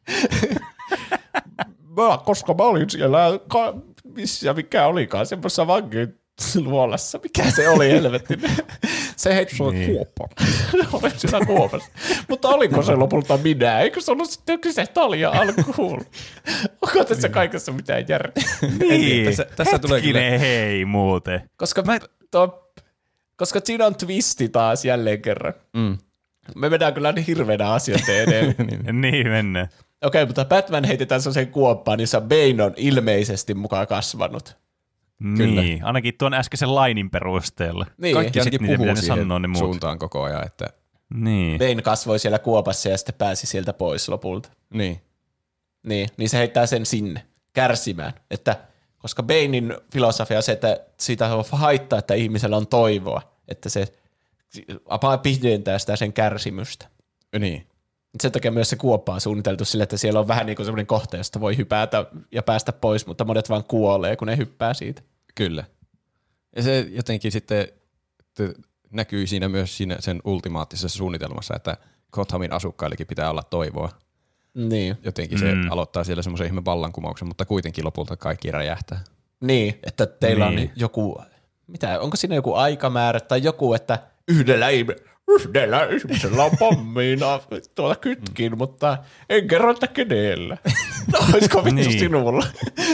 Speaker 1: Mä, koska mä olin siellä, ka, missä mikä olikaan, semmoisessa vangin luolassa. Mikä se oli, helvetti? Se heitti sua
Speaker 6: niin. kuoppa.
Speaker 1: Olen siellä kuopassa. Mutta oliko se lopulta minä? Eikö se ollut sitten kyse Talia alkuun? Onko tässä kaikessa mitään järkeä?
Speaker 2: Niin,
Speaker 3: tässä, tässä tulee kyllä...
Speaker 2: hei muuten.
Speaker 1: Koska, mä, tuo, koska siinä on twisti taas jälleen kerran.
Speaker 3: Mm.
Speaker 1: Me mennään kyllä niin hirveänä asioita edelleen.
Speaker 2: Niin mennään.
Speaker 1: Okei, okay, mutta Batman heitetään sellaiseen kuoppaan, niin Bane on ilmeisesti mukaan kasvanut.
Speaker 2: Kyllä. Niin, ainakin tuon äskeisen lainin perusteella.
Speaker 1: Niin.
Speaker 3: Kaikki ainakin
Speaker 2: Sitten,
Speaker 3: puhuu
Speaker 2: mitä ne
Speaker 3: siihen
Speaker 2: sanoo, ne muut.
Speaker 3: suuntaan koko ajan. Että...
Speaker 2: Niin.
Speaker 1: Bane kasvoi siellä kuopassa ja sitten pääsi sieltä pois lopulta.
Speaker 3: Niin.
Speaker 1: Niin, niin se heittää sen sinne kärsimään. Että, koska Banein filosofia on se, että siitä haittaa, että ihmisellä on toivoa. Että se pidentää sitä sen kärsimystä.
Speaker 3: Niin.
Speaker 1: Sen takia myös se kuoppa on suunniteltu sille, että siellä on vähän niin kuin semmoinen kohta, josta voi hypätä ja päästä pois, mutta monet vaan kuolee, kun ne hyppää siitä.
Speaker 3: Kyllä. Ja se jotenkin sitten näkyy siinä myös siinä sen ultimaattisessa suunnitelmassa, että Gothamin asukkaillekin pitää olla toivoa.
Speaker 1: Niin.
Speaker 3: Jotenkin se
Speaker 2: Mm.
Speaker 3: aloittaa siellä semmoisen ihme vallankumouksen, mutta kuitenkin lopulta kaikki räjähtää.
Speaker 1: Niin, että teillä
Speaker 2: Niin.
Speaker 1: on joku, mitä, onko siinä joku aikamäärä tai joku, että yhdellä, yhdellä ihmisellä on pommiin tuolla kytkin, mm. mutta en kerro, että kenellä. No, olisiko vittu
Speaker 2: Niin.
Speaker 1: sinulla?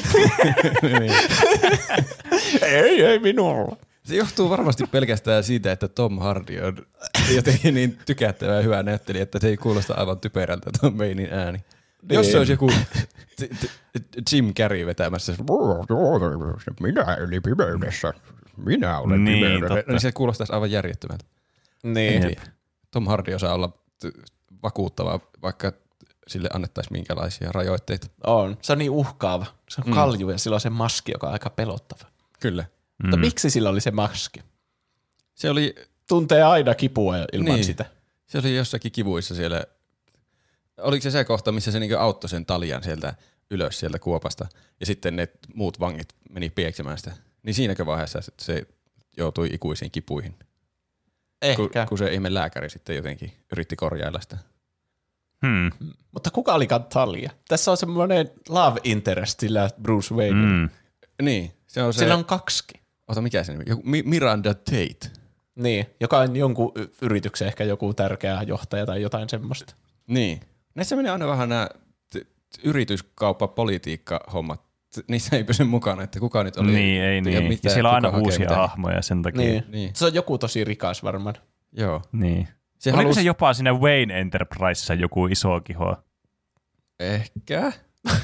Speaker 1: ei, ei minulla.
Speaker 3: Se johtuu varmasti pelkästään siitä, että Tom Hardy on jotenkin niin tykättävä ja hyvä näyttelijä, että se ei kuulosta aivan typerältä Tom Banein ääni. Niin. Jos se olisi joku t- t- Jim Carrey vetämässä,
Speaker 6: Minä elin pimeydessä. Minä olen
Speaker 2: Niin,
Speaker 6: pimeydessä.
Speaker 2: totta.
Speaker 3: niin se kuulostaisi aivan järjettömältä.
Speaker 1: Niin.
Speaker 2: Jep.
Speaker 3: Tom Hardy osaa olla t- vakuuttava, vaikka sille annettaisiin minkälaisia rajoitteita.
Speaker 1: On. Se on niin uhkaava. Se on kalju ja sillä on se maski, joka on aika pelottava.
Speaker 3: Kyllä.
Speaker 2: Mm.
Speaker 1: Mutta miksi sillä oli se maski?
Speaker 3: Se oli,
Speaker 1: Tuntee aina kipua ilman
Speaker 3: Niin.
Speaker 1: sitä.
Speaker 3: se oli jossakin kivuissa siellä. Oliko se se kohta, missä se niinku auttoi sen Talian sieltä ylös sieltä kuopasta ja sitten ne muut vangit meni pieksemään sitä? Niin siinäkö vaiheessa se joutui ikuisiin kipuihin? Kun,
Speaker 1: Ehkä.
Speaker 3: kun se ihme lääkäri sitten jotenkin yritti korjailla sitä.
Speaker 2: Hmm.
Speaker 1: Mutta kuka olikaan Talia? Tässä on semmoinen love interest sillä Bruce Wayne.
Speaker 2: Mm.
Speaker 3: Niin, se on se.
Speaker 1: Sillä on kaksi.
Speaker 3: Ota, mikä se nimi? Joku Mi- Miranda Tate.
Speaker 1: Niin, joka on jonkun y- yrityksen ehkä joku tärkeä johtaja tai jotain semmoista.
Speaker 3: Niin. Näissä menee aina vähän nämä yrityskauppa, politiikka hommat. Niissä ei pysy mukana, että kuka nyt oli.
Speaker 2: Niin, ei niin.
Speaker 3: mitä,
Speaker 2: Ja siellä on aina
Speaker 3: kuka hakee
Speaker 2: uusia
Speaker 3: mitä.
Speaker 2: hahmoja sen takia.
Speaker 1: Niin.
Speaker 2: Niin.
Speaker 3: Niin.
Speaker 1: Se on joku tosi rikas varmaan.
Speaker 3: Joo.
Speaker 2: niin.
Speaker 3: Se
Speaker 2: Oliko
Speaker 3: halus...
Speaker 2: se jopa siinä Wayne Enterprisessa joku iso kiho?
Speaker 3: Ehkä.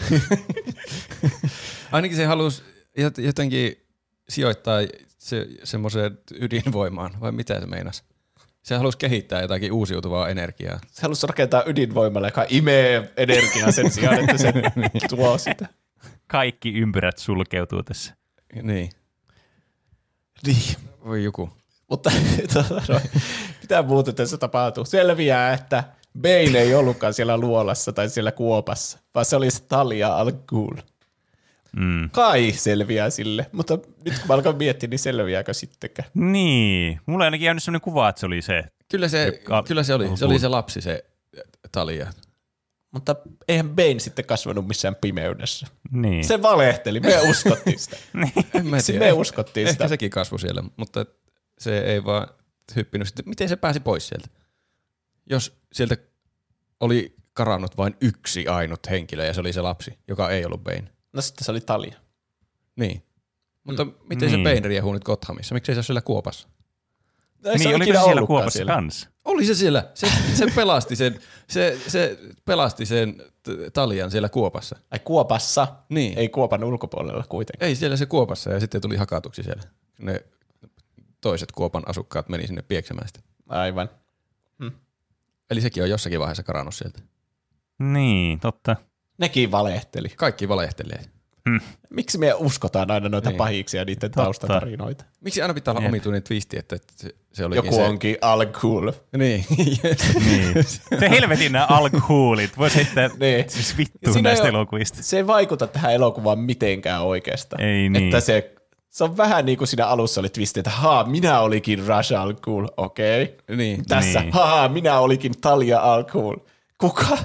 Speaker 3: Ainakin se halusi jotenkin sijoittaa se, semmoiseen ydinvoimaan, vai mitä se meinasi? Se halusi kehittää jotakin uusiutuvaa energiaa.
Speaker 1: Se halusi rakentaa ydinvoimalla, joka imee energiaa sen sijaan, että se tuo sitä.
Speaker 2: Kaikki ympyrät sulkeutuu tässä.
Speaker 3: Niin.
Speaker 1: Niin.
Speaker 3: Voi joku.
Speaker 1: Mutta no, mitä muuta tässä tapahtuu? Selviää, että Bane ei ollutkaan siellä luolassa tai siellä kuopassa, vaan se oli Talia al Ghul.
Speaker 2: Mm.
Speaker 1: Kai selviää sille, mutta nyt kun mä alkan miettiä, niin selviääkö sittenkään?
Speaker 2: Niin. Mulla ainakin jäänyt sellainen kuva, että se oli se.
Speaker 3: Kyllä se,
Speaker 2: Joka-
Speaker 3: kyllä se oli. Se oli se lapsi, se Talia.
Speaker 1: Mutta eihän Bane sitten kasvanut missään pimeydessä.
Speaker 2: Niin.
Speaker 1: Se valehteli, me uskottiin sitä.
Speaker 3: En mä
Speaker 1: Siis
Speaker 3: tiedä.
Speaker 1: me uskottiin
Speaker 3: Ehkä
Speaker 1: sitä.
Speaker 3: sekin kasvoi siellä, mutta se ei vaan hyppinyt. Sitten, miten se pääsi pois sieltä? Jos sieltä oli karannut vain yksi ainut henkilö ja se oli se lapsi, joka ei ollut Bane.
Speaker 1: No sitten se oli Talia.
Speaker 3: Niin. Mutta mm. miten
Speaker 2: Niin.
Speaker 3: se Bane riehuu nyt Gothamissa? Miksi ei se ole siellä kuopassa?
Speaker 1: No, ei se
Speaker 2: Niin,
Speaker 1: ole
Speaker 2: oliko
Speaker 1: ikinä
Speaker 2: se siellä
Speaker 1: ollutkaan
Speaker 2: kuopassa
Speaker 1: siellä.
Speaker 2: kanssa?
Speaker 3: Oli se siellä. Se, se pelasti sen, se, se pelasti sen t- Talian siellä kuopassa.
Speaker 1: Ai kuopassa,
Speaker 3: Niin.
Speaker 1: ei kuopan ulkopuolella kuitenkin.
Speaker 3: Ei siellä se kuopassa ja sitten tuli hakatuksi siellä. Ne toiset kuopan asukkaat meni sinne pieksemään sitä.
Speaker 1: Aivan.
Speaker 3: Eli sekin on jossakin vaiheessa karannut sieltä.
Speaker 2: Niin, totta.
Speaker 1: Nekin valehteli.
Speaker 3: Kaikki valehtelee.
Speaker 1: Miksi me uskotaan aina noita
Speaker 3: Niin.
Speaker 1: pahiksi ja niiden
Speaker 2: Totta.
Speaker 1: taustatarinoita?
Speaker 3: Miksi aina pitää olla
Speaker 2: Jep.
Speaker 3: omituinen twisti, että se, se olikin
Speaker 1: Joku
Speaker 3: se.
Speaker 1: onkin al Ghul.
Speaker 3: Niin.
Speaker 2: Niin. Se helvetin nämä alkuhuulit. Voisi heittää
Speaker 1: Niin.
Speaker 2: siis
Speaker 1: Ja
Speaker 2: vittuun
Speaker 1: siinä
Speaker 2: näistä
Speaker 1: ei ole-
Speaker 2: elokuvista.
Speaker 1: Se ei vaikuta tähän elokuvaan mitenkään oikeastaan.
Speaker 2: Ei niin.
Speaker 1: Että se Se on vähän niin kuin siinä alussa oli twisti, että haa, minä olikin Ra's al Ghul, okei. Okay.
Speaker 3: Niin.
Speaker 1: Tässä,
Speaker 2: Niin.
Speaker 1: haa, minä olikin Talia al Ghul. Kuka?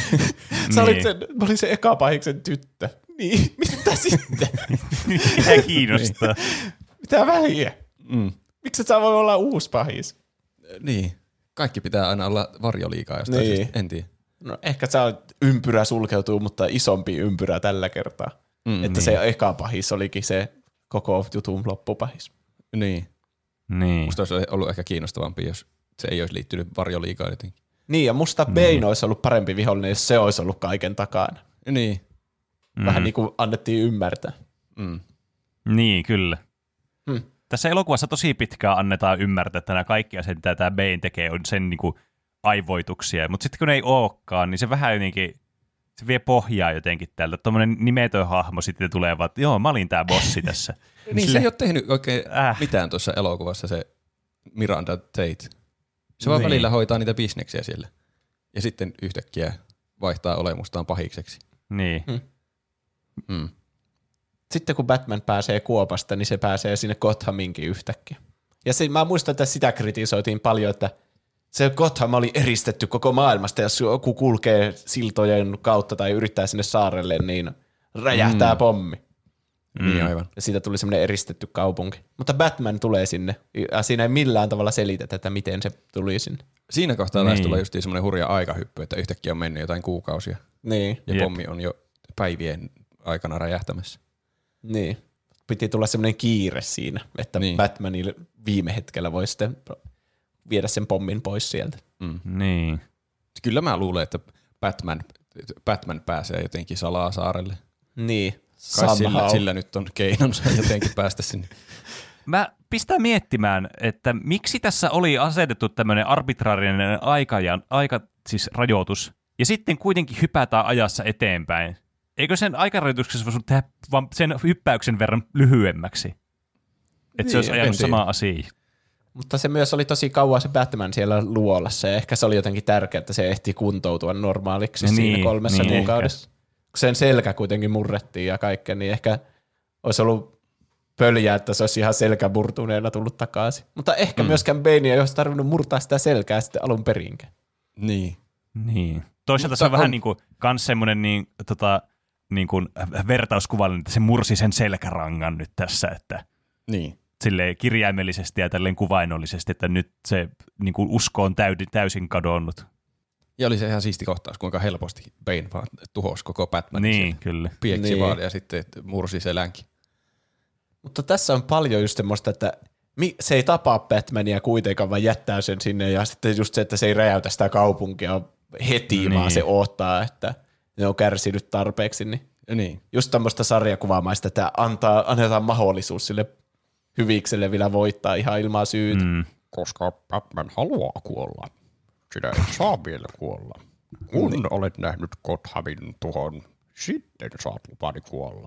Speaker 1: Sä olit sen, mä olin se eka pahiksen tyttö. Niin, mitä sitten?
Speaker 2: Mitä kiinnostaa?
Speaker 1: Mitä väliä?
Speaker 3: Mm.
Speaker 1: Miksi et sä voi olla uusi pahis?
Speaker 3: Niin. Kaikki pitää aina olla varjoliigaa jostain
Speaker 1: Niin.
Speaker 3: syystä. En tiedä.
Speaker 1: No ehkä sä oot ympyrä sulkeutuu, mutta isompi ympyrä tällä kertaa.
Speaker 3: Mm,
Speaker 1: että
Speaker 3: niin.
Speaker 1: se eka pahis olikin se koko jutun loppupahis.
Speaker 3: Niin.
Speaker 2: Niin.
Speaker 3: Musta olisi ollut ehkä kiinnostavampi, jos se ei olisi liittynyt varjoliigaan jotenkin.
Speaker 1: Niin, ja musta Bane niin. olisi ollut parempi vihollinen, jos se olisi ollut kaiken takana.
Speaker 3: Niin.
Speaker 1: Vähän mm. niin kuin annettiin ymmärtää.
Speaker 3: Mm.
Speaker 2: Niin, kyllä.
Speaker 1: Hmm.
Speaker 2: Tässä elokuvassa tosi pitkään annetaan ymmärtää, että nämä kaikki asiat, mitä tämä Bane tekee, on sen niin kuin aivoituksia. Mutta sitten kun ne ei olekaan, niin se vähän jotenkin, se vie pohjaa jotenkin tältä. Tuommoinen nimetön hahmo sitten tulee vaan, että joo, mä olin tämä bossi tässä.
Speaker 3: Niin, se ei ole tehnyt oikein
Speaker 2: Äh.
Speaker 3: mitään tuossa elokuvassa se Miranda Tate. Se vaan
Speaker 2: Niin.
Speaker 3: välillä hoitaa niitä bisneksiä siellä. Ja sitten yhtäkkiä vaihtaa olemustaan pahikseksi.
Speaker 2: Niin.
Speaker 1: Hmm.
Speaker 3: Mm.
Speaker 1: Sitten kun Batman pääsee kuopasta, niin se pääsee sinne Gothaminkin yhtäkkiä. Ja se, mä muistan, että sitä kritisoitiin paljon, että se Gotham oli eristetty koko maailmasta, ja jos joku kulkee siltojen kautta tai yrittää sinne saarelle, niin räjähtää mm. pommi.
Speaker 3: Mm. Niin aivan.
Speaker 1: Ja siitä tuli semmoinen eristetty kaupunki. Mutta Batman tulee sinne, ja siinä ei millään tavalla selitetä, että miten se tuli sinne.
Speaker 3: Siinä kohtaa
Speaker 2: Niin.
Speaker 3: taisi tulla justiin semmoinen hurja aikahyppy, että yhtäkkiä on mennyt jotain kuukausia.
Speaker 1: Niin.
Speaker 3: Ja
Speaker 2: Jep.
Speaker 3: pommi on jo päivien aikana räjähtämässä.
Speaker 1: Niin. Piti tulla semmoinen kiire siinä, että
Speaker 3: Niin.
Speaker 1: niin. Batmanille viime hetkellä voi sitten viedä sen pommin pois sieltä.
Speaker 3: Mm.
Speaker 2: Niin.
Speaker 3: Kyllä mä luulen, että Batman, Batman pääsee jotenkin salaa saarelle.
Speaker 1: Niin.
Speaker 3: Kai sillä,
Speaker 1: Somehow.
Speaker 3: sillä nyt on keinonsa jotenkin päästä sinne.
Speaker 2: Mä pistän miettimään, että miksi tässä oli asetettu tämmöinen arbitraarinen aika, ja, aika siis rajoitus, ja sitten kuitenkin hypätään ajassa eteenpäin. Eikö sen aikarajoituksessa voisi tehdä vaan sen hyppäyksen verran lyhyemmäksi? Että
Speaker 1: Niin,
Speaker 2: se olisi
Speaker 3: en
Speaker 2: ajanut
Speaker 3: tiedä.
Speaker 2: samaa asiaa.
Speaker 1: Mutta se myös oli tosi kauan se Batman siellä luolassa, ja ehkä se oli jotenkin tärkeää, että se ehti kuntoutua normaaliksi
Speaker 2: Niin,
Speaker 1: siinä kolmessa
Speaker 2: niin
Speaker 1: kuukaudessa. Kun sen selkä kuitenkin murrettiin ja kaikkea, niin ehkä olisi ollut pöljää, että se olisi ihan selkämurtuneena tullut takaisin. Mutta ehkä mm. myöskään Bane ei olisi tarvinnut murtaa sitä selkää sitten alun perinkään.
Speaker 3: Niin.
Speaker 2: Niin. Toisaalta
Speaker 3: Mutta
Speaker 2: se on vähän
Speaker 3: on-
Speaker 2: niin kuin, kans semmoinen niin, tota, niin kuin vertauskuvallinen, että se mursi sen selkärangan nyt tässä, että
Speaker 3: Niin.
Speaker 2: silleen kirjaimellisesti ja tälleen kuvainnollisesti, että nyt se niin kuin usko on täydi, täysin kadonnut.
Speaker 3: Ja oli se ihan siisti kohtaus, kuinka helposti Bane vaan tuhosi koko Batmanin.
Speaker 2: Niin,
Speaker 3: siellä.
Speaker 2: kyllä.
Speaker 3: Pieksi
Speaker 1: Niin.
Speaker 3: vaan ja sitten mursi selänkin.
Speaker 1: Mutta tässä on paljon just semmoista, että mi- se ei tapaa Batmania kuitenkaan, vaan jättää sen sinne, ja sitten just se, että se ei räjäytä sitä kaupunkia heti,
Speaker 2: Niin.
Speaker 1: vaan se odottaa, että ne on kärsinyt tarpeeksi. Niin
Speaker 3: Niin.
Speaker 1: just tämmöistä sarjakuvaamaista, että antaa, annetaan mahdollisuus sille hyvikselle vielä voittaa ihan ilman syytä. Mm.
Speaker 2: Mm.
Speaker 6: Koska Batman haluaa kuolla. Sinä et saa vielä kuolla. Kun
Speaker 1: Niin.
Speaker 6: olet nähnyt Gothamin tuhon, sitten saat lupani kuolla.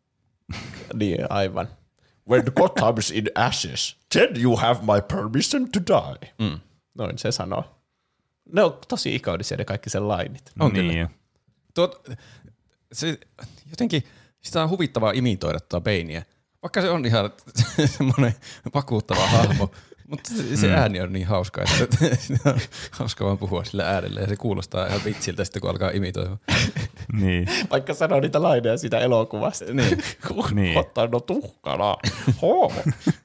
Speaker 1: Niin, aivan.
Speaker 4: When Gotham is in ashes, then you have my permission to die.
Speaker 3: Mm.
Speaker 1: Noin se sanoo. Ne on tosi ikonisia ne kaikki sen lainit.
Speaker 3: On
Speaker 2: niin.
Speaker 3: kyllä. Tuot, se, jotenkin sitä on huvittavaa imitoida tuota Banea. Vaikka se on ihan semmoinen vakuuttava hahmo, mutta se, se
Speaker 2: Mm.
Speaker 3: ääni on niin hauska, että sitä on hauska vaan puhua sillä äänellä ja se kuulostaa ihan vitsiltä sitten, kun alkaa imitoida.
Speaker 2: Niin.
Speaker 1: Vaikka sanoo niitä laineja siitä elokuvasta.
Speaker 3: Niin.
Speaker 2: Niin.
Speaker 1: Ottanut no tuhkana. Hoo.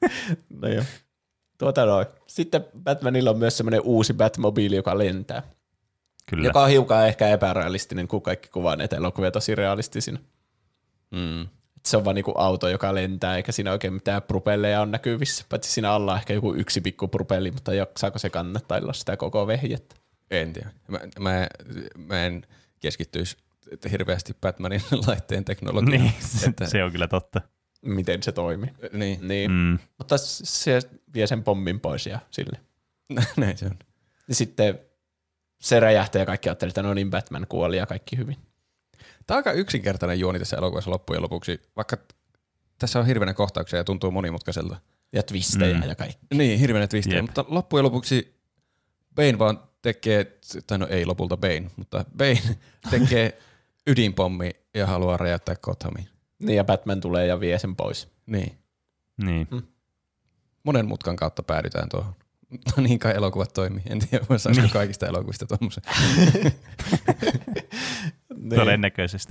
Speaker 1: No joo. Tuota noin. Sitten Batmanilla on myös semmoinen uusi Batmobile, joka lentää.
Speaker 2: Kyllä.
Speaker 1: Joka on hiukan ehkä epärealistinen, kun kaikki kuvanneet elokuvia tosi realistisina.
Speaker 3: Mm.
Speaker 1: Et se on vaan niinku auto, joka lentää, eikä siinä oikein mitään propelleja on näkyvissä. Paitsi siinä alla on ehkä joku yksi pikku propelli, mutta jaksaako se kannattailla sitä koko vehjettä?
Speaker 3: En tiedä. Mä, mä, mä en keskittyisi hirveästi Batmanin laitteen teknologiaan.
Speaker 2: Niin, se, se on kyllä totta.
Speaker 1: Miten se toimii.
Speaker 3: Niin.
Speaker 1: Niin.
Speaker 2: Mm.
Speaker 1: Mutta se vie sen pommin pois ja sille.
Speaker 3: Näin se on.
Speaker 1: Ja sitten se räjähtää ja kaikki ajattelee, että no niin, Batman kuoli ja kaikki hyvin.
Speaker 3: Tämä on aika yksinkertainen juoni tässä elokuvassa loppujen lopuksi, vaikka tässä on hirveänä kohtauksia ja tuntuu monimutkaiselta.
Speaker 1: Ja twistejä
Speaker 2: Mm.
Speaker 1: ja kaikki.
Speaker 3: Niin, hirveänä twistejä,
Speaker 2: Jep.
Speaker 3: mutta loppujen lopuksi Bane vaan tekee, tai no ei lopulta Bane, mutta Bane tekee ydinpommi ja haluaa räjäyttää Gothamin.
Speaker 1: Niin ja Batman tulee ja vie sen pois.
Speaker 3: Niin.
Speaker 2: Niin.
Speaker 1: Mm.
Speaker 3: Monen mutkan kautta päädytään tuohon. Mutta niin kai elokuvat toimii. En tiedä, saisiko niin. kaikista elokuvista tuommoisen.
Speaker 2: Todennäköisesti.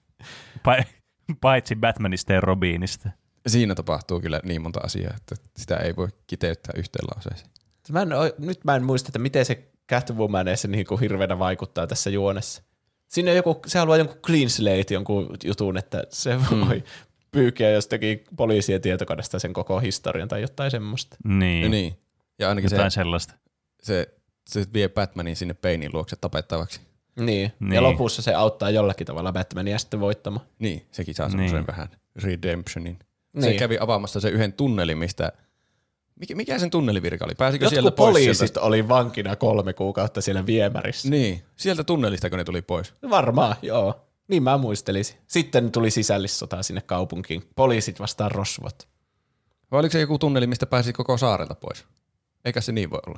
Speaker 2: Pa- paitsi Batmanista ja Robinista.
Speaker 3: Siinä tapahtuu kyllä niin monta asiaa, että sitä ei voi kiteyttää yhteen lauseeseen.
Speaker 1: Mä en, nyt mä en muista, että miten se Catwoman se niin kuin hirveänä vaikuttaa tässä juonessa. Siinä on joku, se haluaa jonkun clean slate jonkun jutun, että se voi mm. pyykiä jostakin poliisien tietokoneesta sen koko historian tai jotain semmoista.
Speaker 2: Niin.
Speaker 3: Ja, niin. ja ainakin
Speaker 2: jotain
Speaker 3: se,
Speaker 2: sellaista.
Speaker 3: Se, se vie Batmanin sinne Banein luokse tapettavaksi.
Speaker 1: Niin.
Speaker 2: niin,
Speaker 1: ja lopussa se auttaa jollakin tavalla Batmania sitten voittamaan.
Speaker 3: Niin, sekin saa semmoisen niin. vähän redemptionin. Se
Speaker 1: niin.
Speaker 3: kävi avaamassa se yhden tunnelin, mistä... Mikä, mikä sen tunnelivirka oli? Pääsikö
Speaker 1: Jotkut
Speaker 3: sieltä pois?
Speaker 1: poliisit
Speaker 3: sieltä?
Speaker 1: oli vankina kolme kuukautta siellä viemärissä.
Speaker 3: Niin, sieltä tunnelista kun ne tuli pois.
Speaker 1: Varmaan, joo. Niin mä muistelisin. Sitten tuli sisällissota sinne kaupunkiin. Poliisit vastaan rosvot.
Speaker 3: Vai oliko se joku tunneli, mistä pääsi koko saarelta pois? Eikä se niin voi olla.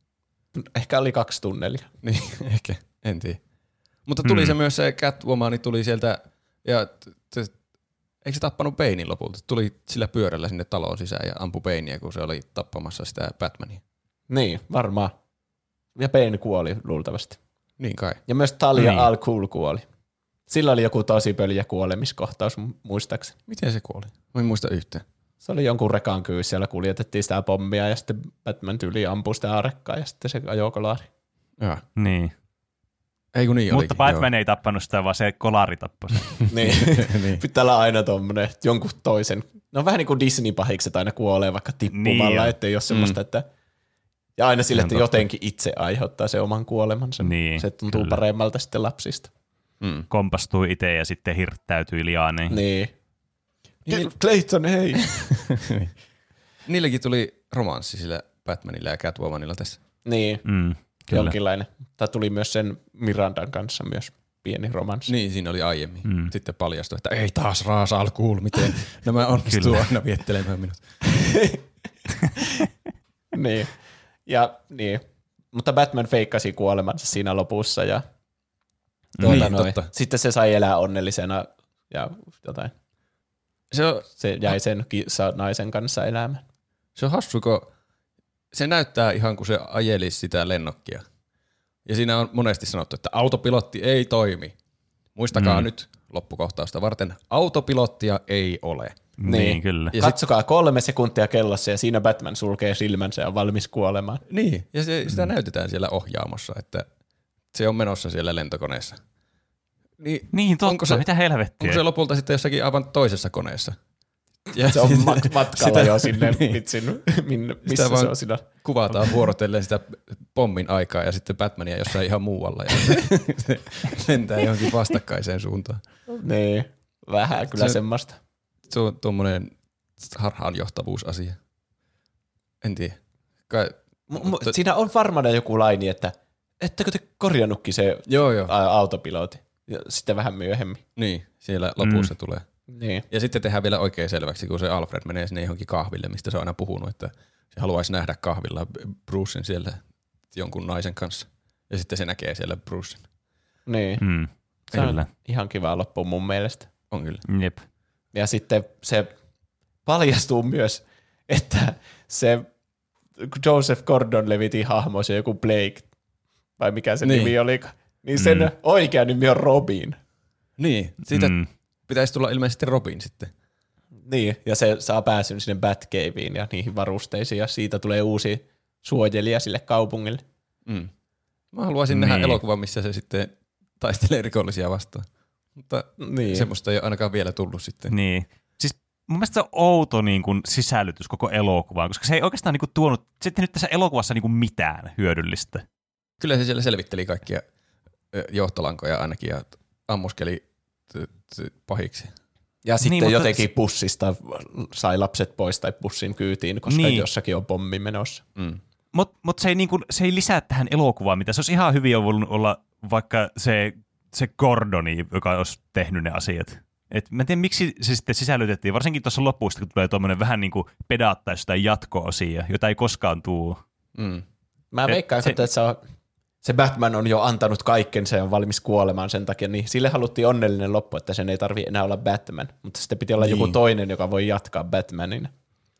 Speaker 1: Ehkä oli kaksi tunnelia.
Speaker 3: Niin, ehkä. En tiedä. Mutta tuli hmm. se myös se Catwoman, tuli sieltä ja... T- t- Eikö se tappanut Banein lopulta? Tuli sillä pyörällä sinne taloon sisään ja ampui Banea, kun se oli tappamassa sitä Batmania.
Speaker 1: Niin, varmaan. Ja Bane kuoli luultavasti.
Speaker 3: Niin kai.
Speaker 1: Ja myös Talia
Speaker 2: niin.
Speaker 1: al Ghul kuoli. Sillä oli joku tosi pöljä kuolemiskohtaus muistaakseni.
Speaker 3: Miten se kuoli? Mä en muista yhtään.
Speaker 1: Se oli jonkun rekan kyys, siellä kuljetettiin sitä pommia ja sitten Batman tyyli ampui sitä rekkaa ja sitten se ajoi kolari.
Speaker 3: Ja.
Speaker 2: Niin.
Speaker 3: Ei kun niin
Speaker 2: Mutta
Speaker 3: olikin,
Speaker 2: Batman
Speaker 3: joo.
Speaker 2: ei tappanut sitä, vaan se kolari tappoi sen.
Speaker 1: niin.
Speaker 3: niin.
Speaker 1: Pitää olla aina tommonen jonkun toisen. No vähän niin kuin Disney-pahikset aina kuolee vaikka tippumalla,
Speaker 2: niin
Speaker 1: ettei ole semmoista, mm. että... Ja aina sille, että
Speaker 2: totta.
Speaker 1: jotenkin itse aiheuttaa se oman kuolemansa.
Speaker 2: Niin,
Speaker 1: se tuntuu
Speaker 2: kyllä.
Speaker 1: paremmalta sitten lapsista.
Speaker 3: Mm.
Speaker 2: Kompastuu itse ja sitten hirttäytyy liaaniin.
Speaker 1: Niin.
Speaker 3: Niin.
Speaker 1: Clayton, hei!
Speaker 3: Niilläkin tuli romanssi sillä Batmanilla ja Catwomanilla tässä.
Speaker 1: niin,
Speaker 2: Mm, kyllä.
Speaker 1: jonkinlainen. Tämä tuli myös sen Mirandan kanssa myös pieni romanssi.
Speaker 3: Niin, siinä oli aiemmin.
Speaker 2: Mm.
Speaker 3: Sitten paljastui, että ei taas Ra's al Ghul, miten nämä onnistuu aina viettelemään minut.
Speaker 1: niin. Ja niin. Mutta Batman feikkasi kuolemansa siinä lopussa ja tuota
Speaker 3: niin,
Speaker 1: noin.
Speaker 3: totta.
Speaker 1: Sitten se sai elää onnellisena ja jotain.
Speaker 3: Se on,
Speaker 1: Se jäi sen kissa naisen kanssa elämään.
Speaker 3: se on hassu, kun se näyttää ihan kuin se ajelisi sitä lennokkia. Ja siinä on monesti sanottu, että autopilotti ei toimi. Muistakaa mm. nyt loppukohtausta varten, autopilottia ei ole.
Speaker 2: Niin,
Speaker 1: Niin.
Speaker 2: kyllä.
Speaker 3: Ja
Speaker 1: Katsokaa sit... kolme sekuntia kellossa ja siinä Batman sulkee silmänsä ja on valmis kuolemaan.
Speaker 3: Niin, ja se, sitä mm. näytetään siellä ohjaamossa, että se on menossa siellä lentokoneessa. Niin,
Speaker 2: Niin totta,
Speaker 3: onko se,
Speaker 2: mitä helvettiä.
Speaker 3: onko se lopulta sitten jossakin aivan toisessa koneessa?
Speaker 1: Ja se on mat- matkalla
Speaker 3: sitä,
Speaker 1: jo sinne,
Speaker 3: niin.
Speaker 1: vitsin, minne, missä
Speaker 3: Sitä
Speaker 1: se on siinä.
Speaker 3: Kuvataan vuorotellen sitä pommin aikaa ja sitten Batmania jossain ihan muualla. Ja se, se lentää johonkin vastakkaiseen suuntaan.
Speaker 1: Niin, vähän kyllä
Speaker 3: Se-
Speaker 1: semmoista.
Speaker 3: Se on tuommoinen harhaanjohtavuusasia. En tiedä. Kai,
Speaker 1: M- m- siinä on varmaan joku laini, että ettekö te korjannutkin se
Speaker 3: joo, joo.
Speaker 1: a- autopilotti. Ja sitten vähän myöhemmin.
Speaker 3: Niin, siellä lopussa mm. tulee.
Speaker 1: Niin.
Speaker 3: Ja sitten tehdään vielä oikein selväksi, kun se Alfred menee sinne johonkin kahville, mistä se on aina puhunut, että se haluaisi nähdä kahvilla Brucen siellä jonkun naisen kanssa. Ja sitten se näkee siellä Brucen.
Speaker 1: Niin.
Speaker 2: Mm,
Speaker 1: Se on
Speaker 2: kyllä.
Speaker 1: ihan kiva loppu mun mielestä.
Speaker 3: On kyllä.
Speaker 2: Jep.
Speaker 1: Ja sitten se paljastuu myös, että se Joseph Gordon-Levitin hahmo, se joku Blake, vai mikä se
Speaker 3: Niin.
Speaker 1: nimi oli, niin sen
Speaker 2: Mm.
Speaker 1: oikea nimi on Robin.
Speaker 3: Niin, siitä
Speaker 2: Mm.
Speaker 3: pitäisi tulla ilmeisesti Robin sitten.
Speaker 1: Niin, ja se saa pääsyn sinne Batcaveen ja niihin varusteisiin, ja siitä tulee uusi suojelija sille kaupungille.
Speaker 3: Mm. Mä haluaisin
Speaker 2: Niin.
Speaker 3: nähdä elokuvan, missä se sitten taistelee rikollisia vastaan. Mutta
Speaker 1: Niin.
Speaker 3: semmoista ei ole ainakaan vielä tullut sitten.
Speaker 2: Niin. Siis mun mielestä se on outo niin kuin, sisällytys koko elokuvaan, koska se ei oikeastaan niin kuin, tuonut, se ei tehnyt tässä elokuvassa niin kuin, mitään hyödyllistä.
Speaker 3: Kyllä se siellä selvitteli kaikkia ö, johtolankoja ainakin ja ammuskeli t- t- pahiksi.
Speaker 1: Ja sitten
Speaker 2: Niin,
Speaker 1: niin,
Speaker 2: mutta
Speaker 1: jotenkin
Speaker 2: se-
Speaker 1: bussista sai lapset pois tai bussin kyytiin, koska
Speaker 2: Niin.
Speaker 1: niin. jossakin on pommi menossa.
Speaker 3: Mm.
Speaker 2: Mutta mut se, ei niin kuin, se ei lisää tähän elokuvaan, mitä se olisi ihan hyvin voinut olla vaikka se, se Gordoni, joka olisi tehnyt ne asiat. Et mä en tiedä, miksi se sitten sisällytettiin, varsinkin tuossa lopussa, kun tulee tuommoinen vähän niin kuin pedaattaisi tai jatko-osia, jota ei koskaan tule.
Speaker 3: Mm.
Speaker 1: Mä
Speaker 2: Et
Speaker 1: veikkaan,
Speaker 2: se-
Speaker 1: että se, on, se Batman on jo antanut kaiken, se on valmis kuolemaan sen takia, niin sille haluttiin onnellinen loppu, että sen ei tarvitse enää olla Batman, mutta sitten piti olla
Speaker 3: Niin.
Speaker 1: joku toinen, joka voi jatkaa Batmanina.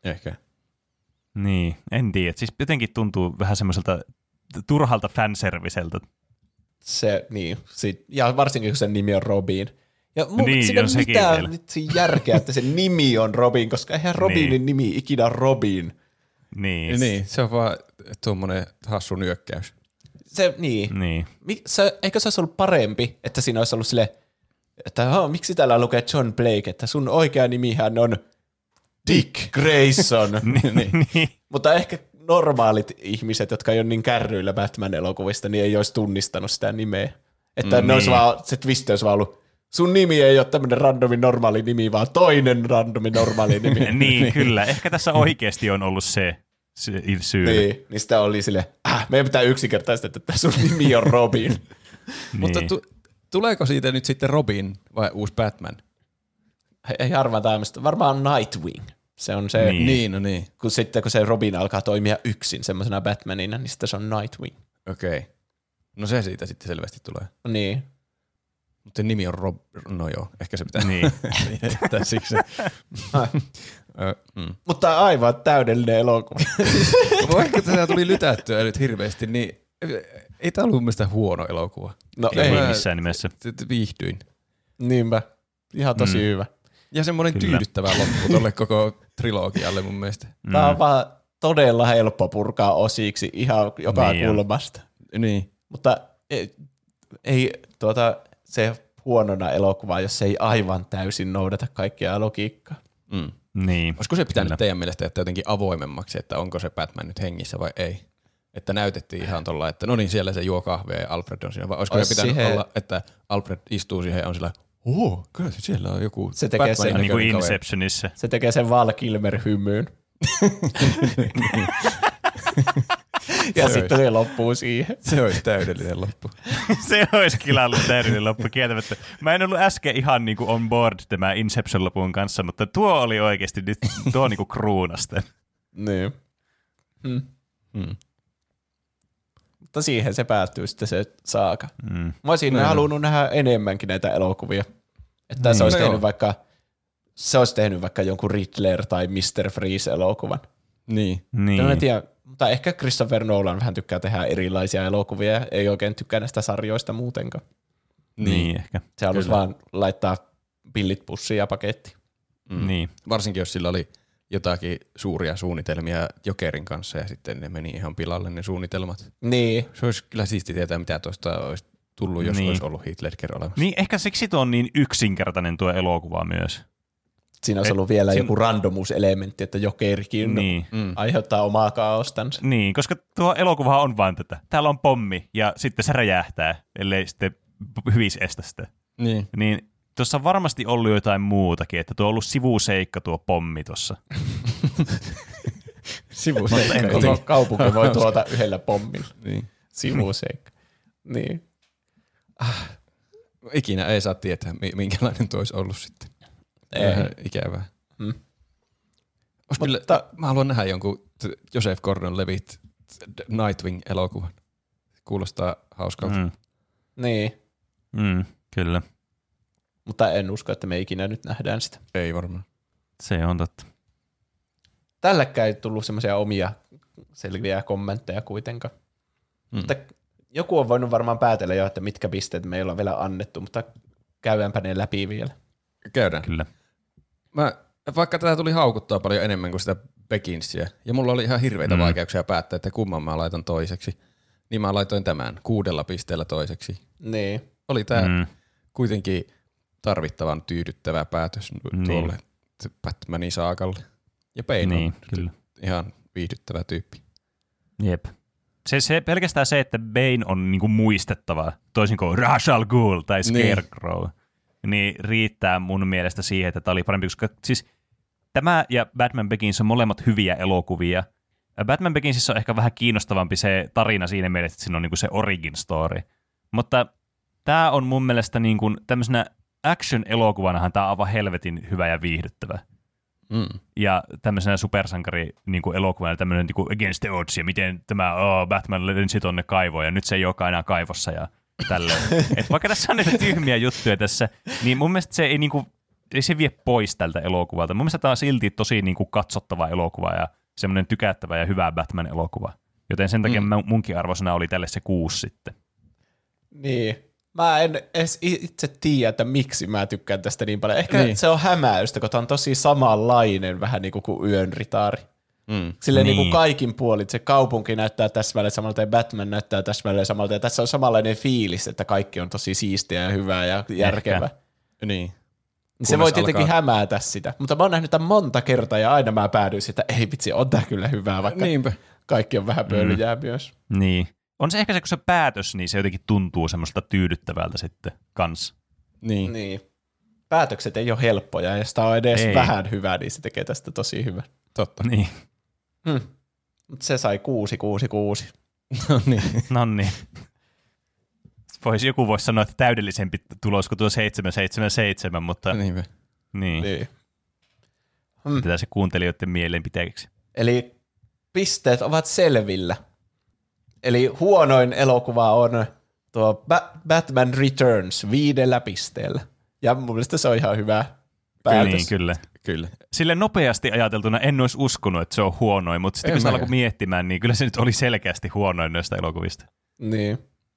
Speaker 3: Ehkä.
Speaker 2: Niin, en tiedä. Siis jotenkin tuntuu vähän semmoiselta turhalta fanserviseltä.
Speaker 1: Se, niin. Sit, ja varsinkin, kun sen nimi on Robin. Ja mun,
Speaker 2: Niin,
Speaker 1: siinä
Speaker 2: on
Speaker 1: ei
Speaker 2: sekin
Speaker 1: mitään
Speaker 2: vielä.
Speaker 1: vitsi järkeä, että sen nimi on Robin, koska eihän Robinin
Speaker 2: Niin.
Speaker 1: nimi ikinä Robin.
Speaker 2: Niin.
Speaker 3: Niin, se on vaan tuommoinen hassu nyökkäys.
Speaker 1: Se, niin.
Speaker 2: Niin.
Speaker 1: Mik, se, eikö se olisi ollut parempi, että siinä olisi ollut sille, että oh, miksi täällä lukee John Blake, että sun oikea nimihän on Dick Grayson.
Speaker 2: niin. niin.
Speaker 1: Mutta ehkä normaalit ihmiset, jotka ei ole niin kärryillä Batman-elokuvista, niin ei olisi tunnistanut sitä nimeä. Että
Speaker 2: Mm,
Speaker 1: ne olisi
Speaker 2: niin.
Speaker 1: vaan, se twist olisi vaan ollut, sun nimi ei ole tämmöinen randomi normaali nimi, vaan toinen randomi normaali nimi.
Speaker 2: niin, kyllä. Ehkä tässä oikeasti on ollut se, se syy.
Speaker 1: Niin, niin sitä oli silleen, äh, meidän pitää yksinkertaisesti, että sun nimi on Robin.
Speaker 2: Niin.
Speaker 3: Mutta tu- tuleeko siitä nyt sitten Robin vai uusi Batman?
Speaker 1: Ei arvaa tämmöistä, varmaan Nightwing. Se on se,
Speaker 2: Niin.
Speaker 3: Niin, no niin.
Speaker 1: kun sitten kun se Robin alkaa toimia yksin semmoisena Batmanina, niin sitten se on Nightwing.
Speaker 3: Okei. Okay. No se siitä sitten selvästi tulee.
Speaker 1: Niin.
Speaker 3: Mutta se nimi on Rob... No joo, ehkä se pitää
Speaker 2: Niin.
Speaker 3: jättää siksi. Ö, mm.
Speaker 1: Mutta aivan täydellinen elokuva.
Speaker 3: Vaikka tätä tuli lytättyä nyt hirveästi, niin ei tämä ollut mun mielestä huono elokuva.
Speaker 1: No
Speaker 2: Ei
Speaker 1: ei,
Speaker 2: missään nimessä.
Speaker 3: Sitten viihdyin.
Speaker 1: niinpä. Ihan tosi
Speaker 2: Mm.
Speaker 1: hyvä.
Speaker 3: Ja semmoinen
Speaker 2: Kyllä.
Speaker 3: tyydyttävä loppu tolle koko trilogialle mun mielestä.
Speaker 1: Tämä on vaan todella helppo purkaa osiksi ihan joka
Speaker 2: Niin on.
Speaker 1: kulmasta.
Speaker 3: Niin.
Speaker 1: Mutta ei, ei tuota, se huonona elokuvaa, jos se ei aivan täysin noudata kaikkia logiikkaa.
Speaker 3: Mm.
Speaker 2: Niin.
Speaker 3: Olisiko se pitänyt
Speaker 2: Kyllä.
Speaker 3: teidän mielestä jättää jotenkin avoimemmaksi, että onko se Batman nyt hengissä vai ei? Että näytettiin ihan tuolla, että no niin, siellä se juo kahvia ja Alfred on siinä. Vai olisiko
Speaker 1: Ois
Speaker 3: se pitänyt
Speaker 1: siihen-
Speaker 3: olla, että Alfred istuu siihen ja on sillä, oho, kyllä se siellä on joku
Speaker 1: Se tekee
Speaker 3: Batmanin
Speaker 1: sen-
Speaker 2: Niin kuin
Speaker 3: näköinen kaveri.
Speaker 2: Inceptionissa.
Speaker 1: Se tekee sen Val Kilmer-hymyyn. ja
Speaker 3: Se
Speaker 1: sitten se loppuu siihen.
Speaker 3: Se olisi täydellinen loppu.
Speaker 2: Se olisi kyllä ollut täydellinen loppu kieltämättä. Mä en ollut äsken ihan niin kuin on board tämä Inception-lopun kanssa, mutta tuo oli oikeasti nyt tuo niin kuin kruunasta.
Speaker 1: Niin. Hmm.
Speaker 3: Mm.
Speaker 1: Mutta siihen se päättyy sitten se saaka.
Speaker 2: Mm.
Speaker 1: Mä olisin
Speaker 3: Näin on.
Speaker 1: halunnut nähdä enemmänkin näitä elokuvia. Että se olisi
Speaker 3: No
Speaker 1: tehnyt
Speaker 3: joo.
Speaker 1: vaikka se olisi tehnyt vaikka jonkun Riddler tai mister Freeze-elokuvan.
Speaker 3: Niin.
Speaker 2: Niin.
Speaker 1: En mä tiedä, mutta ehkä Christopher Nolan vähän tykkää tehdä erilaisia elokuvia ja ei oikein tykkää näistä sarjoista muutenkaan.
Speaker 2: Niin, ehkä.
Speaker 1: Se halusi
Speaker 3: Kyllä.
Speaker 1: vaan laittaa pillit pussiin ja paketti.
Speaker 3: Mm.
Speaker 2: Niin.
Speaker 3: Varsinkin jos sillä oli jotakin suuria suunnitelmia Jokerin kanssa ja sitten ne meni ihan pilalle ne suunnitelmat.
Speaker 1: Niin,
Speaker 3: Se olisi kyllä siisti tietää, mitä tuosta olisi tullut, jos
Speaker 2: Niin.
Speaker 3: olisi ollut Heath Ledger olemassa.
Speaker 2: Niin, ehkä siksi tuo on niin yksinkertainen tuo elokuva myös.
Speaker 1: siinä olisi
Speaker 2: Et-
Speaker 1: ollut vielä
Speaker 2: sin-
Speaker 1: joku randomuuselementti, että Jokerikin
Speaker 2: Niin.
Speaker 3: Mm.
Speaker 1: aiheuttaa omaa kaostansa.
Speaker 2: Niin, koska tuo elokuva on vain tätä. Täällä on pommi ja sitten se räjähtää, ellei sitten hyvis estä sitä.
Speaker 3: Niin.
Speaker 2: Niin tuossa on varmasti ollut jotain muutakin, että tuo on ollut sivuseikka tuo pommi tuossa.
Speaker 3: Sivuseikka.
Speaker 2: en
Speaker 1: Koko kaupunki voi tuota yhdellä pommilla.
Speaker 3: Niin.
Speaker 1: Sivuseikka. Niin.
Speaker 3: Ikinä ei saa tietää, mi- minkälainen tuo olisi ollut sitten.
Speaker 1: Ei.
Speaker 3: Vähän ikävää.
Speaker 1: Mm.
Speaker 3: Mutta, kyllä,
Speaker 1: Mutta-
Speaker 3: mä haluan nähdä jonkun t- Joseph Gordon-Levitt Nightwing-elokuvan. Kuulostaa hauskalta.
Speaker 2: Mm.
Speaker 1: Niin,
Speaker 2: Mm, kyllä,
Speaker 1: mutta en usko, että me ikinä nyt nähdään sitä.
Speaker 3: Ei varmaan.
Speaker 2: se on totta.
Speaker 1: Tälläkään ei tullut semmoisia omia selviä kommentteja kuitenkaan.
Speaker 3: Mm.
Speaker 1: Mutta joku on voinut varmaan päätellä jo, että mitkä pisteet meillä on vielä annettu, mutta käydäänpä ne läpi vielä.
Speaker 3: Käydään.
Speaker 2: Kyllä.
Speaker 3: Mä, vaikka tätä tuli haukuttaa paljon enemmän kuin sitä Beginsia, ja mulla oli ihan hirveitä
Speaker 2: Mm.
Speaker 3: mm. vaikeuksia päättää, että kumman mä laitan toiseksi, niin mä laitoin tämän kuudella pisteellä toiseksi.
Speaker 1: Niin.
Speaker 3: Oli tää
Speaker 2: Mm.
Speaker 3: mm. kuitenkin tarvittavan tyydyttävä päätös
Speaker 2: Niin.
Speaker 3: tuolle Batmanin saakalle. Ja Bane
Speaker 2: Niin,
Speaker 3: on
Speaker 2: kyllä.
Speaker 3: ihan viihdyttävä tyyppi.
Speaker 2: Jep. Se, se, pelkästään se, että Bane on niinku muistettava, toisin kuin Ra's al Ghul tai Scarecrow, niin. niin riittää mun mielestä siihen, että tämä oli parempi, koska siis tämä ja Batman Begins on molemmat hyviä elokuvia. Batman Beginsissä on ehkä vähän kiinnostavampi se tarina siinä mielessä, että siinä on niinku se origin story. Mutta tämä on mun mielestä niinku tämmöisenä action-elokuvanahan tämä on aivan helvetin hyvä ja viihdyttävä.
Speaker 3: Mm.
Speaker 2: Ja tämmöisenä supersankari niin kuin elokuvana, tämmöinen niin kuin against the odds, ja miten tämä oh, Batman lensi tonne kaivoon, ja nyt se ei olekaan enää kaivossa, ja tälleen. Et vaikka tässä on niitä tyhmiä juttuja tässä, niin mun mielestä se ei, niin kuin, ei se vie pois tältä elokuvalta. Mun mielestä tämä on silti tosi niin kuin katsottava elokuva ja semmoinen tykättävä ja hyvä Batman-elokuva. Joten sen takia mm. munkin arvosana oli tälle se kuusi sitten.
Speaker 1: Niin. Mä en edes itse tiedä, että miksi mä tykkään tästä niin paljon. Ehkä
Speaker 3: niin.
Speaker 1: se on hämäystä, kun tämä on tosi samanlainen vähän niin kuin, kuin Yön ritaari. Mm. Silleen niin. Niin kuin kaikin puolin. Se kaupunki näyttää täsmälleen samalta ja Batman näyttää täsmälleen samalta. Ja tässä on samanlainen fiilis, että kaikki on tosi siistiä ja hyvää ja järkevää.
Speaker 3: Niin.
Speaker 1: Se voi tietenkin alkaa hämätä sitä. Mutta mä oon nähnyt tämän monta kertaa ja aina mä päädyin, että ei vitsi, on tää kyllä hyvää, vaikka Niinpä. kaikki on vähän pölyjää mm. myös.
Speaker 2: Niin. On se ehkä se, kun se päätös, niin se jotenkin tuntuu semmoista tyydyttävältä sitten kanssa.
Speaker 3: Niin.
Speaker 1: niin. Päätökset ei ole helppoja, ja jos tää on edes ei. vähän hyvää, niin se tekee tästä tosi hyvän.
Speaker 3: Totta.
Speaker 2: Niin.
Speaker 1: Hmm. Mutta se sai kuusi, kuusi, kuusi.
Speaker 3: No niin.
Speaker 2: no niin. Vois, joku voisi sanoa, että täydellisempi tulos kuin tuo seitsemän seitsemän seitsemän, mutta
Speaker 3: Niinpä.
Speaker 2: niin.
Speaker 1: niin.
Speaker 2: Hmm. Tätä se kuuntelijoiden mieleenpiteeksi.
Speaker 1: Eli pisteet ovat selvillä. Eli huonoin elokuva on tuo ba- Batman Returns viidellä pisteellä. Ja mun mielestä se on ihan hyvä päätös.
Speaker 2: Niin, kyllä.
Speaker 3: kyllä.
Speaker 2: Sille nopeasti ajateltuna en olisi uskonut, että se on huonoin, mutta sitten en kun sitä alkoi miettimään, niin kyllä se nyt oli selkeästi huonoin noista elokuvista.
Speaker 1: Niin.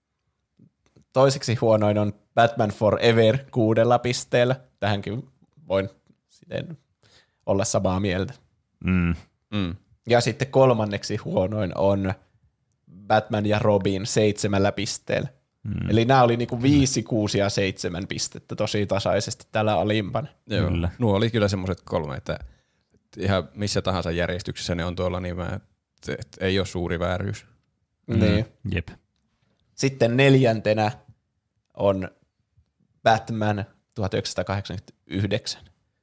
Speaker 1: Toiseksi huonoin on Batman Forever kuudella pisteellä. Tähänkin voin siten olla samaa mieltä.
Speaker 2: Mm.
Speaker 3: Mm.
Speaker 1: Ja sitten kolmanneksi huonoin on Batman ja Robin seitsemällä pisteellä. Mm. Eli nämä oli niinku viisi, kuusi ja seitsemän pistettä tosi tasaisesti tällä alimpana.
Speaker 3: Joo. Kyllä. Nuo oli kyllä semmoiset kolme, että ihan missä tahansa järjestyksessä ne on tuolla, niin mä, et, ei ole suuri vääryys.
Speaker 1: Mm. Niin.
Speaker 2: Jep.
Speaker 1: Sitten neljäntenä on Batman tuhatyhdeksänsataakahdeksankymmentäyhdeksän.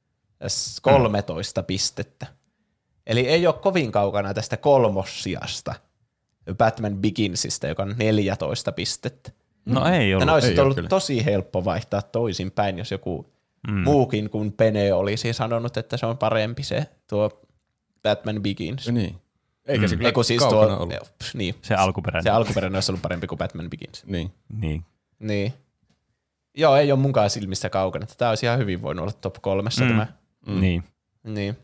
Speaker 1: kolmetoista mm. pistettä. Eli ei ole kovin kaukana tästä kolmossijasta Batman Beginsistä, joka on neljätoista pistettä.
Speaker 2: No ei ollut.
Speaker 1: Tänä olisi
Speaker 3: ei
Speaker 1: ollut
Speaker 3: ole,
Speaker 1: tosi helppo vaihtaa toisinpäin, jos joku mm. muukin kuin Pene olisi sanonut, että se on parempi se tuo Batman Begins.
Speaker 3: Niin. Eikä se
Speaker 1: mm.
Speaker 3: kyllä
Speaker 1: Eiku siis
Speaker 3: kaukana
Speaker 1: tuo,
Speaker 3: ollut.
Speaker 1: Pff, niin.
Speaker 2: Se alkuperäinen.
Speaker 1: Se alkuperäinen olisi ollut parempi kuin Batman Begins.
Speaker 3: Niin.
Speaker 2: Niin.
Speaker 1: Niin. Joo, ei ole munkaan silmissä kaukana. Tämä olisi ihan hyvin voinut olla top kolmessa
Speaker 2: mm.
Speaker 1: tämä.
Speaker 2: Mm. Niin.
Speaker 1: Niin.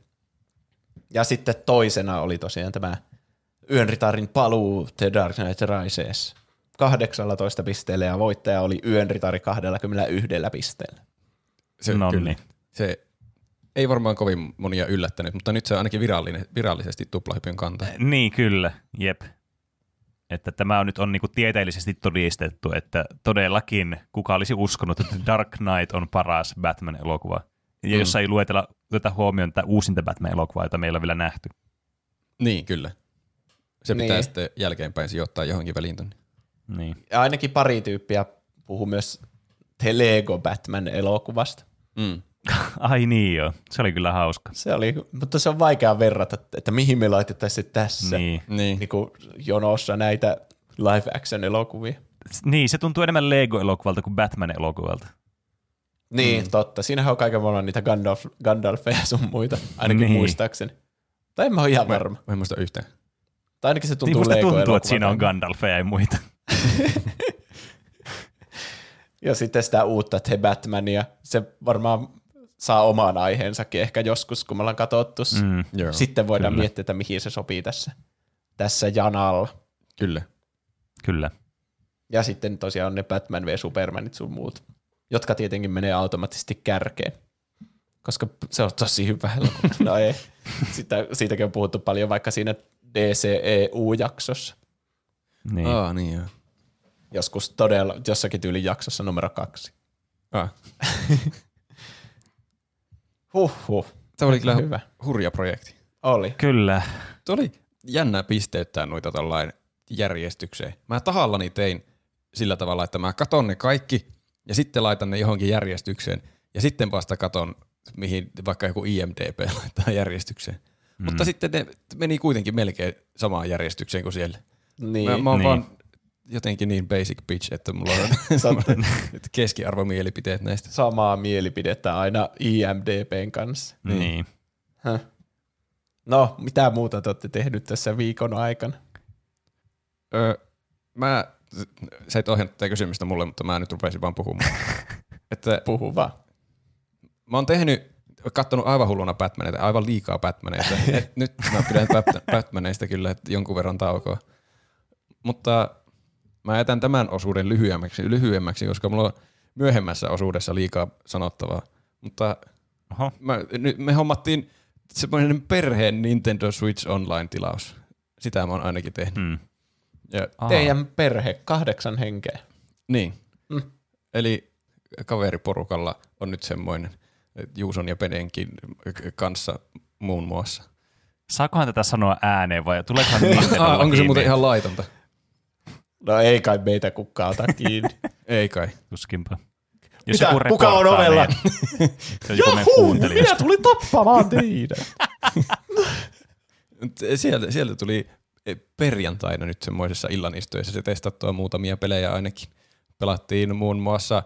Speaker 1: Ja sitten toisena oli tosiaan tämä Yön ritarin paluu The Dark Knight Rises kahdeksallatoista pisteellä ja voittaja oli Yön ritari kaksikymmentäyksi pisteellä.
Speaker 3: Se,
Speaker 2: no
Speaker 3: kyllä.
Speaker 2: niin.
Speaker 3: Se ei varmaan kovin monia yllättänyt, mutta nyt se on ainakin virallinen, virallisesti tuplahypyn kanta.
Speaker 2: Niin, kyllä. Jep. Että tämä on nyt on niinku tieteellisesti todistettu, että todellakin kuka olisi uskonut, että Dark Knight on paras Batman-elokuva. Ja
Speaker 3: mm.
Speaker 2: jos ei luetella tätä huomioon tätä uusinta Batman-elokuvaa, jota meillä on vielä nähty.
Speaker 3: Niin, kyllä. Se pitää
Speaker 1: niin.
Speaker 3: sitten jälkeenpäin sijoittaa johonkin väliin tonne.
Speaker 2: Niin.
Speaker 1: Ja ainakin pari tyyppiä puhuu myös The Lego Batman-elokuvasta.
Speaker 3: Mm.
Speaker 2: Ai niin joo, se oli kyllä hauska.
Speaker 1: Se oli, mutta se on vaikea verrata, että mihin me laitettaisiin tässä
Speaker 2: Niin.
Speaker 3: Niin.
Speaker 1: niin kuin jonossa näitä live-action-elokuvia.
Speaker 2: Niin, se tuntuu enemmän Lego-elokuvalta kuin Batman-elokuvalta.
Speaker 1: Niin, mm. totta. Siinähän on kaiken maailman niitä Gandalf, Gandalfeja sun muita, ainakin
Speaker 2: niin.
Speaker 1: muistaakseni. Tai en mä ole ihan varma.
Speaker 3: Mä en muista yhtään.
Speaker 1: Tai ainakin se tuntuu
Speaker 2: niin
Speaker 1: Lego-elokuvalta.
Speaker 2: tuntuu, että siinä on Gandalfeja ja muita.
Speaker 1: Ja sitten sitä uutta The Batmania. Se varmaan saa oman aiheensakin ehkä joskus, kun me ollaan katsottu.
Speaker 2: Mm,
Speaker 3: joo,
Speaker 1: sitten voidaan
Speaker 2: kyllä.
Speaker 1: miettiä, että mihin se sopii tässä, tässä janalla.
Speaker 3: Kyllä.
Speaker 2: Kyllä.
Speaker 1: Ja sitten tosiaan on ne Batman v Supermanit sun muut, jotka tietenkin menee automaattisesti kärkeen. Koska se on tosi hyvä elokuva. No ei. Sitä, siitäkin on puhuttu paljon vaikka siinä D C E U-jaksossa.
Speaker 2: Niin.
Speaker 3: Aa, niin joo.
Speaker 1: Joskus todella, jossakin tyylin jaksossa numero kaksi.
Speaker 3: Ah.
Speaker 1: Huhhuh.
Speaker 3: Tämä oli kyllä
Speaker 1: hyvä.
Speaker 3: hurja projekti.
Speaker 1: Oli.
Speaker 2: Kyllä.
Speaker 3: Tuo oli jännää pisteyttää noita tollain järjestykseen. Mä tahallani tein sillä tavalla, että mä katon ne kaikki ja sitten laitan ne johonkin järjestykseen ja sitten vasta katon, mihin vaikka joku I M D B laittaa järjestykseen. Mm. Mutta sitten ne meni kuitenkin melkein samaan järjestykseen kuin siellä.
Speaker 1: Niin.
Speaker 3: Mä, mä oon
Speaker 2: niin.
Speaker 3: vaan jotenkin niin basic bitch, että mulla on keskiarvomielipiteet näistä.
Speaker 1: Samaa mielipidettä aina I M D B:n kanssa.
Speaker 2: Niin.
Speaker 1: Häh. No, mitä muuta te olette tehnyt tässä viikon aikana?
Speaker 3: Öö, mä, sä et ohjannut tätä kysymystä mulle, mutta mä nyt rupesin vaan puhumaan. että
Speaker 1: Puhu vaan.
Speaker 3: mä oon tehnyt, kattonut aivan hulluna Batmaneita, aivan liikaa Batmaneita. Et nyt mä pidän Batmaneista kyllä jonkun verran taukoa. Mutta mä jätän tämän osuuden lyhyemmäksi, lyhyemmäksi koska mulla on myöhemmässä osuudessa liikaa sanottavaa. Mutta mä, nyt me hommattiin semmoinen perheen Nintendo Switch Online-tilaus. Sitä mä oon ainakin tehnyt. Mm. Ja
Speaker 1: teidän perhe, kahdeksan henkeä.
Speaker 3: Niin. Mm. Eli kaveriporukalla on nyt semmoinen Juuson ja Penenkin kanssa muun muassa.
Speaker 2: Saakohan tätä sanoa ääneen vai tuleekohan niitä?
Speaker 3: ah, onko se muuten ihan laitonta?
Speaker 1: No ei kai meitä kukaan ota kiinni.
Speaker 3: Ei kai.
Speaker 2: Tuskinpa.
Speaker 1: Jos mitä? Kuka on ovella?
Speaker 2: Jahu,
Speaker 1: minä tulin tappamaan teidät.
Speaker 3: sieltä, sieltä tuli perjantaina nyt semmoisessa illanistuessa se testattua muutamia pelejä ainakin. Pelattiin muun muassa,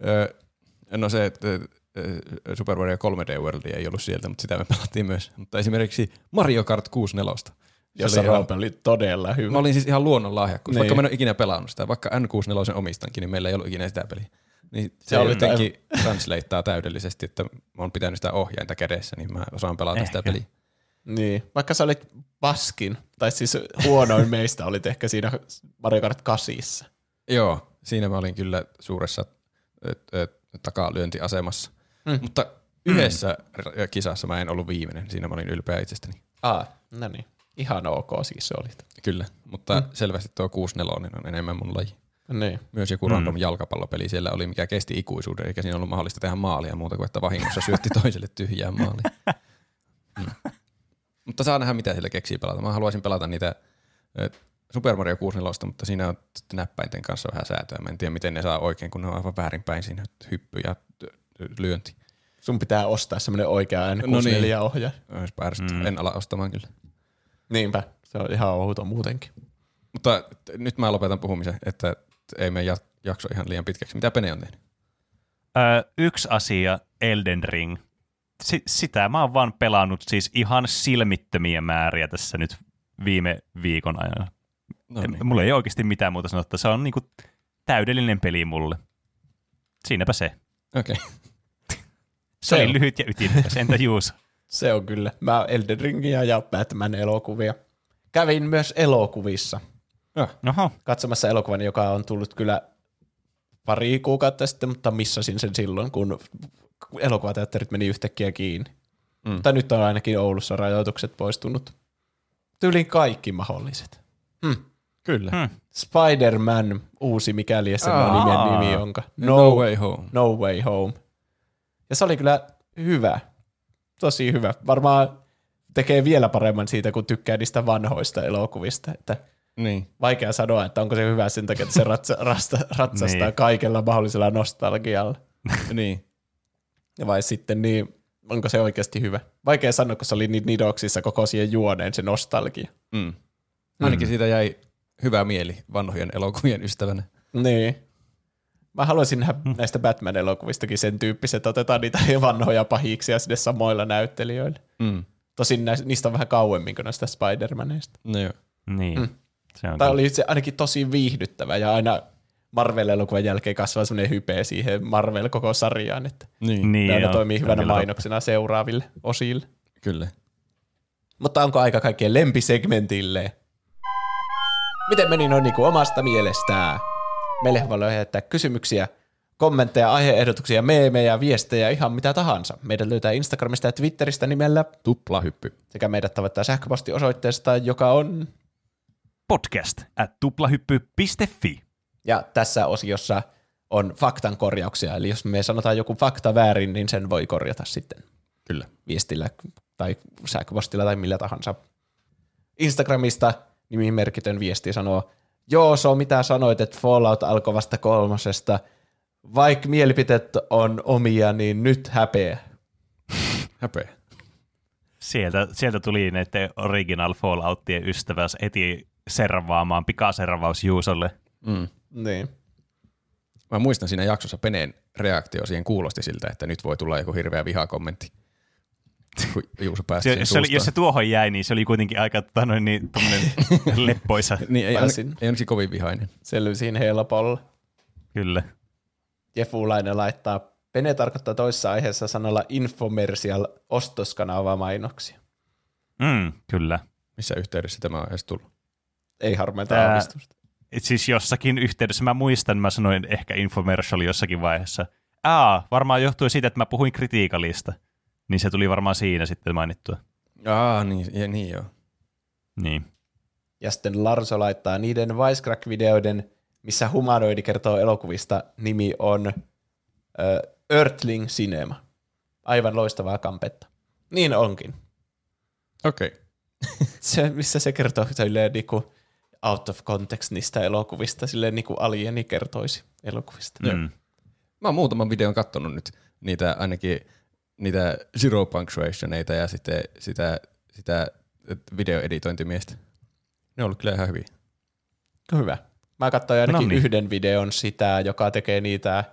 Speaker 3: no se, että Super Mario kolme D World ei ollut sieltä, mutta sitä me pelattiin myös. Mutta esimerkiksi Mario Kart kuusikymmentäneljä.
Speaker 1: Jossa Roope oli todella hyvä.
Speaker 3: Mä olin siis ihan luonnonlahjakkuus, vaikka mä en ole ikinä pelannut sitä. Vaikka N kuusikymmentäneljä omistankin, niin meillä ei ollut ikinä sitä peliä. Niin se, se jotenkin translateaa täydellisesti, että mä oon pitänyt sitä ohjainta kädessä, niin mä osaan pelata Ehkä. sitä peliä.
Speaker 1: Niin, vaikka sä olit paskin, tai siis huonoin meistä olit ehkä siinä Mario Kart kahdeksan.
Speaker 3: Joo, siinä mä olin kyllä suuressa ö, ö, takalyöntiasemassa. Mm. Mutta yhdessä mm. kisassa mä en ollut viimeinen, siinä mä olin ylpeä itsestäni.
Speaker 1: Ah, no niin. Ihan ok siis se olit.
Speaker 3: Kyllä, mutta mm. selvästi tuo kuusikymmentäneljä on enemmän mun laji.
Speaker 1: Niin.
Speaker 3: Myös joku mm. random jalkapallopeli siellä oli, mikä kesti ikuisuuden, eikä siinä ollut mahdollista tehdä maalia muuta kuin, että vahingossa syötti toiselle tyhjään maaliin. Mm. Mutta saa nähdä, mitä siellä keksii pelata. Mä haluaisin pelata niitä Super Mario kuusikymmentäneljä, mutta siinä on näppäinten kanssa vähän säätöä. Mä en tiedä, miten ne saa oikein, kun ne on aivan väärinpäin siinä hyppy ja lyönti.
Speaker 1: Sun pitää ostaa semmoinen oikea N kuusikymmentäneljä-ohjaaja.
Speaker 3: No niin. mm. En ala ostamaan kyllä.
Speaker 1: Niinpä, se on ihan outo muutenkin.
Speaker 3: Mutta nyt mä lopetan puhumisen, että ei mene jakso ihan liian pitkäksi. Mitä Pene on tehnyt?
Speaker 2: Öö, yksi asia, Elden Ring. S- sitä mä oon vaan pelannut siis ihan silmittömiä määriä tässä nyt viime viikon ajan. No niin. Mulla ei oikeasti mitään muuta sanottaa. Se on niinku täydellinen peli mulle. Siinäpä se.
Speaker 3: Okei. Okay.
Speaker 2: se, se oli on. lyhyt ja ytimekäs. Entä Juuso?
Speaker 1: Se on kyllä. Mä oon Elden Ringia ja Batman-elokuvia. Kävin myös elokuvissa.
Speaker 2: Oho.
Speaker 1: Katsomassa elokuvan, joka on tullut kyllä pari kuukautta sitten, mutta missasin sen silloin, kun elokuvateatterit meni yhtäkkiä kiinni. Mm. Mutta nyt on ainakin Oulussa rajoitukset poistunut. Tyylin kaikki mahdolliset. Hmm.
Speaker 3: Kyllä. Hmm.
Speaker 1: Spider-Man, uusi mikäli sen nimen nimi onka.
Speaker 3: No, no Way Home.
Speaker 1: No Way Home. Ja se oli kyllä hyvä. Tosi hyvä. Varmaan tekee vielä paremman siitä, kun tykkää niistä vanhoista elokuvista. Että
Speaker 3: niin.
Speaker 1: Vaikea sanoa, että onko se hyvä sen takia, että se ratsa, rasta, ratsastaa niin. kaikella mahdollisella nostalgialla.
Speaker 3: niin.
Speaker 1: Ja vai sitten niin, onko se oikeasti hyvä? Vaikea sanoa, kun se oli niin nidoksissa koko siihen juoneen se nostalgia.
Speaker 3: Mm. Ainakin mm. siitä jäi hyvä mieli vanhojen elokuvien ystävänä.
Speaker 1: Niin. Mä haluaisin nähdä mm. näistä Batman-elokuvistakin sen tyyppiset, että otetaan niitä vanhoja pahiksia sinne samoilla näyttelijöillä. Mm. Tosin näistä, niistä on vähän kauemmin kuin näistä Spider-Maneista.
Speaker 3: No joo.
Speaker 2: Niin. Mm.
Speaker 1: Se on Tämä oli se ainakin tosi viihdyttävä ja aina Marvel-elokuvan jälkeen kasvaa semmoinen hype siihen Marvel koko sarjaan, että
Speaker 3: niin.
Speaker 1: niin, tämä toimii hyvänä mainoksena seuraaville osille.
Speaker 3: Kyllä.
Speaker 1: Mutta onko aika kaikkien lempisegmentille? Miten meni noin niin kuin omasta mielestään? Meille voi lähettää kysymyksiä, kommentteja, aihe-ehdotuksia, meemejä, viestejä, ihan mitä tahansa. Meidät löytää Instagramista ja Twitteristä nimellä
Speaker 3: Tuplahyppy.
Speaker 1: Sekä meidät tavoittaa sähköpostiosoitteesta, joka on
Speaker 2: podcast at tuplahyppy piste fi.
Speaker 1: Ja tässä osiossa on faktan korjauksia, eli jos me sanotaan joku fakta väärin, niin sen voi korjata sitten.
Speaker 3: Kyllä.
Speaker 1: Viestillä tai sähköpostilla tai millä tahansa. Instagramista nimimerkitön viesti sanoo, joo, se on mitä sanoit, että Fallout alkoi vasta kolmosesta. Vaikka mielipiteet on omia, niin nyt häpeä.
Speaker 3: Häpeä.
Speaker 2: Sieltä, sieltä tuli näiden original Falloutien ystäväs eti servaamaan, pikaservaus Juusolle.
Speaker 3: Mm.
Speaker 1: Niin.
Speaker 3: Mä muistan siinä jaksossa Peneen reaktio siihen kuulosti siltä, että nyt voi tulla joku hirveä vihakommentti. Kun Juuso pääsi
Speaker 2: se, jos, se oli, jos se tuohon jäi, niin se oli kuitenkin aika tota, niin, leppoisa.
Speaker 3: niin, ei, on, ei onneksi kovin vihainen.
Speaker 1: Selvisin helpolla.
Speaker 2: Kyllä.
Speaker 1: Jefulainen laittaa Pene tarkoittaa toisessa aiheessa sanalla infomercial ostoskanava-mainoksia.
Speaker 2: Mm, kyllä.
Speaker 3: Missä yhteydessä tämä on edes tullut?
Speaker 1: Ei harmenta
Speaker 2: Tää-
Speaker 1: aavistusta.
Speaker 2: Et siis jossakin yhteydessä, mä muistan, mä sanoin ehkä infomercial jossakin vaiheessa. Aa, varmaan johtui siitä, että mä puhuin kritiikalista. Niin se tuli varmaan siinä sitten mainittua.
Speaker 3: Aa, niin, ja niin joo.
Speaker 2: Niin.
Speaker 1: Ja sitten Larso laittaa niiden Wisecrack-videoiden, missä humanoidi kertoo elokuvista, nimi on äh, Earthling Cinema. Aivan loistavaa kampetta. Niin onkin.
Speaker 3: Okei. Okay.
Speaker 1: Se, missä se kertoo silleen niinku out of context niistä elokuvista, silleen niinku alieni kertoisi elokuvista.
Speaker 2: Mm.
Speaker 3: Mä oon muutaman videon kattonut nyt, niitä ainakin niitä Zero Punctuationeita ja sitten sitä, sitä videoeditointimiestä. Ne on ollut kyllä ihan hyviä.
Speaker 1: Hyvä. Mä katsoin ainakin
Speaker 2: No niin.
Speaker 1: yhden videon sitä, joka tekee niitä,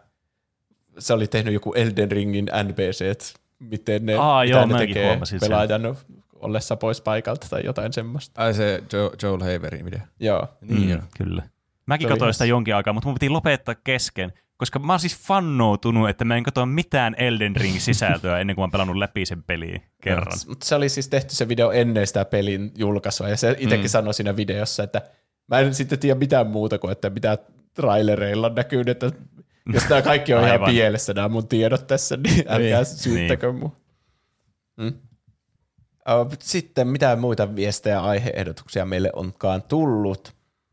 Speaker 1: se oli tehnyt joku Elden Ringin N P C:t, miten ne,
Speaker 2: Aa,
Speaker 1: mitä
Speaker 2: joo,
Speaker 1: ne
Speaker 2: mäkin
Speaker 1: tekee
Speaker 2: huomasin sen.
Speaker 1: pelaajan ollessa pois paikalta tai jotain semmoista.
Speaker 3: Ai se jo- Joel Haverin video.
Speaker 1: Joo.
Speaker 3: Niin
Speaker 2: mm,
Speaker 3: joo.
Speaker 2: Kyllä. Mäkin
Speaker 1: Se oli
Speaker 2: katsoin
Speaker 1: ihan
Speaker 2: sitä
Speaker 1: s-
Speaker 2: jonkin aikaa, mutta mun piti lopettaa kesken, koska mä oon siis fannoutunut, että mä en katso mitään Elden Ring-sisältöä ennen kuin mä oon pelannut läpi sen peliä kerran.
Speaker 1: Mutta se oli siis tehty se video ennen sitä pelin julkaisua, ja se itsekin mm. sanoi siinä videossa, että mä en sitten tiedä mitään muuta kuin, että mitä trailereilla on näkynyt, että jos nämä kaikki on ihan
Speaker 2: Aivan.
Speaker 1: pielessä, nämä mun tiedot tässä, niin älkää syyttäkö mua. Mm. Ö, Sitten mitä muita viestejä ja aihe-ehdotuksia meille onkaan tullut.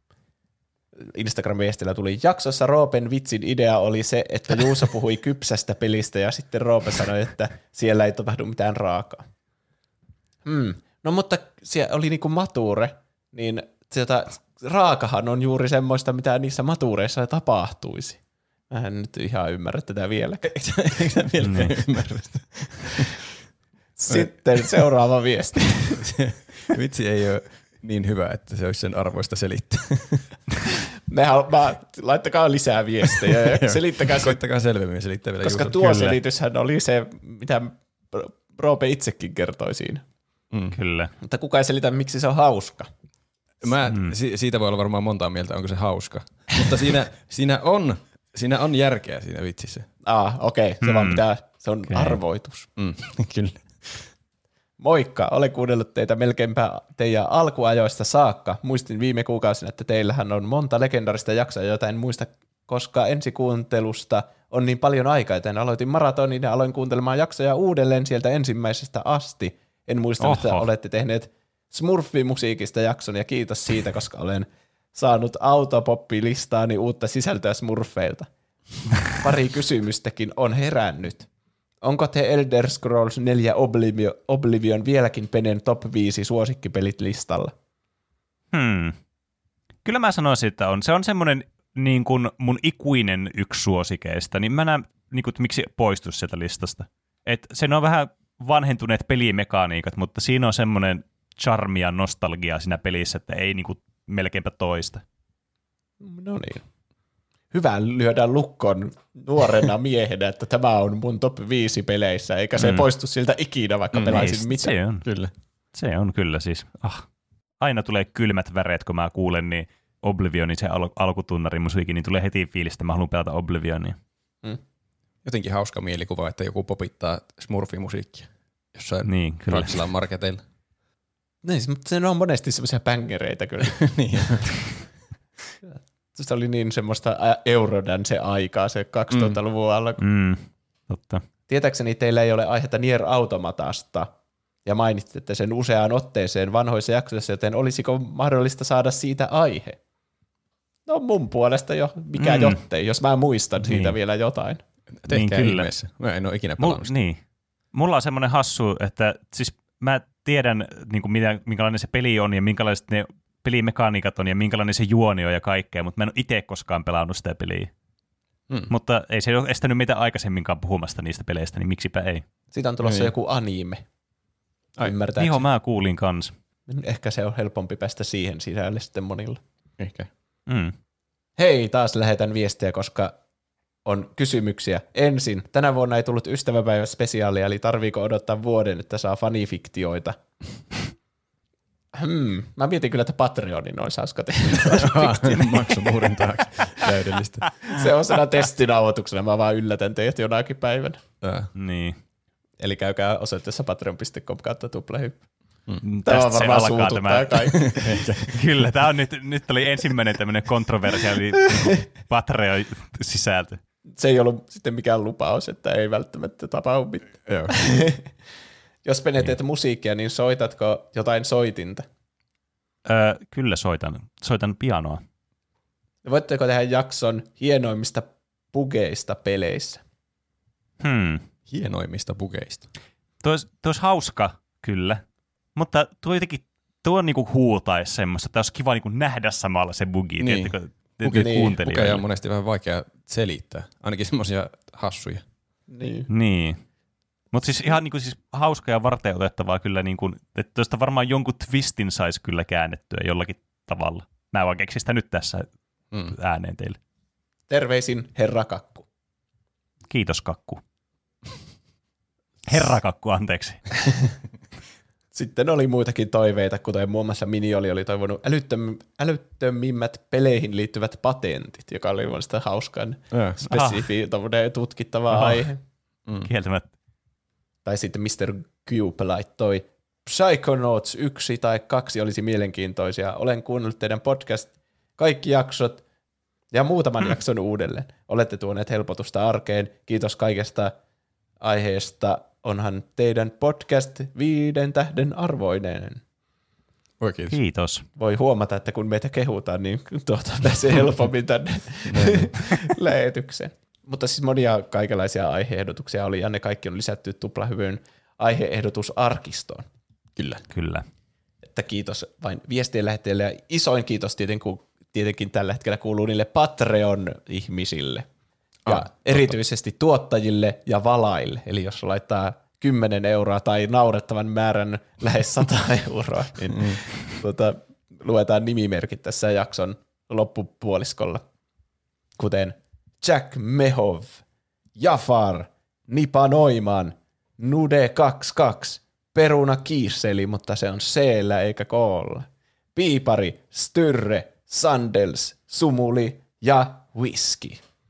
Speaker 1: Instagram-viestillä tuli jaksossa Roopen vitsin idea oli se, että Juuso puhui kypsästä pelistä ja sitten Roope sanoi, että siellä ei tapahdu mitään raakaa. Hmm. No mutta siellä oli niinku mature, niin sieltä raakahan on juuri semmoista, mitä niissä matureissa tapahtuisi. Mä en nyt ihan ymmärrä tätä vieläkään.
Speaker 3: Eikö sä vieläkään ymmärrä sitä?
Speaker 1: Sitten seuraava viesti.
Speaker 3: Vitsi ei ole niin hyvä, että se olisi sen arvoista selittää.
Speaker 1: Mehän, mä, laittakaa lisää viestejä ja selittäkää se,
Speaker 3: Koittakaa selvemmin ja selittää vielä
Speaker 1: koska
Speaker 3: Juusolle.
Speaker 1: tuo
Speaker 2: Kyllä.
Speaker 1: selityshän oli se, mitä Roope itsekin kertoi siinä.
Speaker 3: Mm.
Speaker 2: Kyllä.
Speaker 1: Mutta kuka ei selitä, miksi se on hauska.
Speaker 3: Mä, si- siitä voi olla varmaan montaa mieltä, onko se hauska. Mutta siinä, siinä, on, siinä on järkeä siinä vitsissä.
Speaker 1: Ah, okei, okay. se
Speaker 2: Mm.
Speaker 1: vaan pitää, se on
Speaker 2: Okei.
Speaker 1: arvoitus.
Speaker 3: Mm. Kyllä.
Speaker 1: Moikka, olen kuunnellut teitä melkeinpä teidän alkuajoista saakka. Muistin viime kuukausina, että teillähän on monta legendarista jaksoa, jota en muista, koska ensikuuntelusta on niin paljon aikaa, että aloitin maratonin ja aloin kuuntelemaan jaksoja uudelleen sieltä ensimmäisestä asti. En muista, että
Speaker 2: Oho.
Speaker 1: olette tehneet Smurfi-musiikista jakson ja kiitos siitä, koska olen saanut autopoppi-listaani uutta sisältöä Smurfeilta. Pari kysymystäkin on herännyt. Onko te Elder Scrolls neljä Oblivion, Oblivion vieläkin Penen top viisi suosikkipelit listalla?
Speaker 2: Hmm. Kyllä mä sanoisin, että on. Se on semmoinen niin kuin mun ikuinen yksi suosikeista, niin mä näen, niin kuin, että miksi poistus sieltä listasta. Et sen on vähän vanhentuneet pelimekaniikat, mutta siinä on semmoinen charmi ja nostalgia siinä pelissä, että ei niin kuin melkeinpä toista.
Speaker 1: No niin. Hyvä lyödä lukkoon nuorena miehenä, että tämä on mun top viisi peleissä, eikä se
Speaker 2: Mm.
Speaker 1: poistu siltä ikinä, vaikka
Speaker 2: Mm,
Speaker 1: pelaisin
Speaker 2: ei,
Speaker 1: mitä.
Speaker 2: Se on.
Speaker 3: Kyllä.
Speaker 2: Se on kyllä siis. Ah. Aina tulee kylmät väreet, kun mä kuulen niin Oblivionin se al- alkutunnarin musiikki, niin tulee heti fiilis, että mä haluan pelata Oblivionia.
Speaker 3: Jotenkin hauska mielikuva, että joku popittaa Smurfi-musiikkia jossain
Speaker 2: Niin, kyllä.
Speaker 3: Raksilan marketeilla.
Speaker 1: Niin, mutta se on monesti semmoisia bängereitä kyllä.
Speaker 3: niin.
Speaker 1: Se oli niin semmoista ä- Eurodance-aikaa se kaksituhattaluvun alku.
Speaker 2: Mm, totta.
Speaker 1: Tietääkseni teillä ei ole aihetta Nier Automatasta, ja mainitsitte sen useaan otteeseen vanhoissa jaksoissa, joten olisiko mahdollista saada siitä aihe? No mun puolesta jo, mikä
Speaker 2: Mm.
Speaker 1: mm. jottei, jos mä muistan siitä
Speaker 2: Niin.
Speaker 1: vielä jotain.
Speaker 3: Tehkää
Speaker 2: Niin, kyllä.
Speaker 3: ihmeessä. Mä en ole ikinä
Speaker 2: Mul-
Speaker 3: pelannut sitä.
Speaker 2: niin. Mulla on semmoinen hassu, että siis mä tiedän, niin kuin mitä, minkälainen se peli on ja minkälaiset ne pelimekaniikat on ja minkälainen se juoni on ja kaikkea, mutta mä en ole itse koskaan pelannut sitä peliä.
Speaker 3: Mm.
Speaker 2: Mutta ei se ole estänyt meitä aikaisemminkaan puhumasta niistä peleistä, niin miksipä ei.
Speaker 1: Siitä on tulossa
Speaker 3: Niin.
Speaker 1: joku anime.
Speaker 3: Ai,
Speaker 1: Ymmärtääkseni.
Speaker 2: Niho mä kuulin kans.
Speaker 1: Ehkä se on helpompi päästä siihen sisälle sitten monilla.
Speaker 3: Ehkä.
Speaker 2: Mm.
Speaker 1: Hei, taas lähetän viestiä, koska on kysymyksiä. Ensin, tänä vuonna ei tullut ystäväpäivä spesiaalia, eli tarviiko odottaa vuoden, että saa fanifiktioita? Hmm, mä mietin kyllä, että Patreonin olisi hauska tehdä.
Speaker 3: Maksumuurin taakse. Täydellistä.
Speaker 1: Se on sana testinauhoituksena, mä vaan yllätän teidät jonakin päivänä.
Speaker 2: Niin.
Speaker 1: Eli käykää osoitteessa patreon piste com kautta tuplahyppy.
Speaker 2: Mm.
Speaker 1: Tämä
Speaker 2: Tästä
Speaker 1: on
Speaker 2: se
Speaker 1: varmaan
Speaker 2: alkaa
Speaker 1: suututtaa
Speaker 2: tämä.
Speaker 1: kaikki.
Speaker 2: Kyllä, tämä on nyt, nyt oli ensimmäinen tämmöinen kontroversiaali niin Patreon-sisältö.
Speaker 1: Se ei ollut sitten mikään lupaus, että ei välttämättä tapahdu mitään.
Speaker 3: Joo.
Speaker 1: Jos menetet musiikkia, niin soitatko jotain soitinta?
Speaker 2: Öö, kyllä soitan. Soitan pianoa.
Speaker 1: Voitteko tehdä jakson hienoimmista bugeista peleissä?
Speaker 2: Hmm.
Speaker 3: Hienoimmista bugeista.
Speaker 2: Tuo olisi, tuo olisi hauska, kyllä. Mutta tuo jotenkin, tuo niinku huutaisi semmoista, että olisi kiva niinku nähdä samalla se bugi,
Speaker 3: Niin.
Speaker 2: tiedättekö,
Speaker 3: Buge,
Speaker 1: niin.
Speaker 2: kuuntelijoille.
Speaker 3: Bugeja on monesti vähän vaikea selittää. Ainakin semmoisia hassuja.
Speaker 1: Niin.
Speaker 2: Niin. Mutta siis ihan niinku siis hauska ja varten otettavaa kyllä, niinku, että tuosta varmaan jonkun twistin saisi kyllä käännettyä jollakin tavalla. Mä vaan keksin sitä nyt tässä
Speaker 3: Mm.
Speaker 2: ääneen teille.
Speaker 1: Terveisin Herra Kakku.
Speaker 2: Kiitos Kakku. Herra Kakku, anteeksi.
Speaker 1: Sitten oli muitakin toiveita, kuten muun muassa Minioli oli toivonut älyttöm, älyttömimmät peleihin liittyvät patentit, joka oli mielestäni hauskan
Speaker 3: Joo.
Speaker 1: spesifi, tommoinen tutkittava
Speaker 2: Aha.
Speaker 1: aihe.
Speaker 3: Mm.
Speaker 2: Kieltämättä.
Speaker 1: Tai sitten mister Cube laittoi Psychonauts yksi tai kaksi olisi mielenkiintoisia. Olen kuunnellut teidän podcast, kaikki jaksot ja muutaman jakson uudelleen. Olette tuoneet helpotusta arkeen. Kiitos kaikesta aiheesta. Onhan teidän podcast viiden tähden arvoinen.
Speaker 3: Voi kiitos.
Speaker 2: Kiitos.
Speaker 1: Voi huomata, että kun meitä kehutaan, niin tuota pääsee helpommin tänne lähetykseen. Mutta siis monia kaikenlaisia aihe-ehdotuksia oli, ja ne kaikki on lisätty Tuplahyvyn aihe-ehdotusarkistoon.
Speaker 3: Kyllä.
Speaker 2: Kyllä.
Speaker 1: Että kiitos vain viestien lähettäjille, ja isoin kiitos tietenkin, tietenkin tällä hetkellä kuuluu niille Patreon-ihmisille. Ja
Speaker 3: Ah,
Speaker 1: erityisesti tuottajille ja valaille. Eli jos laittaa kymmenen euroa tai naurettavan määrän lähes sata euroa, niin mm. tuota, luetaan nimimerkit tässä jakson loppupuoliskolla. Kuten Jack Mehov, Jafar, Nipa Noiman, Nude kaksikymmentäkaksi, Peruna Kiisseli, mutta se on C-llä eikä K-lla. Piipari, Styrre, Sandels, Sumuli ja Whisky.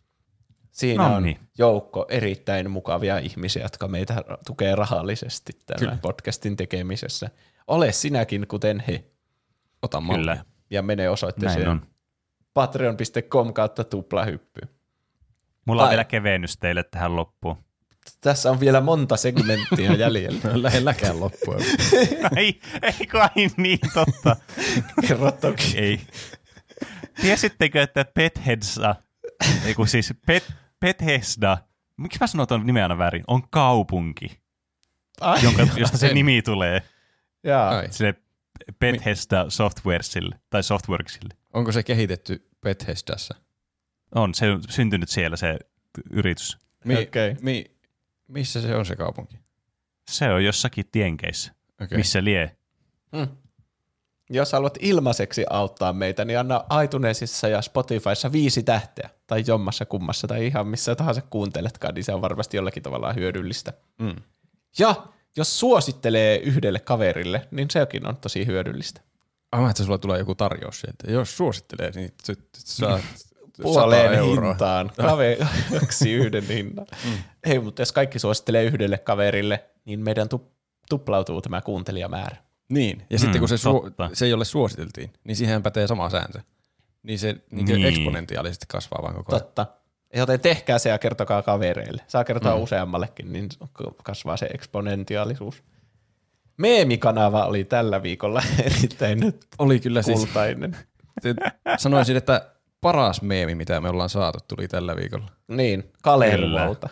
Speaker 1: Siinä
Speaker 2: No
Speaker 1: on
Speaker 2: niin.
Speaker 1: joukko erittäin mukavia ihmisiä, jotka meitä tukee rahallisesti tämän
Speaker 3: Kyllä.
Speaker 1: podcastin tekemisessä. Ole sinäkin kuten he.
Speaker 3: Ota mallia.
Speaker 2: Kyllä.
Speaker 1: Ja mene
Speaker 2: Näin
Speaker 1: osoitteeseen
Speaker 2: on.
Speaker 1: patreon piste com kautta tuplahyppy.
Speaker 2: Mulla on
Speaker 1: Tai-
Speaker 2: vielä kevennys teille tähän loppuun.
Speaker 1: Tässä on vielä monta segmenttiä jäljellä.
Speaker 3: Lähelläkään loppua.
Speaker 2: ei, ei kai niin totta.
Speaker 1: Kerro toki.
Speaker 2: Ei. Tiesittekö, että Bethesda, ei kun siis Pet, Bethesda, miksi mä sanon tuon nimen aina väärin, on kaupunki,
Speaker 1: Ai,
Speaker 2: jonka, josta se
Speaker 3: En.
Speaker 2: nimi tulee
Speaker 1: jaa.
Speaker 3: Ai.
Speaker 2: sille Bethesda Softwaresille, tai Softworksille.
Speaker 3: Onko se kehitetty Bethesdassa?
Speaker 2: On, se on syntynyt siellä se yritys.
Speaker 3: Mi-
Speaker 1: Okei.
Speaker 3: mi- missä se on se kaupunki?
Speaker 2: Se on jossakin tienkeissä,
Speaker 3: Okay.
Speaker 2: missä lie.
Speaker 1: Hmm. Jos haluat ilmaiseksi auttaa meitä, niin anna iTunesissa ja Spotifyssa viisi tähteä, tai jommassa kummassa, tai ihan missä tahansa kuunteletkaan, niin se on varmasti jollakin tavalla hyödyllistä.
Speaker 3: Mm.
Speaker 1: Ja jos suosittelee yhdelle kaverille, niin sekin on tosi hyödyllistä.
Speaker 3: Ah, että sulla tulee joku tarjous sieltä. Jos suosittelee, niin sit saat
Speaker 1: Puoleen
Speaker 3: sata euroa.
Speaker 1: hintaan, kaksi yhden hinnan. Mm. Ei, mutta jos kaikki suosittelee yhdelle kaverille, niin meidän tu- tuplautuu tämä kuuntelijamäärä.
Speaker 3: Niin, ja
Speaker 2: Mm,
Speaker 3: sitten kun se, suo-
Speaker 2: totta.
Speaker 3: se jolle suositeltiin, niin siihen pätee sama sääntö. Niin se niin
Speaker 2: Niin.
Speaker 3: eksponentiaalisesti kasvaa vaan koko ajan.
Speaker 1: Totta. Joten tehkää se ja kertokaa kavereille. Saa kertoa mm. useammallekin, niin kasvaa se eksponentiaalisuus. Meemikanava oli tällä viikolla erittäin
Speaker 3: Oli kyllä siis,
Speaker 1: kultainen.
Speaker 3: sanoisin, että paras meemi, mitä me ollaan saatu, tuli tällä viikolla.
Speaker 1: Niin, Kalervolta.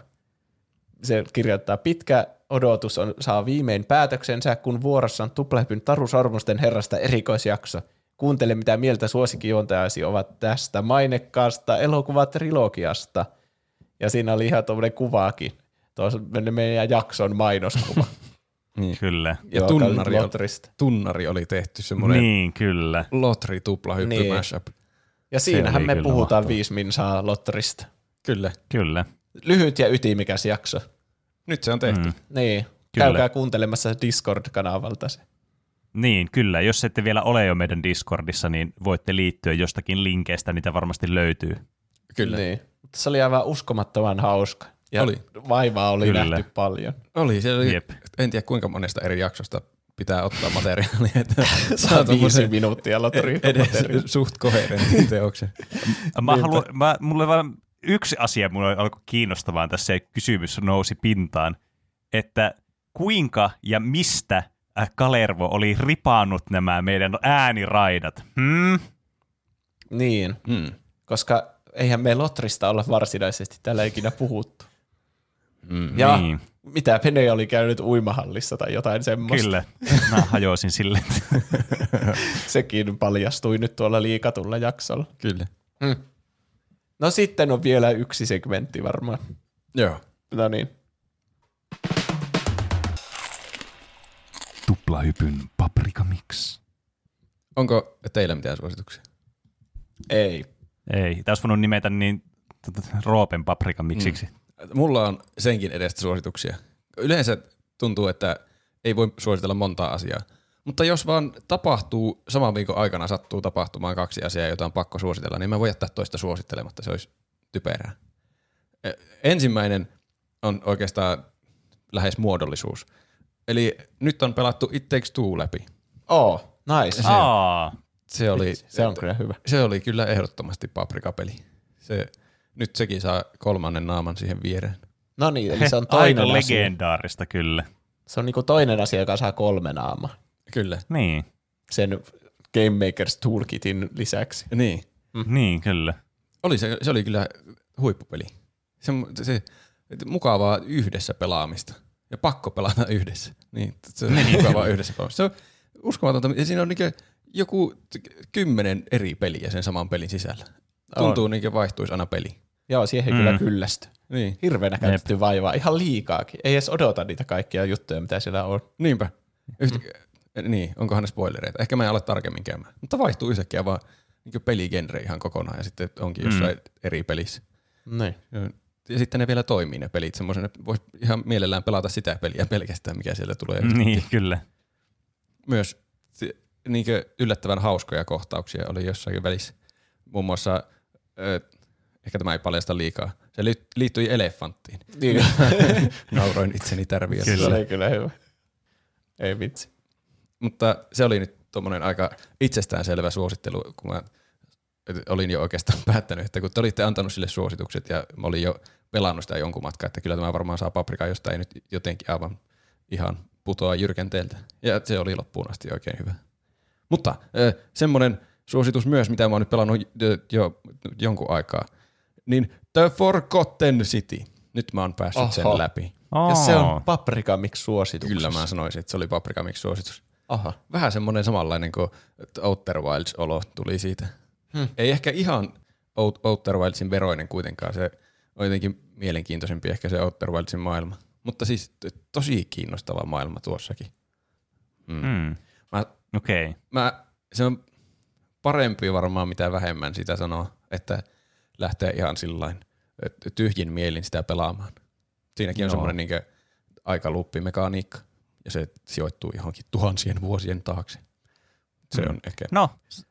Speaker 1: Se kirjoittaa, pitkä odotus on, saa viimein päätöksensä, kun vuorossa on Tuplahypyn Taru Sormusten herrasta erikoisjakso. Kuuntele, mitä mieltä suosikkijuontajasi ovat tästä mainekkaasta elokuvatrilogiasta. Ja siinä oli ihan tuommoinen kuvaakin. Tuossa meidän jakson mainoskuva.
Speaker 3: Niin.
Speaker 2: Kyllä.
Speaker 3: Ja
Speaker 1: Joo,
Speaker 3: tunnari,
Speaker 1: Lotrista.
Speaker 3: tunnari oli tehty semmoinen niin.
Speaker 2: Niin, kyllä.
Speaker 3: lotri tuplahyppy
Speaker 1: Niin.
Speaker 3: mashup.
Speaker 1: Ja siinähän
Speaker 2: oli
Speaker 1: me
Speaker 2: kyllä
Speaker 1: puhutaan
Speaker 2: mahtavaa.
Speaker 1: viisi minsaa Lotterista.
Speaker 3: Kyllä.
Speaker 2: Kyllä.
Speaker 1: Lyhyt ja ytimikäs jakso.
Speaker 3: Nyt se on tehty.
Speaker 2: Mm.
Speaker 1: Niin,
Speaker 2: Kyllä.
Speaker 1: käykää kuuntelemassa Discord-kanavalta se.
Speaker 2: Niin, kyllä. Jos ette vielä ole jo meidän Discordissa, niin voitte liittyä jostakin linkeistä, niitä varmasti löytyy.
Speaker 3: Kyllä.
Speaker 1: Niin. Mutta se oli aivan uskomattoman hauska. Ja
Speaker 3: Oli.
Speaker 1: vaivaa oli
Speaker 2: Kyllä.
Speaker 1: nähty paljon.
Speaker 3: Oli, se oli,
Speaker 2: Jep.
Speaker 3: en tiedä kuinka monesta eri jaksosta pitää ottaa materiaalia, että
Speaker 1: Saa viisi
Speaker 3: tommosen
Speaker 1: minuuttia laturi.
Speaker 3: edes suht koherentin teoksen.
Speaker 2: Mä haluan, mä, mulle vaan yksi asia mulle alkoi kiinnostamaan tässä ja kysymys nousi pintaan, että kuinka ja mistä Kalervo oli ripaannut nämä meidän ääniraidat? Hmm?
Speaker 1: Niin,
Speaker 3: Hmm.
Speaker 1: koska eihän me Lotrista olla varsinaisesti täällä ikinä puhuttu.
Speaker 3: Mm.
Speaker 1: Ja
Speaker 2: Niin.
Speaker 1: mitä Pene oli käynyt uimahallissa tai jotain semmoista.
Speaker 2: Kyllä, mä hajoisin sille.
Speaker 1: Sekin paljastui nyt tuolla liikatulla jaksolla.
Speaker 3: Kyllä.
Speaker 1: Hmm. No sitten on vielä yksi segmentti varmaan.
Speaker 3: Joo.
Speaker 1: No niin.
Speaker 2: Tuplahypyn paprika mix.
Speaker 3: Onko teillä mitään suosituksia?
Speaker 1: Ei.
Speaker 2: Ei, tämä olisi voinut nimetä niin tota, Roopen paprika mixiksi. Mm.
Speaker 3: Mulla on senkin edestä suosituksia. Yleensä tuntuu, että ei voi suositella montaa asiaa. Mutta jos vaan tapahtuu, saman viikon aikana sattuu tapahtumaan kaksi asiaa, jota on pakko suositella, niin mä voin jättää toista suosittelematta. Se olisi typerää. Ensimmäinen on oikeastaan lähes muodollisuus. Eli nyt on pelattu It Takes Two läpi.
Speaker 1: Oh, nice.
Speaker 3: Se,
Speaker 2: Aa,
Speaker 3: se, oli,
Speaker 1: Se on kyllä hyvä.
Speaker 3: se oli kyllä ehdottomasti paprikapeli. Se, nyt sekin saa kolmannen naaman siihen viereen.
Speaker 1: No niin, eli se on toinen
Speaker 2: aika
Speaker 1: asia.
Speaker 2: legendaarista kyllä.
Speaker 1: Se on niinku toinen asia, joka saa kolme naamaa.
Speaker 3: Kyllä.
Speaker 2: Niin,
Speaker 1: Sen Game Makers Toolkitin lisäksi.
Speaker 3: Niin.
Speaker 2: mm. niin kyllä.
Speaker 3: Oli se, se oli kyllä huippupeli. Se, se, mukavaa yhdessä pelaamista. Ja pakko pelata yhdessä. Niin, se on mukavaa yhdessä pelaamista. Se on uskomatonta. Ja siinä on niin joku kymmenen eri peliä sen saman pelin sisällä. Tuntuu niin kuin vaihtuisi aina peli.
Speaker 1: Joo, siihen
Speaker 2: Mm.
Speaker 1: kyllä kyllästy.
Speaker 3: Niin.
Speaker 1: Hirveänä käytetty vaivaa. Ihan liikaakin. Ei edes odota niitä kaikkia juttuja, mitä siellä on.
Speaker 3: Niinpä. Yhtä, mm. Niin, onkohan ne spoilereita? Ehkä mä en ala tarkemmin käymään. Mutta vaihtuu yhtäkkiä vaan niin peligenre ihan kokonaan ja sitten onkin jossain mm. eri pelissä.
Speaker 1: Niin.
Speaker 3: Ja sitten ne vielä toimii ne pelit semmoisen, että voisi ihan mielellään pelata sitä peliä pelkästään, mikä siellä tulee.
Speaker 2: Niin, kyllä.
Speaker 3: Myös niin yllättävän hauskoja kohtauksia oli jossain välissä. Muun muassa, äh, ehkä tämä ei paljasta liikaa, se liittyi elefanttiin.
Speaker 1: Niin.
Speaker 3: Nauroin itseni tärviä.
Speaker 1: Se oli kyllä hyvä. Ei vitsi.
Speaker 3: Mutta se oli nyt tuommoinen aika itsestäänselvä suosittelu, kun mä olin jo oikeastaan päättänyt, että kun te olitte antanut sille suositukset ja mä olin jo pelannut sitä jonkun matkaa, että kyllä tämä varmaan saa paprikaa, josta ei nyt jotenkin aivan ihan putoa jyrkänteeltä. Ja se oli loppuun asti oikein hyvä. Mutta äh, semmoinen suositus myös, mitä mä oon nyt pelannut jo jonkun aikaa, niin The Forgotten City. Nyt mä oon päässyt
Speaker 1: Oho.
Speaker 3: sen läpi.
Speaker 2: Oh.
Speaker 1: Ja se on paprika mix suosituksessa.
Speaker 3: Kyllä mä sanoisin, että se oli paprika mix suositus.
Speaker 1: Aha.
Speaker 3: Vähän semmoinen samanlainen kuin Outer Wilds-olo tuli siitä. Hmm. Ei ehkä ihan Outer Wildsin veroinen kuitenkaan. Se on jotenkin mielenkiintoisempi ehkä se Outer Wildsin maailma. Mutta siis tosi kiinnostava maailma tuossakin. Hmm.
Speaker 2: Mm.
Speaker 3: Mä,
Speaker 2: Okei. Okay.
Speaker 3: mä, se on parempi varmaan mitä vähemmän sitä sanoo, että lähtee ihan sillain tyhjin mielin sitä pelaamaan. Siinäkin on
Speaker 2: Joo.
Speaker 3: semmoinen niin aikaluppimekaniikka ja se sijoittuu johonkin tuhansien vuosien taakse. Se
Speaker 2: Mm.
Speaker 3: on ehkä...
Speaker 2: No,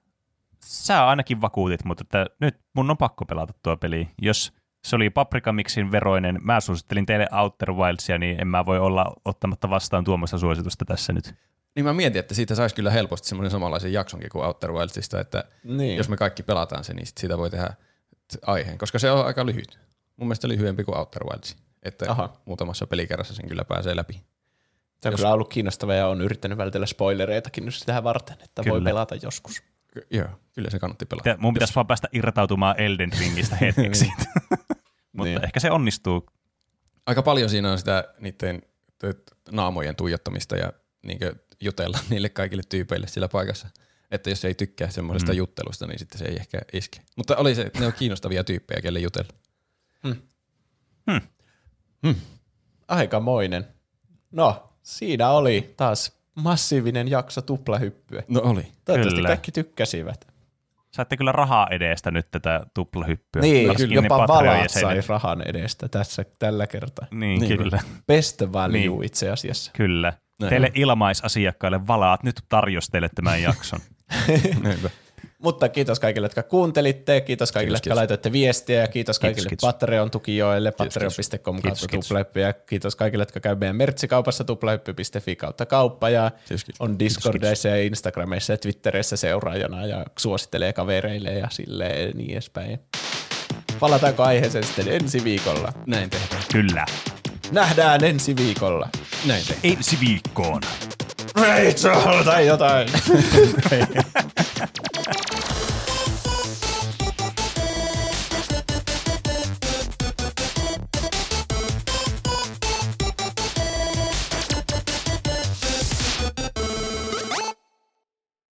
Speaker 2: sä ainakin vakuutit, mutta että nyt mun on pakko pelata tuo peli. Jos se oli Paprika Mixin veroinen, mä suosittelin teille Outer Wildsia, niin en mä voi olla ottamatta vastaan tuommoista suositusta tässä nyt.
Speaker 3: Niin mä mietin, että siitä saisi kyllä helposti semmoinen samanlaisen jaksonkin kuin Outer Wildsista, että
Speaker 1: Niin.
Speaker 3: jos me kaikki pelataan se, niin sit siitä voi tehdä aiheen, koska se on aika lyhyt. Mun mielestä lyhyempi kuin Outer Wilds, että
Speaker 1: Aha.
Speaker 3: muutamassa pelikerrassa sen kyllä pääsee läpi.
Speaker 1: Se on
Speaker 3: Jos-
Speaker 1: kyllä ollut kiinnostava ja on yrittänyt vältellä spoilereitakin nyt sitä varten, että voi
Speaker 2: Kyllä.
Speaker 1: pelata joskus.
Speaker 3: Ky- Joo, kyllä se kannatti pelata.
Speaker 2: Ja mun pitäisi vaan päästä irtautumaan Elden Ringistä hetkeksi. Mutta
Speaker 1: Niin.
Speaker 2: ehkä se onnistuu.
Speaker 3: Aika paljon siinä on sitä niiden t- naamojen tuijottamista ja niinkö jutella niille kaikille tyypeille sillä paikassa. Että jos ei tykkää semmoisesta
Speaker 2: Mm.
Speaker 3: juttelusta, niin sitten se ei ehkä iske. Mutta oli se, ne on kiinnostavia tyyppejä, kelle jutella.
Speaker 1: Aikamoinen. No, siinä oli taas massiivinen jakso tuplahyppyä.
Speaker 3: No oli.
Speaker 1: Toivottavasti
Speaker 2: Kyllä.
Speaker 1: kaikki tykkäsivät.
Speaker 2: Saatte kyllä rahaa edestä nyt tätä tuplahyppyä.
Speaker 1: Niin,
Speaker 2: Varsinkin
Speaker 1: jopa
Speaker 2: ne
Speaker 1: valaat
Speaker 2: Patreon-jäsenet.
Speaker 1: sai rahan edestä tässä tällä kertaa.
Speaker 2: Niin,
Speaker 3: Niin.
Speaker 2: kyllä.
Speaker 1: Best value
Speaker 2: Niin.
Speaker 1: itse asiassa.
Speaker 2: Kyllä.
Speaker 3: Näin
Speaker 2: Teille
Speaker 3: on.
Speaker 2: ilmaisasiakkaille valaat nyt tarjos teille tämän jakson.
Speaker 3: Näinpä.
Speaker 1: Mutta kiitos kaikille, jotka kuuntelitte, kiitos kaikille,
Speaker 3: Kiitos,
Speaker 1: jotka
Speaker 3: kiitos.
Speaker 1: laitoitte viestiä, ja kiitos kaikille
Speaker 2: kiitos.
Speaker 1: Patreon-tukijoille, patreon piste com
Speaker 2: Kiitos,
Speaker 1: kautta
Speaker 2: kiitos.
Speaker 1: tuplahyppy, ja kiitos kaikille, jotka käy meidän mertsikaupassa tuplahyppy piste fi kautta kauppa, ja
Speaker 3: Kiitos, kiitos.
Speaker 1: on Discordissa ja Instagramissa ja Twitterissä seuraajana, ja suosittelee kavereille ja silleen niin edespäin. Palataanko aiheeseen sitten ensi viikolla?
Speaker 3: Näin tehdään.
Speaker 2: Kyllä.
Speaker 1: Nähdään ensi viikolla.
Speaker 3: Näin tehdään.
Speaker 2: Ensi viikkoon.
Speaker 1: Rachel tai jotain.